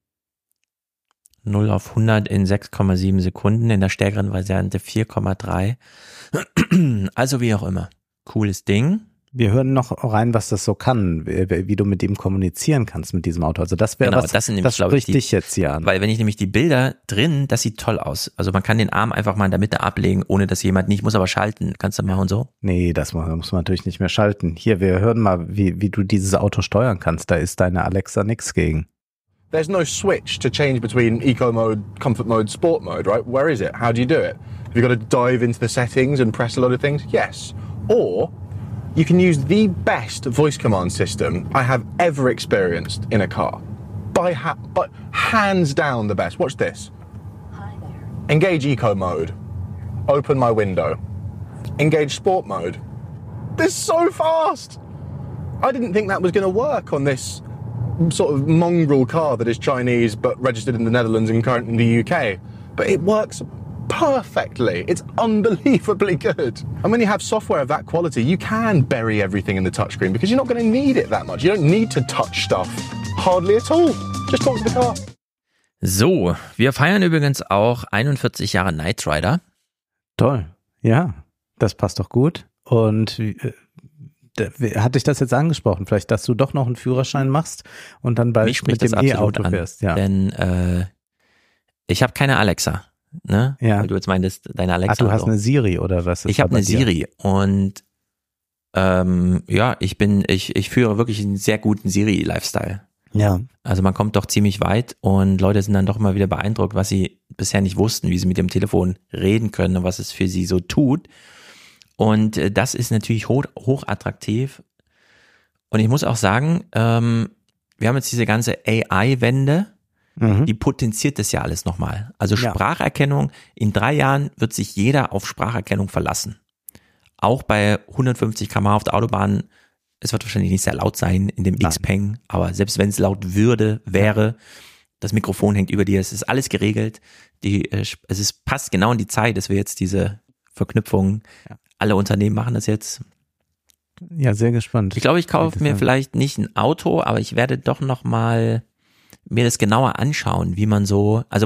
0 auf 100 in 6,7 Sekunden, in der stärkeren Variante 4,3. Also wie auch immer. Cooles Ding. Wir hören noch rein, was das so kann, wie du mit ihm kommunizieren kannst mit diesem Auto. Also das wäre das spricht dich jetzt hier an. Weil wenn ich nämlich die Bilder drin, das sieht toll aus. Also man kann den Arm einfach mal in der Mitte ablegen, ohne dass jemand nicht, muss aber schalten. Kannst du machen so? Nee, das muss man natürlich nicht mehr schalten. Hier, wir hören mal, wie du dieses Auto steuern kannst. Da ist deine Alexa nix gegen. There's no switch to change between eco mode, comfort mode, sport mode, right? Where is it? How do you do it? Have you got to dive into the settings and press a lot of things? Yes. Or you can use the best voice command system I have ever experienced in a car. But hands down the best. Watch this. Hi there. Engage eco mode. Open my window. Engage sport mode. This is so fast. I didn't think that was going to work on this sort of mongrel car that is Chinese but registered in the Netherlands and current in the UK. But it works perfectly. It's unbelievably good. And when you have software of that quality, you can bury everything in the touchscreen because you're not going to need it that much. You don't need to touch stuff. Hardly at all. Just talk to the car. So, wir feiern übrigens auch 41 Jahre Knight Rider. Toll. Ja, das passt doch gut. Und hat dich das jetzt angesprochen? Vielleicht, dass du doch noch einen Führerschein machst und dann bald mit dem E-Auto fährst. Ja. Denn ich habe keine Alexa. Ne? Ja. Weil du jetzt meintest, deine Alexa. Ach, du hast eine Siri oder was? Ich habe eine Siri und ja, ich führe wirklich einen sehr guten Siri-Lifestyle. Ja. Also man kommt doch ziemlich weit und Leute sind dann doch immer wieder beeindruckt, was sie bisher nicht wussten, wie sie mit dem Telefon reden können und was es für sie so tut. Und das ist natürlich hoch attraktiv. Und ich muss auch sagen, wir haben jetzt diese ganze AI-Wende, die potenziert das ja alles nochmal. Also Spracherkennung, in 3 Jahren wird sich jeder auf Spracherkennung verlassen. Auch bei 150 km/h auf der Autobahn, es wird wahrscheinlich nicht sehr laut sein in dem Xpeng, aber selbst wenn es laut wäre, das Mikrofon hängt über dir, es ist alles geregelt. Passt genau in die Zeit, dass wir jetzt diese Verknüpfungen, alle Unternehmen machen das jetzt. Ja, sehr gespannt. Ich glaube, ich kaufe mir vielleicht nicht ein Auto, aber ich werde doch nochmal mir das genauer anschauen, wie man so, also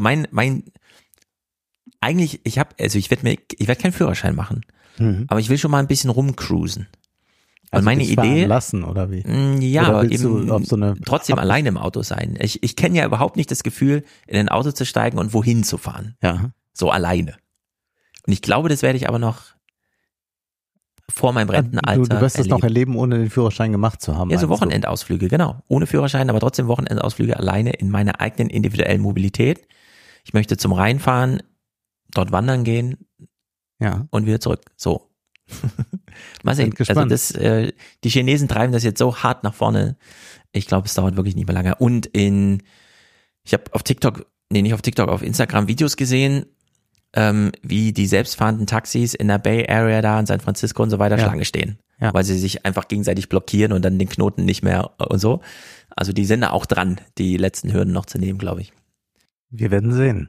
eigentlich, ich werde keinen Führerschein machen, aber ich will schon mal ein bisschen rumcruisen. Also und meine Idee lassen oder wie? Ja, oder aber eben trotzdem allein alleine im Auto sein. Ich kenne ja überhaupt nicht das Gefühl, in ein Auto zu steigen und wohin zu fahren. Ja. So alleine. Und ich glaube, das werde ich aber noch vor meinem Rentenalter Du wirst es noch erleben, ohne den Führerschein gemacht zu haben. Ja, so Wochenendausflüge, genau. Ohne Führerschein, aber trotzdem Wochenendausflüge alleine in meiner eigenen individuellen Mobilität. Ich möchte zum Rhein fahren, dort wandern gehen und wieder zurück. So. Mal sehen. Also die Chinesen treiben das jetzt so hart nach vorne. Ich glaube, es dauert wirklich nicht mehr lange. Und ich habe auf Instagram Videos gesehen, wie die selbstfahrenden Taxis in der Bay Area da in San Francisco und so weiter Schlange stehen, weil sie sich einfach gegenseitig blockieren und dann den Knoten nicht mehr und so. Also die sind da auch dran, die letzten Hürden noch zu nehmen, glaube ich. Wir werden sehen.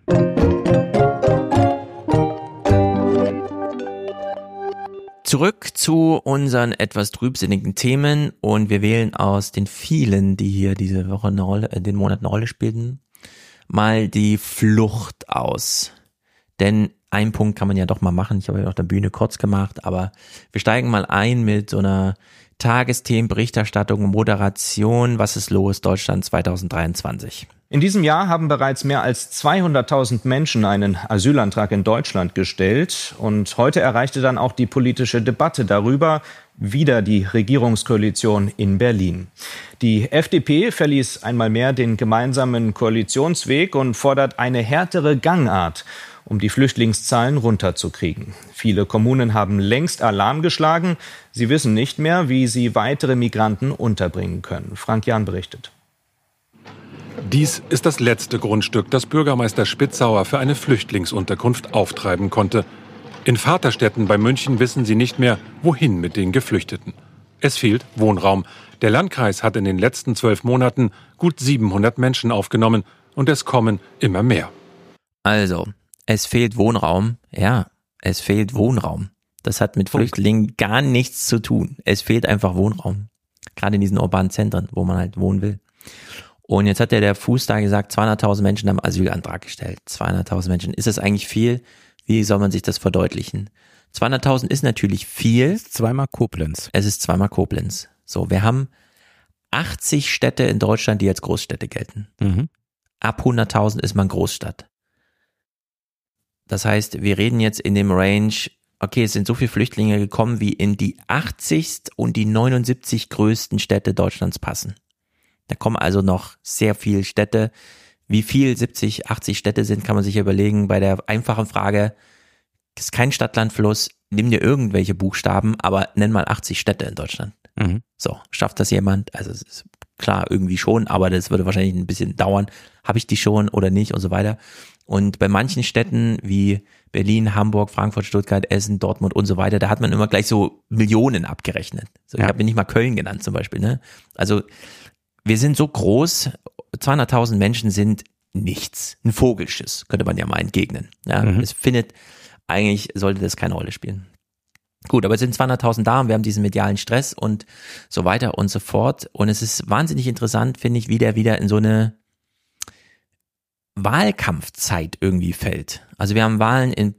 Zurück zu unseren etwas trübsinnigen Themen und wir wählen aus den vielen, die hier diese Woche den Monat eine Rolle spielten, mal die Flucht aus. Denn einen Punkt kann man ja doch mal machen. Ich habe ja auf der Bühne kurz gemacht, aber wir steigen mal ein mit so einer Tagesthemenberichterstattung und Moderation. Was ist los? Deutschland 2023. In diesem Jahr haben bereits mehr als 200.000 Menschen einen Asylantrag in Deutschland gestellt. Und heute erreichte dann auch die politische Debatte darüber wieder die Regierungskoalition in Berlin. Die FDP verließ einmal mehr den gemeinsamen Koalitionsweg und fordert eine härtere Gangart, um die Flüchtlingszahlen runterzukriegen. Viele Kommunen haben längst Alarm geschlagen. Sie wissen nicht mehr, wie sie weitere Migranten unterbringen können. Frank Jahn berichtet. Dies ist das letzte Grundstück, das Bürgermeister Spitzauer für eine Flüchtlingsunterkunft auftreiben konnte. In Vaterstetten bei München wissen sie nicht mehr, wohin mit den Geflüchteten. Es fehlt Wohnraum. Der Landkreis hat in den letzten 12 Monaten gut 700 Menschen aufgenommen und es kommen immer mehr. Also, es fehlt Wohnraum. Ja, es fehlt Wohnraum. Das hat mit Flüchtlingen gar nichts zu tun. Es fehlt einfach Wohnraum. Gerade in diesen urbanen Zentren, wo man halt wohnen will. Und jetzt hat der Fuß da gesagt, 200.000 Menschen haben Asylantrag gestellt. 200.000 Menschen. Ist das eigentlich viel? Wie soll man sich das verdeutlichen? 200.000 ist natürlich viel. Es ist zweimal Koblenz. Es ist zweimal Koblenz. So, wir haben 80 Städte in Deutschland, die als Großstädte gelten. Ab 100.000 ist man Großstadt. Das heißt, wir reden jetzt in dem Range, okay, es sind so viele Flüchtlinge gekommen, wie in die 80. und die 79 größten Städte Deutschlands passen. Da kommen also noch sehr viele Städte. Wie viel 70, 80 Städte sind, kann man sich überlegen. Bei der einfachen Frage, ist kein Stadt-Land-Fluss, nimm dir irgendwelche Buchstaben, aber nenn mal 80 Städte in Deutschland. So, schafft das jemand? Also es ist klar, irgendwie schon, aber das würde wahrscheinlich ein bisschen dauern. Habe ich die schon oder nicht und so weiter. Und bei manchen Städten wie Berlin, Hamburg, Frankfurt, Stuttgart, Essen, Dortmund und so weiter, da hat man immer gleich so Millionen abgerechnet. So, ich habe mir nicht mal Köln genannt zum Beispiel. Ne? Also wir sind so groß, 200.000 Menschen sind nichts. Ein Vogelschiss, könnte man ja mal entgegnen. Ja, es findet, eigentlich sollte das keine Rolle spielen. Gut, aber es sind 200.000 da und wir haben diesen medialen Stress und so weiter und so fort. Und es ist wahnsinnig interessant, finde ich, wie der wieder in so eine Wahlkampfzeit irgendwie fällt. Also wir haben Wahlen in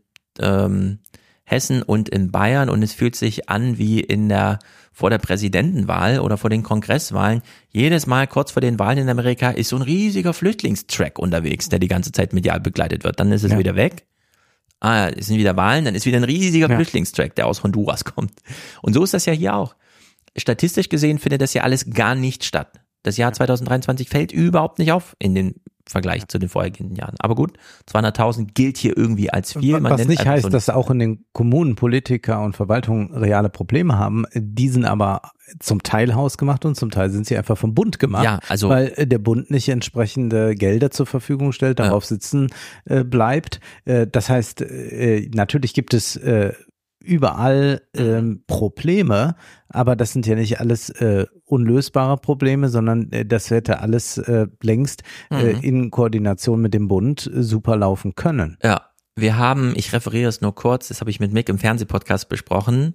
Hessen und in Bayern und es fühlt sich an wie vor der Präsidentenwahl oder vor den Kongresswahlen. Jedes Mal kurz vor den Wahlen in Amerika ist so ein riesiger Flüchtlingstrack unterwegs, der die ganze Zeit medial begleitet wird. Dann ist es wieder weg. Es sind wieder Wahlen, dann ist wieder ein riesiger Flüchtlingstrack, der aus Honduras kommt. Und so ist das ja hier auch. Statistisch gesehen findet das ja alles gar nicht statt. Das Jahr 2023 fällt überhaupt nicht auf in den Vergleich zu den vorhergehenden Jahren. Aber gut, 200.000 gilt hier irgendwie als viel. Was nicht heißt, dass auch in den Kommunen Politiker und Verwaltungen reale Probleme haben. Die sind aber zum Teil hausgemacht und zum Teil sind sie einfach vom Bund gemacht, ja, also, weil der Bund nicht entsprechende Gelder zur Verfügung stellt, darauf sitzen bleibt. Das heißt, natürlich gibt es überall Probleme, aber das sind ja nicht alles unlösbare Probleme, sondern das hätte alles längst in Koordination mit dem Bund super laufen können. Ja, wir haben, ich referiere es nur kurz, das habe ich mit Mick im Fernsehpodcast besprochen,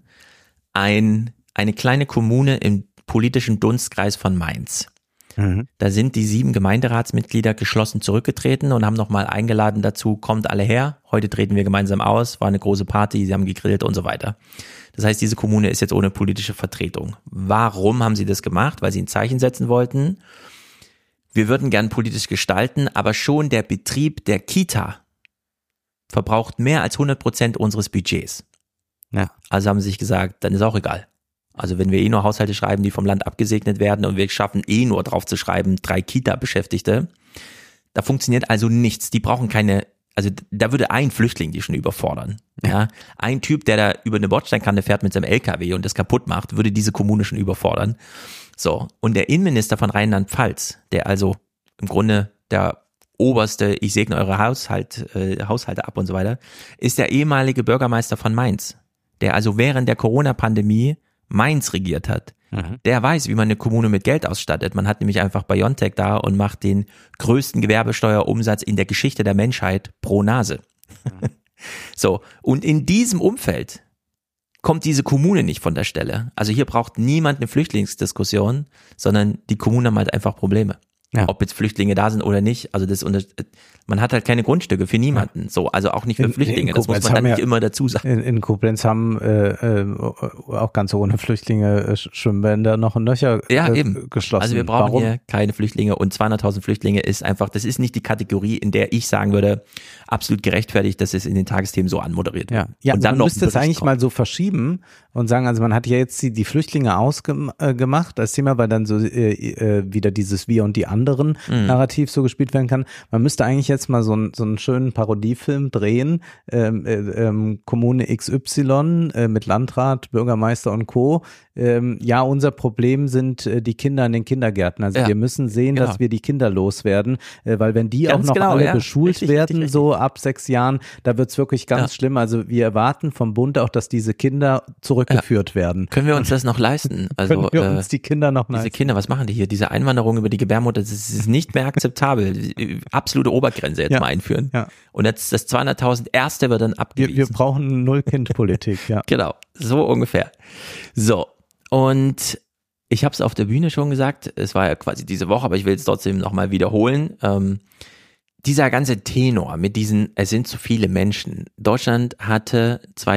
eine kleine Kommune im politischen Dunstkreis von Mainz. Da sind die 7 Gemeinderatsmitglieder geschlossen zurückgetreten und haben nochmal eingeladen dazu, kommt alle her, heute treten wir gemeinsam aus, war eine große Party, sie haben gegrillt und so weiter. Das heißt, diese Kommune ist jetzt ohne politische Vertretung. Warum haben sie das gemacht? Weil sie ein Zeichen setzen wollten. Wir würden gern politisch gestalten, aber schon der Betrieb der Kita verbraucht mehr als 100% unseres Budgets. Ja. Also haben sie sich gesagt, dann ist auch egal. Also wenn wir nur Haushalte schreiben, die vom Land abgesegnet werden und wir schaffen nur drauf zu schreiben, 3 Kita-Beschäftigte, da funktioniert also nichts. Die brauchen keine, also da würde ein Flüchtling die schon überfordern. Ja, ein Typ, der da über eine Bordsteinkante fährt mit seinem LKW und das kaputt macht, würde diese Kommune schon überfordern. So, und der Innenminister von Rheinland-Pfalz, der also im Grunde der oberste, ich segne eure Haushalte ab und so weiter, ist der ehemalige Bürgermeister von Mainz, der also während der Corona-Pandemie Mainz regiert hat. Der weiß, wie man eine Kommune mit Geld ausstattet. Man hat nämlich einfach BioNTech da und macht den größten Gewerbesteuerumsatz in der Geschichte der Menschheit pro Nase. So, und in diesem Umfeld kommt diese Kommune nicht von der Stelle. Also hier braucht niemand eine Flüchtlingsdiskussion, sondern die Kommunen haben halt einfach Probleme. Ja. Ob jetzt Flüchtlinge da sind oder nicht, also man hat halt keine Grundstücke für niemanden, so, also auch nicht für Flüchtlinge, das muss man dann nicht immer dazu sagen. In Koblenz haben auch ganz ohne Flüchtlinge Schwimmbäder noch ein Löcher geschlossen. Also wir brauchen hier keine Flüchtlinge und 200.000 Flüchtlinge ist einfach, das ist nicht die Kategorie, in der ich sagen würde, absolut gerechtfertigt, dass es in den Tagesthemen so anmoderiert wird. Ja, und dann man müsste es eigentlich mal so verschieben und sagen, also man hat ja jetzt die Flüchtlinge ausgemacht als Thema, weil dann so wieder dieses Wir und die anderen Narrativ so gespielt werden kann. Man müsste eigentlich jetzt mal so einen schönen Parodiefilm drehen, Kommune XY mit Landrat, Bürgermeister und Co. Unser Problem sind die Kinder in den Kindergärten. Also wir müssen sehen, dass wir die Kinder loswerden, weil wenn die ganz auch noch alle beschult werden, so ab 6 Jahren, da wird's wirklich ganz schlimm. Also wir erwarten vom Bund auch, dass diese Kinder zurückgeführt werden. Können wir uns das noch leisten? Also, können wir uns die Kinder noch leisten? Diese Kinder, was machen die hier? Diese Einwanderung über die Gebärmutter, das ist nicht mehr akzeptabel. Absolute Obergrenze jetzt mal einführen. Ja. Und jetzt das 200.000 Erste wird dann abgewiesen. Wir brauchen Null-Kind-Politik, ja. Genau, so ungefähr. So, und ich habe es auf der Bühne schon gesagt, es war ja quasi diese Woche, aber ich will es trotzdem nochmal wiederholen. Dieser ganze Tenor mit diesen, es sind zu viele Menschen. Deutschland hatte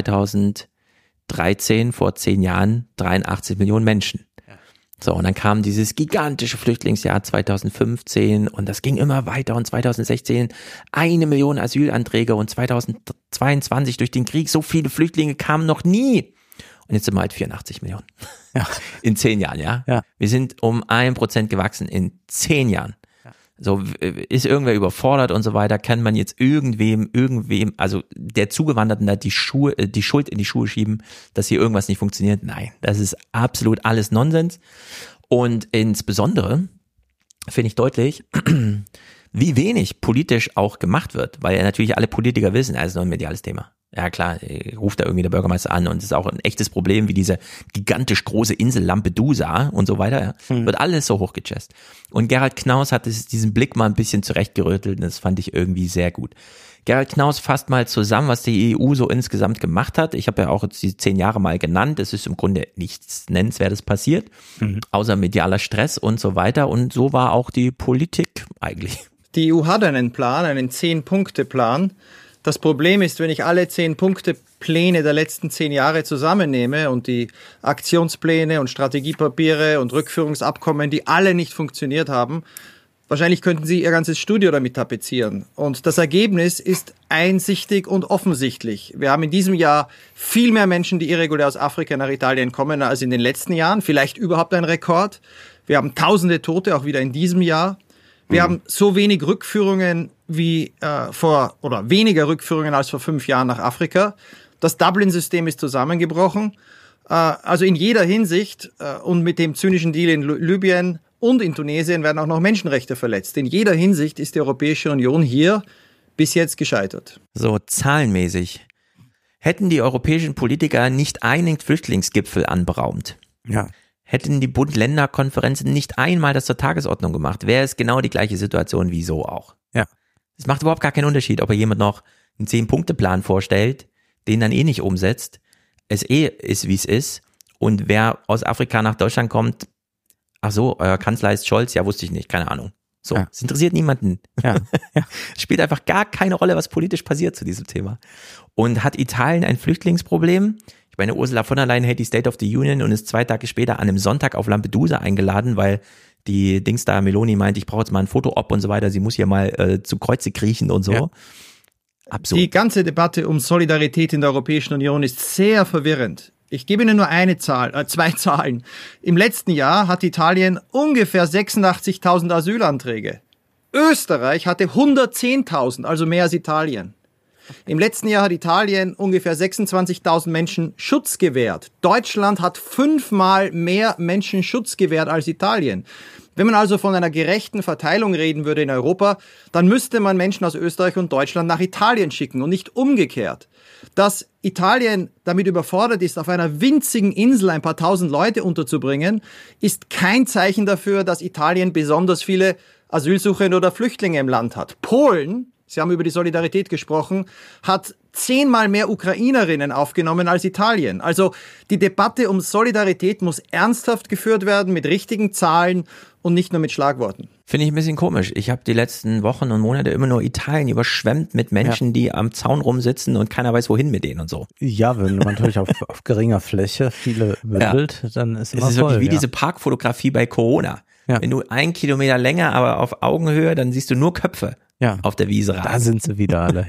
2013, vor 10 Jahren, 83 Millionen Menschen. So, und dann kam dieses gigantische Flüchtlingsjahr 2015 und das ging immer weiter und 2016 1 Million Asylanträge und 2022 durch den Krieg so viele Flüchtlinge kamen noch nie. Und jetzt sind wir halt 84 Millionen. Ja. In 10 Jahren, ja? Wir sind um 1% gewachsen in 10 Jahren. So, ist irgendwer überfordert und so weiter, kann man jetzt irgendwem, also der Zugewanderten da die Schuld in die Schuhe schieben, dass hier irgendwas nicht funktioniert? Nein, das ist absolut alles Nonsens. Und insbesondere finde ich deutlich, wie wenig politisch auch gemacht wird, weil ja natürlich alle Politiker wissen, das ist noch ein mediales Thema. Ja klar, ruft da irgendwie der Bürgermeister an und es ist auch ein echtes Problem, wie diese gigantisch große Insel Lampedusa und so weiter, wird alles so hochgejazzt. Und Gerald Knaus hat diesen Blick mal ein bisschen zurechtgerüttelt und das fand ich irgendwie sehr gut. Gerald Knaus fasst mal zusammen, was die EU so insgesamt gemacht hat. Ich habe ja auch jetzt die 10 Jahre mal genannt. Es ist im Grunde nichts Nennenswertes passiert, außer medialer Stress und so weiter. Und so war auch die Politik eigentlich. Die EU hat einen Plan, einen 10-Punkte-Plan. Das Problem ist, wenn ich alle 10-Punkte-Pläne der letzten 10 Jahre zusammennehme und die Aktionspläne und Strategiepapiere und Rückführungsabkommen, die alle nicht funktioniert haben, wahrscheinlich könnten Sie Ihr ganzes Studio damit tapezieren. Und das Ergebnis ist einsichtig und offensichtlich. Wir haben in diesem Jahr viel mehr Menschen, die irregulär aus Afrika nach Italien kommen, als in den letzten Jahren. Vielleicht überhaupt ein Rekord. Wir haben tausende Tote, auch wieder in diesem Jahr. Wir haben so wenig Rückführungen wie weniger Rückführungen als vor 5 Jahren nach Afrika. Das Dublin-System ist zusammengebrochen. Also in jeder Hinsicht und mit dem zynischen Deal in Libyen und in Tunesien werden auch noch Menschenrechte verletzt. In jeder Hinsicht ist die Europäische Union hier bis jetzt gescheitert. So zahlenmäßig. Hätten die europäischen Politiker nicht einen Flüchtlingsgipfel anberaumt, hätten die Bund-Länder-Konferenzen nicht einmal das zur Tagesordnung gemacht, wäre es genau die gleiche Situation wie so auch. Es macht überhaupt gar keinen Unterschied, ob jemand noch einen 10-Punkte-Plan vorstellt, den dann nicht umsetzt, es ist, wie es ist, und wer aus Afrika nach Deutschland kommt, ach so, euer Kanzler ist Scholz, ja, wusste ich nicht, keine Ahnung. So, es interessiert niemanden. Es spielt einfach gar keine Rolle, was politisch passiert zu diesem Thema. Und hat Italien ein Flüchtlingsproblem? Ich meine, Ursula von der Leyen hält die State of the Union und ist 2 Tage später an einem Sonntag auf Lampedusa eingeladen, weil die Dings da, Meloni meint, ich brauche jetzt mal ein Foto-Op und so weiter, sie muss hier mal zu Kreuze kriechen und so. Absurd. Die ganze Debatte um Solidarität in der Europäischen Union ist sehr verwirrend. Ich gebe Ihnen nur 2 Zahlen. Im letzten Jahr hat Italien ungefähr 86.000 Asylanträge. Österreich hatte 110.000, also mehr als Italien. Im letzten Jahr hat Italien ungefähr 26.000 Menschen Schutz gewährt. Deutschland hat 5-mal mehr Menschen Schutz gewährt als Italien. Wenn man also von einer gerechten Verteilung reden würde in Europa, dann müsste man Menschen aus Österreich und Deutschland nach Italien schicken und nicht umgekehrt. Dass Italien damit überfordert ist, auf einer winzigen Insel ein paar tausend Leute unterzubringen, ist kein Zeichen dafür, dass Italien besonders viele Asylsuchende oder Flüchtlinge im Land hat. Polen, Sie haben über die Solidarität gesprochen, hat 10-mal mehr Ukrainerinnen aufgenommen als Italien. Also die Debatte um Solidarität muss ernsthaft geführt werden mit richtigen Zahlen und nicht nur mit Schlagworten. Finde ich ein bisschen komisch. Ich habe die letzten Wochen und Monate immer nur Italien überschwemmt mit Menschen, die am Zaun rumsitzen und keiner weiß, wohin mit denen und so. Ja, wenn man natürlich auf geringer Fläche viele bündelt, dann ist immer es ist voll. Wirklich wie diese Parkfotografie bei Corona. Wenn du 1 Kilometer länger, aber auf Augenhöhe, dann siehst du nur Köpfe auf der Wiese rasen. Da sind sie wieder alle,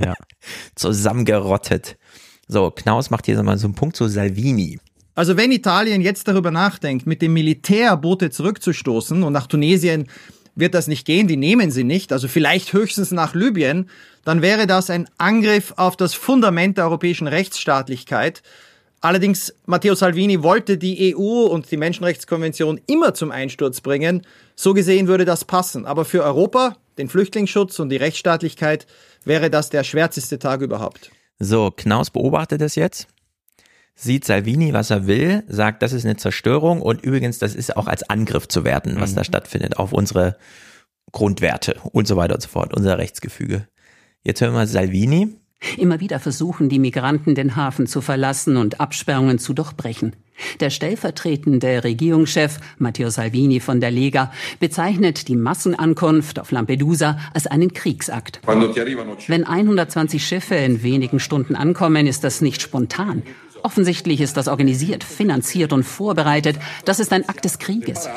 Zusammengerottet. So, Knaus macht hier mal so einen Punkt zu Salvini. Also wenn Italien jetzt darüber nachdenkt, mit dem Militär Boote zurückzustoßen, und nach Tunesien wird das nicht gehen, die nehmen sie nicht, also vielleicht höchstens nach Libyen, dann wäre das ein Angriff auf das Fundament der europäischen Rechtsstaatlichkeit. Allerdings, Matteo Salvini wollte die EU und die Menschenrechtskonvention immer zum Einsturz bringen. So gesehen würde das passen. Aber für Europa, den Flüchtlingsschutz und die Rechtsstaatlichkeit, wäre das der schwärzeste Tag überhaupt. So, Knaus beobachtet das jetzt, sieht Salvini, was er will, sagt, das ist eine Zerstörung und übrigens, das ist auch als Angriff zu werten, was da stattfindet, auf unsere Grundwerte und so weiter und so fort, unser Rechtsgefüge. Jetzt hören wir Salvini. Immer wieder versuchen die Migranten, den Hafen zu verlassen und Absperrungen zu durchbrechen. Der stellvertretende Regierungschef Matteo Salvini von der Lega bezeichnet die Massenankunft auf Lampedusa als einen Kriegsakt. Wenn 120 Schiffe in wenigen Stunden ankommen, ist das nicht spontan. Offensichtlich ist das organisiert, finanziert und vorbereitet. Das ist ein Akt des Krieges.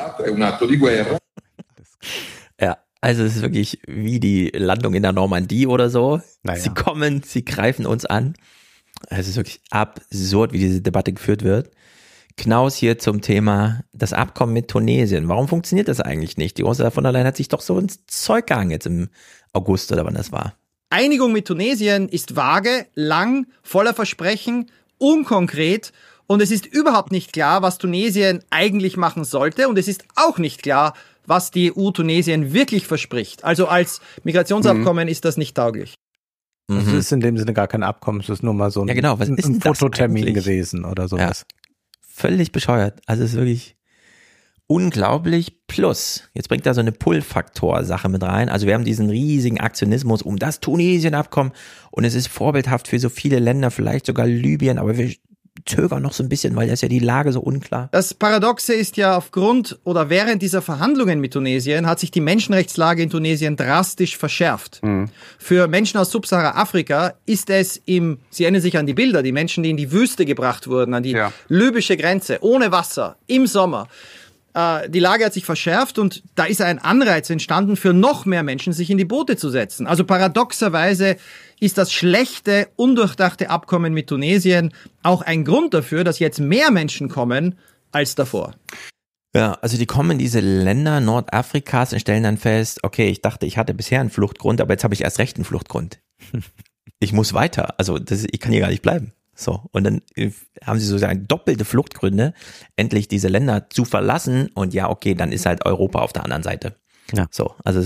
Ja. Also es ist wirklich wie die Landung in der Normandie oder so. Naja. Sie kommen, sie greifen uns an. Es ist wirklich absurd, wie diese Debatte geführt wird. Knaus hier zum Thema das Abkommen mit Tunesien. Warum funktioniert das eigentlich nicht? Die Ursula von der Leyen hat sich doch so ins Zeug gehangen jetzt im August oder wann das war. Einigung mit Tunesien ist vage, lang, voller Versprechen, unkonkret und es ist überhaupt nicht klar, was Tunesien eigentlich machen sollte und es ist auch nicht klar, was die EU Tunesien wirklich verspricht. Also als Migrationsabkommen ist das nicht tauglich. Also es ist in dem Sinne gar kein Abkommen, es ist nur mal so ein Fototermin gewesen oder sowas. Ja. Völlig bescheuert. Also es ist wirklich unglaublich. Plus, jetzt bringt da so eine Pull-Faktor-Sache mit rein. Also wir haben diesen riesigen Aktionismus um das Tunesien-Abkommen und es ist vorbildhaft für so viele Länder, vielleicht sogar Libyen, aber wir zögern noch so ein bisschen, weil da ist ja die Lage so unklar. Das Paradoxe ist ja, aufgrund oder während dieser Verhandlungen mit Tunesien hat sich die Menschenrechtslage in Tunesien drastisch verschärft. Für Menschen aus Subsahara-Afrika ist es Sie erinnern sich an die Bilder, die Menschen, die in die Wüste gebracht wurden, an die libysche Grenze, ohne Wasser, im Sommer. Die Lage hat sich verschärft und da ist ein Anreiz entstanden, für noch mehr Menschen sich in die Boote zu setzen. Also paradoxerweise ist das schlechte, undurchdachte Abkommen mit Tunesien auch ein Grund dafür, dass jetzt mehr Menschen kommen als davor. Ja, also die kommen in diese Länder Nordafrikas und stellen dann fest, okay, ich dachte, ich hatte bisher einen Fluchtgrund, aber jetzt habe ich erst recht einen Fluchtgrund. Ich muss weiter, also ich kann hier gar nicht bleiben. So, und dann haben sie sozusagen doppelte Fluchtgründe, endlich diese Länder zu verlassen und ja, okay, dann ist halt Europa auf der anderen Seite. Ja. So, also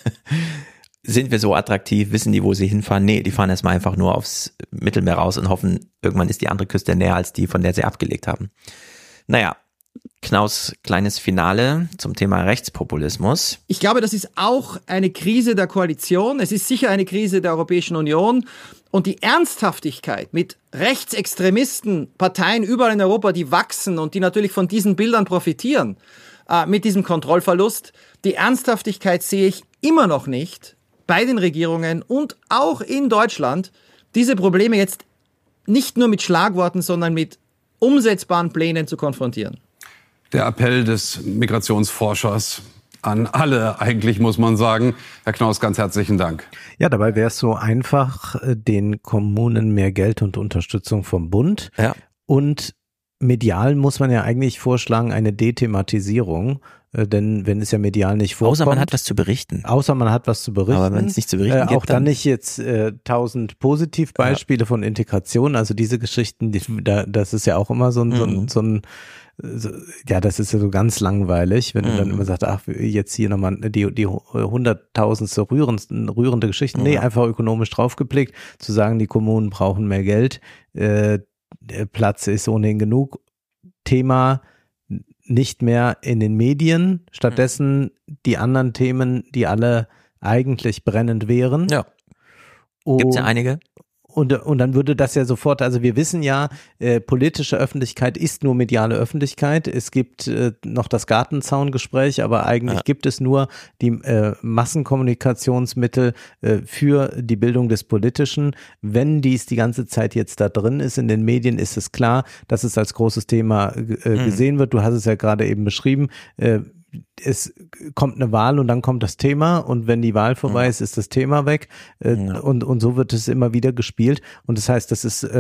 sind wir so attraktiv, wissen die, wo sie hinfahren? Nee, die fahren erstmal einfach nur aufs Mittelmeer raus und hoffen, irgendwann ist die andere Küste näher als die, von der sie abgelegt haben. Naja, Knaus kleines Finale zum Thema Rechtspopulismus. Ich glaube, das ist auch eine Krise der Koalition. Es ist sicher eine Krise der Europäischen Union. Und die Ernsthaftigkeit mit Rechtsextremisten, Parteien überall in Europa, die wachsen und die natürlich von diesen Bildern profitieren, mit diesem Kontrollverlust, die Ernsthaftigkeit sehe ich immer noch nicht bei den Regierungen und auch in Deutschland, diese Probleme jetzt nicht nur mit Schlagworten, sondern mit umsetzbaren Plänen zu konfrontieren. Der Appell des Migrationsforschers an alle eigentlich, muss man sagen. Herr Knaus, ganz herzlichen Dank. Ja, dabei wäre es so einfach, den Kommunen mehr Geld und Unterstützung vom Bund. Ja. Und medial muss man ja eigentlich vorschlagen, eine Dethematisierung. Denn wenn es ja medial nicht vorkommt. Außer man hat was zu berichten. Außer man hat was zu berichten. Aber wenn es nicht zu berichten gibt, auch dann nicht jetzt 1000 Positivbeispiele von Integration. Also diese Geschichten, das ist ja auch immer so ein ja, das ist ja so ganz langweilig, wenn du dann immer sagst, ach, jetzt hier nochmal die 100.000. rührende Geschichten. Nee, einfach ökonomisch draufgeblickt, zu sagen, die Kommunen brauchen mehr Geld, Platz ist ohnehin genug. Thema nicht mehr in den Medien, stattdessen die anderen Themen, die alle eigentlich brennend wären. Ja. Gibt's ja einige. Und dann würde das ja sofort, also wir wissen ja, politische Öffentlichkeit ist nur mediale Öffentlichkeit. Es gibt noch das Gartenzaungespräch, aber eigentlich gibt es nur die Massenkommunikationsmittel für die Bildung des Politischen. Wenn dies die ganze Zeit jetzt da drin ist in den Medien, ist es klar, dass es als großes Thema gesehen wird. Du hast es ja gerade eben beschrieben. Es kommt eine Wahl und dann kommt das Thema und wenn die Wahl vorbei ist, ist das Thema weg und so wird es immer wieder gespielt und das heißt, das ist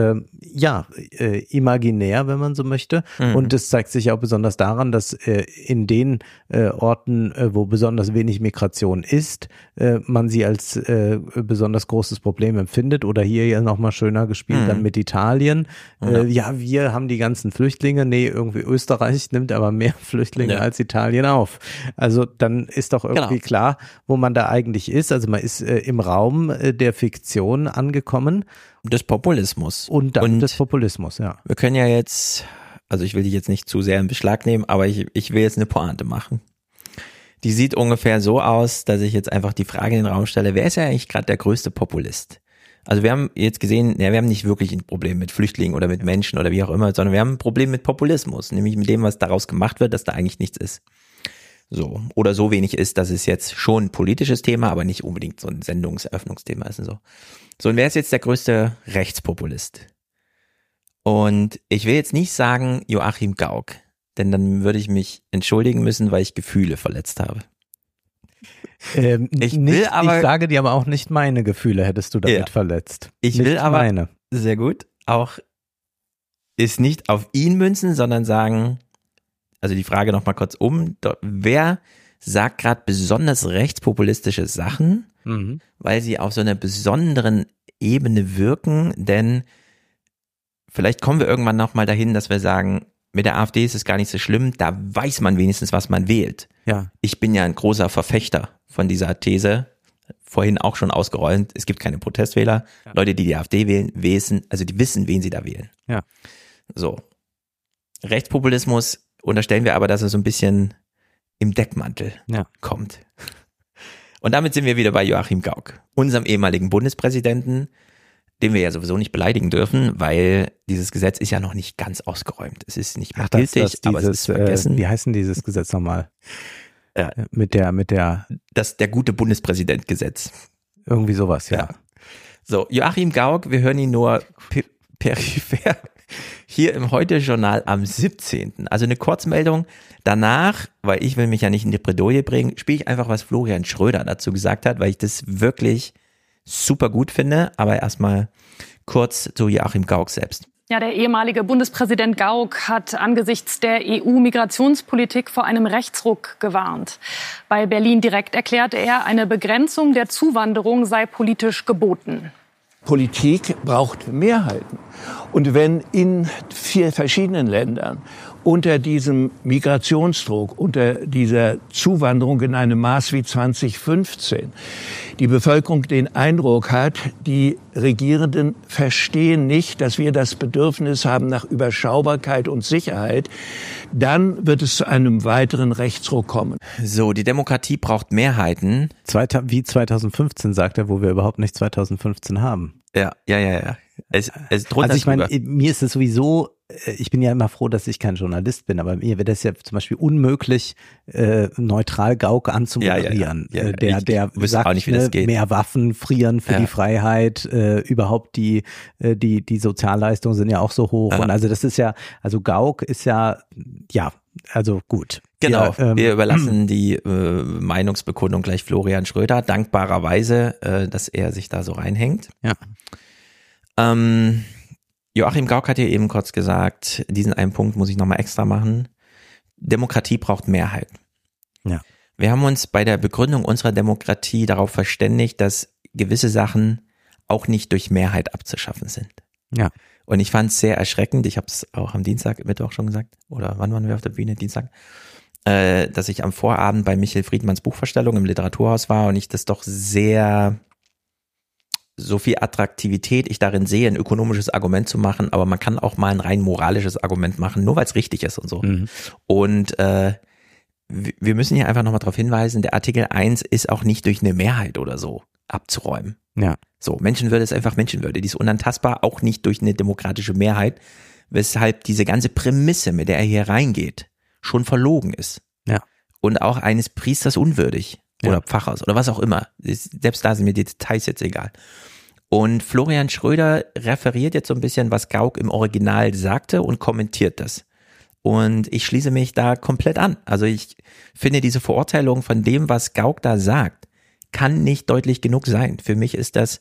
imaginär, wenn man so möchte und das zeigt sich auch besonders daran, dass in den Orten, wo besonders wenig Migration ist, man sie als besonders großes Problem empfindet oder hier ja nochmal schöner gespielt dann mit Italien. Wir haben die ganzen Flüchtlinge, nee, irgendwie Österreich nimmt aber mehr Flüchtlinge als Italien auf. Also dann ist doch irgendwie klar, wo man da eigentlich ist. Also man ist im Raum der Fiktion angekommen. Des Populismus. Und des Populismus, ja. Wir können ja jetzt, also ich will dich jetzt nicht zu sehr in Beschlag nehmen, aber ich will jetzt eine Pointe machen. Die sieht ungefähr so aus, dass ich jetzt einfach die Frage in den Raum stelle, wer ist ja eigentlich gerade der größte Populist? Also wir haben jetzt gesehen, wir haben nicht wirklich ein Problem mit Flüchtlingen oder mit Menschen oder wie auch immer, sondern wir haben ein Problem mit Populismus, nämlich mit dem, was daraus gemacht wird, dass da eigentlich nichts ist. So, oder so wenig ist, dass es jetzt schon ein politisches Thema, aber nicht unbedingt so ein Sendungseröffnungsthema ist und so. So, und wer ist jetzt der größte Rechtspopulist? Und ich will jetzt nicht sagen Joachim Gauck, denn dann würde ich mich entschuldigen müssen, weil ich Gefühle verletzt habe. Ich sage dir aber auch nicht meine Gefühle hättest du damit verletzt. Ich nicht will aber, meine. Sehr gut, auch ist nicht auf ihn münzen, sondern sagen, also die Frage nochmal kurz wer sagt gerade besonders rechtspopulistische Sachen, weil sie auf so einer besonderen Ebene wirken, denn vielleicht kommen wir irgendwann nochmal dahin, dass wir sagen, mit der AfD ist es gar nicht so schlimm, da weiß man wenigstens, was man wählt. Ja. Ich bin ja ein großer Verfechter von dieser These, vorhin auch schon ausgerollt, es gibt keine Protestwähler, Leute, die AfD wählen, die wissen, wen sie da wählen. Ja. So. Rechtspopulismus unterstellen wir aber, dass er so ein bisschen im Deckmantel kommt. Und damit sind wir wieder bei Joachim Gauck, unserem ehemaligen Bundespräsidenten, den wir ja sowieso nicht beleidigen dürfen, weil dieses Gesetz ist ja noch nicht ganz ausgeräumt. Es ist nicht mehr gültig, aber es ist vergessen. Wie heißt denn dieses Gesetz nochmal? Mit der der gute Bundespräsident-Gesetz. Irgendwie sowas, ja. So, Joachim Gauck, wir hören ihn nur peripher hier im Heute-Journal am 17. Also eine Kurzmeldung. Danach, weil ich will mich ja nicht in die Bredouille bringen, spiele ich einfach, was Florian Schröder dazu gesagt hat, weil ich das wirklich super gut finde. Aber erstmal kurz zu Joachim Gauck selbst. Ja, der ehemalige Bundespräsident Gauck hat angesichts der EU-Migrationspolitik vor einem Rechtsruck gewarnt. Bei Berlin Direkt erklärte er, eine Begrenzung der Zuwanderung sei politisch geboten. Politik braucht Mehrheiten. Und wenn in 4 verschiedenen Ländern unter diesem Migrationsdruck, unter dieser Zuwanderung in einem Maß wie 2015 die Bevölkerung den Eindruck hat, die Regierenden verstehen nicht, dass wir das Bedürfnis haben nach Überschaubarkeit und Sicherheit, dann wird es zu einem weiteren Rechtsruck kommen. So, die Demokratie braucht Mehrheiten. Wie 2015 sagt er, wo wir überhaupt nicht 2015 haben. Ja. Es also ich meine, mir ist es sowieso, ich bin ja immer froh, dass ich kein Journalist bin, aber mir wäre das ja zum Beispiel unmöglich, neutral Gauck anzumoderieren. Der sagt, auch nicht, wie das geht. Mehr Waffen, frieren für die Freiheit, überhaupt die Sozialleistungen sind ja auch so hoch. Und also das ist ja, also Gauck ist ja, also gut. Genau, wir überlassen die Meinungsbekundung gleich Florian Schröder, dankbarerweise, dass er sich da so reinhängt. Ja. Joachim Gauck hat ja eben kurz gesagt, diesen einen Punkt muss ich nochmal extra machen. Demokratie braucht Mehrheit. Ja. Wir haben uns bei der Begründung unserer Demokratie darauf verständigt, dass gewisse Sachen auch nicht durch Mehrheit abzuschaffen sind. Ja. Und ich fand es sehr erschreckend, ich habe es auch am Mittwoch schon gesagt, oder wann waren wir auf der Bühne? Dienstag, dass ich am Vorabend bei Michael Friedmanns Buchvorstellung im Literaturhaus war und ich das doch so viel Attraktivität ich darin sehe, ein ökonomisches Argument zu machen, aber man kann auch mal ein rein moralisches Argument machen, nur weil es richtig ist und so. Und wir müssen hier einfach nochmal darauf hinweisen, der Artikel 1 ist auch nicht durch eine Mehrheit oder so abzuräumen. Ja. So, Menschenwürde ist einfach Menschenwürde, die ist unantastbar, auch nicht durch eine demokratische Mehrheit, weshalb diese ganze Prämisse, mit der er hier reingeht, schon verlogen ist. Ja. Und auch eines Priesters unwürdig. Oder Pfarrers oder was auch immer. Selbst da sind mir die Details jetzt egal. Und Florian Schröder referiert jetzt so ein bisschen, was Gauck im Original sagte und kommentiert das. Und ich schließe mich da komplett an. Also ich finde diese Verurteilung von dem, was Gauck da sagt, kann nicht deutlich genug sein. Für mich ist das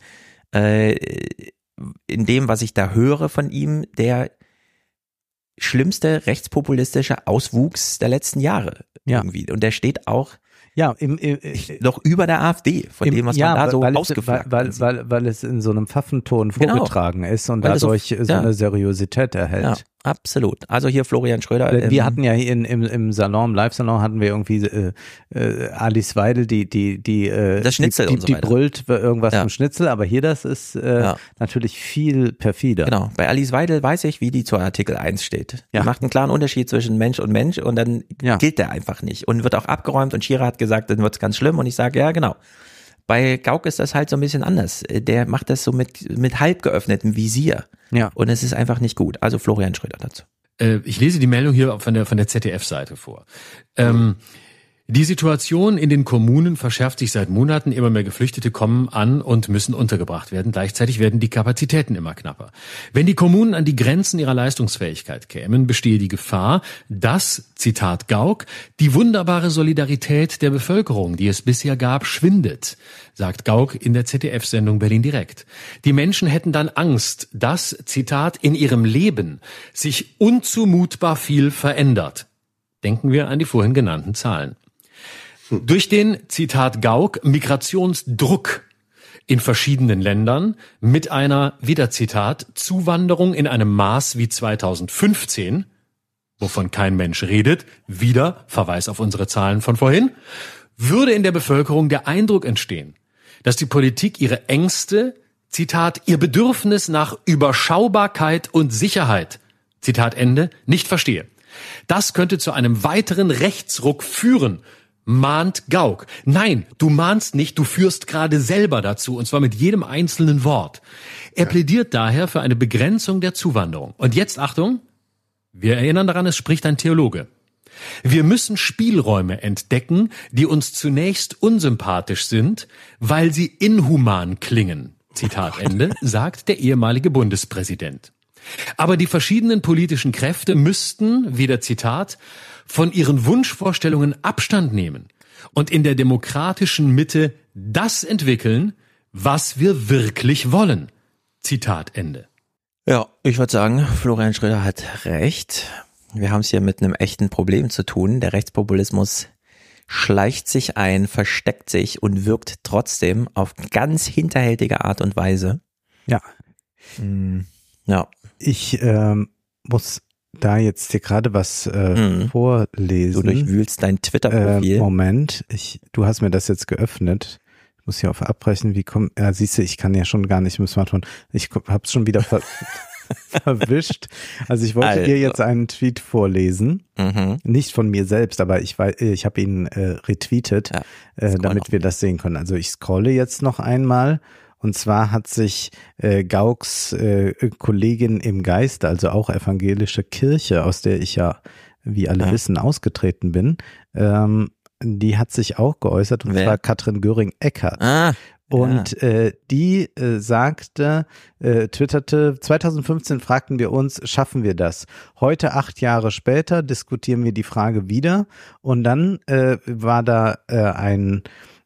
in dem, was ich da höre von ihm, der schlimmste rechtspopulistische Auswuchs der letzten Jahre irgendwie. Und der steht auch noch über der AfD, von dem, was man da so ausgefragt hat. Weil es in so einem Pfaffenton vorgetragen ist und dadurch so eine Seriosität erhält. Ja, absolut. Also hier Florian Schröder. Wir hatten ja hier im Salon, im Live-Salon hatten wir irgendwie Alice Weidel, das Schnitzel und so die weiter. brüllt irgendwas vom Schnitzel, aber hier das ist natürlich viel perfider. Genau, bei Alice Weidel weiß ich, wie die zu Artikel 1 steht. Die macht einen klaren Unterschied zwischen Mensch und dann gilt der einfach nicht und wird auch abgeräumt und Schira hat gesagt, dann wird's ganz schlimm und ich sage, ja genau. Bei Gauck ist das halt so ein bisschen anders. Der macht das so mit halb geöffnetem Visier. Ja. Und es ist einfach nicht gut. Also Florian Schröder dazu. Ich lese die Meldung hier von der ZDF-Seite vor. Die Situation in den Kommunen verschärft sich seit Monaten. Immer mehr Geflüchtete kommen an und müssen untergebracht werden. Gleichzeitig werden die Kapazitäten immer knapper. Wenn die Kommunen an die Grenzen ihrer Leistungsfähigkeit kämen, bestehe die Gefahr, dass, Zitat Gauck, die wunderbare Solidarität der Bevölkerung, die es bisher gab, schwindet, sagt Gauck in der ZDF-Sendung Berlin direkt. Die Menschen hätten dann Angst, dass, Zitat, in ihrem Leben sich unzumutbar viel verändert. Denken wir an die vorhin genannten Zahlen. Durch den, Zitat Gauck, Migrationsdruck in verschiedenen Ländern mit einer, wieder Zitat, Zuwanderung in einem Maß wie 2015, wovon kein Mensch redet, wieder, Verweis auf unsere Zahlen von vorhin, würde in der Bevölkerung der Eindruck entstehen, dass die Politik ihre Ängste, Zitat, ihr Bedürfnis nach Überschaubarkeit und Sicherheit, Zitat Ende, nicht verstehe. Das könnte zu einem weiteren Rechtsruck führen, mahnt Gauck. Nein, du mahnst nicht, du führst gerade selber dazu, und zwar mit jedem einzelnen Wort. Er plädiert daher für eine Begrenzung der Zuwanderung. Und jetzt Achtung, wir erinnern daran, es spricht ein Theologe. Wir müssen Spielräume entdecken, die uns zunächst unsympathisch sind, weil sie inhuman klingen. Zitat Ende, sagt der ehemalige Bundespräsident. Aber die verschiedenen politischen Kräfte müssten, wieder Zitat, von ihren Wunschvorstellungen Abstand nehmen und in der demokratischen Mitte das entwickeln, was wir wirklich wollen. Zitat Ende. Ja, ich würde sagen, Florian Schröder hat recht. Wir haben es hier mit einem echten Problem zu tun. Der Rechtspopulismus schleicht sich ein, versteckt sich und wirkt trotzdem auf ganz hinterhältige Art und Weise. Ja. Ja. Ich muss da jetzt hier gerade was vorlesen. Du durchwühlst dein Twitter-Profil. Moment, du hast mir das jetzt geöffnet. Ich muss hier auf Abbrechen. Siehst du, ich kann ja schon gar nicht mit dem Smartphone. Ich hab's schon wieder verwischt. Also ich wollte dir jetzt einen Tweet vorlesen. Nicht von mir selbst, aber ich habe ihn retweetet, damit wir das sehen können. Also ich scrolle jetzt noch einmal. Und zwar hat sich Gaucks Kollegin im Geiste, also auch evangelische Kirche, aus der ich ja, wie alle wissen, ausgetreten bin, die hat sich auch geäußert, und zwar Katrin Göring-Eckardt. Und die sagte, twitterte, 2015 fragten wir uns, schaffen wir das? Heute, 8 Jahre später, diskutieren wir die Frage wieder. Und dann war da ein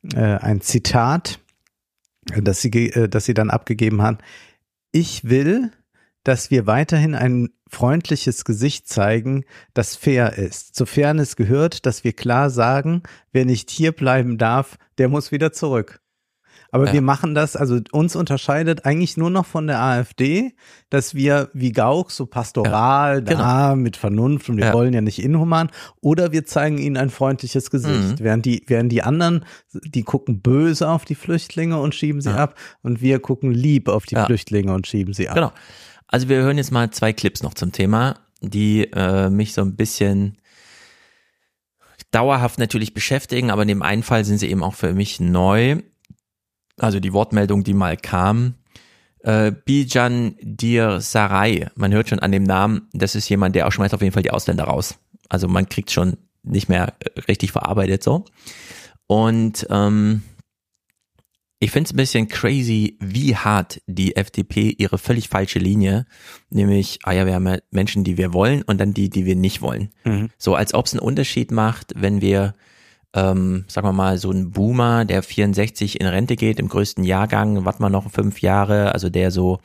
Zitat, dass sie dann abgegeben hat. Ich will, dass wir weiterhin ein freundliches Gesicht zeigen, das fair ist. Zur Fairness gehört, dass wir klar sagen, wer nicht hier bleiben darf, der muss wieder zurück. Aber wir machen das, also uns unterscheidet eigentlich nur noch von der AfD, dass wir wie Gauck so pastoral mit Vernunft, und wir wollen ja nicht inhuman, oder wir zeigen ihnen ein freundliches Gesicht, während die anderen, die gucken böse auf die Flüchtlinge und schieben sie ab, und wir gucken lieb auf die Flüchtlinge und schieben sie ab. Genau. Also wir hören jetzt mal 2 Clips noch zum Thema, die mich so ein bisschen dauerhaft natürlich beschäftigen, aber in dem einen Fall sind sie eben auch für mich neu. Also die Wortmeldung, die mal kam, Bijan Dir Sarai, man hört schon an dem Namen, das ist jemand, der auch schmeißt auf jeden Fall die Ausländer raus. Also man kriegt schon nicht mehr richtig verarbeitet so. Und ich finde es ein bisschen crazy, wie hart die FDP ihre völlig falsche Linie, nämlich, wir haben ja Menschen, die wir wollen, und dann die wir nicht wollen. So als ob es einen Unterschied macht, wenn wir sagen wir mal, so ein Boomer, der 64 in Rente geht, im größten Jahrgang, warten wir noch 5 Jahre, also der so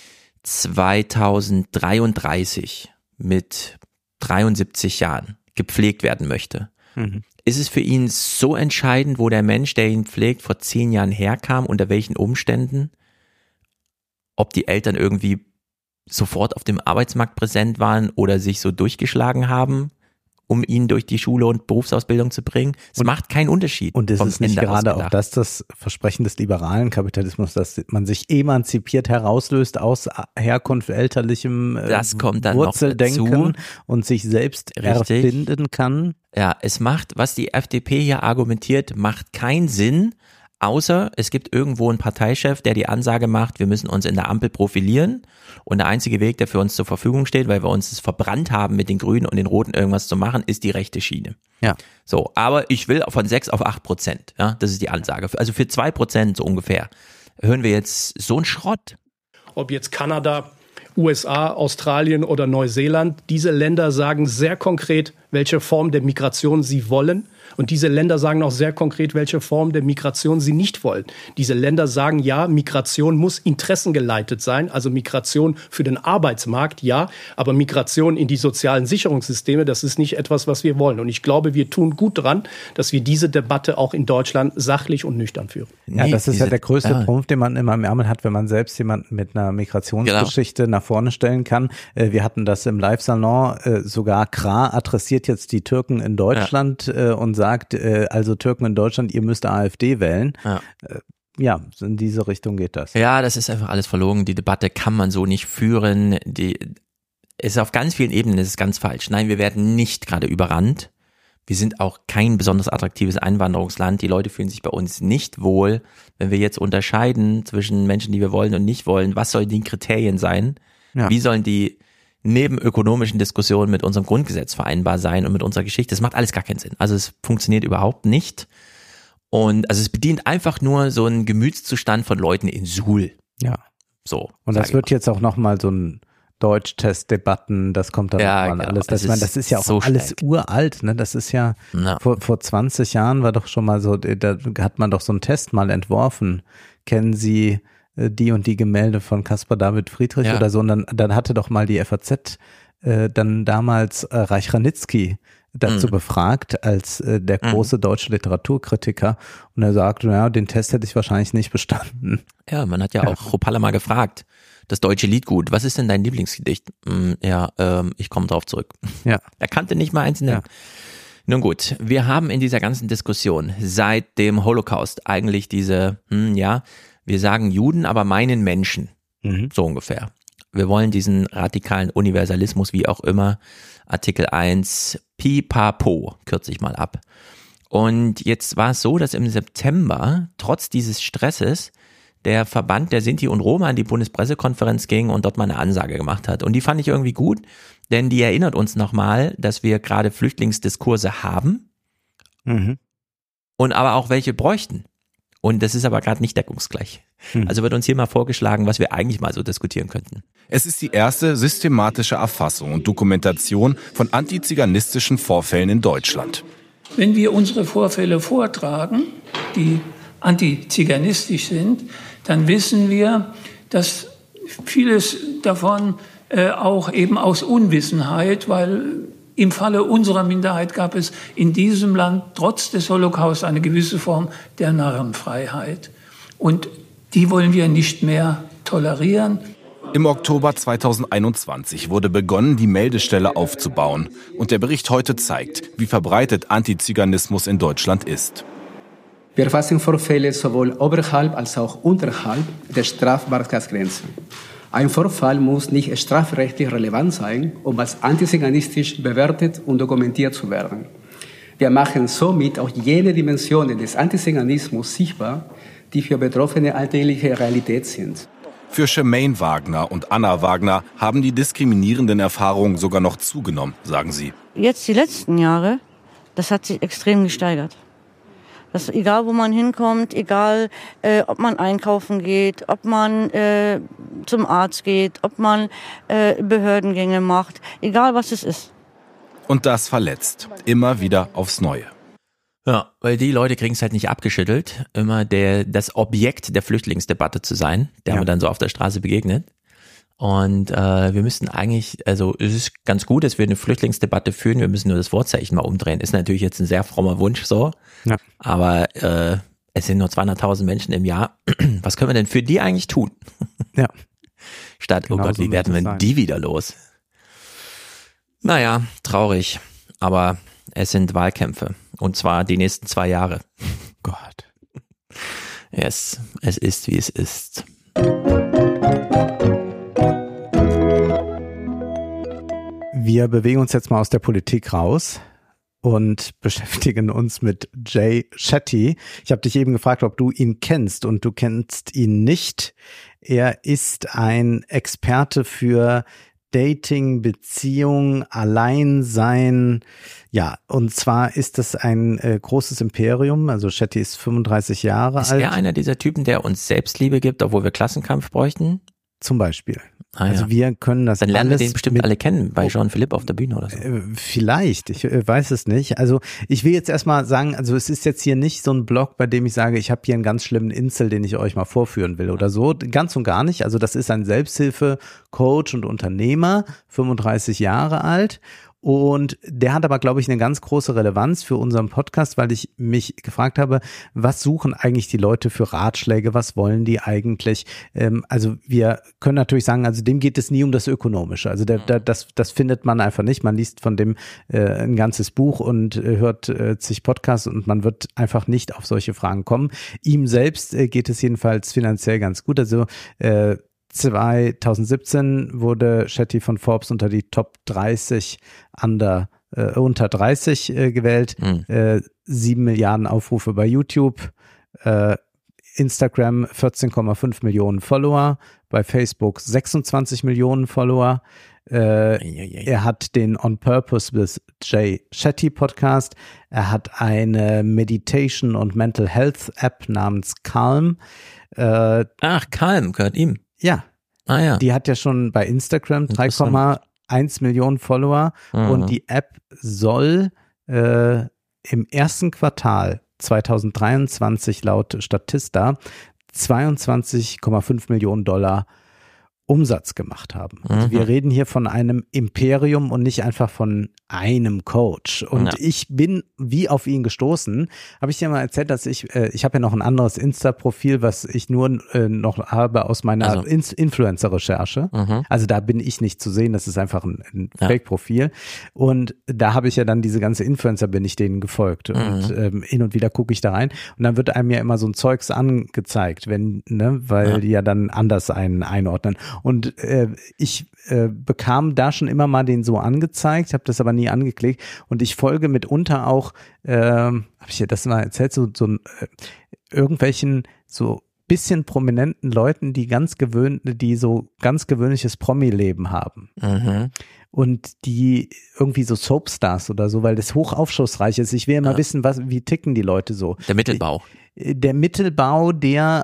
2033 mit 73 Jahren gepflegt werden möchte. Ist es für ihn so entscheidend, wo der Mensch, der ihn pflegt, vor 10 Jahren herkam, unter welchen Umständen, ob die Eltern irgendwie sofort auf dem Arbeitsmarkt präsent waren oder sich so durchgeschlagen haben, um ihn durch die Schule und Berufsausbildung zu bringen. Es macht keinen Unterschied. Und es ist nicht gerade auch das Versprechen des liberalen Kapitalismus, dass man sich emanzipiert herauslöst aus Herkunft, elterlichem Wurzeldenken und sich selbst erfinden kann. Ja, es macht, was die FDP hier argumentiert, macht keinen Sinn, Außer es gibt irgendwo einen Parteichef, der die Ansage macht, wir müssen uns in der Ampel profilieren und der einzige Weg, der für uns zur Verfügung steht, weil wir uns es verbrannt haben, mit den Grünen und den Roten irgendwas zu machen, ist die rechte Schiene. Ja. So, aber ich will von 6 auf 8%. Ja, das ist die Ansage. Also für 2% so ungefähr hören wir jetzt so einen Schrott. Ob jetzt Kanada, USA, Australien oder Neuseeland, diese Länder sagen sehr konkret, welche Form der Migration sie wollen. Und diese Länder sagen auch sehr konkret, welche Form der Migration sie nicht wollen. Diese Länder sagen, ja, Migration muss interessengeleitet sein, also Migration für den Arbeitsmarkt, ja, aber Migration in die sozialen Sicherungssysteme, das ist nicht etwas, was wir wollen. Und ich glaube, wir tun gut daran, dass wir diese Debatte auch in Deutschland sachlich und nüchtern führen. Ja, das ist ja der größte Trumpf, den man immer im Ärmel hat, wenn man selbst jemanden mit einer Migrationsgeschichte nach vorne stellen kann. Wir hatten das im Live-Salon, sogar Kra adressiert jetzt die Türken in Deutschland und sagt, also Türken in Deutschland, ihr müsst AfD wählen. Ja, in diese Richtung geht das. Ja, das ist einfach alles verlogen. Die Debatte kann man so nicht führen. Es ist auf ganz vielen Ebenen, das ist ganz falsch. Nein, wir werden nicht gerade überrannt. Wir sind auch kein besonders attraktives Einwanderungsland. Die Leute fühlen sich bei uns nicht wohl. Wenn wir jetzt unterscheiden zwischen Menschen, die wir wollen und nicht wollen, was sollen die Kriterien sein? Ja. Wie sollen die neben ökonomischen Diskussionen mit unserem Grundgesetz vereinbar sein und mit unserer Geschichte? Das macht alles gar keinen Sinn. Also es funktioniert überhaupt nicht. Und also es bedient einfach nur so einen Gemütszustand von Leuten in Suhl. Ja. So. Und das wird jetzt auch nochmal so ein Deutschtest-Debatten, das kommt dann nochmal alles. Das ist ja auch so alles uralt, ne? Das ist ja, vor 20 Jahren war doch schon mal so, da hat man doch so einen Test mal entworfen. Kennen Sie die und die Gemälde von Caspar David Friedrich oder so? Und dann hatte doch mal die FAZ dann damals Reich Ranitzky dazu befragt als der große deutsche Literaturkritiker, und er sagte, naja, den Test hätte ich wahrscheinlich nicht bestanden. Ja, man hat ja auch Rupalla mal gefragt, das deutsche Liedgut, was ist denn dein Lieblingsgedicht? Ich komme drauf zurück. Ja. Er kannte nicht mal eins nennen. Ja. Nun gut, wir haben in dieser ganzen Diskussion seit dem Holocaust eigentlich diese, wir sagen Juden, aber meinen Menschen, so ungefähr. Wir wollen diesen radikalen Universalismus, wie auch immer, Artikel 1, pipapo, kürze ich mal ab. Und jetzt war es so, dass im September, trotz dieses Stresses, der Verband der Sinti und Roma in die Bundespressekonferenz ging und dort mal eine Ansage gemacht hat. Und die fand ich irgendwie gut, denn die erinnert uns nochmal, dass wir gerade Flüchtlingsdiskurse haben und aber auch welche bräuchten. Und das ist aber gerade nicht deckungsgleich. Also wird uns hier mal vorgeschlagen, was wir eigentlich mal so diskutieren könnten. Es ist die erste systematische Erfassung und Dokumentation von antiziganistischen Vorfällen in Deutschland. Wenn wir unsere Vorfälle vortragen, die antiziganistisch sind, dann wissen wir, dass vieles davon auch eben aus Unwissenheit, weil im Falle unserer Minderheit gab es in diesem Land trotz des Holocaust eine gewisse Form der Narrenfreiheit. Und die wollen wir nicht mehr tolerieren. Im Oktober 2021 wurde begonnen, die Meldestelle aufzubauen. Und der Bericht heute zeigt, wie verbreitet Antiziganismus in Deutschland ist. Wir erfassen Vorfälle sowohl oberhalb als auch unterhalb der Strafbarkeitsgrenze. Ein Vorfall muss nicht strafrechtlich relevant sein, um als antiziganistisch bewertet und dokumentiert zu werden. Wir machen somit auch jene Dimensionen des Antiziganismus sichtbar, die für Betroffene alltägliche Realität sind. Für Shemaine Wagner und Anna Wagner haben die diskriminierenden Erfahrungen sogar noch zugenommen, sagen sie. Jetzt die letzten Jahre, das hat sich extrem gesteigert. Das, egal wo man hinkommt, egal ob man einkaufen geht, ob man zum Arzt geht, ob man Behördengänge macht, egal was es ist. Und das verletzt, immer wieder aufs Neue. Ja, weil die Leute kriegen es halt nicht abgeschüttelt, immer das Objekt der Flüchtlingsdebatte zu sein, der mir dann so auf der Straße begegnet. Und wir müssten eigentlich, also es ist ganz gut, dass wir eine Flüchtlingsdebatte führen, wir müssen nur das Wortzeichen mal umdrehen. Ist natürlich jetzt ein sehr frommer Wunsch so, aber es sind nur 200.000 Menschen im Jahr. Was können wir denn für die eigentlich tun? Ja. Statt, oh Gott, wie werden wir die wieder los? Naja, traurig, aber es sind Wahlkämpfe und zwar die nächsten 2 Jahre. Gott. Es ist, wie es ist. Wir bewegen uns jetzt mal aus der Politik raus und beschäftigen uns mit Jay Shetty. Ich habe dich eben gefragt, ob du ihn kennst, und du kennst ihn nicht. Er ist ein Experte für Dating, Beziehung, Alleinsein. Ja, und zwar ist das ein großes Imperium. Also Shetty ist 35 Jahre alt. Ist er einer dieser Typen, der uns Selbstliebe gibt, obwohl wir Klassenkampf bräuchten? Zum Beispiel. Also wir können das. Dann lernen wir den bestimmt alle kennen bei Jean-Philippe auf der Bühne oder so. Vielleicht, ich weiß es nicht. Also ich will jetzt erstmal sagen, also es ist jetzt hier nicht so ein Blog, bei dem ich sage, ich habe hier einen ganz schlimmen Insel, den ich euch mal vorführen will oder so. Ganz und gar nicht. Also das ist ein Selbsthilfe-Coach und Unternehmer, 35 Jahre alt. Und der hat aber, glaube ich, eine ganz große Relevanz für unseren Podcast, weil ich mich gefragt habe, was suchen eigentlich die Leute für Ratschläge, was wollen die eigentlich? Also wir können natürlich sagen, also dem geht es nie um das Ökonomische. Also das findet man einfach nicht. Man liest von dem ein ganzes Buch und hört zig Podcasts und man wird einfach nicht auf solche Fragen kommen. Ihm selbst geht es jedenfalls finanziell ganz gut. Also 2017 wurde Shetty von Forbes unter die Top 30 unter 30 gewählt. 7 Milliarden Aufrufe bei YouTube, Instagram 14,5 Millionen Follower, bei Facebook 26 Millionen Follower. Er hat den On Purpose with Jay Shetty Podcast. Er hat eine Meditation- und Mental Health App namens Calm. Calm gehört ihm. Ja. Ja. Die hat ja schon bei Instagram 3,1 Millionen Follower und die App soll im ersten Quartal 2023 laut Statista 22,5 Millionen Dollar Umsatz gemacht haben. Also wir reden hier von einem Imperium und nicht einfach von einem Coach. Und ich bin wie auf ihn gestoßen. Habe ich dir mal erzählt, dass ich habe ja noch ein anderes Insta-Profil, was ich nur noch habe aus meiner Influencer-Recherche. Also da bin ich nicht zu sehen, das ist einfach ein Fake-Profil. Und da habe ich ja dann diese ganze Influencer, bin ich denen gefolgt. Und hin und wieder gucke ich da rein. Und dann wird einem ja immer so ein Zeugs angezeigt, weil die ja dann anders einen einordnen. Und ich bekam da schon immer mal den so angezeigt, habe das aber nie angeklickt. Und ich folge mitunter auch, habe ich dir das mal erzählt, so irgendwelchen so bisschen prominenten Leuten, die so ganz gewöhnliches Promi-Leben haben. Und die irgendwie so Soapstars oder so, weil das hoch aufschlussreich ist. Ich will immer wissen, wie ticken die Leute so. Der Mittelbau. Der Mittelbau, der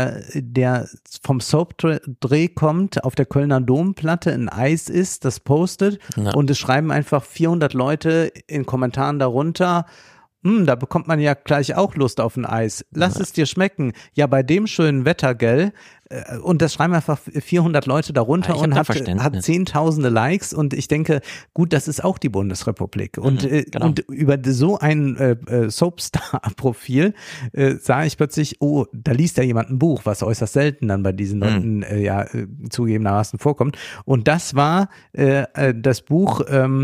vom Soap-Dreh kommt, auf der Kölner Domplatte ein Eis isst, das postet und es schreiben einfach 400 Leute in Kommentaren darunter, da bekommt man ja gleich auch Lust auf ein Eis. Lass es dir schmecken. Ja, bei dem schönen Wetter, gell? Und das schreiben einfach 400 Leute darunter und hat zehntausende Likes. Und ich denke, gut, das ist auch die Bundesrepublik. Und über so ein Soapstar-Profil sah ich plötzlich, oh, da liest ja jemand ein Buch, was äußerst selten dann bei diesen Leuten zugegebenermaßen vorkommt. Und das war das Buch,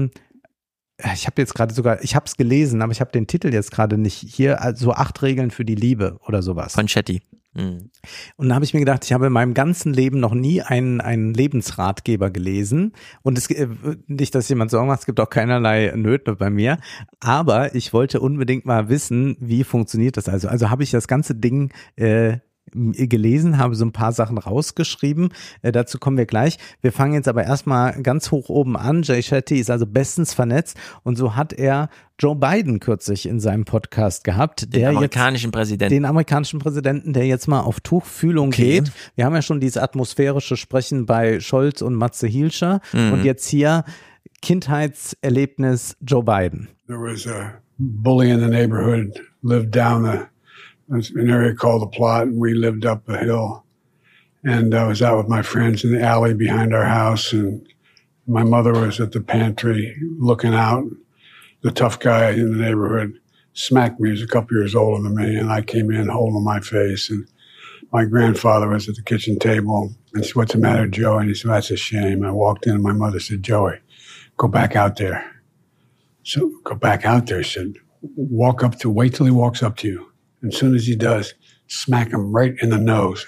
ich habe jetzt gerade ich habe es gelesen, aber ich habe den Titel jetzt gerade nicht hier, also 8 Regeln für die Liebe oder sowas. Von Shetty. Und da habe ich mir gedacht, ich habe in meinem ganzen Leben noch nie einen Lebensratgeber gelesen. Und es nicht, dass jemand Sorgen macht, es gibt auch keinerlei Nöte bei mir. Aber ich wollte unbedingt mal wissen, wie funktioniert das also. Also habe ich das ganze Ding gelesen, habe so ein paar Sachen rausgeschrieben. Dazu kommen wir gleich. Wir fangen jetzt aber erstmal ganz hoch oben an. Jay Shetty ist also bestens vernetzt und so hat er Joe Biden kürzlich in seinem Podcast gehabt. Den amerikanischen Präsidenten, der jetzt mal auf Tuchfühlung geht. Wir haben ja schon dieses atmosphärische Sprechen bei Scholz und Matze Hilscher und jetzt hier Kindheitserlebnis Joe Biden. There was a bully in the neighborhood, lived down an area called the Plot, and we lived up a hill. And I was out with my friends in the alley behind our house, and my mother was at the pantry looking out. The tough guy in the neighborhood smacked me. He was a couple years older than me, and I came in holding my face. And my grandfather was at the kitchen table, and said, "What's the matter, Joe?" And he said, "That's a shame." I walked in, and my mother said, "Joey, go back out there." So go back out there. She said, wait till he walks up to you. And as soon as he does, smack him right in the nose.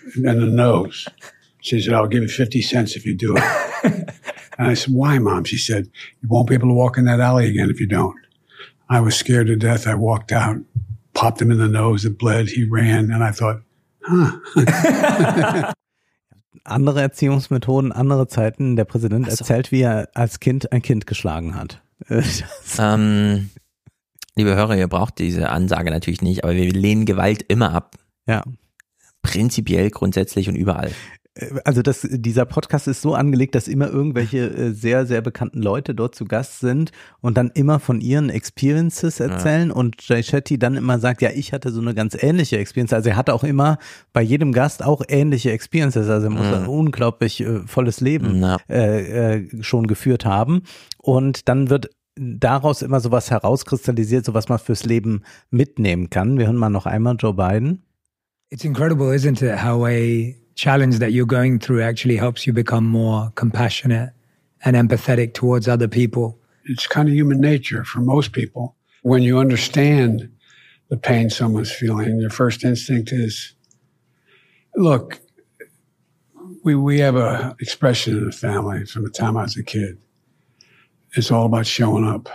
She said, "I'll give you 50 cents if you do it." And I said, "Why, Mom?" She said, "You won't be able to walk in that alley again if you don't." I was scared to death. I walked out, popped him in the nose, it bled, he ran, and I thought, Andere Erziehungsmethoden, andere Zeiten. Der Präsident erzählt, wie er als Kind ein Kind geschlagen hat. Liebe Hörer, ihr braucht diese Ansage natürlich nicht, aber wir lehnen Gewalt immer ab. Ja. Prinzipiell, grundsätzlich und überall. Also dieser Podcast ist so angelegt, dass immer irgendwelche sehr, sehr bekannten Leute dort zu Gast sind und dann immer von ihren Experiences erzählen und Jay Shetty dann immer sagt, ja, ich hatte so eine ganz ähnliche Experience. Also er hatte auch immer bei jedem Gast auch ähnliche Experiences. Also er muss ein unglaublich volles Leben schon geführt haben. Und dann wird daraus immer sowas herauskristallisiert, so was man fürs Leben mitnehmen kann. Wir hören mal noch einmal Joe Biden. It's incredible, isn't it, how a challenge that you're going through actually helps you become more compassionate and empathetic towards other people. It's kind of human nature for most people. When you understand the pain someone's feeling, your first instinct is, look, we have a expression in the family from the time I was a kid. It's all about showing up,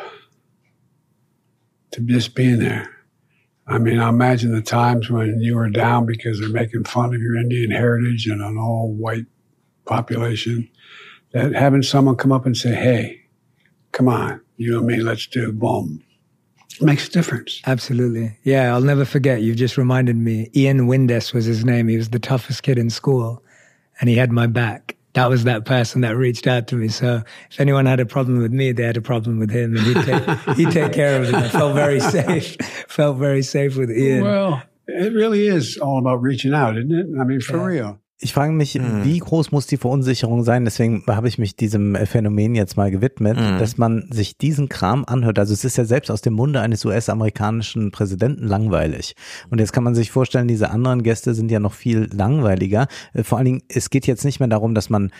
to just being there. I mean, I imagine the times when you were down because they're making fun of your Indian heritage and an all-white population, that having someone come up and say, hey, come on, you and me, let's do boom, makes a difference. Absolutely. Yeah, I'll never forget. You've just reminded me. Ian Windes was his name. He was the toughest kid in school, and he had my back. That was that person that reached out to me. So if anyone had a problem with me, they had a problem with him, and he'd take care of it. I felt very safe. Felt very safe with Ian. Well, it really is all about reaching out, isn't it? I mean, for real. Ich frage mich, wie groß muss die Verunsicherung sein? Deswegen habe ich mich diesem Phänomen jetzt mal gewidmet, dass man sich diesen Kram anhört. Also es ist ja selbst aus dem Munde eines US-amerikanischen Präsidenten langweilig. Und jetzt kann man sich vorstellen, diese anderen Gäste sind ja noch viel langweiliger. Vor allen Dingen, es geht jetzt nicht mehr darum, dass man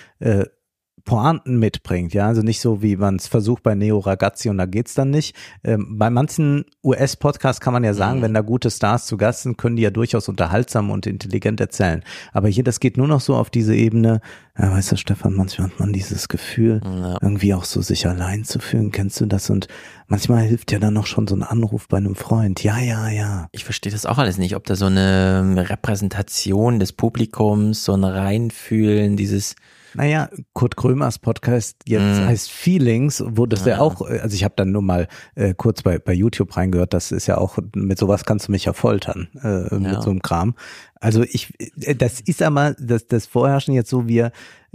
Pointen mitbringt, ja, also nicht so, wie man es versucht bei Neo Ragazzi und da geht's dann nicht. Bei manchen US-Podcasts kann man ja sagen, wenn da gute Stars zu Gast sind, können die ja durchaus unterhaltsam und intelligent erzählen. Aber hier, das geht nur noch so auf diese Ebene, ja, weißt du, Stefan, manchmal hat man dieses Gefühl, irgendwie auch so sich allein zu fühlen, kennst du das? Und manchmal hilft ja dann noch schon so ein Anruf bei einem Freund, ja. Ich verstehe das auch alles nicht, ob da so eine Repräsentation des Publikums, so ein Reinfühlen, dieses... Naja, Kurt Krömers Podcast jetzt heißt Feelings, wo das ja auch, also ich habe dann nur mal kurz bei YouTube reingehört, das ist ja auch, mit sowas kannst du mich ja foltern, mit so einem Kram. Also das ist aber, das Vorherrschen jetzt so, wir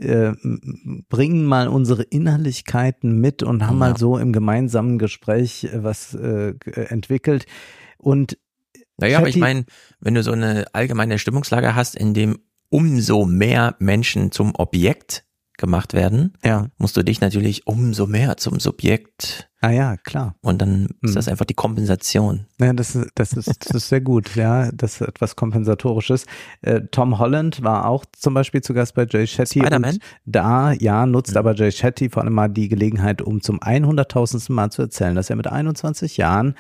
bringen mal unsere Innerlichkeiten mit und haben mal so im gemeinsamen Gespräch was entwickelt und naja, aber ich meine, wenn du so eine allgemeine Stimmungslage hast, in dem umso mehr Menschen zum Objekt gemacht werden, musst du dich natürlich umso mehr zum Subjekt. Ah ja, klar. Und dann ist das einfach die Kompensation. Ja, das ist sehr gut, ja, das ist etwas Kompensatorisches. Tom Holland war auch zum Beispiel zu Gast bei Jay Shetty. Spider-Man? Und da, nutzt aber Jay Shetty vor allem mal die Gelegenheit, um zum 100.000. Mal zu erzählen, dass er mit 21 Jahren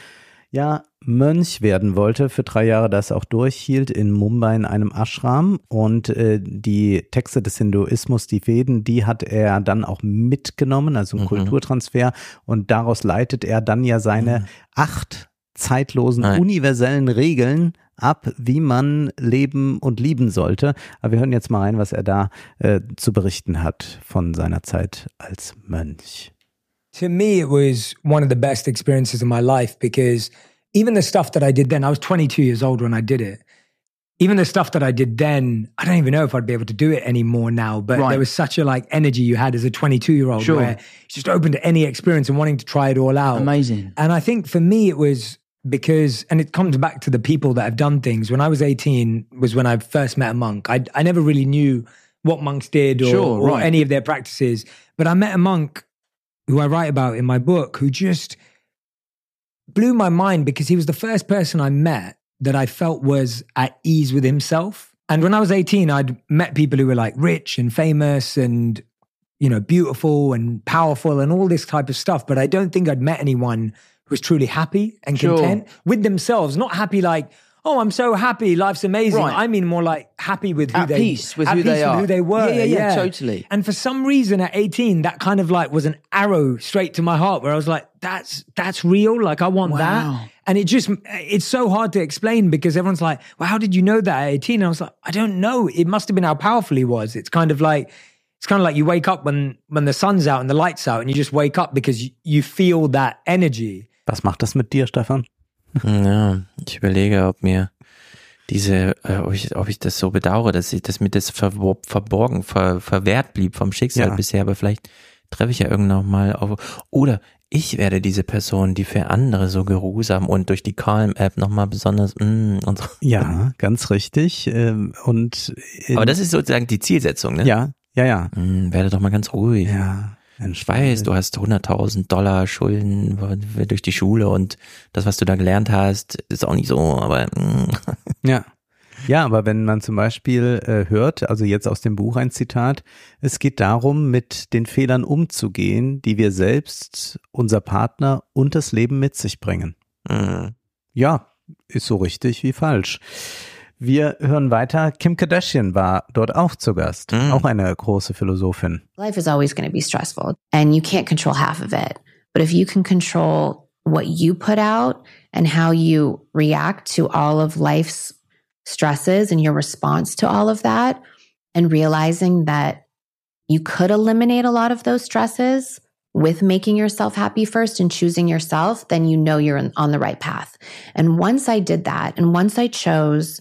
Mönch werden wollte, für 3 Jahre das auch durchhielt in Mumbai in einem Ashram und die Texte des Hinduismus, die Veden, die hat er dann auch mitgenommen, also ein Kulturtransfer und daraus leitet er dann ja seine 8 zeitlosen, universellen Regeln ab, wie man leben und lieben sollte. Aber wir hören jetzt mal rein, was er da zu berichten hat von seiner Zeit als Mönch. To me, it was one of the best experiences of my life because even the stuff that I did then, I was 22 years old when I did it. Even the stuff that I did then, I don't even know if I'd be able to do it anymore now, but there was such a energy you had as a 22-year-old where you're just open to any experience and wanting to try it all out. Amazing. And I think for me it was because, and it comes back to the people that have done things. When I was 18 was when I first met a monk. I never really knew what monks did or any of their practices, but I met a monk who I write about in my book, who just blew my mind because he was the first person I met that I felt was at ease with himself. And when I was 18, I'd met people who were rich and famous and, beautiful and powerful and all this type of stuff. But I don't think I'd met anyone who was truly happy and content with themselves. Not happy oh, I'm so happy, life's amazing. Right. I mean more like happy with who At peace with who they are. Who they were. Yeah, totally. And for some reason at 18, that kind of like was an arrow straight to my heart where I was like, that's real. Like I want that. And it's so hard to explain because everyone's like, well, how did you know that at 18? And I was like, I don't know. It must have been how powerful he was. It's kind of like you wake up when the sun's out and the light's out and you just wake up because you feel that energy. Was macht das mit dir, Stefan? Ja, ich überlege, ob mir ob ich das so bedauere, dass mir das verborgen, verwehrt blieb vom Schicksal bisher, aber vielleicht treffe ich ja irgendwann noch mal auf, oder ich werde diese Person, die für andere so geruhsam und durch die Calm-App nochmal besonders und so. Ja, ganz richtig. Aber das ist sozusagen die Zielsetzung, ne? Ja. Werde doch mal ganz ruhig. Ja. Ich weiß, du hast $100.000 Schulden durch die Schule und das, was du da gelernt hast, ist auch nicht so, aber Ja, aber wenn man zum Beispiel hört, also jetzt aus dem Buch ein Zitat, es geht darum, mit den Fehlern umzugehen, die wir selbst, unser Partner und das Leben mit sich bringen. Ja, ist so richtig wie falsch. Wir hören weiter. Kim Kardashian war dort auch zu Gast. Auch eine große Philosophin. Life is always going to be stressful and you can't control half of it. But if you can control what you put out and how you react to all of life's stresses and your response to all of that, and realizing that you could eliminate a lot of those stresses with making yourself happy first and choosing yourself, then you know you're on the right path. And once I did that, and once I chose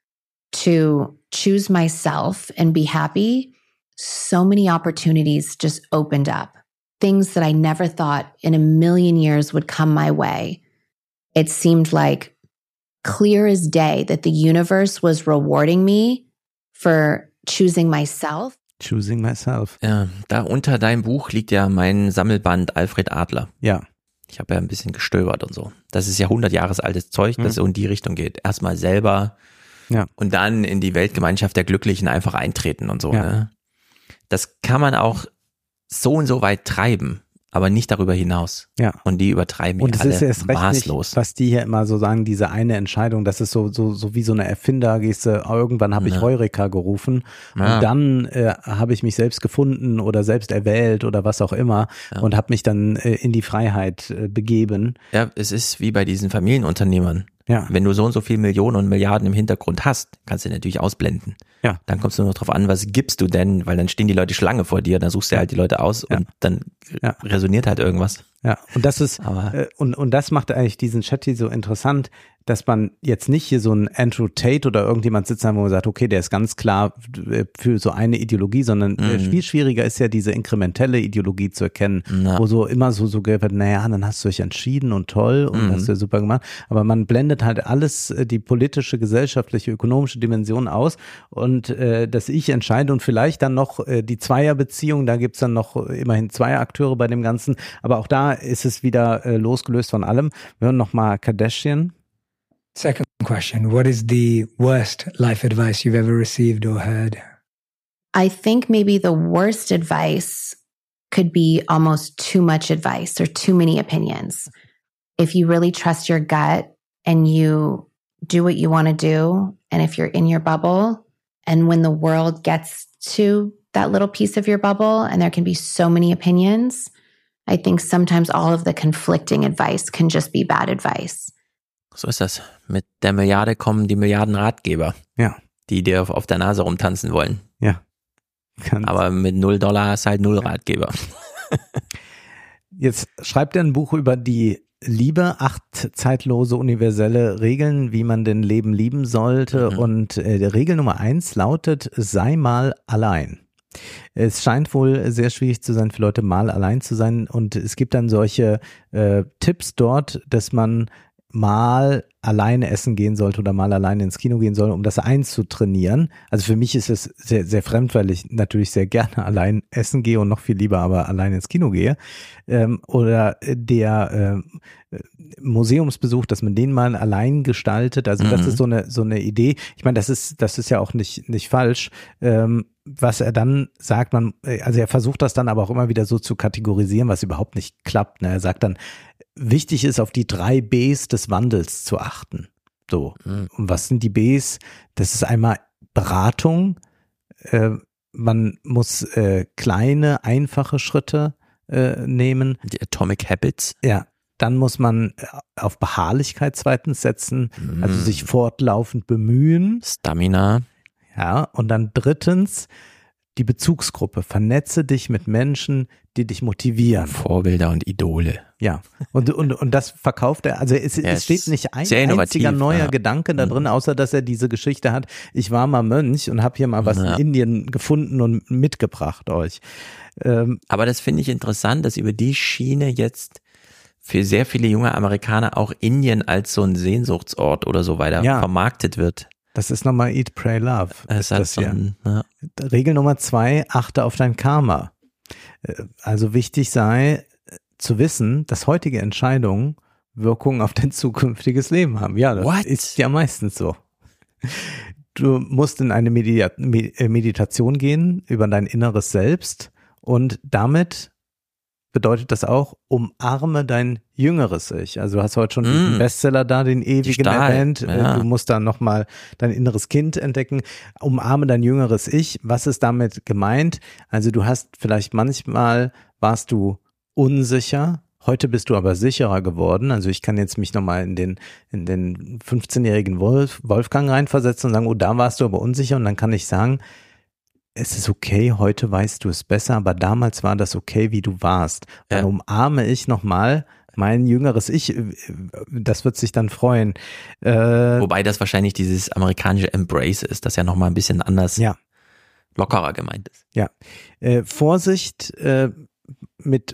to choose myself and be happy, so many opportunities just opened up. Things that I never thought in a million years would come my way. It seemed like clear as day that the universe was rewarding me for choosing myself. Choosing myself. Ja, da unter deinem Buch liegt ja mein Sammelband Alfred Adler. Ja. Ich habe ja ein bisschen gestöbert und so. Das ist ja 100 Jahre altes Zeug, das so in die Richtung geht. Erstmal selber und dann in die Weltgemeinschaft der Glücklichen einfach eintreten und so. Ja. Ne? Das kann man auch so und so weit treiben, aber nicht darüber hinaus. Ja. Und die übertreiben und alle ist erst recht maßlos. Nicht, was die hier immer so sagen, diese eine Entscheidung, das ist so wie so eine Erfindergeste. Irgendwann habe ich Heureka gerufen und dann habe ich mich selbst gefunden oder selbst erwählt oder was auch immer und habe mich dann in die Freiheit begeben. Ja, es ist wie bei diesen Familienunternehmern. Ja. Wenn du so und so viel Millionen und Milliarden im Hintergrund hast, kannst du natürlich ausblenden. Ja. Dann kommst du nur noch drauf an, was gibst du denn, weil dann stehen die Leute Schlange vor dir, dann suchst du halt die Leute aus und dann resoniert halt irgendwas. Ja, und das ist und das macht eigentlich diesen Chat hier so interessant, dass man jetzt nicht hier so ein Andrew Tate oder irgendjemand sitzt, wo man sagt, okay, der ist ganz klar für so eine Ideologie, sondern viel schwieriger ist ja diese inkrementelle Ideologie zu erkennen, wo so immer so wird, naja, dann hast du dich entschieden und toll und hast du ja super gemacht, aber man blendet halt alles, die politische, gesellschaftliche, ökonomische Dimension aus und dass ich entscheide und vielleicht dann noch die Zweierbeziehung, da gibt's dann noch immerhin 2 Akteure bei dem Ganzen, aber auch da ist es wieder losgelöst von allem. Wir hören nochmal Kardashian. Second question, what is the worst life advice you've ever received or heard? I think maybe the worst advice could be almost too much advice or too many opinions. If you really trust your gut and you do what you want to do, and if you're in your bubble, and when the world gets to that little piece of your bubble and there can be so many opinions, I think sometimes all of the conflicting advice can just be bad advice. So ist das. Mit der Milliarde kommen die Milliarden Ratgeber, die dir auf der Nase rumtanzen wollen. Ja. Aber mit $0 ist halt 0 Ratgeber. Jetzt schreibt er ein Buch über die Liebe, 8 zeitlose universelle Regeln, wie man denn Leben lieben sollte. Und Regel Nummer 1 lautet, sei mal allein. Es scheint wohl sehr schwierig zu sein, für Leute mal allein zu sein. Und es gibt dann solche Tipps dort, dass man mal alleine essen gehen sollte oder mal alleine ins Kino gehen soll, um das einzutrainieren. Also für mich ist es sehr, sehr fremd, weil ich natürlich sehr gerne allein essen gehe und noch viel lieber aber allein ins Kino gehe. Oder der Museumsbesuch, dass man den mal allein gestaltet. Also das ist so eine Idee. Ich meine, das ist ja auch nicht falsch. Was er dann sagt, also er versucht das dann aber auch immer wieder so zu kategorisieren, was überhaupt nicht klappt. Ne? Er sagt dann, wichtig ist, auf die 3 Bs des Wandels zu achten. So. Und was sind die Bs? Das ist einmal Beratung. Man muss kleine, einfache Schritte nehmen. Die Atomic Habits. Ja. Dann muss man auf Beharrlichkeit zweitens setzen, also sich fortlaufend bemühen. Stamina. Ja, und dann drittens die Bezugsgruppe. Vernetze dich mit Menschen, die dich motivieren. Vorbilder und Idole. Ja, und das verkauft er. Also es steht nicht ein einziger neuer Gedanke da drin, außer dass er diese Geschichte hat. Ich war mal Mönch und habe hier mal was in Indien gefunden und mitgebracht euch. Aber das finde ich interessant, dass über die Schiene jetzt für sehr viele junge Amerikaner auch Indien als so ein Sehnsuchtsort oder so weiter vermarktet wird. Das ist nochmal Eat, Pray, Love. Das Regel Nummer 2, achte auf dein Karma. Also wichtig sei zu wissen, dass heutige Entscheidungen Wirkungen auf dein zukünftiges Leben haben. Ja, das ist ja meistens so. Du musst in eine Meditation gehen über dein inneres Selbst und damit bedeutet das auch, umarme dein jüngeres Ich. Also du hast heute schon diesen Bestseller da, den ewigen erwähnt. Ja. Du musst dann nochmal dein inneres Kind entdecken. Umarme dein jüngeres Ich. Was ist damit gemeint? Also du hast vielleicht manchmal, warst du unsicher. Heute bist du aber sicherer geworden. Also ich kann jetzt mich nochmal in den 15-jährigen Wolfgang reinversetzen und sagen, oh, da warst du aber unsicher. Und dann kann ich sagen, es ist okay, heute weißt du es besser, aber damals war das okay, wie du warst. Dann umarme ich nochmal mein jüngeres Ich, das wird sich dann freuen. Wobei das wahrscheinlich dieses amerikanische Embrace ist, das ja nochmal ein bisschen anders, lockerer gemeint ist. Ja, Vorsicht mit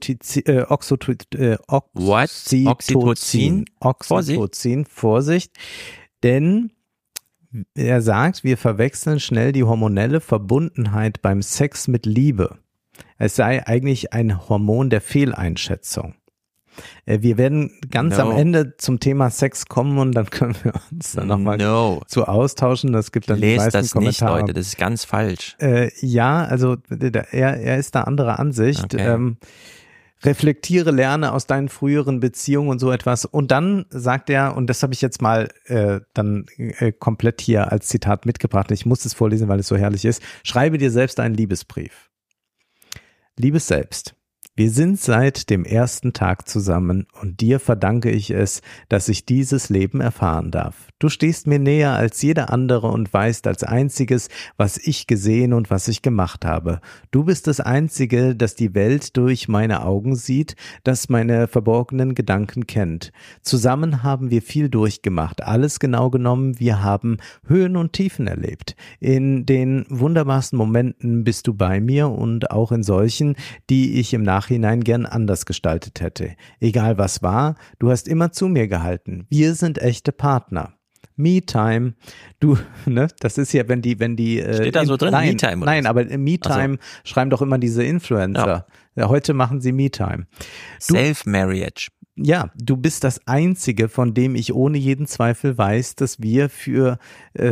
Oxytocin. Vorsicht, denn er sagt, wir verwechseln schnell die hormonelle Verbundenheit beim Sex mit Liebe. Es sei eigentlich ein Hormon der Fehleinschätzung. Wir werden ganz am Ende zum Thema Sex kommen und dann können wir uns dann nochmal zu austauschen. Das gibt dann die meisten das Kommentare. Nicht, Leute, das ist ganz falsch. Ja, also er ist da anderer Ansicht. Okay. Reflektiere, lerne aus deinen früheren Beziehungen und so etwas. Und dann sagt er, und das habe ich jetzt mal komplett hier als Zitat mitgebracht, ich muss es vorlesen, weil es so herrlich ist, schreibe dir selbst einen Liebesbrief. Liebes Selbst, wir sind seit dem ersten Tag zusammen und dir verdanke ich es, dass ich dieses Leben erfahren darf. Du stehst mir näher als jeder andere und weißt als einziges, was ich gesehen und was ich gemacht habe. Du bist das Einzige, das die Welt durch meine Augen sieht, das meine verborgenen Gedanken kennt. Zusammen haben wir viel durchgemacht, alles genau genommen, wir haben Höhen und Tiefen erlebt. In den wunderbarsten Momenten bist du bei mir und auch in solchen, die ich im Nachhinein gern anders gestaltet hätte. Egal was war, du hast immer zu mir gehalten. Wir sind echte Partner. Me-Time, das ist ja, wenn die steht da so drin, Me-Time? Nein, aber Me-Time schreiben doch immer diese Influencer. Ja, heute machen sie Me-Time. Self-Marriage. Ja, du bist das Einzige, von dem ich ohne jeden Zweifel weiß, dass wir für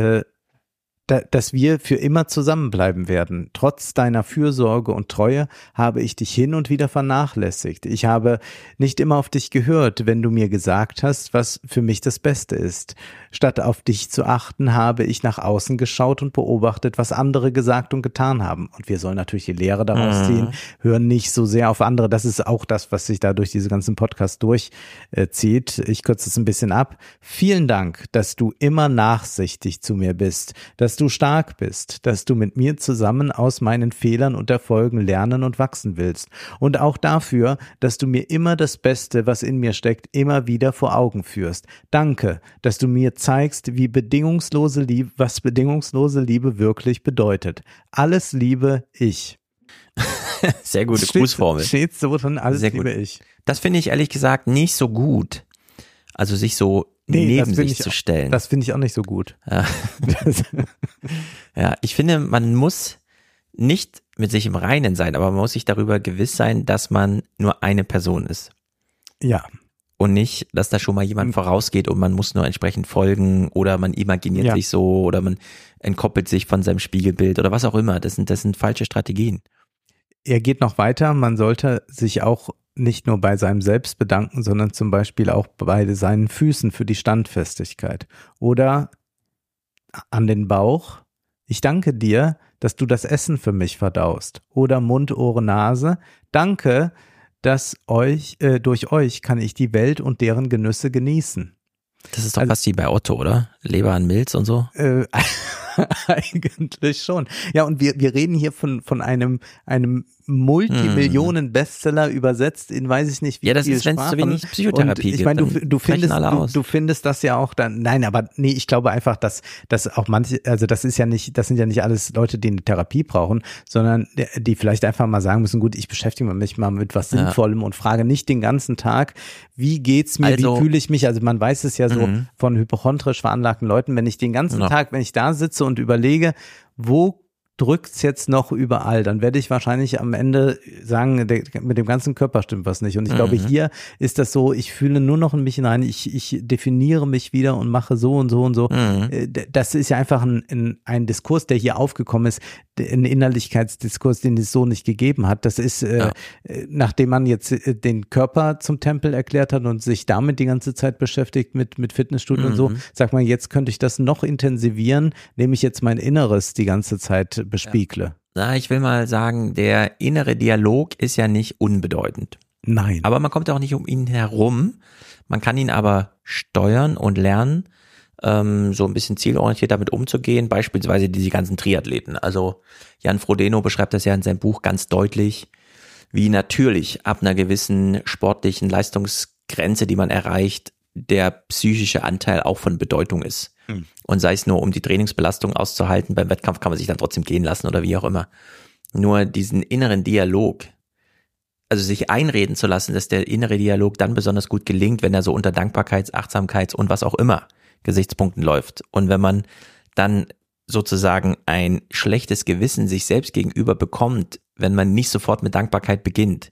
immer zusammenbleiben werden. Trotz deiner Fürsorge und Treue habe ich dich hin und wieder vernachlässigt. Ich habe nicht immer auf dich gehört, wenn du mir gesagt hast, was für mich das Beste ist. Statt auf dich zu achten, habe ich nach außen geschaut und beobachtet, was andere gesagt und getan haben. Und wir sollen natürlich die Lehre daraus ziehen, hören nicht so sehr auf andere. Das ist auch das, was sich da durch diese ganzen Podcasts durchzieht. Ich kürze es ein bisschen ab. Vielen Dank, dass du immer nachsichtig zu mir bist, dass du stark bist, dass du mit mir zusammen aus meinen Fehlern und Erfolgen lernen und wachsen willst. Und auch dafür, dass du mir immer das Beste, was in mir steckt, immer wieder vor Augen führst. Danke, dass du mir zeigst, was bedingungslose Liebe wirklich bedeutet. Alles liebe ich. Sehr gute Grußformel. Steht so drin, alles liebe ich. Das finde ich ehrlich gesagt nicht so gut. Also sich so neben sich zu stellen. Das finde ich auch nicht so gut. Ja, ich finde, man muss nicht mit sich im Reinen sein, aber man muss sich darüber gewiss sein, dass man nur eine Person ist. Ja. Und nicht, dass da schon mal jemand vorausgeht und man muss nur entsprechend folgen oder man imaginiert sich so oder man entkoppelt sich von seinem Spiegelbild oder was auch immer. Das sind falsche Strategien. Er geht noch weiter, man sollte sich auch nicht nur bei seinem Selbstbedanken, sondern zum Beispiel auch bei seinen Füßen für die Standfestigkeit. Oder an den Bauch: Ich danke dir, dass du das Essen für mich verdaust. Oder Mund, Ohren, Nase: Danke, dass durch euch kann ich die Welt und deren Genüsse genießen. Das ist doch fast wie bei Otto, oder? Leber an Milz und so? Eigentlich schon. Ja, und wir reden hier von einem Multimillionen-Bestseller, übersetzt in weiß ich nicht wie viel Sprachen. Ja, das ist, wenn es zu wenig Psychotherapie gibt. Ich meine, du findest das ja auch dann, nein, aber nee, ich glaube einfach, dass auch manche, also das sind ja nicht alles Leute, die eine Therapie brauchen, sondern die vielleicht einfach mal sagen müssen, gut, ich beschäftige mich mal mit was Sinnvollem und frage nicht den ganzen Tag, wie geht's mir, wie fühle ich mich, also man weiß es ja so von hypochondrisch veranlagten Leuten, wenn ich den ganzen Tag, wenn ich da sitze und überlege, wo drückt's jetzt noch überall, dann werde ich wahrscheinlich am Ende sagen, mit dem ganzen Körper stimmt was nicht. Und ich glaube, hier ist das so, ich fühle nur noch in mich hinein, ich definiere mich wieder und mache so und so und so. Das ist ja einfach ein Diskurs, der hier aufgekommen ist, ein Innerlichkeitsdiskurs, den es so nicht gegeben hat. Das ist, nachdem man jetzt den Körper zum Tempel erklärt hat und sich damit die ganze Zeit beschäftigt mit Fitnessstudio und so, sagt man, jetzt könnte ich das noch intensivieren, indem ich jetzt mein Inneres die ganze Zeit bespiegle. Na, ich will mal sagen, der innere Dialog ist ja nicht unbedeutend. Nein. Aber man kommt auch nicht um ihn herum. Man kann ihn aber steuern und lernen, so ein bisschen zielorientiert damit umzugehen. Beispielsweise diese ganzen Triathleten. Also Jan Frodeno beschreibt das ja in seinem Buch ganz deutlich, wie natürlich ab einer gewissen sportlichen Leistungsgrenze, die man erreicht, der psychische Anteil auch von Bedeutung ist. Und sei es nur, um die Trainingsbelastung auszuhalten, beim Wettkampf kann man sich dann trotzdem gehen lassen oder wie auch immer. Nur diesen inneren Dialog, also sich einreden zu lassen, dass der innere Dialog dann besonders gut gelingt, wenn er so unter Dankbarkeits-, Achtsamkeits- und was auch immer Gesichtspunkten läuft. Und wenn man dann sozusagen ein schlechtes Gewissen sich selbst gegenüber bekommt, wenn man nicht sofort mit Dankbarkeit beginnt,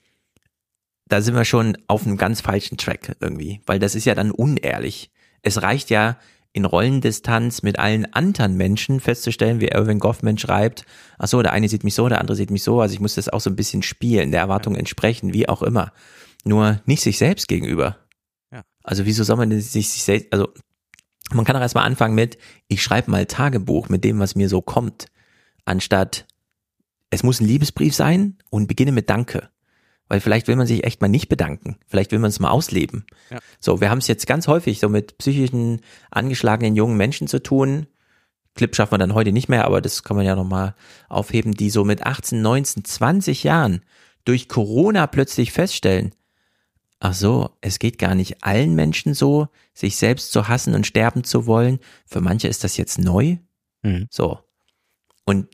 da sind wir schon auf einem ganz falschen Track irgendwie, weil das ist ja dann unehrlich. Es reicht ja, in Rollendistanz mit allen anderen Menschen festzustellen, wie Erving Goffman schreibt, ach so, der eine sieht mich so, der andere sieht mich so, also ich muss das auch so ein bisschen spielen, der Erwartung entsprechen, wie auch immer. Nur nicht sich selbst gegenüber. Ja. Also wieso soll man sich selbst, also man kann auch erstmal anfangen mit, ich schreibe mal Tagebuch mit dem, was mir so kommt, anstatt, es muss ein Liebesbrief sein und beginne mit Danke. Weil vielleicht will man sich echt mal nicht bedanken. Vielleicht will man es mal ausleben. Ja. So, wir haben es jetzt ganz häufig so mit psychischen, angeschlagenen jungen Menschen zu tun. Clip schaffen wir dann heute nicht mehr, aber das kann man ja nochmal aufheben, die so mit 18, 19, 20 Jahren durch Corona plötzlich feststellen, ach so, es geht gar nicht allen Menschen so, sich selbst zu hassen und sterben zu wollen. Für manche ist das jetzt neu. So. Und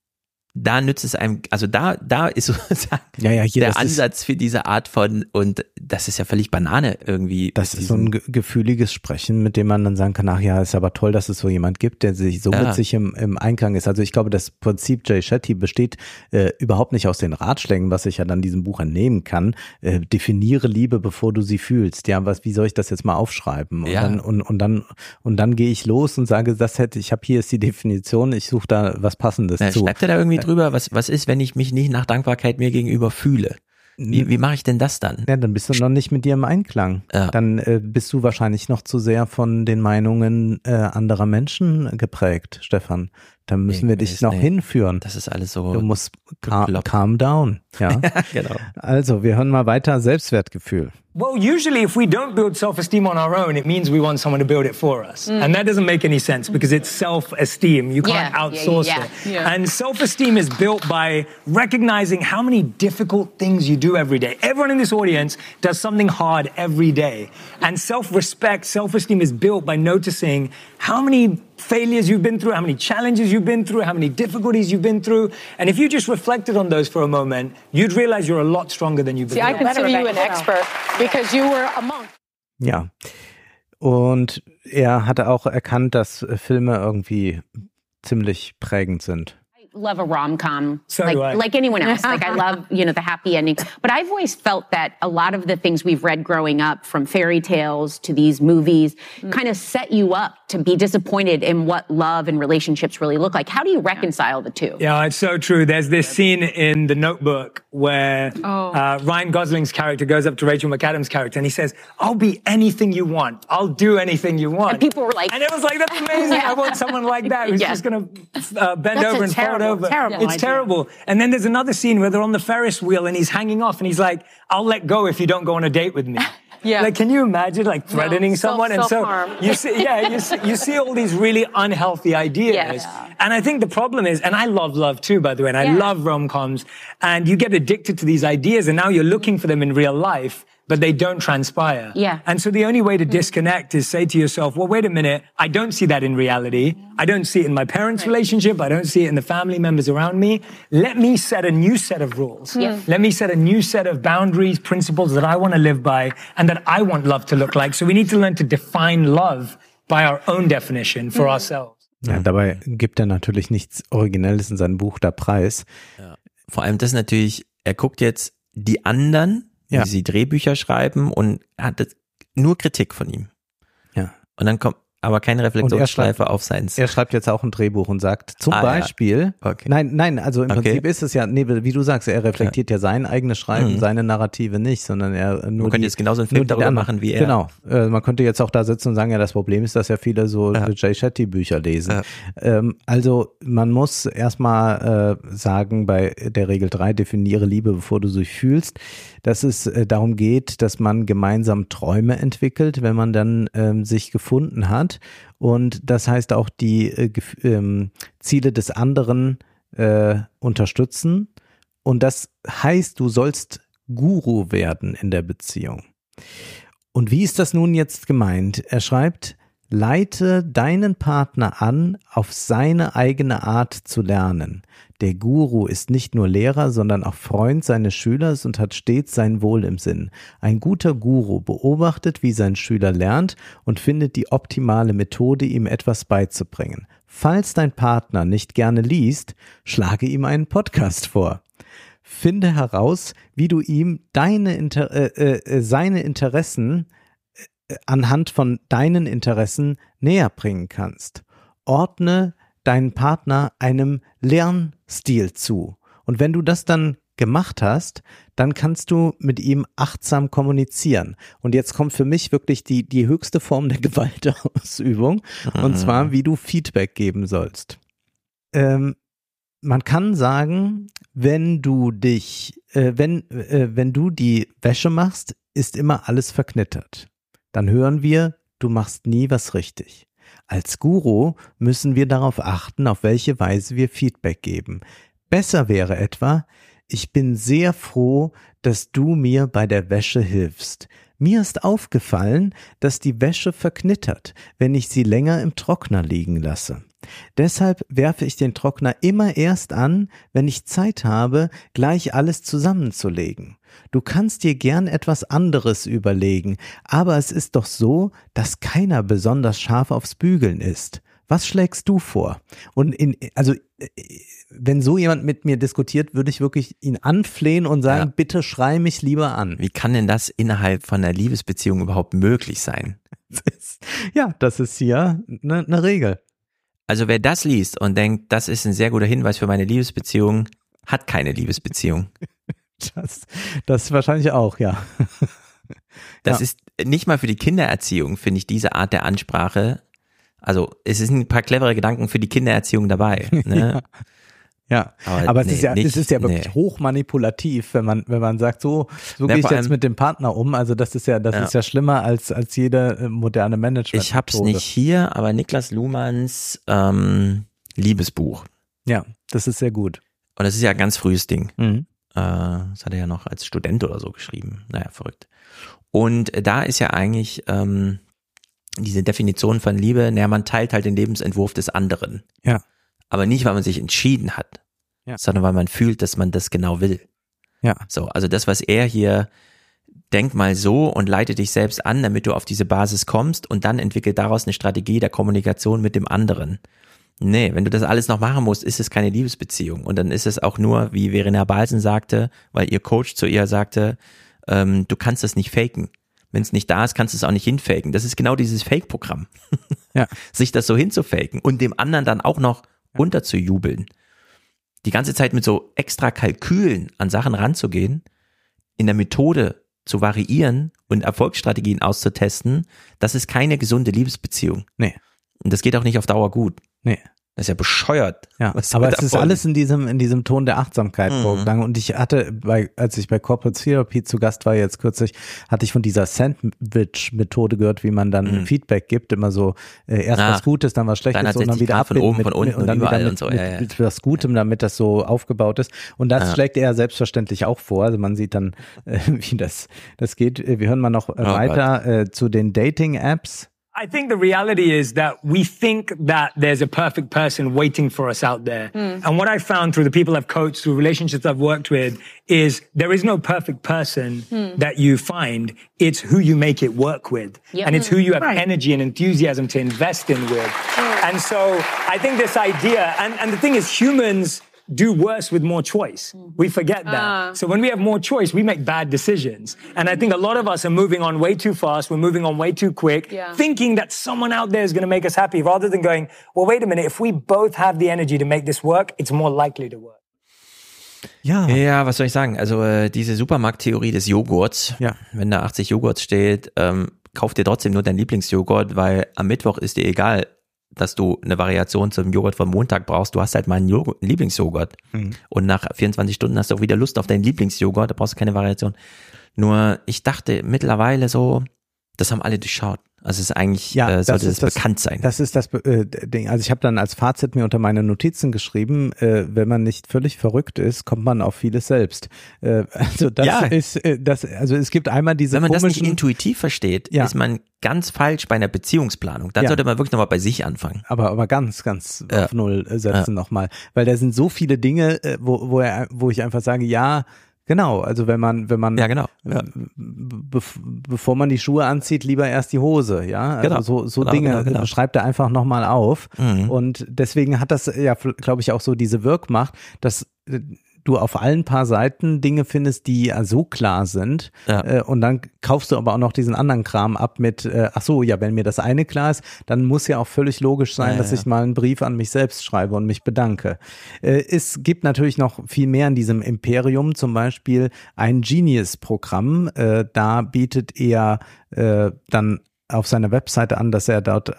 da nützt es einem, also da ist sozusagen der Ansatz für diese Art von, und das ist ja völlig Banane irgendwie. Das ist so ein gefühliges Sprechen, mit dem man dann sagen kann, ach ja, ist aber toll, dass es so jemand gibt, der sich so mit sich im Einklang ist. Also ich glaube, das Prinzip Jay Shetty besteht überhaupt nicht aus den Ratschlägen, was ich ja dann diesem Buch entnehmen kann. Definiere Liebe, bevor du sie fühlst. Ja, wie soll ich das jetzt mal aufschreiben? Und dann gehe ich los und sage, hier ist die Definition, ich suche da was Passendes zu. Schreibt er da irgendwie drüber, was ist, wenn ich mich nicht nach Dankbarkeit mir gegenüber fühle? Wie mache ich denn das dann? Ja, dann bist du noch nicht mit dir im Einklang. Ja. Dann bist du wahrscheinlich noch zu sehr von den Meinungen anderer Menschen geprägt, Stefan. Da müssen wir dich noch hinführen. Das ist alles so. Du musst calm down. Ja, genau. Also, wir hören mal weiter. Selbstwertgefühl. Well, usually if we don't build self-esteem on our own, it means we want someone to build it for us. And that doesn't make any sense because it's self-esteem. You can't outsource it. Yeah. And self-esteem is built by recognizing how many difficult things you do every day. Everyone in this audience does something hard every day. And self-respect, self-esteem is built by noticing how many failures you've been through, how many challenges you've been through, how many difficulties you've been through. And if you just reflected on those for a moment, you'd realize you're a lot stronger than you believe. See, I consider you an expert because you were a monk. Ja, und er hatte auch erkannt, dass Filme irgendwie ziemlich prägend sind. love a rom-com So do I. like anyone else. Like I love, the happy ending. But I've always felt that a lot of the things we've read growing up, from fairy tales to these movies, kind of set you up to be disappointed in what love and relationships really look like. How do you reconcile the two? Yeah, it's so true. There's this scene in The Notebook where Ryan Gosling's character goes up to Rachel McAdams' character and he says, "I'll be anything you want. I'll do anything you want." And people were like, and it was like, that's amazing. I want someone like that who's just going to bend over and fall over. It's terrible. And then there's another scene where they're on the Ferris wheel and he's hanging off and he's like, "I'll let go if you don't go on a date with me." Yeah. Like, can you imagine threatening someone? And so you see all these really unhealthy ideas. Yeah. And I think the problem is, and I love love too, by the way, and I love rom-coms, and you get addicted to these ideas and now you're looking for them in real life, but they don't transpire. Yeah. And so the only way to disconnect is say to yourself, well, wait a minute, I don't see that in reality. I don't see it in my parents' relationship. I don't see it in the family members around me. Let me set a new set of rules. Yeah. Let me set a new set of boundaries, principles that I want to live by and that I want love to look like. So we need to learn to define love by our own definition for ourselves. Ja, dabei gibt er natürlich nichts Originelles in seinem Buch da preis. Ja. Vor allem das natürlich, er guckt jetzt die anderen, wie sie Drehbücher schreiben und hat nur Kritik von ihm. Ja. Und dann kommt aber keine Reflexionsschleife auf seins. Er schreibt jetzt auch ein Drehbuch und sagt zum Beispiel, nein, also im Prinzip ist es ja, wie du sagst, er reflektiert ja sein eigenes Schreiben, seine Narrative nicht, sondern er nur man könnte jetzt genauso einen Film darüber machen wie er. Genau, man könnte jetzt auch da sitzen und sagen, ja, das Problem ist, dass ja viele so Jay Shetty Bücher lesen. Also man muss erstmal sagen, bei der Regel 3, definiere Liebe, bevor du sie fühlst, dass es darum geht, dass man gemeinsam Träume entwickelt, wenn man dann sich gefunden hat. Und das heißt auch die Ziele des anderen unterstützen. Und das heißt, du sollst Guru werden in der Beziehung. Und wie ist das nun jetzt gemeint? Er schreibt, leite deinen Partner an, auf seine eigene Art zu lernen. Der Guru ist nicht nur Lehrer, sondern auch Freund seines Schülers und hat stets sein Wohl im Sinn. Ein guter Guru beobachtet, wie sein Schüler lernt und findet die optimale Methode, ihm etwas beizubringen. Falls dein Partner nicht gerne liest, schlage ihm einen Podcast vor. Finde heraus, wie du ihm seine Interessen anhand von deinen Interessen näher bringen kannst. Ordne deinen Partner einem Lernstil zu. Und wenn du das dann gemacht hast, dann kannst du mit ihm achtsam kommunizieren. Und jetzt kommt für mich wirklich die höchste Form der Gewaltausübung, und zwar, wie du Feedback geben sollst. Man kann sagen, wenn du die Wäsche machst, ist immer alles verknittert. Dann hören wir, du machst nie was richtig. Als Guru müssen wir darauf achten, auf welche Weise wir Feedback geben. Besser wäre etwa, ich bin sehr froh, dass du mir bei der Wäsche hilfst. Mir ist aufgefallen, dass die Wäsche verknittert, wenn ich sie länger im Trockner liegen lasse. Deshalb werfe ich den Trockner immer erst an, wenn ich Zeit habe, gleich alles zusammenzulegen. Du kannst dir gern etwas anderes überlegen, aber es ist doch so, dass keiner besonders scharf aufs Bügeln ist. Was schlägst du vor? Und wenn so jemand mit mir diskutiert, würde ich wirklich ihn anflehen und sagen, bitte schrei mich lieber an. Wie kann denn das innerhalb von einer Liebesbeziehung überhaupt möglich sein? Das ist hier eine Regel. Also wer das liest und denkt, das ist ein sehr guter Hinweis für meine Liebesbeziehung, hat keine Liebesbeziehung. Das wahrscheinlich auch, ja. Das ist nicht mal für die Kindererziehung, finde ich, diese Art der Ansprache. Also es sind ein paar clevere Gedanken für die Kindererziehung dabei. Ne? Ja, aber es ist ja wirklich hochmanipulativ, wenn man sagt, so gehe ich jetzt mit dem Partner um. Also das ist ja schlimmer als jede moderne Management. Ich hab's nicht hier, aber Niklas Luhmanns Liebesbuch. Ja, das ist sehr gut. Und das ist ja ein ganz frühes Ding. Das hat er ja noch als Student oder so geschrieben. Naja, verrückt. Und da ist ja eigentlich diese Definition von Liebe, man teilt halt den Lebensentwurf des anderen. Ja. Aber nicht, weil man sich entschieden hat, sondern weil man fühlt, dass man das genau will. Ja. So, also das, was er hier, denk mal so und leite dich selbst an, damit du auf diese Basis kommst und dann entwickelt daraus eine Strategie der Kommunikation mit dem anderen. Nee, wenn du das alles noch machen musst, ist es keine Liebesbeziehung. Und dann ist es auch nur, wie Verena Balsen sagte, weil ihr Coach zu ihr sagte, du kannst das nicht faken. Wenn es nicht da ist, kannst du es auch nicht hinfaken. Das ist genau dieses Fake-Programm. Ja. Sich das so hinzufaken und dem anderen dann auch noch unterzujubeln. Die ganze Zeit mit so extra Kalkülen an Sachen ranzugehen, in der Methode zu variieren und Erfolgsstrategien auszutesten, das ist keine gesunde Liebesbeziehung. Nee. Und das geht auch nicht auf Dauer gut. Nee. Das ist ja bescheuert. Ja, aber es ist alles in diesem Ton der Achtsamkeit vorgegangen. Und ich hatte, als ich bei Corporate Therapy zu Gast war jetzt kürzlich, hatte ich von dieser Sandwich-Methode gehört, wie man dann Feedback gibt. Immer so, erst was Gutes, dann was Schlechtes und dann wieder ab von oben, von unten und dann wieder mit was Gutem, damit das so aufgebaut ist. Und das schlägt er selbstverständlich auch vor. Also man sieht dann, wie das geht. Wir hören mal noch weiter zu den Dating-Apps. I think the reality is that we think that there's a perfect person waiting for us out there. And what I found through the people I've coached, through relationships I've worked with, is there is no perfect person that you find. It's who you make it work with. And it's who you have energy and enthusiasm to invest in with. And so I think this idea, and the thing is, humans do worse with more choice. We forget that. So when we have more choice, we make bad decisions. And I think a lot of us are moving on way too fast. We're moving on way too quick, thinking that someone out there is going to make us happy, rather than going, well, wait a minute, if we both have the energy to make this work, it's more likely to work. Ja, was soll ich sagen? Also diese Supermarkttheorie des Joghurts, wenn da 80 Joghurts steht, kauf dir trotzdem nur deinen Lieblingsjoghurt, weil am Mittwoch ist dir egal, dass du eine Variation zum Joghurt vom Montag brauchst. Du hast halt mal einen Lieblingsjoghurt. Und nach 24 Stunden hast du auch wieder Lust auf deinen Lieblingsjoghurt, da brauchst du keine Variation. Nur ich dachte mittlerweile so, das haben alle durchschaut. Also es ist eigentlich, sollte das bekannt sein. Das ist das Ding. Also ich habe dann als Fazit mir unter meine Notizen geschrieben, wenn man nicht völlig verrückt ist, kommt man auf vieles selbst. Also das ist, also es gibt einmal diese wenn man das nicht intuitiv versteht, ist man ganz falsch bei einer Beziehungsplanung. Dann sollte man wirklich nochmal bei sich anfangen. Aber ganz auf Null setzen nochmal. Weil da sind so viele Dinge, wo ich einfach sage, genau, also wenn man bevor man die Schuhe anzieht, lieber erst die Hose, also so Dinge schreibt er einfach nochmal auf und deswegen hat das glaube ich auch so diese Wirkmacht, dass du auf allen paar Seiten Dinge findest, die so klar sind und dann kaufst du aber auch noch diesen anderen Kram ab mit, wenn mir das eine klar ist, dann muss ja auch völlig logisch sein, dass ich mal einen Brief an mich selbst schreibe und mich bedanke. Es gibt natürlich noch viel mehr in diesem Imperium, zum Beispiel ein Genius-Programm, da bietet er dann auf seiner Webseite an, dass er dort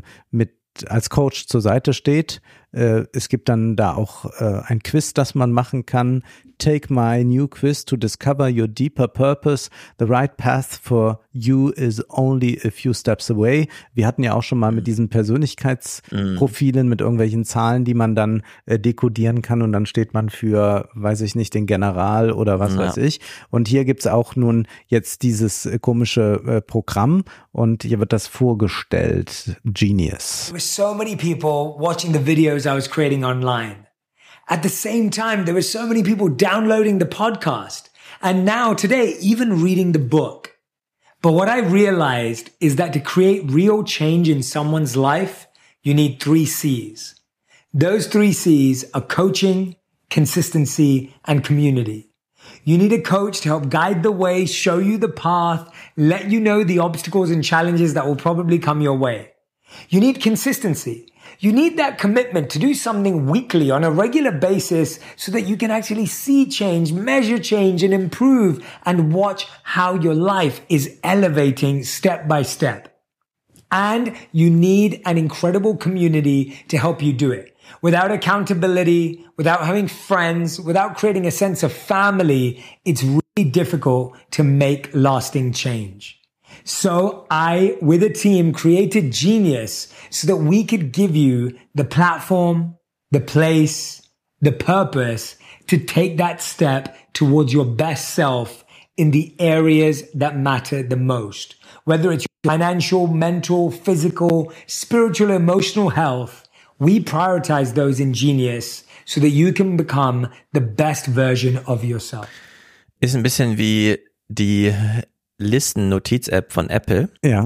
als Coach zur Seite steht. Es gibt dann da auch ein Quiz, das man machen kann. Take my new quiz to discover your deeper purpose. The right path for you is only a few steps away. Wir hatten ja auch schon mal mit diesen Persönlichkeitsprofilen, mit irgendwelchen Zahlen, die man dann dekodieren kann und dann steht man für, weiß ich nicht, den General oder was weiß ich. Und hier gibt's auch nun jetzt dieses komische Programm und hier wird das vorgestellt. Genius. There were so many people watching the videos I was creating online. At the same time, there were so many people downloading the podcast. And now today, even reading the book. But what I realized is that to create real change in someone's life, you need 3 C's. Those 3 C's are coaching, consistency, and community. You need a coach to help guide the way, show you the path, let you know the obstacles and challenges that will probably come your way. You need consistency. You need that commitment to do something weekly on a regular basis so that you can actually see change, measure change, and improve and watch how your life is elevating step by step. And you need an incredible community to help you do it. Without accountability, without having friends, without creating a sense of family, it's really difficult to make lasting change. So I, with a team, created Genius so that we could give you the platform, the place, the purpose to take that step towards your best self in the areas that matter the most. Whether it's financial, mental, physical, spiritual, emotional health, we prioritize those in Genius so that you can become the best version of yourself. Ist ein bisschen wie die Listen-Notiz-App von Apple. Ja.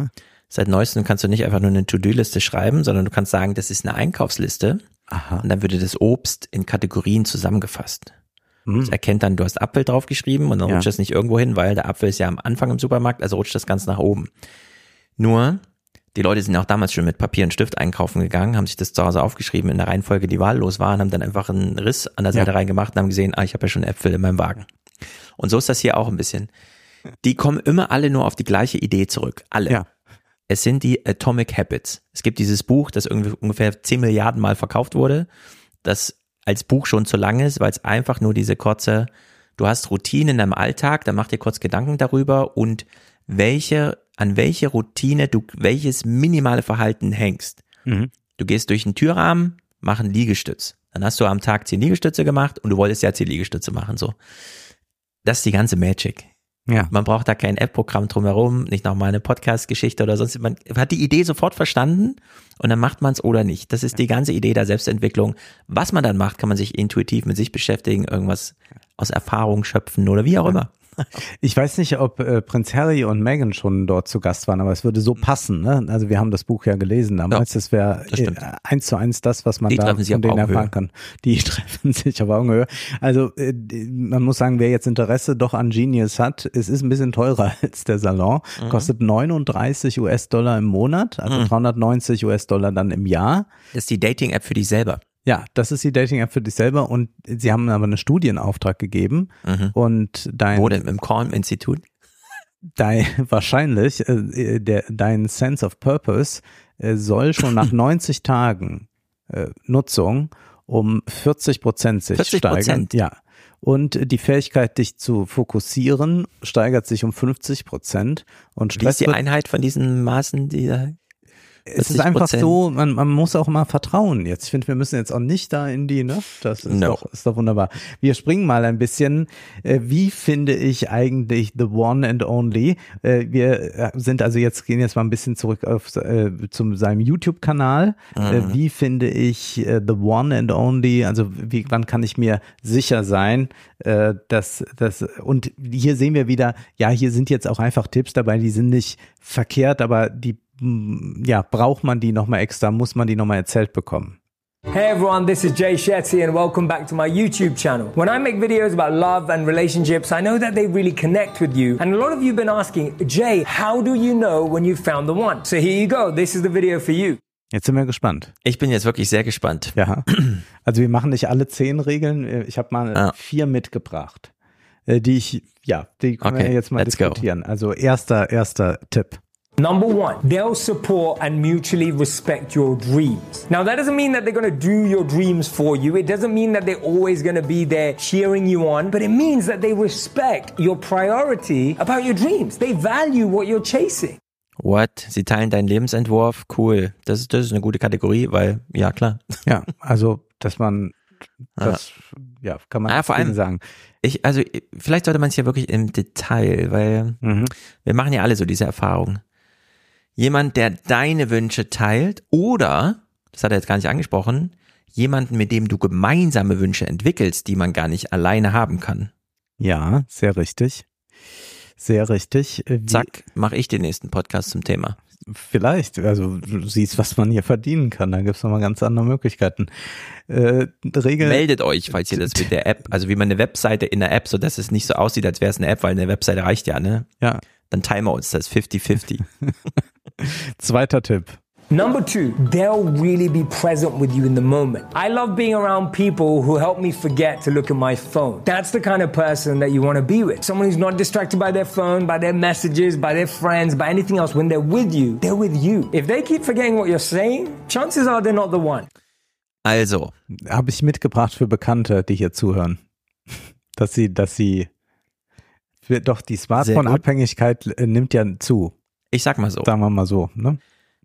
Seit neuestem kannst du nicht einfach nur eine To-Do-Liste schreiben, sondern du kannst sagen, das ist eine Einkaufsliste. Aha. Und dann würde das Obst in Kategorien zusammengefasst. Das erkennt dann, du hast Apfel draufgeschrieben und dann rutscht das nicht irgendwo hin, weil der Apfel ist ja am Anfang im Supermarkt, also rutscht das ganz nach oben. Nur, die Leute sind auch damals schon mit Papier und Stift einkaufen gegangen, haben sich das zu Hause aufgeschrieben in der Reihenfolge, die wahllos war, und haben dann einfach einen Riss an der Seite reingemacht und haben gesehen, ich habe ja schon Äpfel in meinem Wagen. Und so ist das hier auch ein bisschen. Die kommen immer alle nur auf die gleiche Idee zurück. Alle. Ja. Es sind die Atomic Habits. Es gibt dieses Buch, das ungefähr 10 Milliarden Mal verkauft wurde, das als Buch schon zu lang ist, weil es einfach nur diese kurze, du hast Routinen in deinem Alltag, dann mach dir kurz Gedanken darüber und an welche Routine du welches minimale Verhalten hängst. Mhm. Du gehst durch einen Türrahmen, mach einen Liegestütz. Dann hast du am Tag 10 Liegestütze gemacht und du wolltest ja 10 Liegestütze machen, so. Das ist die ganze Magic. Ja. Man braucht da kein App-Programm drumherum, nicht nochmal eine Podcast-Geschichte oder sonst. Man hat die Idee sofort verstanden und dann macht man es oder nicht. Das ist die ganze Idee der Selbstentwicklung. Was man dann macht, kann man sich intuitiv mit sich beschäftigen, irgendwas aus Erfahrung schöpfen oder wie auch immer. Ich weiß nicht, ob Prinz Harry und Meghan schon dort zu Gast waren, aber es würde so passen. Ne? Also wir haben das Buch ja gelesen damals. Das wäre 1:1 das, was man da von denen erfahren kann. Die treffen sich auf Augenhöhe. Also man muss sagen, wer jetzt Interesse doch an Genius hat, es ist ein bisschen teurer als der Salon. Kostet $39 im Monat, also $390 dann im Jahr. Das ist die Dating-App für dich selber. Ja, das ist die Dating-App für dich selber und sie haben aber einen Studienauftrag gegeben und Wo denn? Im Calm-Institut? Wahrscheinlich, dein Sense of Purpose soll schon nach 90 Tagen Nutzung um 40% sich 40%? Steigern. Ja. Und die Fähigkeit, dich zu fokussieren, steigert sich um 50%. Und Stress Wie ist die Einheit von diesen Maßen, die da... Es ist einfach so, man muss auch mal vertrauen jetzt. Ich finde, wir müssen jetzt auch nicht da in die, ne? Das ist, ist doch wunderbar. Wir springen mal ein bisschen. Wie finde ich eigentlich the one and only? Wir sind also gehen jetzt mal ein bisschen zurück auf seinem YouTube-Kanal. Wie finde ich the one and only? Also wann kann ich mir sicher sein, dass und hier sehen wir wieder, ja, hier sind jetzt auch einfach Tipps dabei, die sind nicht verkehrt, aber braucht man die nochmal extra, muss man die nochmal erzählt bekommen? Hey everyone, this is Jay Shetty and welcome back to my YouTube channel. When I make videos about love and relationships, I know that they really connect with you. And a lot of you have been asking, Jay, how do you know when you've found the one? So here you go, this is the video for you. Jetzt sind wir gespannt. Ich bin jetzt wirklich sehr gespannt. Ja, also wir machen nicht alle 10 Regeln. Ich habe mal 4 mitgebracht, die können wir jetzt mal diskutieren. Go. Also erster Tipp. Number 1, they'll support and mutually respect your dreams. Now, that doesn't mean that they're going to do your dreams for you. It doesn't mean that they're always going to be there cheering you on, but it means that they respect your priority about your dreams. They value what you're chasing. What? Sie teilen deinen Lebensentwurf? Cool. Das ist eine gute Kategorie, weil, ja, klar. Ja, also, dass man das, kann man vor allem sagen. Vielleicht sollte man es ja wirklich im Detail, weil wir machen ja alle so diese Erfahrung. Jemand, der deine Wünsche teilt oder, das hat er jetzt gar nicht angesprochen, jemanden, mit dem du gemeinsame Wünsche entwickelst, die man gar nicht alleine haben kann. Ja, sehr richtig. Sehr richtig. Zack, mache ich den nächsten Podcast zum Thema. Vielleicht, also du siehst, was man hier verdienen kann, da gibt's nochmal ganz andere Möglichkeiten. Meldet euch, falls ihr das mit der App, also wie man eine Webseite in der App, so dass es nicht so aussieht, als wäre es eine App, weil eine Webseite reicht ja, ne? Ja. Dann teilen wir uns das 50-50. Zweiter Tipp. Number 2, they'll really be present with you in the moment. I love being around people who help me forget to look at my phone. That's the kind of person that you want to be with. Someone who's not distracted by their phone, by their messages, by their friends, by anything else. When they're with you, they're with you. If they keep forgetting what you're saying, chances are they're not the one. Also. Habe ich mitgebracht für Bekannte, die hier zuhören. Dass sie doch die Smartphone-Abhängigkeit nimmt ja zu. Ich sag mal so. Sagen wir mal so, ne?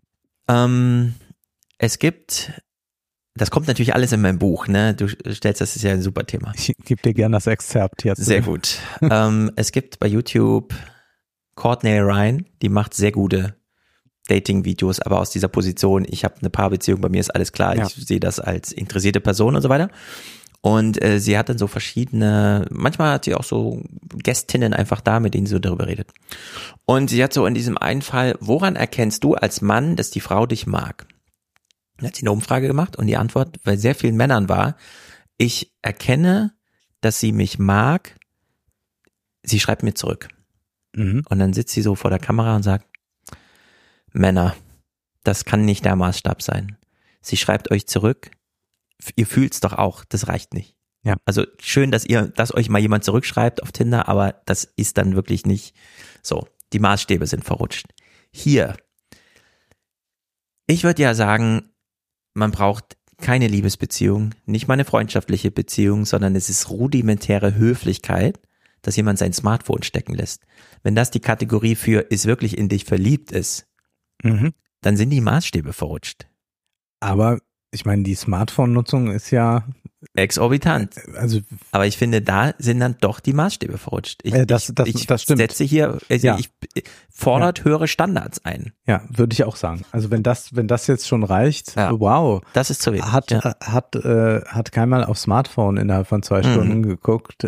Es gibt, das kommt natürlich alles in meinem Buch, ne? Du stellst, das ist ja ein super Thema. Ich gebe dir gerne das Exzerpt jetzt. Sehr gut. Es gibt bei YouTube Courtney Ryan, die macht sehr gute Dating-Videos, aber aus dieser Position, ich habe eine Paarbeziehung, bei mir ist alles klar, ich sehe das als interessierte Person und so weiter. Und sie hat dann so verschiedene, manchmal hat sie auch so Gästinnen einfach da, mit denen sie so darüber redet. Und sie hat so in diesem einen Fall, woran erkennst du als Mann, dass die Frau dich mag? Dann hat sie eine Umfrage gemacht und die Antwort bei sehr vielen Männern war, ich erkenne, dass sie mich mag, sie schreibt mir zurück. Und dann sitzt sie so vor der Kamera und sagt, Männer, das kann nicht der Maßstab sein. Sie schreibt euch zurück, ihr fühlt's doch auch, das reicht nicht. Ja. Also schön, dass euch mal jemand zurückschreibt auf Tinder, aber das ist dann wirklich nicht so. Die Maßstäbe sind verrutscht. Hier, ich würde ja sagen, man braucht keine Liebesbeziehung, nicht mal eine freundschaftliche Beziehung, sondern es ist rudimentäre Höflichkeit, dass jemand sein Smartphone stecken lässt. Wenn das die Kategorie für ist wirklich in dich verliebt ist, dann sind die Maßstäbe verrutscht. Aber ich meine, die Smartphone-Nutzung ist ja exorbitant. Also, aber ich finde, da sind dann doch die Maßstäbe verrutscht. Ich stimmt. Setze hier, ich fordert höhere Standards ein. Ja, würde ich auch sagen. Also wenn das jetzt schon reicht, wow. Das ist zu wenig. Hat keinmal aufs Smartphone innerhalb von 2 Stunden geguckt,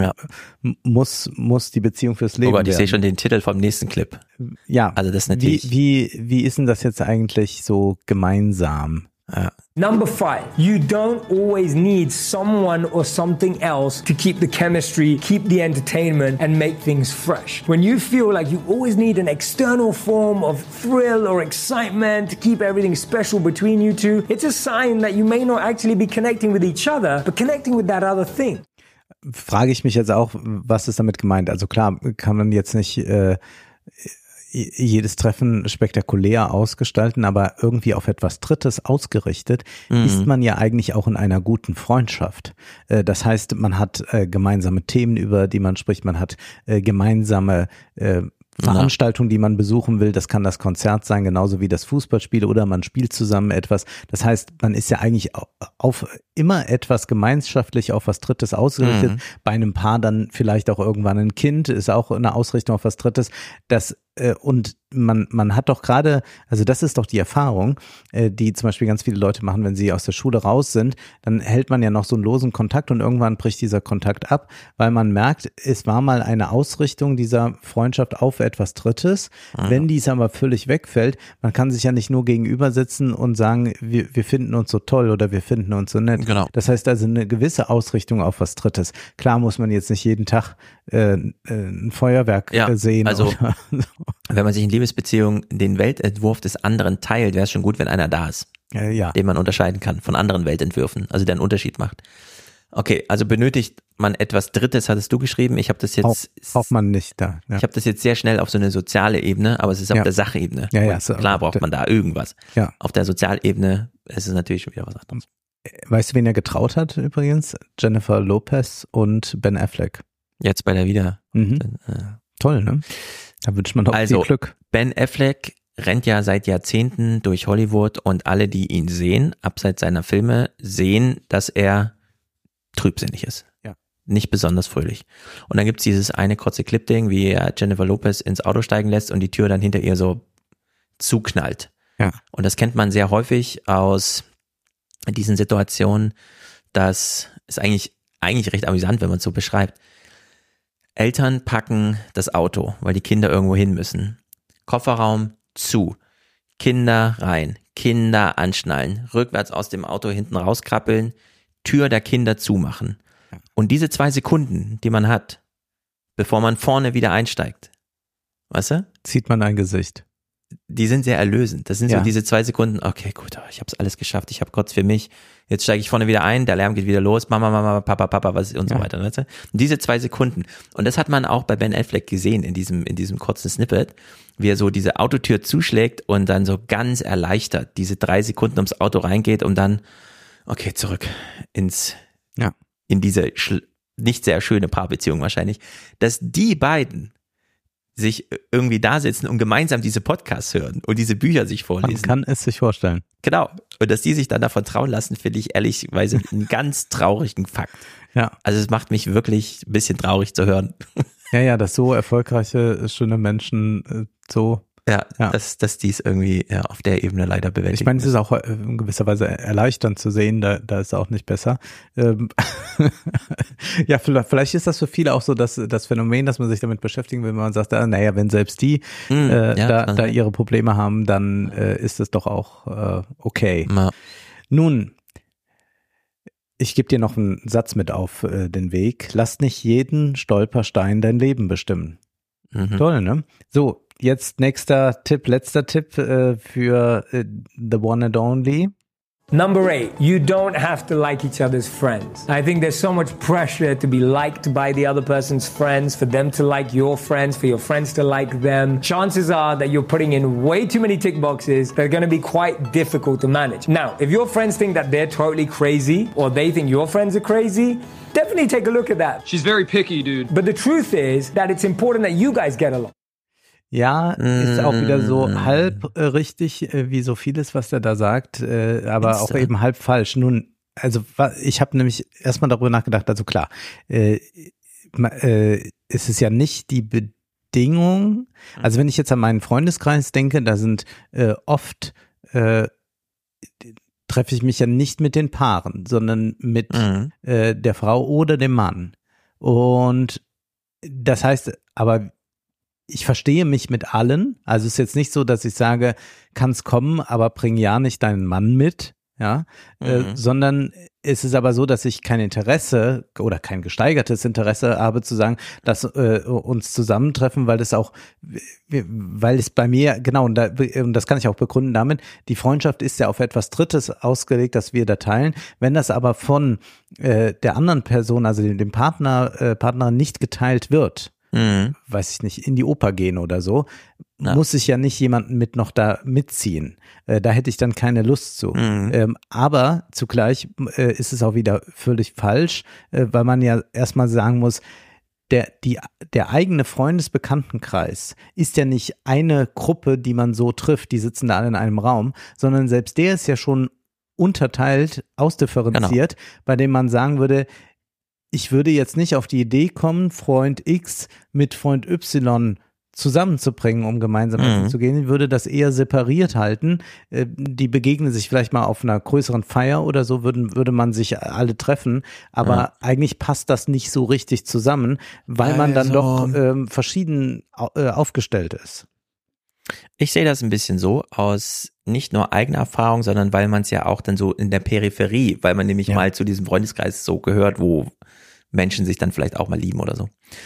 muss die Beziehung fürs Leben werden. Ich sehe schon den Titel vom nächsten Clip. Ja. Also das ist natürlich. Wie ist denn das jetzt eigentlich so gemeinsam? Number 5, you don't always need someone or something else to keep the chemistry, keep the entertainment, and make things fresh. When you feel like you always need an external form of thrill or excitement to keep everything special between you two, it's a sign that you may not actually be connecting with each other, but connecting with that other thing. Frage ich mich jetzt auch, was ist damit gemeint? Also klar, kann man jetzt nicht jedes Treffen spektakulär ausgestalten, aber irgendwie auf etwas Drittes ausgerichtet, ist man ja eigentlich auch in einer guten Freundschaft. Das heißt, man hat gemeinsame Themen, über die man spricht, man hat gemeinsame Veranstaltungen, die man besuchen will. Das kann das Konzert sein, genauso wie das Fußballspiel, oder man spielt zusammen etwas. Das heißt, man ist ja eigentlich auf immer etwas gemeinschaftlich auf was Drittes ausgerichtet. Bei einem Paar dann vielleicht auch irgendwann ein Kind, ist auch eine Ausrichtung auf was Drittes. Und man hat doch gerade, also das ist doch die Erfahrung, die zum Beispiel ganz viele Leute machen, wenn sie aus der Schule raus sind, dann hält man ja noch so einen losen Kontakt und irgendwann bricht dieser Kontakt ab, weil man merkt, es war mal eine Ausrichtung dieser Freundschaft auf etwas Drittes. Wenn dies aber völlig wegfällt, man kann sich ja nicht nur gegenüber sitzen und sagen, wir finden uns so toll oder wir finden uns so nett. Genau. Das heißt also eine gewisse Ausrichtung auf was Drittes. Klar muss man jetzt nicht jeden Tag ein Feuerwerk sehen. Also wenn man sich in Liebesbeziehungen den Weltentwurf des anderen teilt, wäre es schon gut, wenn einer da ist, den man unterscheiden kann von anderen Weltentwürfen, also der einen Unterschied macht. Okay, also benötigt man etwas Drittes, hattest du geschrieben. Ich habe das jetzt braucht man nicht da. Ja. Ich habe das jetzt sehr schnell auf so eine soziale Ebene, aber es ist auf der Sachebene. Klar braucht man da irgendwas. Ja. Auf der Sozialebene ist es natürlich schon wieder was anderes. Weißt du, wen er getraut hat übrigens? Jennifer Lopez und Ben Affleck. Jetzt bei der Wieder. Toll, ne? Da wünscht man doch viel Glück. Ben Affleck rennt ja seit Jahrzehnten durch Hollywood und alle, die ihn sehen, abseits seiner Filme, sehen, dass er trübsinnig ist. Ja. Nicht besonders fröhlich. Und dann gibt's dieses eine kurze Clip-Ding, wie er Jennifer Lopez ins Auto steigen lässt und die Tür dann hinter ihr so zuknallt. Ja. Und das kennt man sehr häufig aus diesen Situationen. Das ist eigentlich recht amüsant, wenn man es so beschreibt. Eltern packen das Auto, weil die Kinder irgendwo hin müssen. Kofferraum zu, Kinder rein, Kinder anschnallen, rückwärts aus dem Auto hinten rauskrabbeln, Tür der Kinder zumachen. Und diese 2 Sekunden, die man hat, bevor man vorne wieder einsteigt, weißt du? Zieht man ein Gesicht. Die sind sehr erlösend. Das sind so diese 2 Sekunden, okay, gut, ich habe es alles geschafft, ich habe kurz für mich, jetzt steige ich vorne wieder ein, der Lärm geht wieder los, Mama, Papa, was und so weiter. Weißt du? Und diese 2 Sekunden. Und das hat man auch bei Ben Affleck gesehen in diesem kurzen Snippet, wie er so diese Autotür zuschlägt und dann so ganz erleichtert diese 3 Sekunden ums Auto reingeht, um dann, okay, zurück in diese nicht sehr schöne Paarbeziehung wahrscheinlich, dass die beiden sich irgendwie da sitzen und gemeinsam diese Podcasts hören und diese Bücher sich vorlesen. Man kann es sich vorstellen. Genau. Und dass die sich dann davon trauen lassen, finde ich ehrlichweise einen ganz traurigen Fakt. Ja. Also es macht mich wirklich ein bisschen traurig zu hören. Ja, dass so erfolgreiche, schöne Menschen so Ja, dass die es irgendwie auf der Ebene leider bewältigen. Ich meine, es ist auch in gewisser Weise erleichternd zu sehen, da ist es auch nicht besser. Ja, vielleicht ist das für viele auch so das Phänomen, dass man sich damit beschäftigen will, wenn man sagt, naja, wenn selbst die da ihre Probleme haben, dann ist es doch auch okay. Ja. Nun, ich gebe dir noch einen Satz mit auf den Weg. Lass nicht jeden Stolperstein dein Leben bestimmen. Toll, ne? So, jetzt letzter Tipp für The One and Only. Number 8, you don't have to like each other's friends. I think there's so much pressure to be liked by the other person's friends, for them to like your friends, for your friends to like them. Chances are that you're putting in way too many tick boxes that are going to be quite difficult to manage. Now, if your friends think that they're totally crazy, or they think your friends are crazy, definitely take a look at that. She's very picky, dude. But the truth is that it's important that you guys get along. Ja, ist auch wieder so halb richtig, wie so vieles, was er da sagt, aber auch eben halb falsch. Nun, also ich habe nämlich erstmal darüber nachgedacht, also klar, es ist ja nicht die Bedingung, also wenn ich jetzt an meinen Freundeskreis denke, da sind oft, treffe ich mich ja nicht mit den Paaren, sondern mit der Frau oder dem Mann. Und das heißt, aber ich verstehe mich mit allen, also es ist jetzt nicht so, dass ich sage, kann's kommen, aber bring ja nicht deinen Mann mit, ja, sondern es ist aber so, dass ich kein Interesse oder kein gesteigertes Interesse habe zu sagen, dass uns zusammentreffen, weil es bei mir, genau, und das kann ich auch begründen damit, die Freundschaft ist ja auf etwas Drittes ausgelegt, das wir da teilen. Wenn das aber von der anderen Person, also dem Partnerin nicht geteilt wird, weiß ich nicht, in die Oper gehen oder so, muss ich ja nicht jemanden noch da mitziehen. Da hätte ich dann keine Lust zu. Aber zugleich ist es auch wieder völlig falsch, weil man ja erstmal sagen muss, der eigene Freundesbekanntenkreis ist ja nicht eine Gruppe, die man so trifft, die sitzen da alle in einem Raum, sondern selbst der ist ja schon unterteilt, ausdifferenziert, bei dem man sagen würde, ich würde jetzt nicht auf die Idee kommen, Freund X mit Freund Y zusammenzubringen, um gemeinsam essen zu gehen. Ich würde das eher separiert halten. Die begegnen sich vielleicht mal auf einer größeren Feier oder so, würde man sich alle treffen. Aber eigentlich passt das nicht so richtig zusammen, weil man dann doch verschieden aufgestellt ist. Ich sehe das ein bisschen so aus nicht nur eigener Erfahrung, sondern weil man es ja auch dann so in der Peripherie, weil man nämlich mal zu diesem Freundeskreis so gehört, wo Menschen sich dann vielleicht auch mal lieben oder so.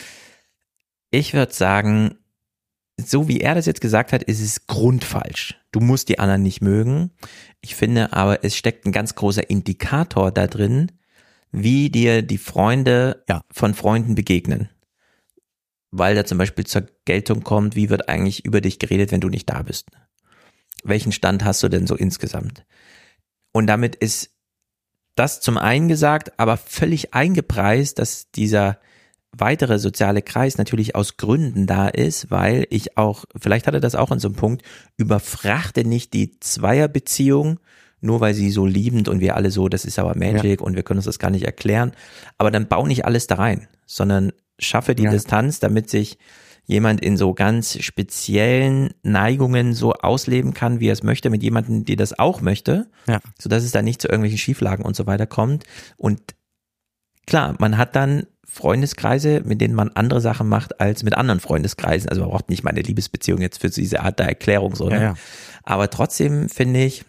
Ich würde sagen, so wie er das jetzt gesagt hat, ist es grundfalsch. Du musst die anderen nicht mögen. Ich finde aber, es steckt ein ganz großer Indikator da drin, wie dir die Freunde von Freunden begegnen. Weil da zum Beispiel zur Geltung kommt, wie wird eigentlich über dich geredet, wenn du nicht da bist. Welchen Stand hast du denn so insgesamt? Und damit ist das zum einen gesagt, aber völlig eingepreist, dass dieser weitere soziale Kreis natürlich aus Gründen da ist, weil ich auch, vielleicht hat er das auch in so einem Punkt, überfrachte nicht die Zweierbeziehung, nur weil sie so liebend und wir alle so, das ist aber Magic und wir können uns das gar nicht erklären, aber dann bau nicht alles da rein, sondern schaffe die Distanz, damit sich jemand in so ganz speziellen Neigungen so ausleben kann, wie er es möchte, mit jemandem, der das auch möchte, sodass es da nicht zu irgendwelchen Schieflagen und so weiter kommt. Und klar, man hat dann Freundeskreise, mit denen man andere Sachen macht als mit anderen Freundeskreisen. Also man braucht nicht mal eine Liebesbeziehung jetzt für diese Art der Erklärung, so, ne? Aber trotzdem finde ich,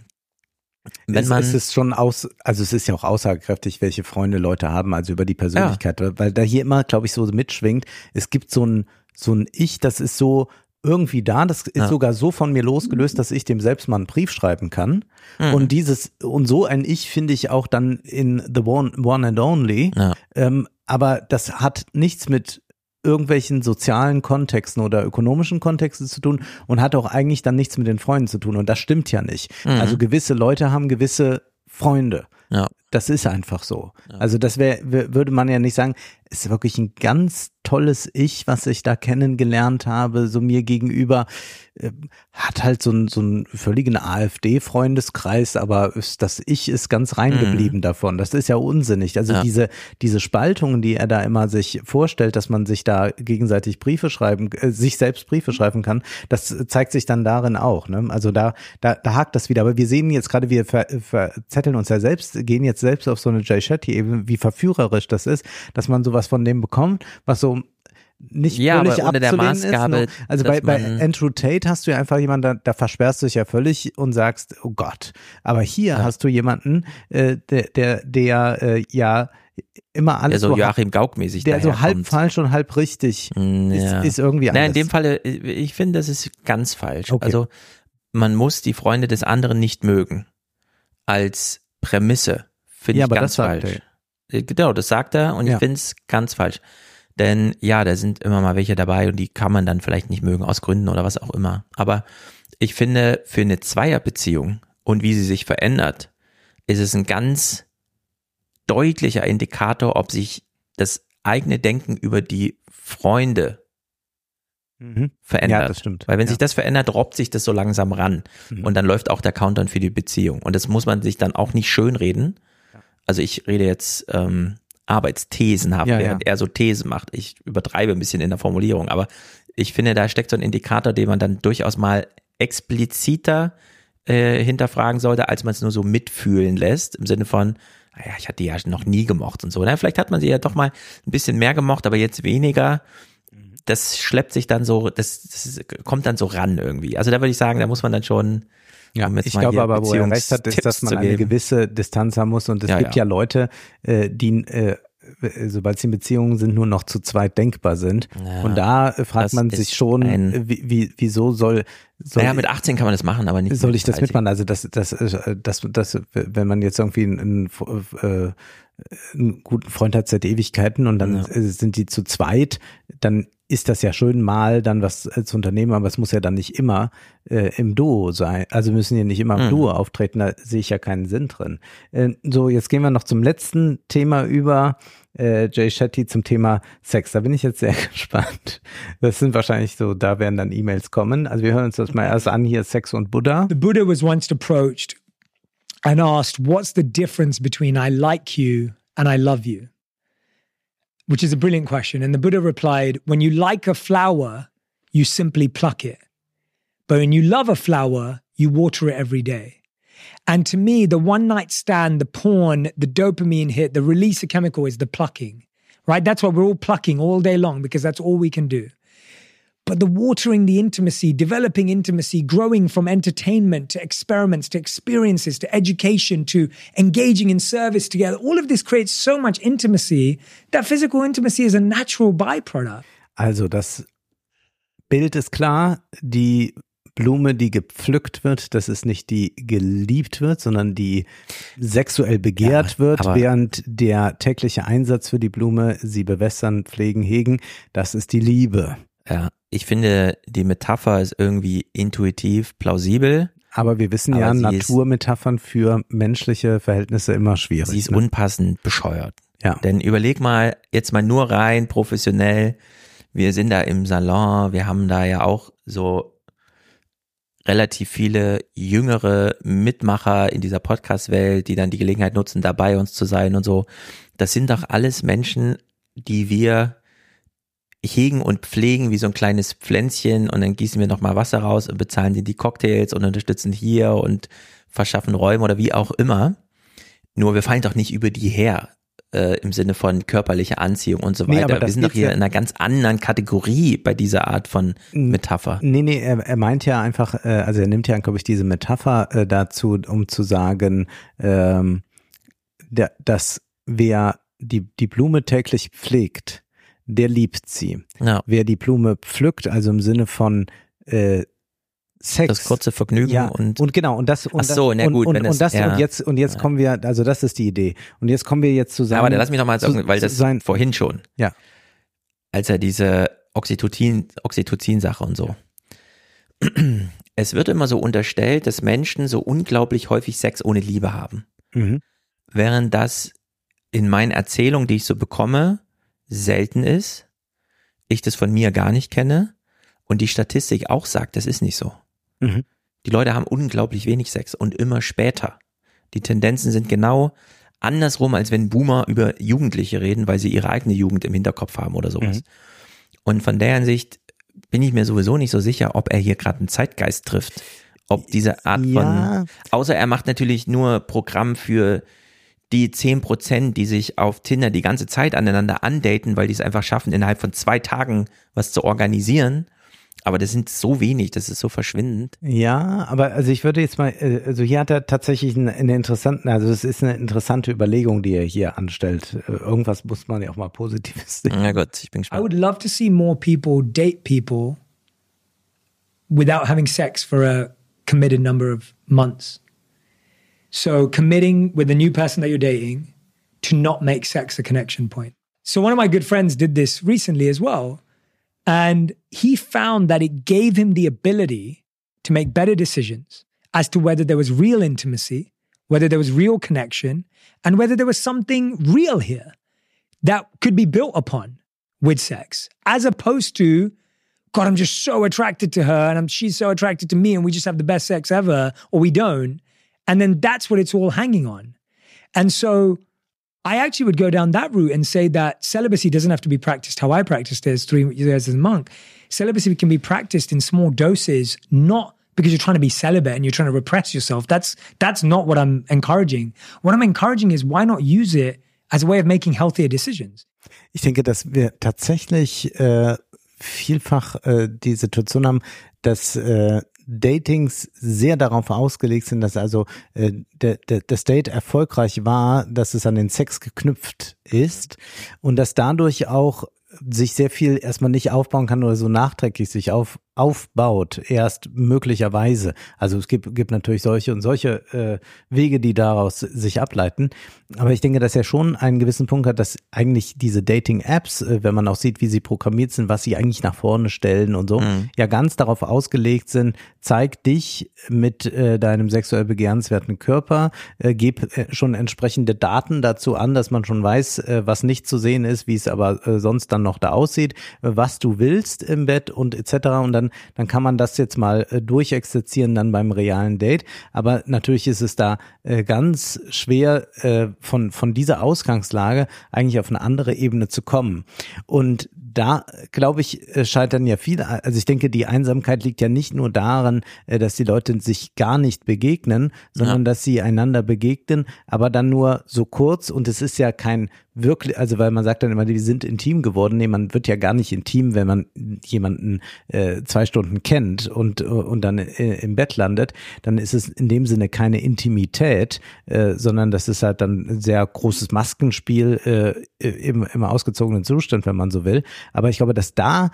es ist schon also es ist ja auch aussagekräftig, welche Freunde Leute haben, also über die Persönlichkeit, weil da hier immer, glaube ich, so mitschwingt, es gibt so ein Ich, das ist so irgendwie da, das ist sogar so von mir losgelöst, dass ich dem selbst mal einen Brief schreiben kann. Und so ein Ich finde ich auch dann in The One and Only, aber das hat nichts mit irgendwelchen sozialen Kontexten oder ökonomischen Kontexten zu tun und hat auch eigentlich dann nichts mit den Freunden zu tun und das stimmt ja nicht. Also gewisse Leute haben gewisse Freunde Ja. Das ist einfach so. Ja. Also das würde man ja nicht sagen, ist wirklich ein ganz tolles Ich, was ich da kennengelernt habe, so mir gegenüber, hat halt so einen völligen AfD-Freundeskreis, aber das Ich ist ganz reingeblieben davon. Das ist ja unsinnig. Also diese Spaltungen, die er da immer sich vorstellt, dass man sich da gegenseitig sich selbst Briefe schreiben kann, das zeigt sich dann darin auch. Ne? Also da hakt das wieder. Aber wir sehen jetzt gerade, wir verzetteln uns ja selbst, gehen jetzt selbst auf so eine Jay Shetty eben, wie verführerisch das ist, dass man sowas von dem bekommt, was so nicht völlig abzulehnen ist. Ne? Also bei Andrew Tate hast du ja einfach jemanden, da versperrst du dich ja völlig und sagst, oh Gott. Aber hier hast du jemanden, der ja immer alles so Joachim Gauck-mäßig der so halb falsch und halb richtig ist irgendwie anders. In dem Falle, ich finde, das ist ganz falsch. Okay. Also man muss die Freunde des anderen nicht mögen. Als Prämisse finde ich ganz falsch. Genau, das sagt er und ich finde es ganz falsch. Denn da sind immer mal welche dabei und die kann man dann vielleicht nicht mögen, aus Gründen oder was auch immer. Aber ich finde, für eine Zweierbeziehung und wie sie sich verändert, ist es ein ganz deutlicher Indikator, ob sich das eigene Denken über die Freunde verändert. Ja, das stimmt. Weil wenn sich das verändert, robbt sich das so langsam ran. Und dann läuft auch der Countdown für die Beziehung. Und das muss man sich dann auch nicht schönreden. Also ich rede jetzt arbeitsthesenhaft, während er so Thesen macht. Ich übertreibe ein bisschen in der Formulierung, aber ich finde, da steckt so ein Indikator, den man dann durchaus mal expliziter hinterfragen sollte, als man es nur so mitfühlen lässt, im Sinne von, naja, ich hatte die ja noch nie gemocht und so. Na, vielleicht hat man sie ja doch mal ein bisschen mehr gemocht, aber jetzt weniger. Das schleppt sich dann so, das kommt dann so ran irgendwie. Also da würde ich sagen, da muss man dann schon ich glaube aber, wo er recht hat, ist, dass man eine gewisse Distanz haben muss und es gibt ja Leute, die sobald sie in Beziehungen sind, nur noch zu zweit denkbar sind. Ja, und da fragt man sich schon, wieso soll naja, mit 18 kann man das machen, aber nicht. Soll ich das mitmachen? Also das, wenn man jetzt irgendwie einen guten Freund hat seit Ewigkeiten und dann sind die zu zweit, dann ist das ja schön mal dann was zu unternehmen, aber es muss ja dann nicht immer im Duo sein. Also müssen ja nicht immer im Duo auftreten, da sehe ich ja keinen Sinn drin. So, jetzt gehen wir noch zum letzten Thema über. Jay Shetty zum Thema Sex. Da bin ich jetzt sehr gespannt. Das sind wahrscheinlich so, da werden dann E-Mails kommen. Also wir hören uns das mal erst an, hier Sex und Buddha. The Buddha was once approached and asked, what's the difference between I like you and I love you? Which is a brilliant question. And the Buddha replied, when you like a flower, you simply pluck it. But when you love a flower, you water it every day. And to me, the one night stand, the porn, the dopamine hit, the release of chemical is the plucking, right? That's what we're all plucking all day long because that's all we can do. But the watering, the intimacy, developing intimacy, growing from entertainment to experiments, to experiences, to education, to engaging in service together, all of this creates so much intimacy that physical intimacy is a natural byproduct. Also das Bild ist klar, die Blume, die gepflückt wird, das ist nicht die geliebt wird, sondern die sexuell begehrt wird, während der tägliche Einsatz für die Blume, sie bewässern, pflegen, hegen, das ist die Liebe. Ja, ich finde, die Metapher ist irgendwie intuitiv plausibel. Aber wir wissen ja, Naturmetaphern für menschliche Verhältnisse immer schwierig. Sie ist unpassend bescheuert. Ja. Denn überleg mal, jetzt mal nur rein professionell, wir sind da im Salon, wir haben da ja auch so relativ viele jüngere Mitmacher in dieser Podcast-Welt, die dann die Gelegenheit nutzen, da bei uns zu sein und so. Das sind doch alles Menschen, die wir hegen und pflegen wie so ein kleines Pflänzchen und dann gießen wir nochmal Wasser raus und bezahlen denen die Cocktails und unterstützen hier und verschaffen Räume oder wie auch immer. Nur wir fallen doch nicht über die her. Im Sinne von körperlicher Anziehung und so weiter. Wir sind doch hier in einer ganz anderen Kategorie bei dieser Art von Metapher. Nee, er meint ja einfach, also er nimmt ja, glaube ich, diese Metapher dazu, um zu sagen, dass wer die Blume täglich pflegt, der liebt sie. Ja. Wer die Blume pflückt, also im Sinne von Sex. Das kurze Vergnügen und genau und das und ach so, na gut, und jetzt kommen wir, also das ist die Idee und jetzt kommen wir jetzt zusammen. Aber lass mich noch mal sagen, weil das vorhin schon. Ja. Als er diese Oxytocin-Sache und so. Es wird immer so unterstellt, dass Menschen so unglaublich häufig Sex ohne Liebe haben. Mhm. während das in meinen Erzählungen, die ich so bekomme, selten ist, ich das von mir gar nicht kenne und die Statistik auch sagt, das ist nicht so. Mhm. Die Leute haben unglaublich wenig Sex und immer später. Die Tendenzen sind genau andersrum, als wenn Boomer über Jugendliche reden, weil sie ihre eigene Jugend im Hinterkopf haben oder sowas. Und von der Hinsicht bin ich mir sowieso nicht so sicher, ob er hier gerade einen Zeitgeist trifft. Ob diese Art von, außer er macht natürlich nur Programm für die 10%, die sich auf Tinder die ganze Zeit aneinander andaten, weil die es einfach schaffen, innerhalb von 2 Tagen was zu organisieren. Aber das sind so wenig, das ist so verschwindend. Ja, aber also ich würde jetzt mal, also hier hat er tatsächlich eine interessante, also es ist eine interessante Überlegung, die er hier anstellt. Irgendwas muss man ja auch mal Positives sehen. Na gut, ich bin gespannt. I would love to see more people date people without having sex for a committed number of months. So committing with the new person that you're dating to not make sex a connection point. So one of my good friends did this recently as well. And he found that it gave him the ability to make better decisions as to whether there was real intimacy, whether there was real connection, and whether there was something real here that could be built upon with sex, as opposed to, God, I'm just so attracted to her and she's so attracted to me and we just have the best sex ever, or we don't. And then that's what it's all hanging on. And so I actually would go down that route and say that celibacy doesn't have to be practiced how I practiced it as 3 years as a monk. Celibacy can be practiced in small doses, not because you're trying to be celibate and you're trying to repress yourself. That's not what I'm encouraging. What I'm encouraging is why not use it as a way of making healthier decisions? Ich denke, dass wir tatsächlich vielfach die Situation haben, dass Datings sehr darauf ausgelegt sind, dass also das Date erfolgreich war, dass es an den Sex geknüpft ist und dass dadurch auch sich sehr viel erstmal nicht aufbauen kann oder so nachträglich sich aufbaut, erst möglicherweise. Also es gibt natürlich solche und solche Wege, die daraus sich ableiten. Aber ich denke, dass er schon einen gewissen Punkt hat, dass eigentlich diese Dating-Apps, wenn man auch sieht, wie sie programmiert sind, was sie eigentlich nach vorne stellen und so, ja ganz darauf ausgelegt sind, zeig dich mit deinem sexuell begehrenswerten Körper, gib schon entsprechende Daten dazu an, dass man schon weiß, was nicht zu sehen ist, wie es aber sonst dann noch da aussieht, was du willst im Bett und etc. Und dann kann man das jetzt mal durchexerzieren dann beim realen Date. Aber natürlich ist es da ganz schwer, von dieser Ausgangslage eigentlich auf eine andere Ebene zu kommen. Und da, glaube ich, scheitern ja viele. Also ich denke, die Einsamkeit liegt ja nicht nur daran, dass die Leute sich gar nicht begegnen, sondern dass sie einander begegnen, aber dann nur so kurz. Und es ist ja kein wirklich, also weil man sagt dann immer, die sind intim geworden. Nee, man wird ja gar nicht intim, wenn man jemanden 2 Stunden kennt und dann im Bett landet. Dann ist es in dem Sinne keine Intimität, sondern das ist halt dann ein sehr großes Maskenspiel im ausgezogenen Zustand, wenn man so will. Aber ich glaube, dass da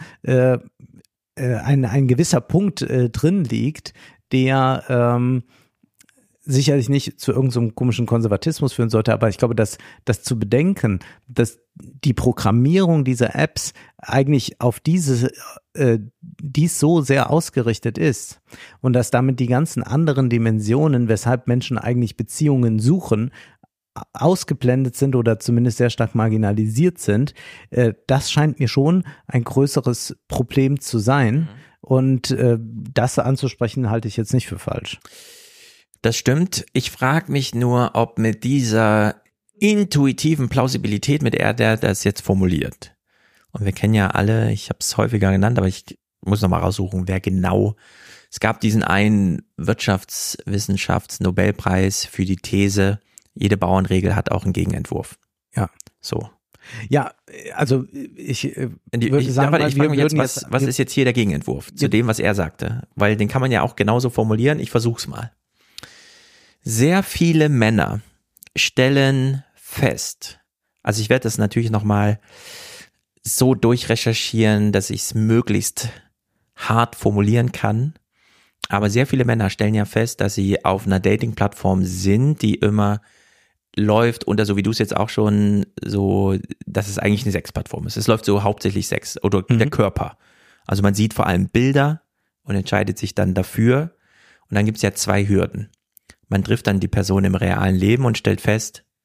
ein gewisser Punkt drin liegt, der sicherlich nicht zu irgendeinem komischen Konservatismus führen sollte, aber ich glaube, dass das zu bedenken, dass die Programmierung dieser Apps eigentlich auf dies so sehr ausgerichtet ist und dass damit die ganzen anderen Dimensionen, weshalb Menschen eigentlich Beziehungen suchen, ausgeblendet sind oder zumindest sehr stark marginalisiert sind, das scheint mir schon ein größeres Problem zu sein. Und das anzusprechen, halte ich jetzt nicht für falsch. Das stimmt. Ich frage mich nur, ob mit dieser intuitiven Plausibilität, mit der das jetzt formuliert. Und wir kennen ja alle, ich habe es häufiger genannt, aber ich muss noch mal raussuchen, wer genau. Es gab diesen einen Wirtschaftswissenschafts-Nobelpreis für die These, jede Bauernregel hat auch einen Gegenentwurf. Ja. So. Ja, also ich würde sagen, ich frage mich jetzt, was ist jetzt hier der Gegenentwurf zu dem, was er sagte? Weil den kann man ja auch genauso formulieren. Ich versuch's mal. Sehr viele Männer stellen fest, also ich werde das natürlich nochmal so durchrecherchieren, dass ich es möglichst hart formulieren kann, aber sehr viele Männer stellen ja fest, dass sie auf einer Dating-Plattform sind, die immer läuft unter, so wie du es jetzt auch schon, so, dass es eigentlich eine Sexplattform ist. Es läuft so hauptsächlich Sex oder der Körper. Also man sieht vor allem Bilder und entscheidet sich dann dafür und dann gibt es ja 2 Hürden. Man trifft dann die Person im realen Leben und stellt fest,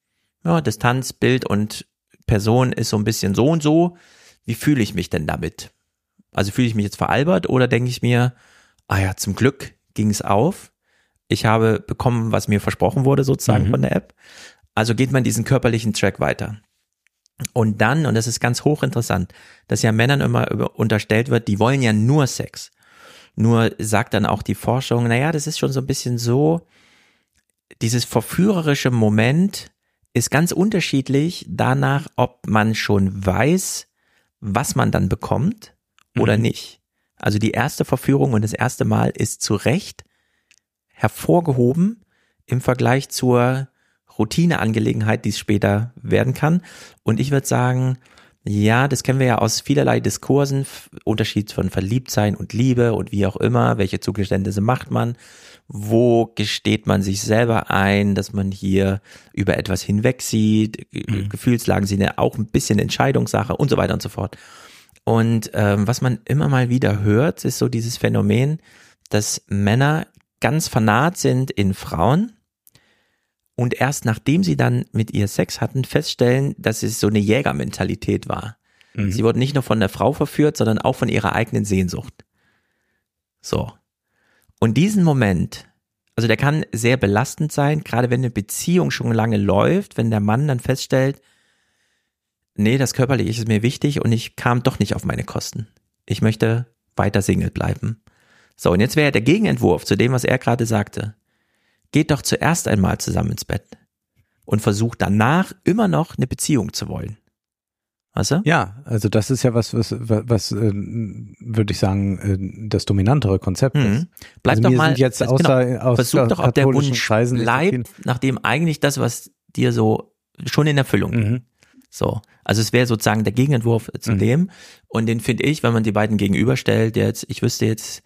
ja, Distanz, Bild und Person ist so ein bisschen so und so. Wie fühle ich mich denn damit? Also fühle ich mich jetzt veralbert oder denke ich mir, zum Glück ging es auf. Ich habe bekommen, was mir versprochen wurde sozusagen von der App. Also geht man diesen körperlichen Track weiter. Und dann, und das ist ganz hochinteressant, dass ja Männern immer unterstellt wird, die wollen ja nur Sex. Nur sagt dann auch die Forschung, naja, das ist schon so ein bisschen so, dieses verführerische Moment ist ganz unterschiedlich danach, ob man schon weiß, was man dann bekommt oder nicht. Also die erste Verführung und das erste Mal ist zu Recht hervorgehoben im Vergleich zur Routineangelegenheit, die es später werden kann. Und ich würde sagen, ja, das kennen wir ja aus vielerlei Diskursen, Unterschied von Verliebtsein und Liebe und wie auch immer, welche Zugeständnisse macht man, wo gesteht man sich selber ein, dass man hier über etwas hinwegsieht, Gefühlslagen sind ja auch ein bisschen Entscheidungssache und so weiter und so fort. Und was man immer mal wieder hört, ist so dieses Phänomen, dass Männer ganz vernarrt sind in Frauen und erst nachdem sie dann mit ihr Sex hatten, feststellen, dass es so eine Jägermentalität war. Sie wurden nicht nur von der Frau verführt, sondern auch von ihrer eigenen Sehnsucht. So. Und diesen Moment, also der kann sehr belastend sein, gerade wenn eine Beziehung schon lange läuft, wenn der Mann dann feststellt, nee, das Körperliche ist mir wichtig und ich kam doch nicht auf meine Kosten. Ich möchte weiter Single bleiben. So, und jetzt wäre der Gegenentwurf zu dem, was er gerade sagte. Geht doch zuerst einmal zusammen ins Bett und versucht danach immer noch eine Beziehung zu wollen. Weißt du? Ja, also das ist ja was würde ich sagen, das dominantere Konzept ist. Bleib also doch mal, jetzt versuch doch, ob der Wunsch bleibt, nachdem eigentlich das, was dir so schon in Erfüllung geht. So, also es wäre sozusagen der Gegenentwurf zu dem und den finde ich, wenn man die beiden gegenüberstellt, ich wüsste jetzt,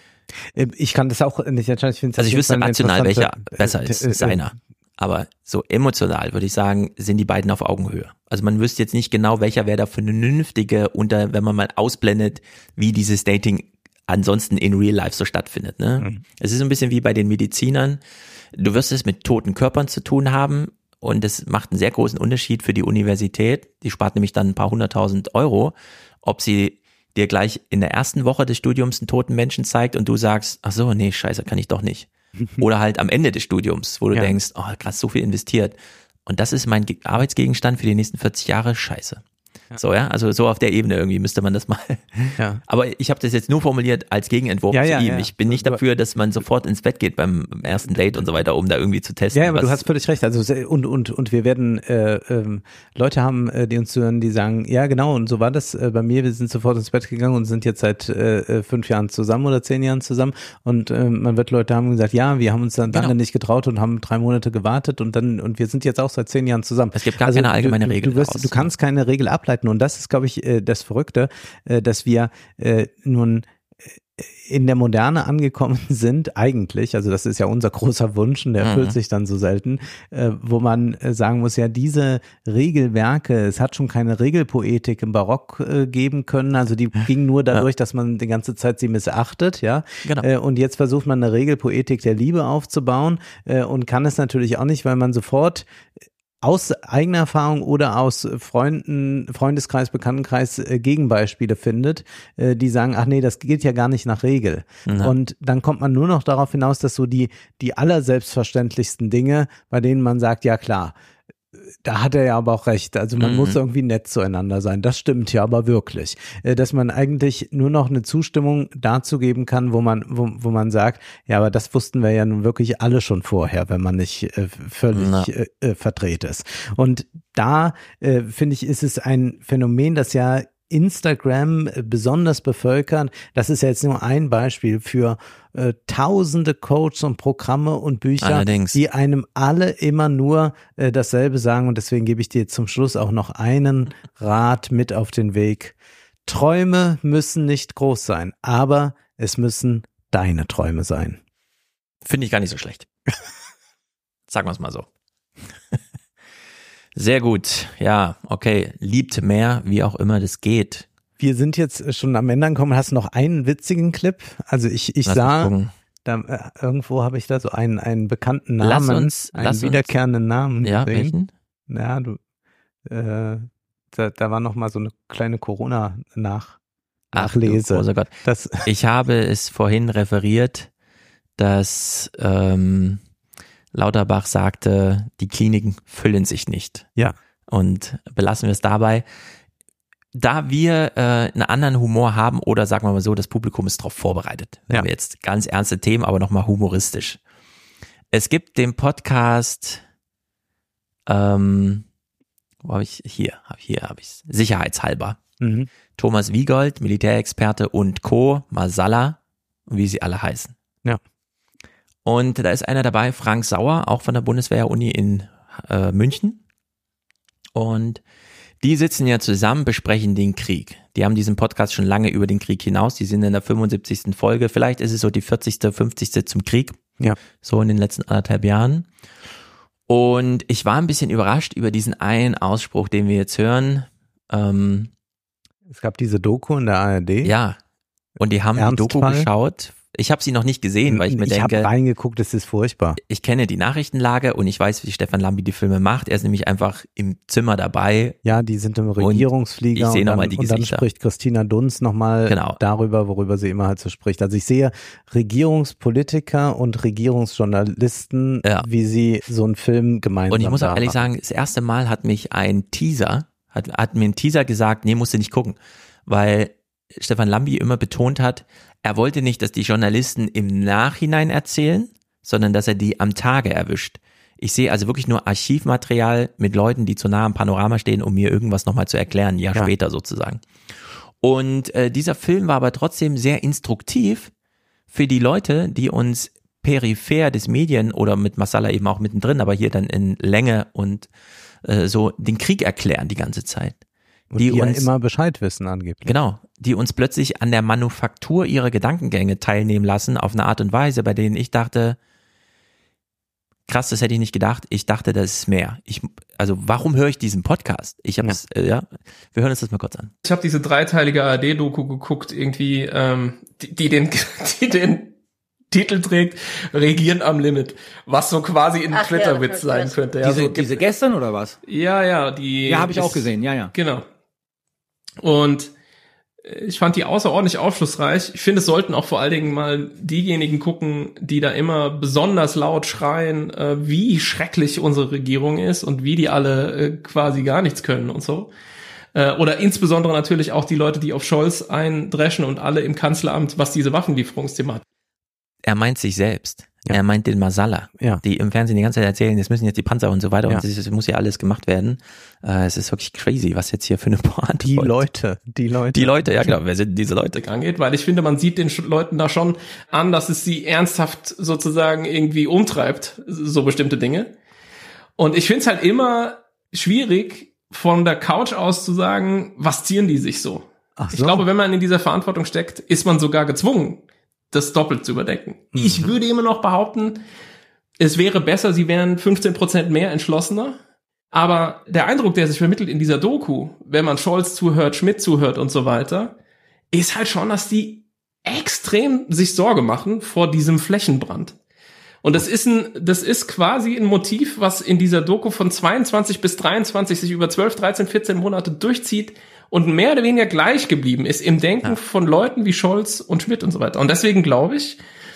ich kann das auch nicht entscheiden. Also ich wüsste rational, welcher besser ist seiner. Aber so emotional würde ich sagen, sind die beiden auf Augenhöhe. Also man wüsste jetzt nicht genau, welcher wäre der vernünftige wenn man mal ausblendet, wie dieses Dating ansonsten in Real Life so stattfindet. Ne? Es ist ein bisschen wie bei den Medizinern. Du wirst es mit toten Körpern zu tun haben und das macht einen sehr großen Unterschied für die Universität. Die spart nämlich dann ein paar 100.000 Euro, ob sie dir gleich in der ersten Woche des Studiums einen toten Menschen zeigt und du sagst, ach so, nee, scheiße, kann ich doch nicht. Oder halt am Ende des Studiums, wo du denkst, oh krass, so viel investiert. Und das ist mein Arbeitsgegenstand für die nächsten 40 Jahre, scheiße. So, ja, also so auf der Ebene irgendwie müsste man das mal. Ja. Aber ich habe das jetzt nur formuliert als Gegenentwurf zu ihm. Ich bin nicht dafür, dass man sofort ins Bett geht beim ersten Date und so weiter, um da irgendwie zu testen. Ja, aber du hast völlig recht. Also und wir werden Leute haben, die uns zuhören, die sagen, ja genau, und so war das bei mir. Wir sind sofort ins Bett gegangen und sind jetzt seit 5 Jahren zusammen oder 10 Jahren zusammen. Und man wird Leute haben gesagt, ja, wir haben uns dann lange nicht getraut und haben 3 Monate gewartet und wir sind jetzt auch seit 10 Jahren zusammen. Es gibt gar keine allgemeine Regel. Du kannst keine Regel ableiten. Und das ist, glaube ich, das Verrückte, dass wir nun in der Moderne angekommen sind, eigentlich, also das ist ja unser großer Wunsch und der erfüllt sich dann so selten, wo man sagen muss, ja, diese Regelwerke, es hat schon keine Regelpoetik im Barock geben können, also die ging nur dadurch, dass man die ganze Zeit sie missachtet, ja, und jetzt versucht man eine Regelpoetik der Liebe aufzubauen und kann es natürlich auch nicht, weil man sofort aus eigener Erfahrung oder aus Freundeskreis, Bekanntenkreis Gegenbeispiele findet, die sagen, ach nee, das geht ja gar nicht nach Regel. Und dann kommt man nur noch darauf hinaus, dass so die allerselbstverständlichsten Dinge, bei denen man sagt, ja klar, da hat er ja aber auch recht. Also man muss irgendwie nett zueinander sein. Das stimmt ja aber wirklich. Dass man eigentlich nur noch eine Zustimmung dazu geben kann, wo man sagt, ja, aber das wussten wir ja nun wirklich alle schon vorher, wenn man nicht völlig verdreht ist. Und da, finde ich, ist es ein Phänomen, das ja Instagram besonders bevölkern. Das ist ja jetzt nur ein Beispiel für tausende Coaches und Programme und Bücher, die einem alle immer nur dasselbe sagen. Und deswegen gebe ich dir zum Schluss auch noch einen Rat mit auf den Weg. Träume müssen nicht groß sein, aber es müssen deine Träume sein. Finde ich gar nicht so schlecht. Sagen wir es mal so. Sehr gut, ja, okay, liebt mehr, wie auch immer das geht. Wir sind jetzt schon am Ende angekommen. Hast du noch einen witzigen Clip? Also ich sah, da, irgendwo habe ich da so einen bekannten Namen, einen wiederkehrenden Namen ja, gesehen. Welchen? Ja, da war noch mal so eine kleine Corona-Nachlese. Ach, Gott. Ich habe es vorhin referiert, dass Lauterbach sagte, die Kliniken füllen sich nicht. Ja. Und belassen wir es dabei. Da wir einen anderen Humor haben oder sagen wir mal so, das Publikum ist darauf vorbereitet. Wenn wir jetzt ganz ernste Themen, aber nochmal humoristisch. Es gibt den Podcast, wo habe ich hier habe ich es, sicherheitshalber. Thomas Wiegold, Militärexperte und Co., Masala, wie sie alle heißen. Ja. Und da ist einer dabei, Frank Sauer, auch von der Bundeswehr-Uni in München. Und die sitzen ja zusammen, besprechen den Krieg. Die haben diesen Podcast schon lange über den Krieg hinaus. Die sind in der 75. Folge. Vielleicht ist es so die 40., 50. zum Krieg. Ja. So in den letzten 1,5 Jahren. Und ich war ein bisschen überrascht über diesen einen Ausspruch, den wir jetzt hören. Es gab diese Doku in der ARD. Ja. Und die haben die Doku geschaut. Ich habe sie noch nicht gesehen, weil ich mir denke, ich habe reingeguckt, es ist furchtbar. Ich kenne die Nachrichtenlage und ich weiß, wie Stefan Lambi die Filme macht. Er ist nämlich einfach im Zimmer dabei. Ja, die sind im Regierungsflieger. Ich sehe nochmal die Gesichter. Und dann spricht Christina Dunz nochmal darüber, worüber sie immer halt so spricht. Also ich sehe Regierungspolitiker und Regierungsjournalisten, wie sie so einen Film gemeinsam Und ich muss auch ehrlich sagen, das erste Mal hat mich ein Teaser, hat mir ein Teaser gesagt, nee, musst du nicht gucken. Weil Stefan Lambi immer betont hat, er wollte nicht, dass die Journalisten im Nachhinein erzählen, sondern dass er die am Tage erwischt. Ich sehe also wirklich nur Archivmaterial mit Leuten, die zu nah am Panorama stehen, um mir irgendwas nochmal zu erklären, ein Jahr später sozusagen. Und dieser Film war aber trotzdem sehr instruktiv für die Leute, die uns peripher des Medien oder mit Masala eben auch mittendrin, aber hier dann in Länge und so den Krieg erklären die ganze Zeit. Und die uns immer Bescheid wissen angeblich. Genau, die uns plötzlich an der Manufaktur ihrer Gedankengänge teilnehmen lassen auf eine Art und Weise, bei denen ich dachte, krass, das hätte ich nicht gedacht. Ich dachte, das ist mehr. Also warum höre ich diesen Podcast? Ich habe es, wir hören uns das mal kurz an. Ich habe diese dreiteilige ARD-Doku geguckt, irgendwie, die den Titel trägt, Regieren am Limit, was so quasi ein Twitter-Witz sein könnte. Ja, diese gestern oder was? Ja, die. Ja, habe ich auch gesehen, ja. Genau. Und ich fand die außerordentlich aufschlussreich. Ich finde, es sollten auch vor allen Dingen mal diejenigen gucken, die da immer besonders laut schreien, wie schrecklich unsere Regierung ist und wie die alle quasi gar nichts können und so. Oder insbesondere natürlich auch die Leute, die auf Scholz eindreschen und alle im Kanzleramt, was diese Waffenlieferungsthema hat. Er meint sich selbst. Ja. Er meint den Masala, die im Fernsehen die ganze Zeit erzählen, jetzt müssen jetzt die Panzer und so weiter und das muss ja alles gemacht werden. Es ist wirklich crazy, was jetzt hier für eine Pointe Die Leute, ja genau, wer sind diese Leute? Angeht, weil ich finde, man sieht den Leuten da schon an, dass es sie ernsthaft sozusagen irgendwie umtreibt, so bestimmte Dinge. Und ich finde es halt immer schwierig, von der Couch aus zu sagen, was zieren die sich so? Ach so. Ich glaube, wenn man in dieser Verantwortung steckt, ist man sogar gezwungen, das doppelt zu überdenken. Ich würde immer noch behaupten, es wäre besser, sie wären 15% mehr entschlossener. Aber der Eindruck, der sich vermittelt in dieser Doku, wenn man Scholz zuhört, Schmidt zuhört und so weiter, ist halt schon, dass die extrem sich Sorge machen vor diesem Flächenbrand. Und das ist quasi ein Motiv, was in dieser Doku von 22 bis 23 sich über 12, 13, 14 Monate durchzieht und mehr oder weniger gleich geblieben ist im Denken von Leuten wie Scholz und Schmidt und so weiter. Und deswegen glaube ich,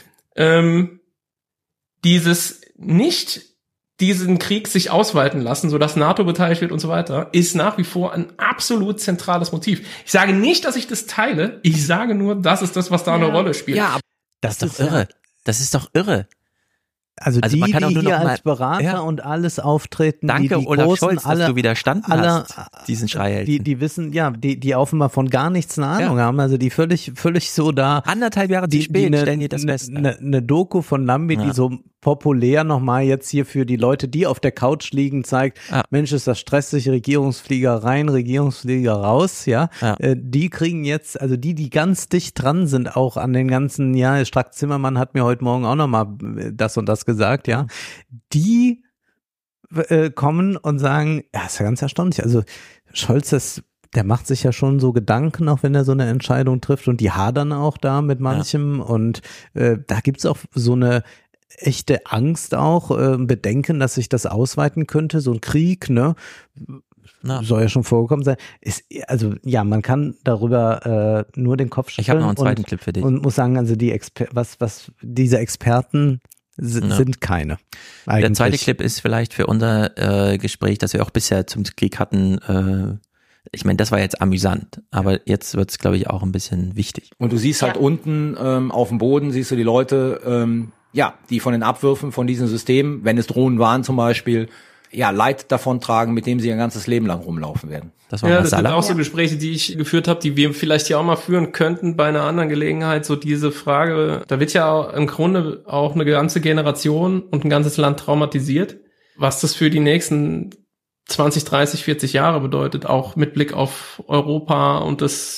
diesen Krieg sich ausweiten lassen, sodass NATO beteiligt wird und so weiter, ist nach wie vor ein absolut zentrales Motiv. Ich sage nicht, dass ich das teile, ich sage nur, das ist das, was da eine Rolle spielt. Ja, das ist doch irre. Das ist doch irre. Also die hier als Berater und alles auftreten, Danke, die Olaf großen, Scholz, dass du widerstanden hast, diesen Schrei. Die wissen, die offenbar von gar nichts eine Ahnung haben, also die völlig so da. 1,5 Jahre zu spät stellen die das fest. Eine Doku von Lambi, die so populär nochmal jetzt hier für die Leute, die auf der Couch liegen, zeigt, Mensch, ist das stressig, Regierungsflieger rein, Regierungsflieger raus, die kriegen jetzt, also die ganz dicht dran sind auch an den ganzen, Strack Zimmermann hat mir heute Morgen auch nochmal das und das gesagt, die kommen und sagen, ist ja ganz erstaunlich, also Scholz, der macht sich ja schon so Gedanken, auch wenn er so eine Entscheidung trifft und die hadern auch da mit manchem und da gibt's auch so eine echte Angst auch, Bedenken, dass sich das ausweiten könnte, so ein Krieg, ne? Soll ja schon vorgekommen sein. Also ja, man kann darüber nur den Kopf schütteln. Ich habe noch einen zweiten Clip für dich. Und muss sagen, also diese Experten sind keine. Eigentlich. Der zweite Clip ist vielleicht für unser Gespräch, das wir auch bisher zum Krieg hatten. Ich meine, das war jetzt amüsant, aber jetzt wird es, glaube ich, auch ein bisschen wichtig. Und du siehst halt unten auf dem Boden, siehst du die Leute, die von den Abwürfen von diesem System, wenn es Drohnen waren zum Beispiel, Leid davon tragen, mit dem sie ihr ganzes Leben lang rumlaufen werden. Das sind auch so Gespräche, die ich geführt habe, die wir vielleicht hier auch mal führen könnten bei einer anderen Gelegenheit. So diese Frage, da wird ja im Grunde auch eine ganze Generation und ein ganzes Land traumatisiert. Was das für die nächsten 20, 30, 40 Jahre bedeutet, auch mit Blick auf Europa und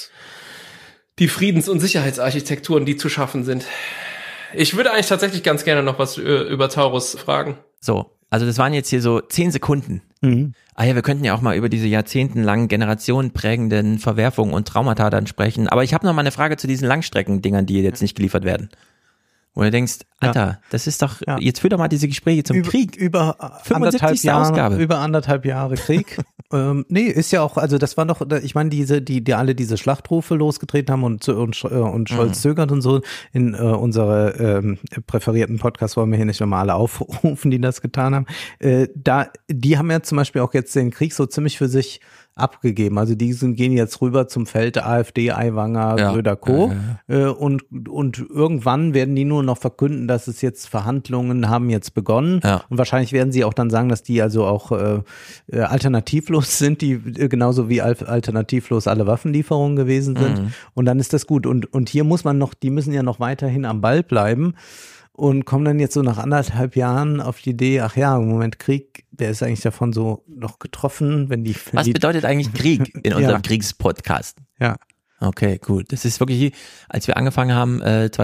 die Friedens- und Sicherheitsarchitekturen, die zu schaffen sind. Ich würde eigentlich tatsächlich ganz gerne noch was über Taurus fragen. So. Also das waren jetzt hier so 10 Sekunden. Mhm. Wir könnten ja auch mal über diese jahrzehntelangen, generationenprägenden Verwerfungen und Traumata dann sprechen. Aber ich habe noch mal eine Frage zu diesen Langstreckendingern, die jetzt nicht geliefert werden. Wo du denkst, Alter, das ist doch, jetzt führ doch mal diese Gespräche zum Krieg. Über 75. Ausgabe. Über 1,5 Jahre Krieg. Ist ja auch, also das war noch, ich meine, die alle diese Schlachtrufe losgetreten haben und Scholz zögert und so. In unsere präferierten Podcasts wollen wir hier nicht nochmal alle aufrufen, die das getan haben. Die haben ja zum Beispiel auch jetzt den Krieg so ziemlich für sich abgegeben. Also die gehen jetzt rüber zum Feld der AfD, Aiwanger, Söder, Co. Und irgendwann werden die nur noch verkünden, dass es jetzt Verhandlungen haben jetzt begonnen. Ja. Und wahrscheinlich werden sie auch dann sagen, dass die also auch alternativlos sind, die genauso wie alternativlos alle Waffenlieferungen gewesen sind. Und dann ist das gut. Und hier muss man noch, die müssen ja noch weiterhin am Ball bleiben. Und kommen dann jetzt so nach 1,5 Jahren auf die Idee, ach ja, im Moment Krieg, wer ist eigentlich davon so noch getroffen, Was bedeutet eigentlich Krieg in unserem Kriegspodcast? Ja. Okay, gut. Das ist wirklich, als wir angefangen haben,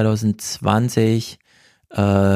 2020, ich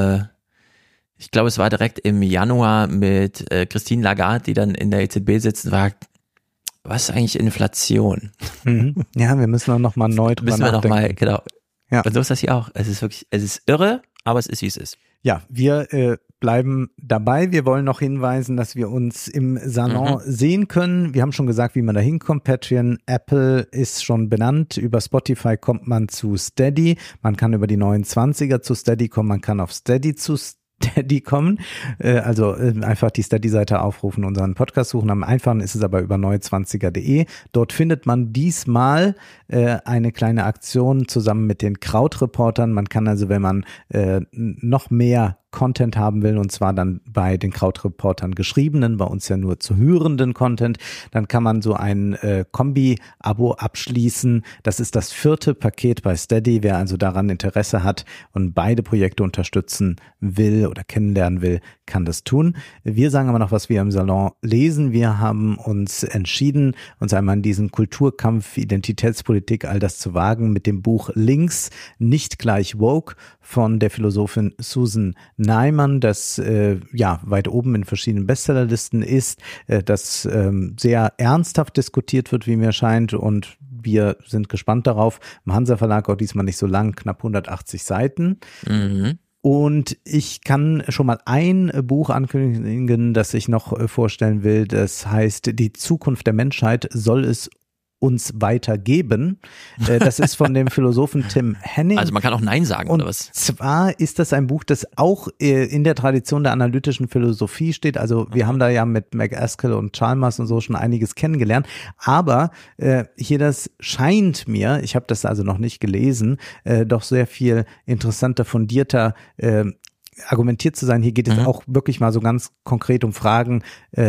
glaube, es war direkt im Januar mit Christine Lagarde, die dann in der EZB sitzt, war, was ist eigentlich Inflation? Ja, wir müssen auch noch mal neu drüber nachdenken. Genau. Ja. Und so ist das hier auch. Es ist irre, aber es ist, wie es ist. Ja, wir bleiben dabei. Wir wollen noch hinweisen, dass wir uns im Salon sehen können. Wir haben schon gesagt, wie man da hinkommt. Patreon, Apple ist schon benannt. Über Spotify kommt man zu Steady. Man kann über die 29er zu Steady kommen. Man kann auf Steady zu Steady kommen. Also einfach die Steady-Seite aufrufen, unseren Podcast suchen. Am einfachen ist es aber über 29er.de. Dort findet man diesmal eine kleine Aktion zusammen mit den Krautreportern. Man kann also, wenn man noch mehr Content haben will, und zwar dann bei den Krautreportern geschriebenen, bei uns ja nur zu hörenden Content, dann kann man so ein Kombi-Abo abschließen. Das ist das 4. Paket bei Steady. Wer also daran Interesse hat und beide Projekte unterstützen will oder kennenlernen will, kann das tun. Wir sagen aber noch, was wir im Salon lesen. Wir haben uns entschieden, uns einmal in diesen Kulturkampf, Identitätspolitik, all das zu wagen mit dem Buch Links, nicht gleich woke von der Philosophin Susan Neiman, das weit oben in verschiedenen Bestsellerlisten ist, das sehr ernsthaft diskutiert wird, wie mir scheint, und wir sind gespannt darauf. Im Hansa Verlag auch diesmal nicht so lang, knapp 180 Seiten. Und ich kann schon mal ein Buch ankündigen, das ich noch vorstellen will. Das heißt, Die Zukunft der Menschheit, soll es uns weitergeben. Das ist von dem Philosophen Tim Henning. Also man kann auch Nein sagen, oder was? Zwar ist das ein Buch, das auch in der Tradition der analytischen Philosophie steht. Also wir haben da ja mit MacAskill und Chalmers und so schon einiges kennengelernt. Aber hier, das scheint mir, ich habe das also noch nicht gelesen, doch sehr viel interessanter, fundierter argumentiert zu sein. Hier geht es auch wirklich mal so ganz konkret um Fragen,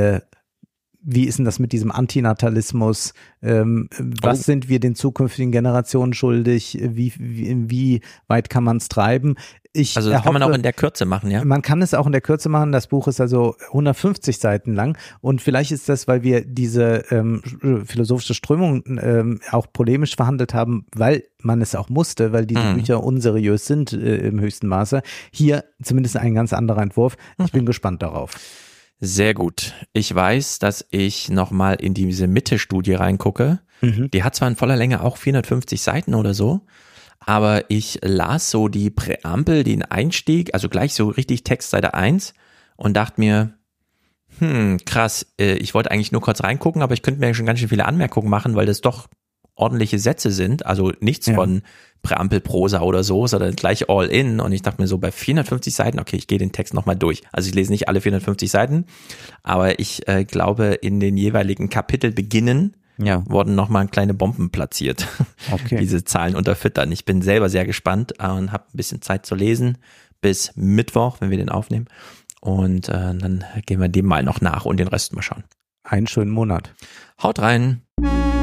wie ist denn das mit diesem Antinatalismus? Was sind wir den zukünftigen Generationen schuldig? Wie weit kann man es treiben? Also das kann man auch in der Kürze machen, ja? Man kann es auch in der Kürze machen. Das Buch ist also 150 Seiten lang. Und vielleicht ist das, weil wir diese philosophische Strömung auch polemisch verhandelt haben, weil man es auch musste, weil diese Bücher unseriös sind im höchsten Maße. Hier zumindest ein ganz anderer Entwurf. Ich bin gespannt darauf. Sehr gut. Ich weiß, dass ich nochmal in diese Mitte-Studie reingucke. Die hat zwar in voller Länge auch 450 Seiten oder so, Aber ich las so die Präambel, den Einstieg, also gleich so richtig Text Seite 1 und dachte mir, krass, ich wollte eigentlich nur kurz reingucken, aber ich könnte mir schon ganz schön viele Anmerkungen machen, weil das doch ordentliche Sätze sind, also nichts von Präambelprosa oder so, sondern gleich all in. Und ich dachte mir so, bei 450 Seiten, okay, ich gehe den Text nochmal durch. Also ich lese nicht alle 450 Seiten, aber ich glaube, in den jeweiligen Kapitelbeginnen wurden nochmal kleine Bomben platziert. Okay. Diese Zahlen unterfüttern. Ich bin selber sehr gespannt und habe ein bisschen Zeit zu lesen bis Mittwoch, wenn wir den aufnehmen. Und dann gehen wir dem mal noch nach und den Rest mal schauen. Einen schönen Monat. Haut rein.